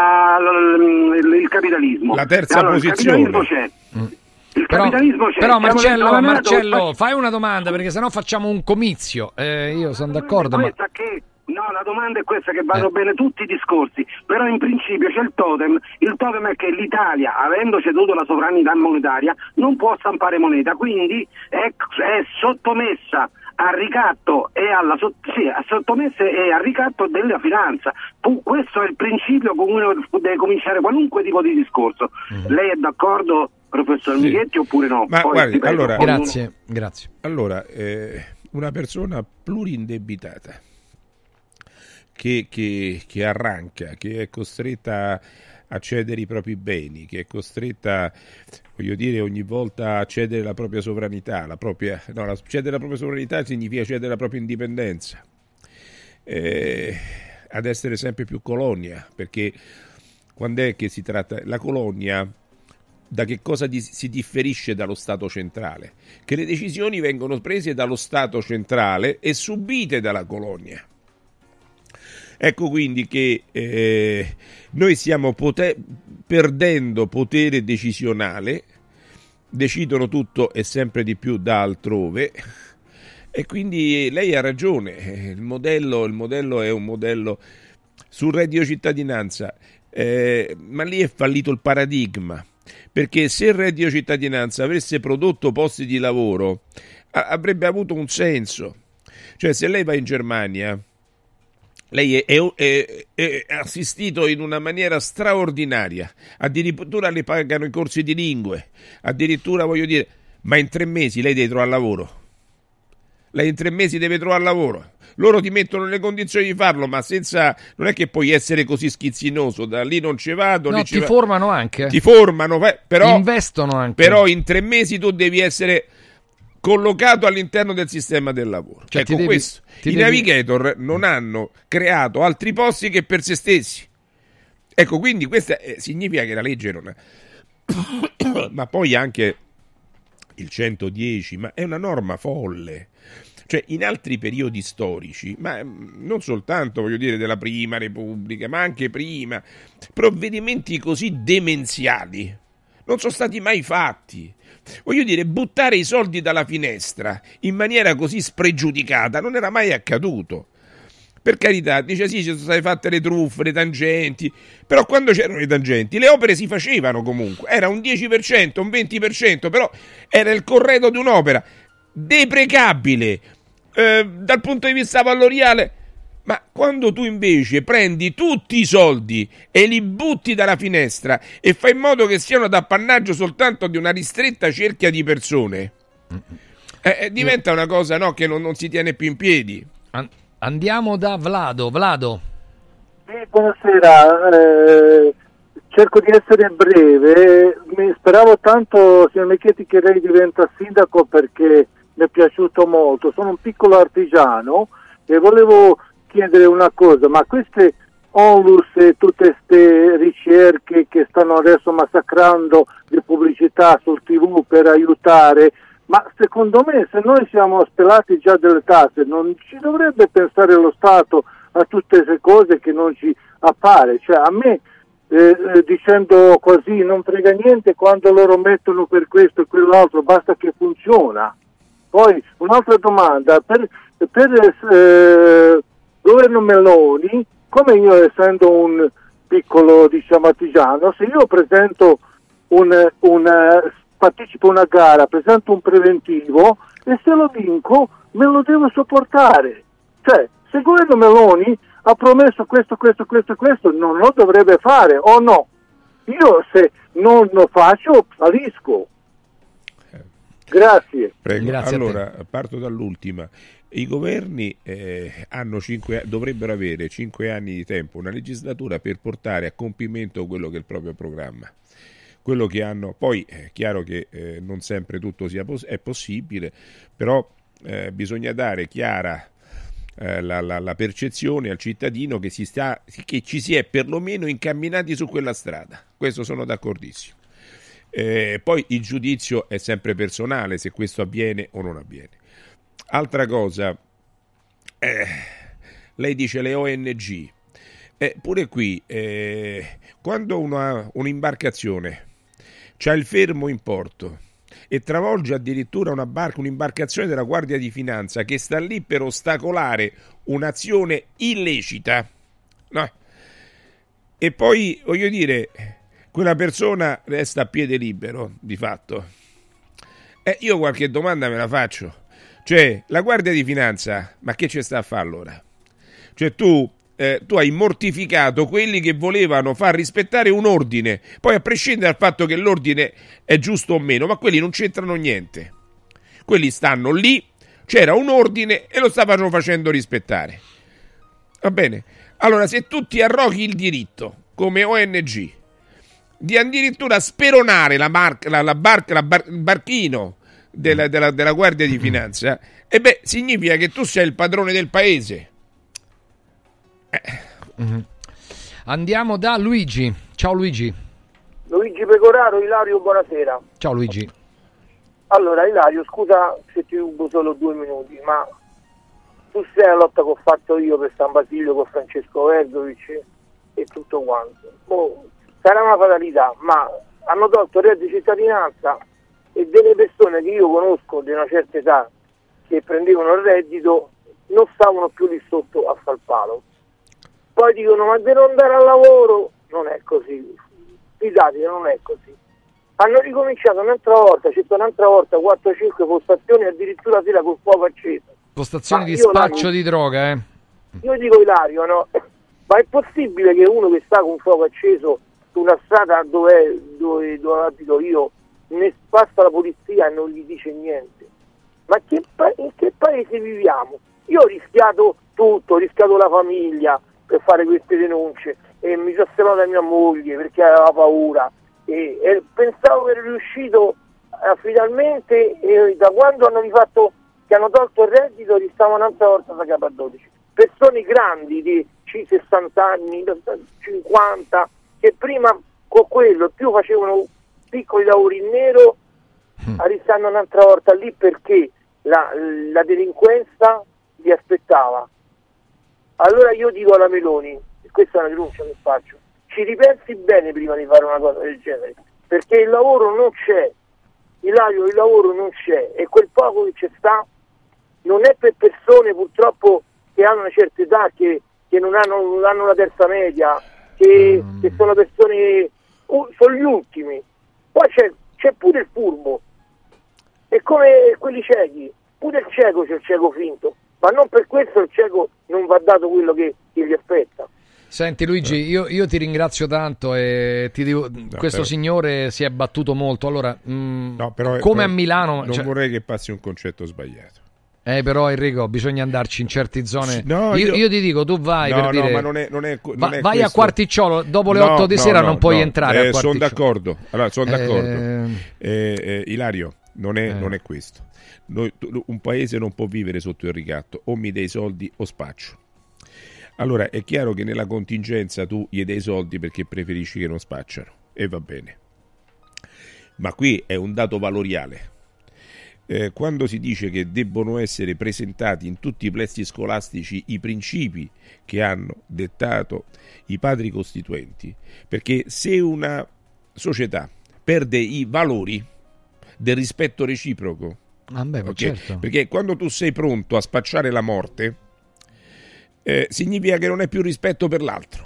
il capitalismo. La terza posizione. Il capitalismo c'è. Il capitalismo c'è. Però Marcello, fai una domanda, perché sennò facciamo un comizio. Io sono d'accordo. Che la domanda è questa, che vanno bene tutti i discorsi, però in principio c'è il totem è che l'Italia, avendo ceduto la sovranità monetaria, non può stampare moneta, quindi è sottomessa al ricatto e sottomesse e al ricatto della finanza. Questo è il principio con cui deve cominciare qualunque tipo di discorso. Lei è d'accordo, professor Michetti, oppure no? Ma poi, guardi, ripeto, allora, grazie. Allora, una persona plurindebitata che arranca, che è costretta a cedere i propri beni, che è costretta, voglio dire, ogni volta a cedere la propria sovranità, cedere la propria sovranità significa cedere la propria indipendenza, ad essere sempre più colonia, perché quando è che si tratta la colonia? Da che cosa si differisce dallo Stato centrale? Che le decisioni vengono prese dallo Stato centrale e subite dalla colonia. Ecco quindi che noi stiamo perdendo potere decisionale, decidono tutto e sempre di più da altrove, e quindi lei ha ragione, il modello è un modello sul reddito cittadinanza, ma lì è fallito il paradigma, perché se il reddito cittadinanza avesse prodotto posti di lavoro avrebbe avuto un senso. Cioè, se lei va in Germania, lei è assistito in una maniera straordinaria, addirittura le pagano i corsi di lingue, addirittura, voglio dire, ma in 3 mesi lei deve trovare lavoro. Lei in 3 mesi deve trovare lavoro. Loro ti mettono nelle condizioni di farlo, ma non è che puoi essere così schizzinoso, da lì non ci vado. No, ti formano anche. Ti formano, però investono anche. Però in 3 mesi tu devi essere collocato all'interno del sistema del lavoro. Cioè, ecco, i navigator non hanno creato altri posti che per se stessi. Ecco, quindi questa significa che la legge non è. Ma poi anche il 110, ma è una norma folle. Cioè, in altri periodi storici, ma non soltanto, voglio dire, della Prima Repubblica, ma anche prima, provvedimenti così demenziali non sono stati mai fatti. Voglio dire, buttare i soldi dalla finestra in maniera così spregiudicata non era mai accaduto. Per carità, dice sì, ci sono state fatte le truffe, le tangenti, però quando c'erano le tangenti le opere si facevano comunque, era un 10%, un 20%, però era il corredo di un'opera deprecabile dal punto di vista valoriale. Ma quando tu invece prendi tutti i soldi e li butti dalla finestra e fai in modo che siano d'appannaggio soltanto di una ristretta cerchia di persone, diventa una cosa, no, che non si tiene più in piedi. Andiamo da Vlado. Buonasera, cerco di essere breve. Speravo tanto, signor Michetti, che lei diventa sindaco, perché mi è piaciuto molto. Sono un piccolo artigiano e volevo chiedere una cosa: ma queste onlus e tutte queste ricerche che stanno adesso massacrando le pubblicità sul TV per aiutare, ma secondo me, se noi siamo spelati già delle tasse, non ci dovrebbe pensare lo Stato a tutte queste cose che non ci appare? Cioè, a me dicendo così non frega niente quando loro mettono per questo e quell'altro, basta che funziona. Poi un'altra domanda, per governo Meloni, come io, essendo un piccolo, diciamo, artigiano, se io presento partecipo a una gara, presento un preventivo e se lo vinco me lo devo sopportare. Cioè, se il governo Meloni ha promesso questo, non lo dovrebbe fare, o no? Io, se non lo faccio, fallisco. Grazie. Prego. Grazie. Allora, parto dall'ultima. I governi dovrebbero avere 5 anni di tempo, una legislatura, per portare a compimento quello che è il proprio programma. Quello che hanno, poi è chiaro che non sempre tutto è possibile, però bisogna dare chiara la percezione al cittadino che ci si è perlomeno incamminati su quella strada. Questo sono d'accordissimo. Poi il giudizio è sempre personale, se questo avviene o non avviene. Altra cosa, lei dice le ONG. Pure qui, quando un'imbarcazione c'ha il fermo in porto, e travolge addirittura un'imbarcazione della Guardia di Finanza che sta lì per ostacolare un'azione illecita, no? E poi, voglio dire, quella persona resta a piede libero, di fatto. Io qualche domanda me la faccio. Cioè, la Guardia di Finanza, ma che ci sta a fare allora? Cioè, tu hai mortificato quelli che volevano far rispettare un ordine, poi a prescindere dal fatto che l'ordine è giusto o meno, ma quelli non c'entrano niente. Quelli stanno lì, c'era un ordine e lo stavano facendo rispettare. Va bene? Allora, se tu ti arroghi il diritto, come ONG, di addirittura speronare il barchino della Guardia di Finanza, significa che tu sei il padrone del paese. Andiamo da Luigi. Ciao Luigi. Luigi Pecoraro. Ilario, buonasera. Ciao Luigi. Allora Ilario, scusa se ti rubo solo 2 minuti, ma tu sai la lotta che ho fatto io per San Basilio con Francesco Verdovic e tutto quanto. Sarà una fatalità, ma hanno tolto il reddito di cittadinanza e delle persone che io conosco di una certa età che prendevano il reddito non stavano più lì sotto a far palo. Poi dicono, ma devo andare al lavoro. Non è così, fidatevi, non è così. Hanno ricominciato un'altra volta, c'è un'altra volta 4-5 postazioni, addirittura sera col fuoco acceso. Postazioni di spaccio di droga, Io dico, Ilario, no? Ma è possibile che uno che sta con fuoco acceso su una strada dove abito io ne passa la polizia e non gli dice niente? Ma in che paese viviamo? Io ho rischiato tutto, ho rischiato la famiglia per fare queste denunce e mi sono separato da mia moglie perché aveva paura e pensavo che ero riuscito finalmente, da quando hanno rifatto, che hanno tolto il reddito, ristavo un'altra volta da capo a 12 persone grandi di 60 anni, 50, che prima con quello più facevano piccoli lavori in nero, restando un'altra volta lì perché la delinquenza li aspettava. Allora io dico alla Meloni, e questa è una denuncia che faccio, ci ripensi bene prima di fare una cosa del genere, perché il lavoro non c'è, Ilario, il lavoro non c'è, e quel poco che c'è sta non è per persone purtroppo che hanno una certa età, che non hanno la terza media, che sono persone, sono gli ultimi. Poi c'è pure il furbo, è come quelli ciechi, pure il cieco c'è il cieco finto, ma non per questo il cieco non va dato quello che gli aspetta. Senti Luigi, io ti ringrazio tanto e ti dico, questo signore si è battuto molto. Allora, come a Milano... Non vorrei che passi un concetto sbagliato. Però Enrico, bisogna andarci in certe zone. Io ti dico, tu vai per dire... ma non è vai questo. a Quarticciolo, dopo le 8 di sera non puoi entrare a Quarticciolo. Sono d'accordo. Allora, sono d'accordo. Ilario, non è questo. Un paese non può vivere sotto il ricatto, o mi dai soldi o spaccio. Allora è chiaro che nella contingenza tu gli dai soldi perché preferisci che non spacciano, e va bene, ma qui è un dato valoriale. Quando si dice che debbono essere presentati in tutti i plessi scolastici i principi che hanno dettato i padri costituenti, perché se una società perde i valori del rispetto reciproco, certo. Perché quando tu sei pronto a spacciare la morte, significa che non è più rispetto per l'altro,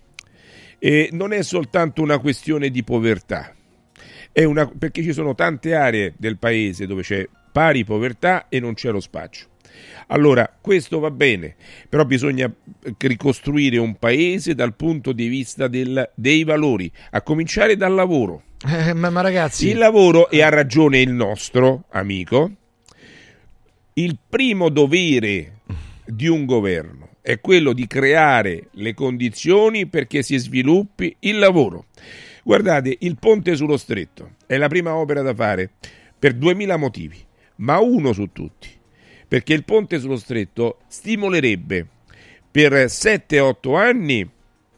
e non è soltanto una questione di povertà, perché ci sono tante aree del paese dove c'è pari povertà e non c'è lo spaccio. Allora questo va bene, però bisogna ricostruire un paese dal punto di vista dei valori, a cominciare dal lavoro. Ma ragazzi, il lavoro, e ha ragione il nostro amico, il primo dovere di un governo è quello di creare le condizioni perché si sviluppi il lavoro. Guardate, il ponte sullo stretto è la prima opera da fare per 2000 motivi, ma uno su tutti, perché il ponte sullo stretto stimolerebbe per 7-8 anni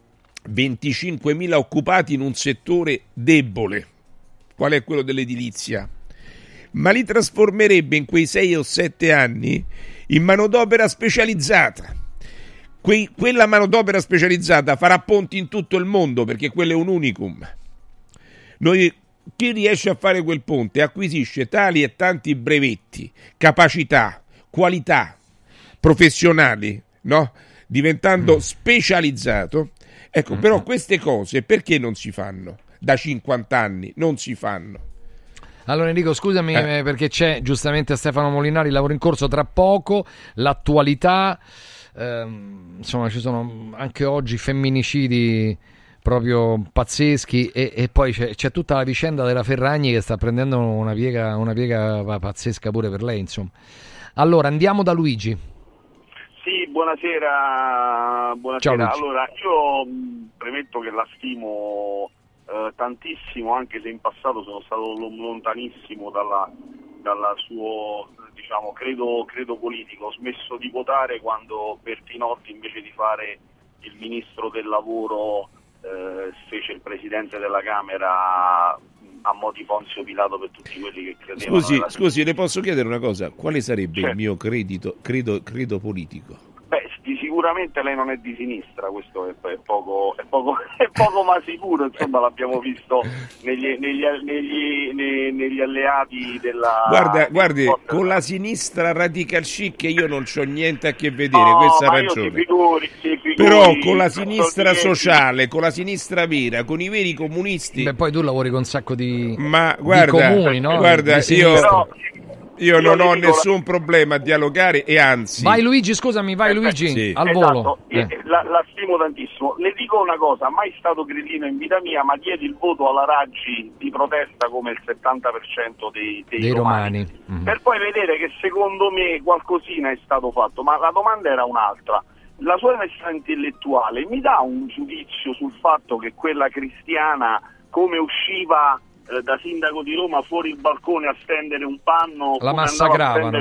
25.000 occupati in un settore debole, qual è quello dell'edilizia, ma li trasformerebbe in quei 6 o 7 anni in manodopera specializzata. Quella manodopera specializzata farà ponti in tutto il mondo, perché quello è un unicum. Noi chi riesce a fare quel ponte acquisisce tali e tanti brevetti, capacità, qualità professionali, no? Diventando specializzato. Ecco, però queste cose perché non si fanno? Da 50 anni non si fanno. Allora Enrico, scusami, perché c'è giustamente Stefano Molinari, lavoro in corso tra poco, l'attualità, insomma ci sono anche oggi femminicidi proprio pazzeschi e poi c'è tutta la vicenda della Ferragni che sta prendendo una piega pazzesca pure per lei, insomma. Allora andiamo da Luigi. Sì, buonasera. Ciao, Luigi. Allora io premetto che la stimo tantissimo, anche se in passato sono stato lontanissimo dalla suo, diciamo, credo politico. Ho smesso di votare quando Bertinotti, invece di fare il ministro del lavoro, fece il presidente della Camera a mo' di Ponzio Pilato per tutti quelli che credevano. Scusi, le posso chiedere una cosa? Quale sarebbe il mio credo politico? Beh, sicuramente lei non è di sinistra, questo è poco ma sicuro, insomma, l'abbiamo visto negli alleati della... Guardi, con la sinistra radical chic io non c'ho niente a che vedere, questa ha ragione. Si figuri, però con la sinistra sociale, con la sinistra vera, con i veri comunisti... Beh, poi tu lavori con un sacco di comuni, no? Guarda, io non ho nessun problema a dialogare e anzi... Vai Luigi, scusami, Luigi, sì. al volo. Esatto. La stimo tantissimo. Le dico una cosa, mai stato gridino in vita mia, ma diedi il voto alla Raggi di protesta come il 70% dei romani. Mm-hmm. Per poi vedere che secondo me qualcosina è stato fatto, ma la domanda era un'altra. La sua onestà intellettuale mi dà un giudizio sul fatto che quella cristiana, come usciva da sindaco di Roma fuori il balcone a stendere un panno, la massacravano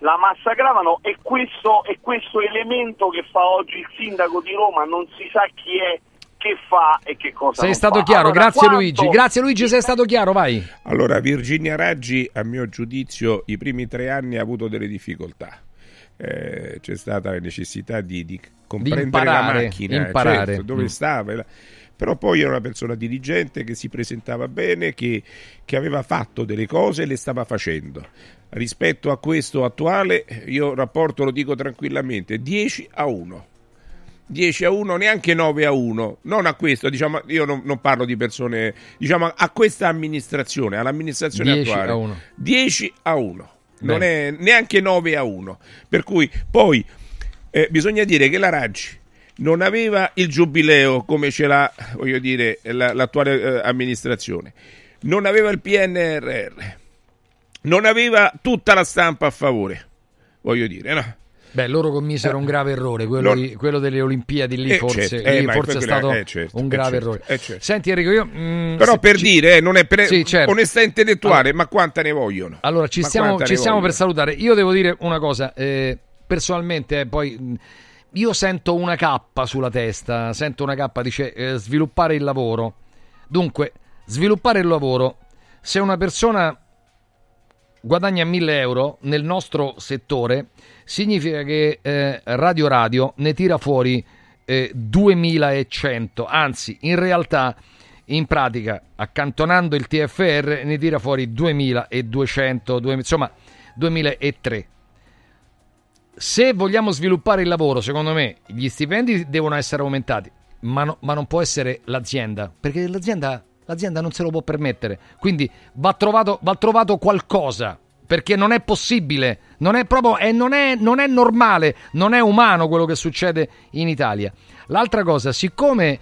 e questo elemento che fa oggi il sindaco di Roma non si sa chi è, che fa e che cosa sei stato fa. Chiaro, allora, grazie Luigi, sei stato chiaro, vai. Allora, Virginia Raggi, a mio giudizio, i primi 3 anni ha avuto delle difficoltà. C'è stata la necessità di comprendere la macchina, certo, dove stava. Però poi era una persona diligente che si presentava bene, che aveva fatto delle cose e le stava facendo. Rispetto a questo attuale, io rapporto, lo dico tranquillamente, 10-1. 10-1, neanche 9-1. Non a questo, diciamo, io non parlo di persone, diciamo a questa amministrazione, all'amministrazione attuale. 10-1. Non è neanche 9-1. Per cui poi bisogna dire che la Raggi non aveva il giubileo come ce l'ha, voglio dire, l'attuale amministrazione, non aveva il PNRR, non aveva tutta la stampa a favore, voglio dire, no? Beh, loro commisero un grave errore, quello delle Olimpiadi lì, forse è stato un grave errore. Senti Enrico, io però per dire, non è per onestà intellettuale, ma quanta ne vogliono? Allora, ci stiamo per salutare. Io devo dire una cosa, personalmente, poi io sento una K sulla testa, dice sviluppare il lavoro. Dunque, sviluppare il lavoro, se una persona guadagna 1.000 euro nel nostro settore, significa che Radio ne tira fuori 2.100, anzi in realtà, in pratica, accantonando il TFR, ne tira fuori 2.200, insomma 2.003. Se vogliamo sviluppare il lavoro, secondo me gli stipendi devono essere aumentati, ma non può essere l'azienda, perché l'azienda non se lo può permettere. Quindi va trovato qualcosa, perché non è possibile, non è normale, non è umano quello che succede in Italia. L'altra cosa, siccome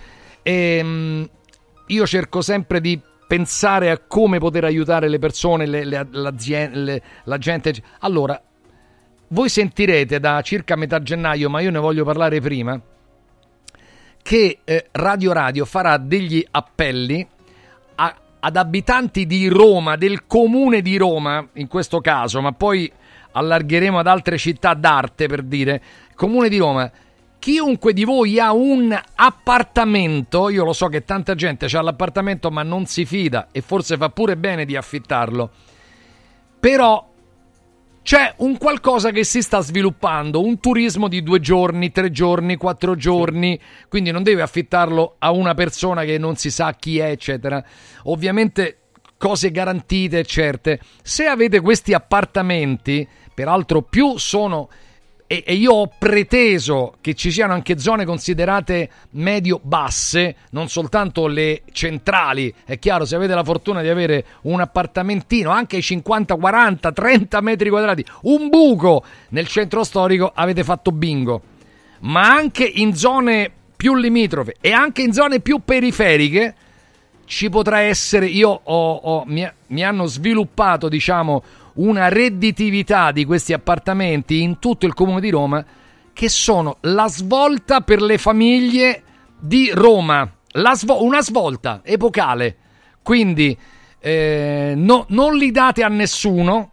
io cerco sempre di pensare a come poter aiutare le persone, la gente, allora voi sentirete da circa metà gennaio, ma io ne voglio parlare prima, che Radio farà degli appelli ad abitanti di Roma, del comune di Roma in questo caso, ma poi allargheremo ad altre città d'arte, per dire, comune di Roma. Chiunque di voi ha un appartamento, io lo so che tanta gente ha l'appartamento ma non si fida e forse fa pure bene di affittarlo, però c'è un qualcosa che si sta sviluppando, un turismo di 2 giorni, 3 giorni, 4 giorni, quindi non deve affittarlo a una persona che non si sa chi è, eccetera. Ovviamente cose garantite e certe. Se avete questi appartamenti, peraltro più sono... E io ho preteso che ci siano anche zone considerate medio-basse, non soltanto le centrali. È chiaro, se avete la fortuna di avere un appartamentino, anche ai 50, 40, 30 metri quadrati, un buco nel centro storico, avete fatto bingo. Ma anche in zone più limitrofe e anche in zone più periferiche ci potrà essere... Mi hanno sviluppato, diciamo, una redditività di questi appartamenti in tutto il comune di Roma, che sono la svolta per le famiglie di Roma, una svolta epocale. Quindi non li date a nessuno,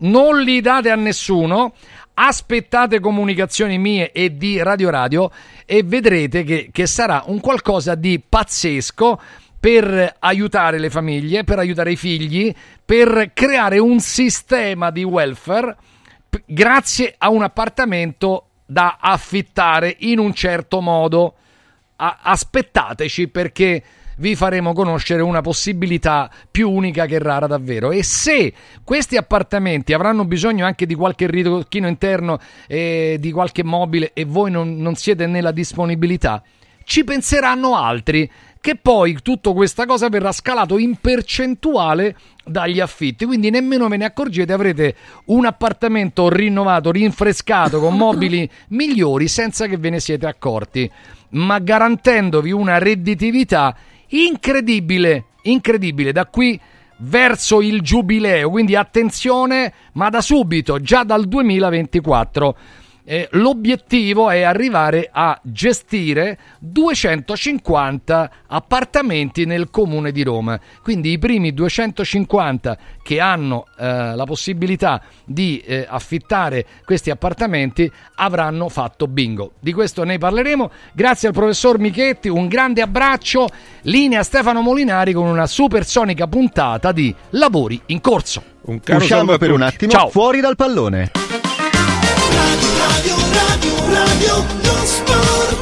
aspettate comunicazioni mie e di Radio e vedrete che sarà un qualcosa di pazzesco per aiutare le famiglie, per aiutare i figli, per creare un sistema di welfare grazie a un appartamento da affittare in un certo modo. Aspettateci, perché vi faremo conoscere una possibilità più unica che rara davvero. E se questi appartamenti avranno bisogno anche di qualche ritocchino interno e di qualche mobile e voi non siete nella disponibilità, ci penseranno altri, che poi tutta questa cosa verrà scalato in percentuale dagli affitti, quindi nemmeno ve ne accorgete, avrete un appartamento rinnovato, rinfrescato, con mobili migliori senza che ve ne siete accorti, ma garantendovi una redditività incredibile da qui verso il giubileo. Quindi attenzione, ma da subito, già dal 2024. L'obiettivo è arrivare a gestire 250 appartamenti nel comune di Roma, quindi i primi 250 che hanno la possibilità di affittare questi appartamenti avranno fatto bingo. Di questo ne parleremo. Grazie al professor Michetti, un grande abbraccio. Linea Stefano Molinari con una supersonica puntata di Lavori in Corso. Usciamo per un attimo. Ciao. Fuori dal pallone. Radio, lo sport.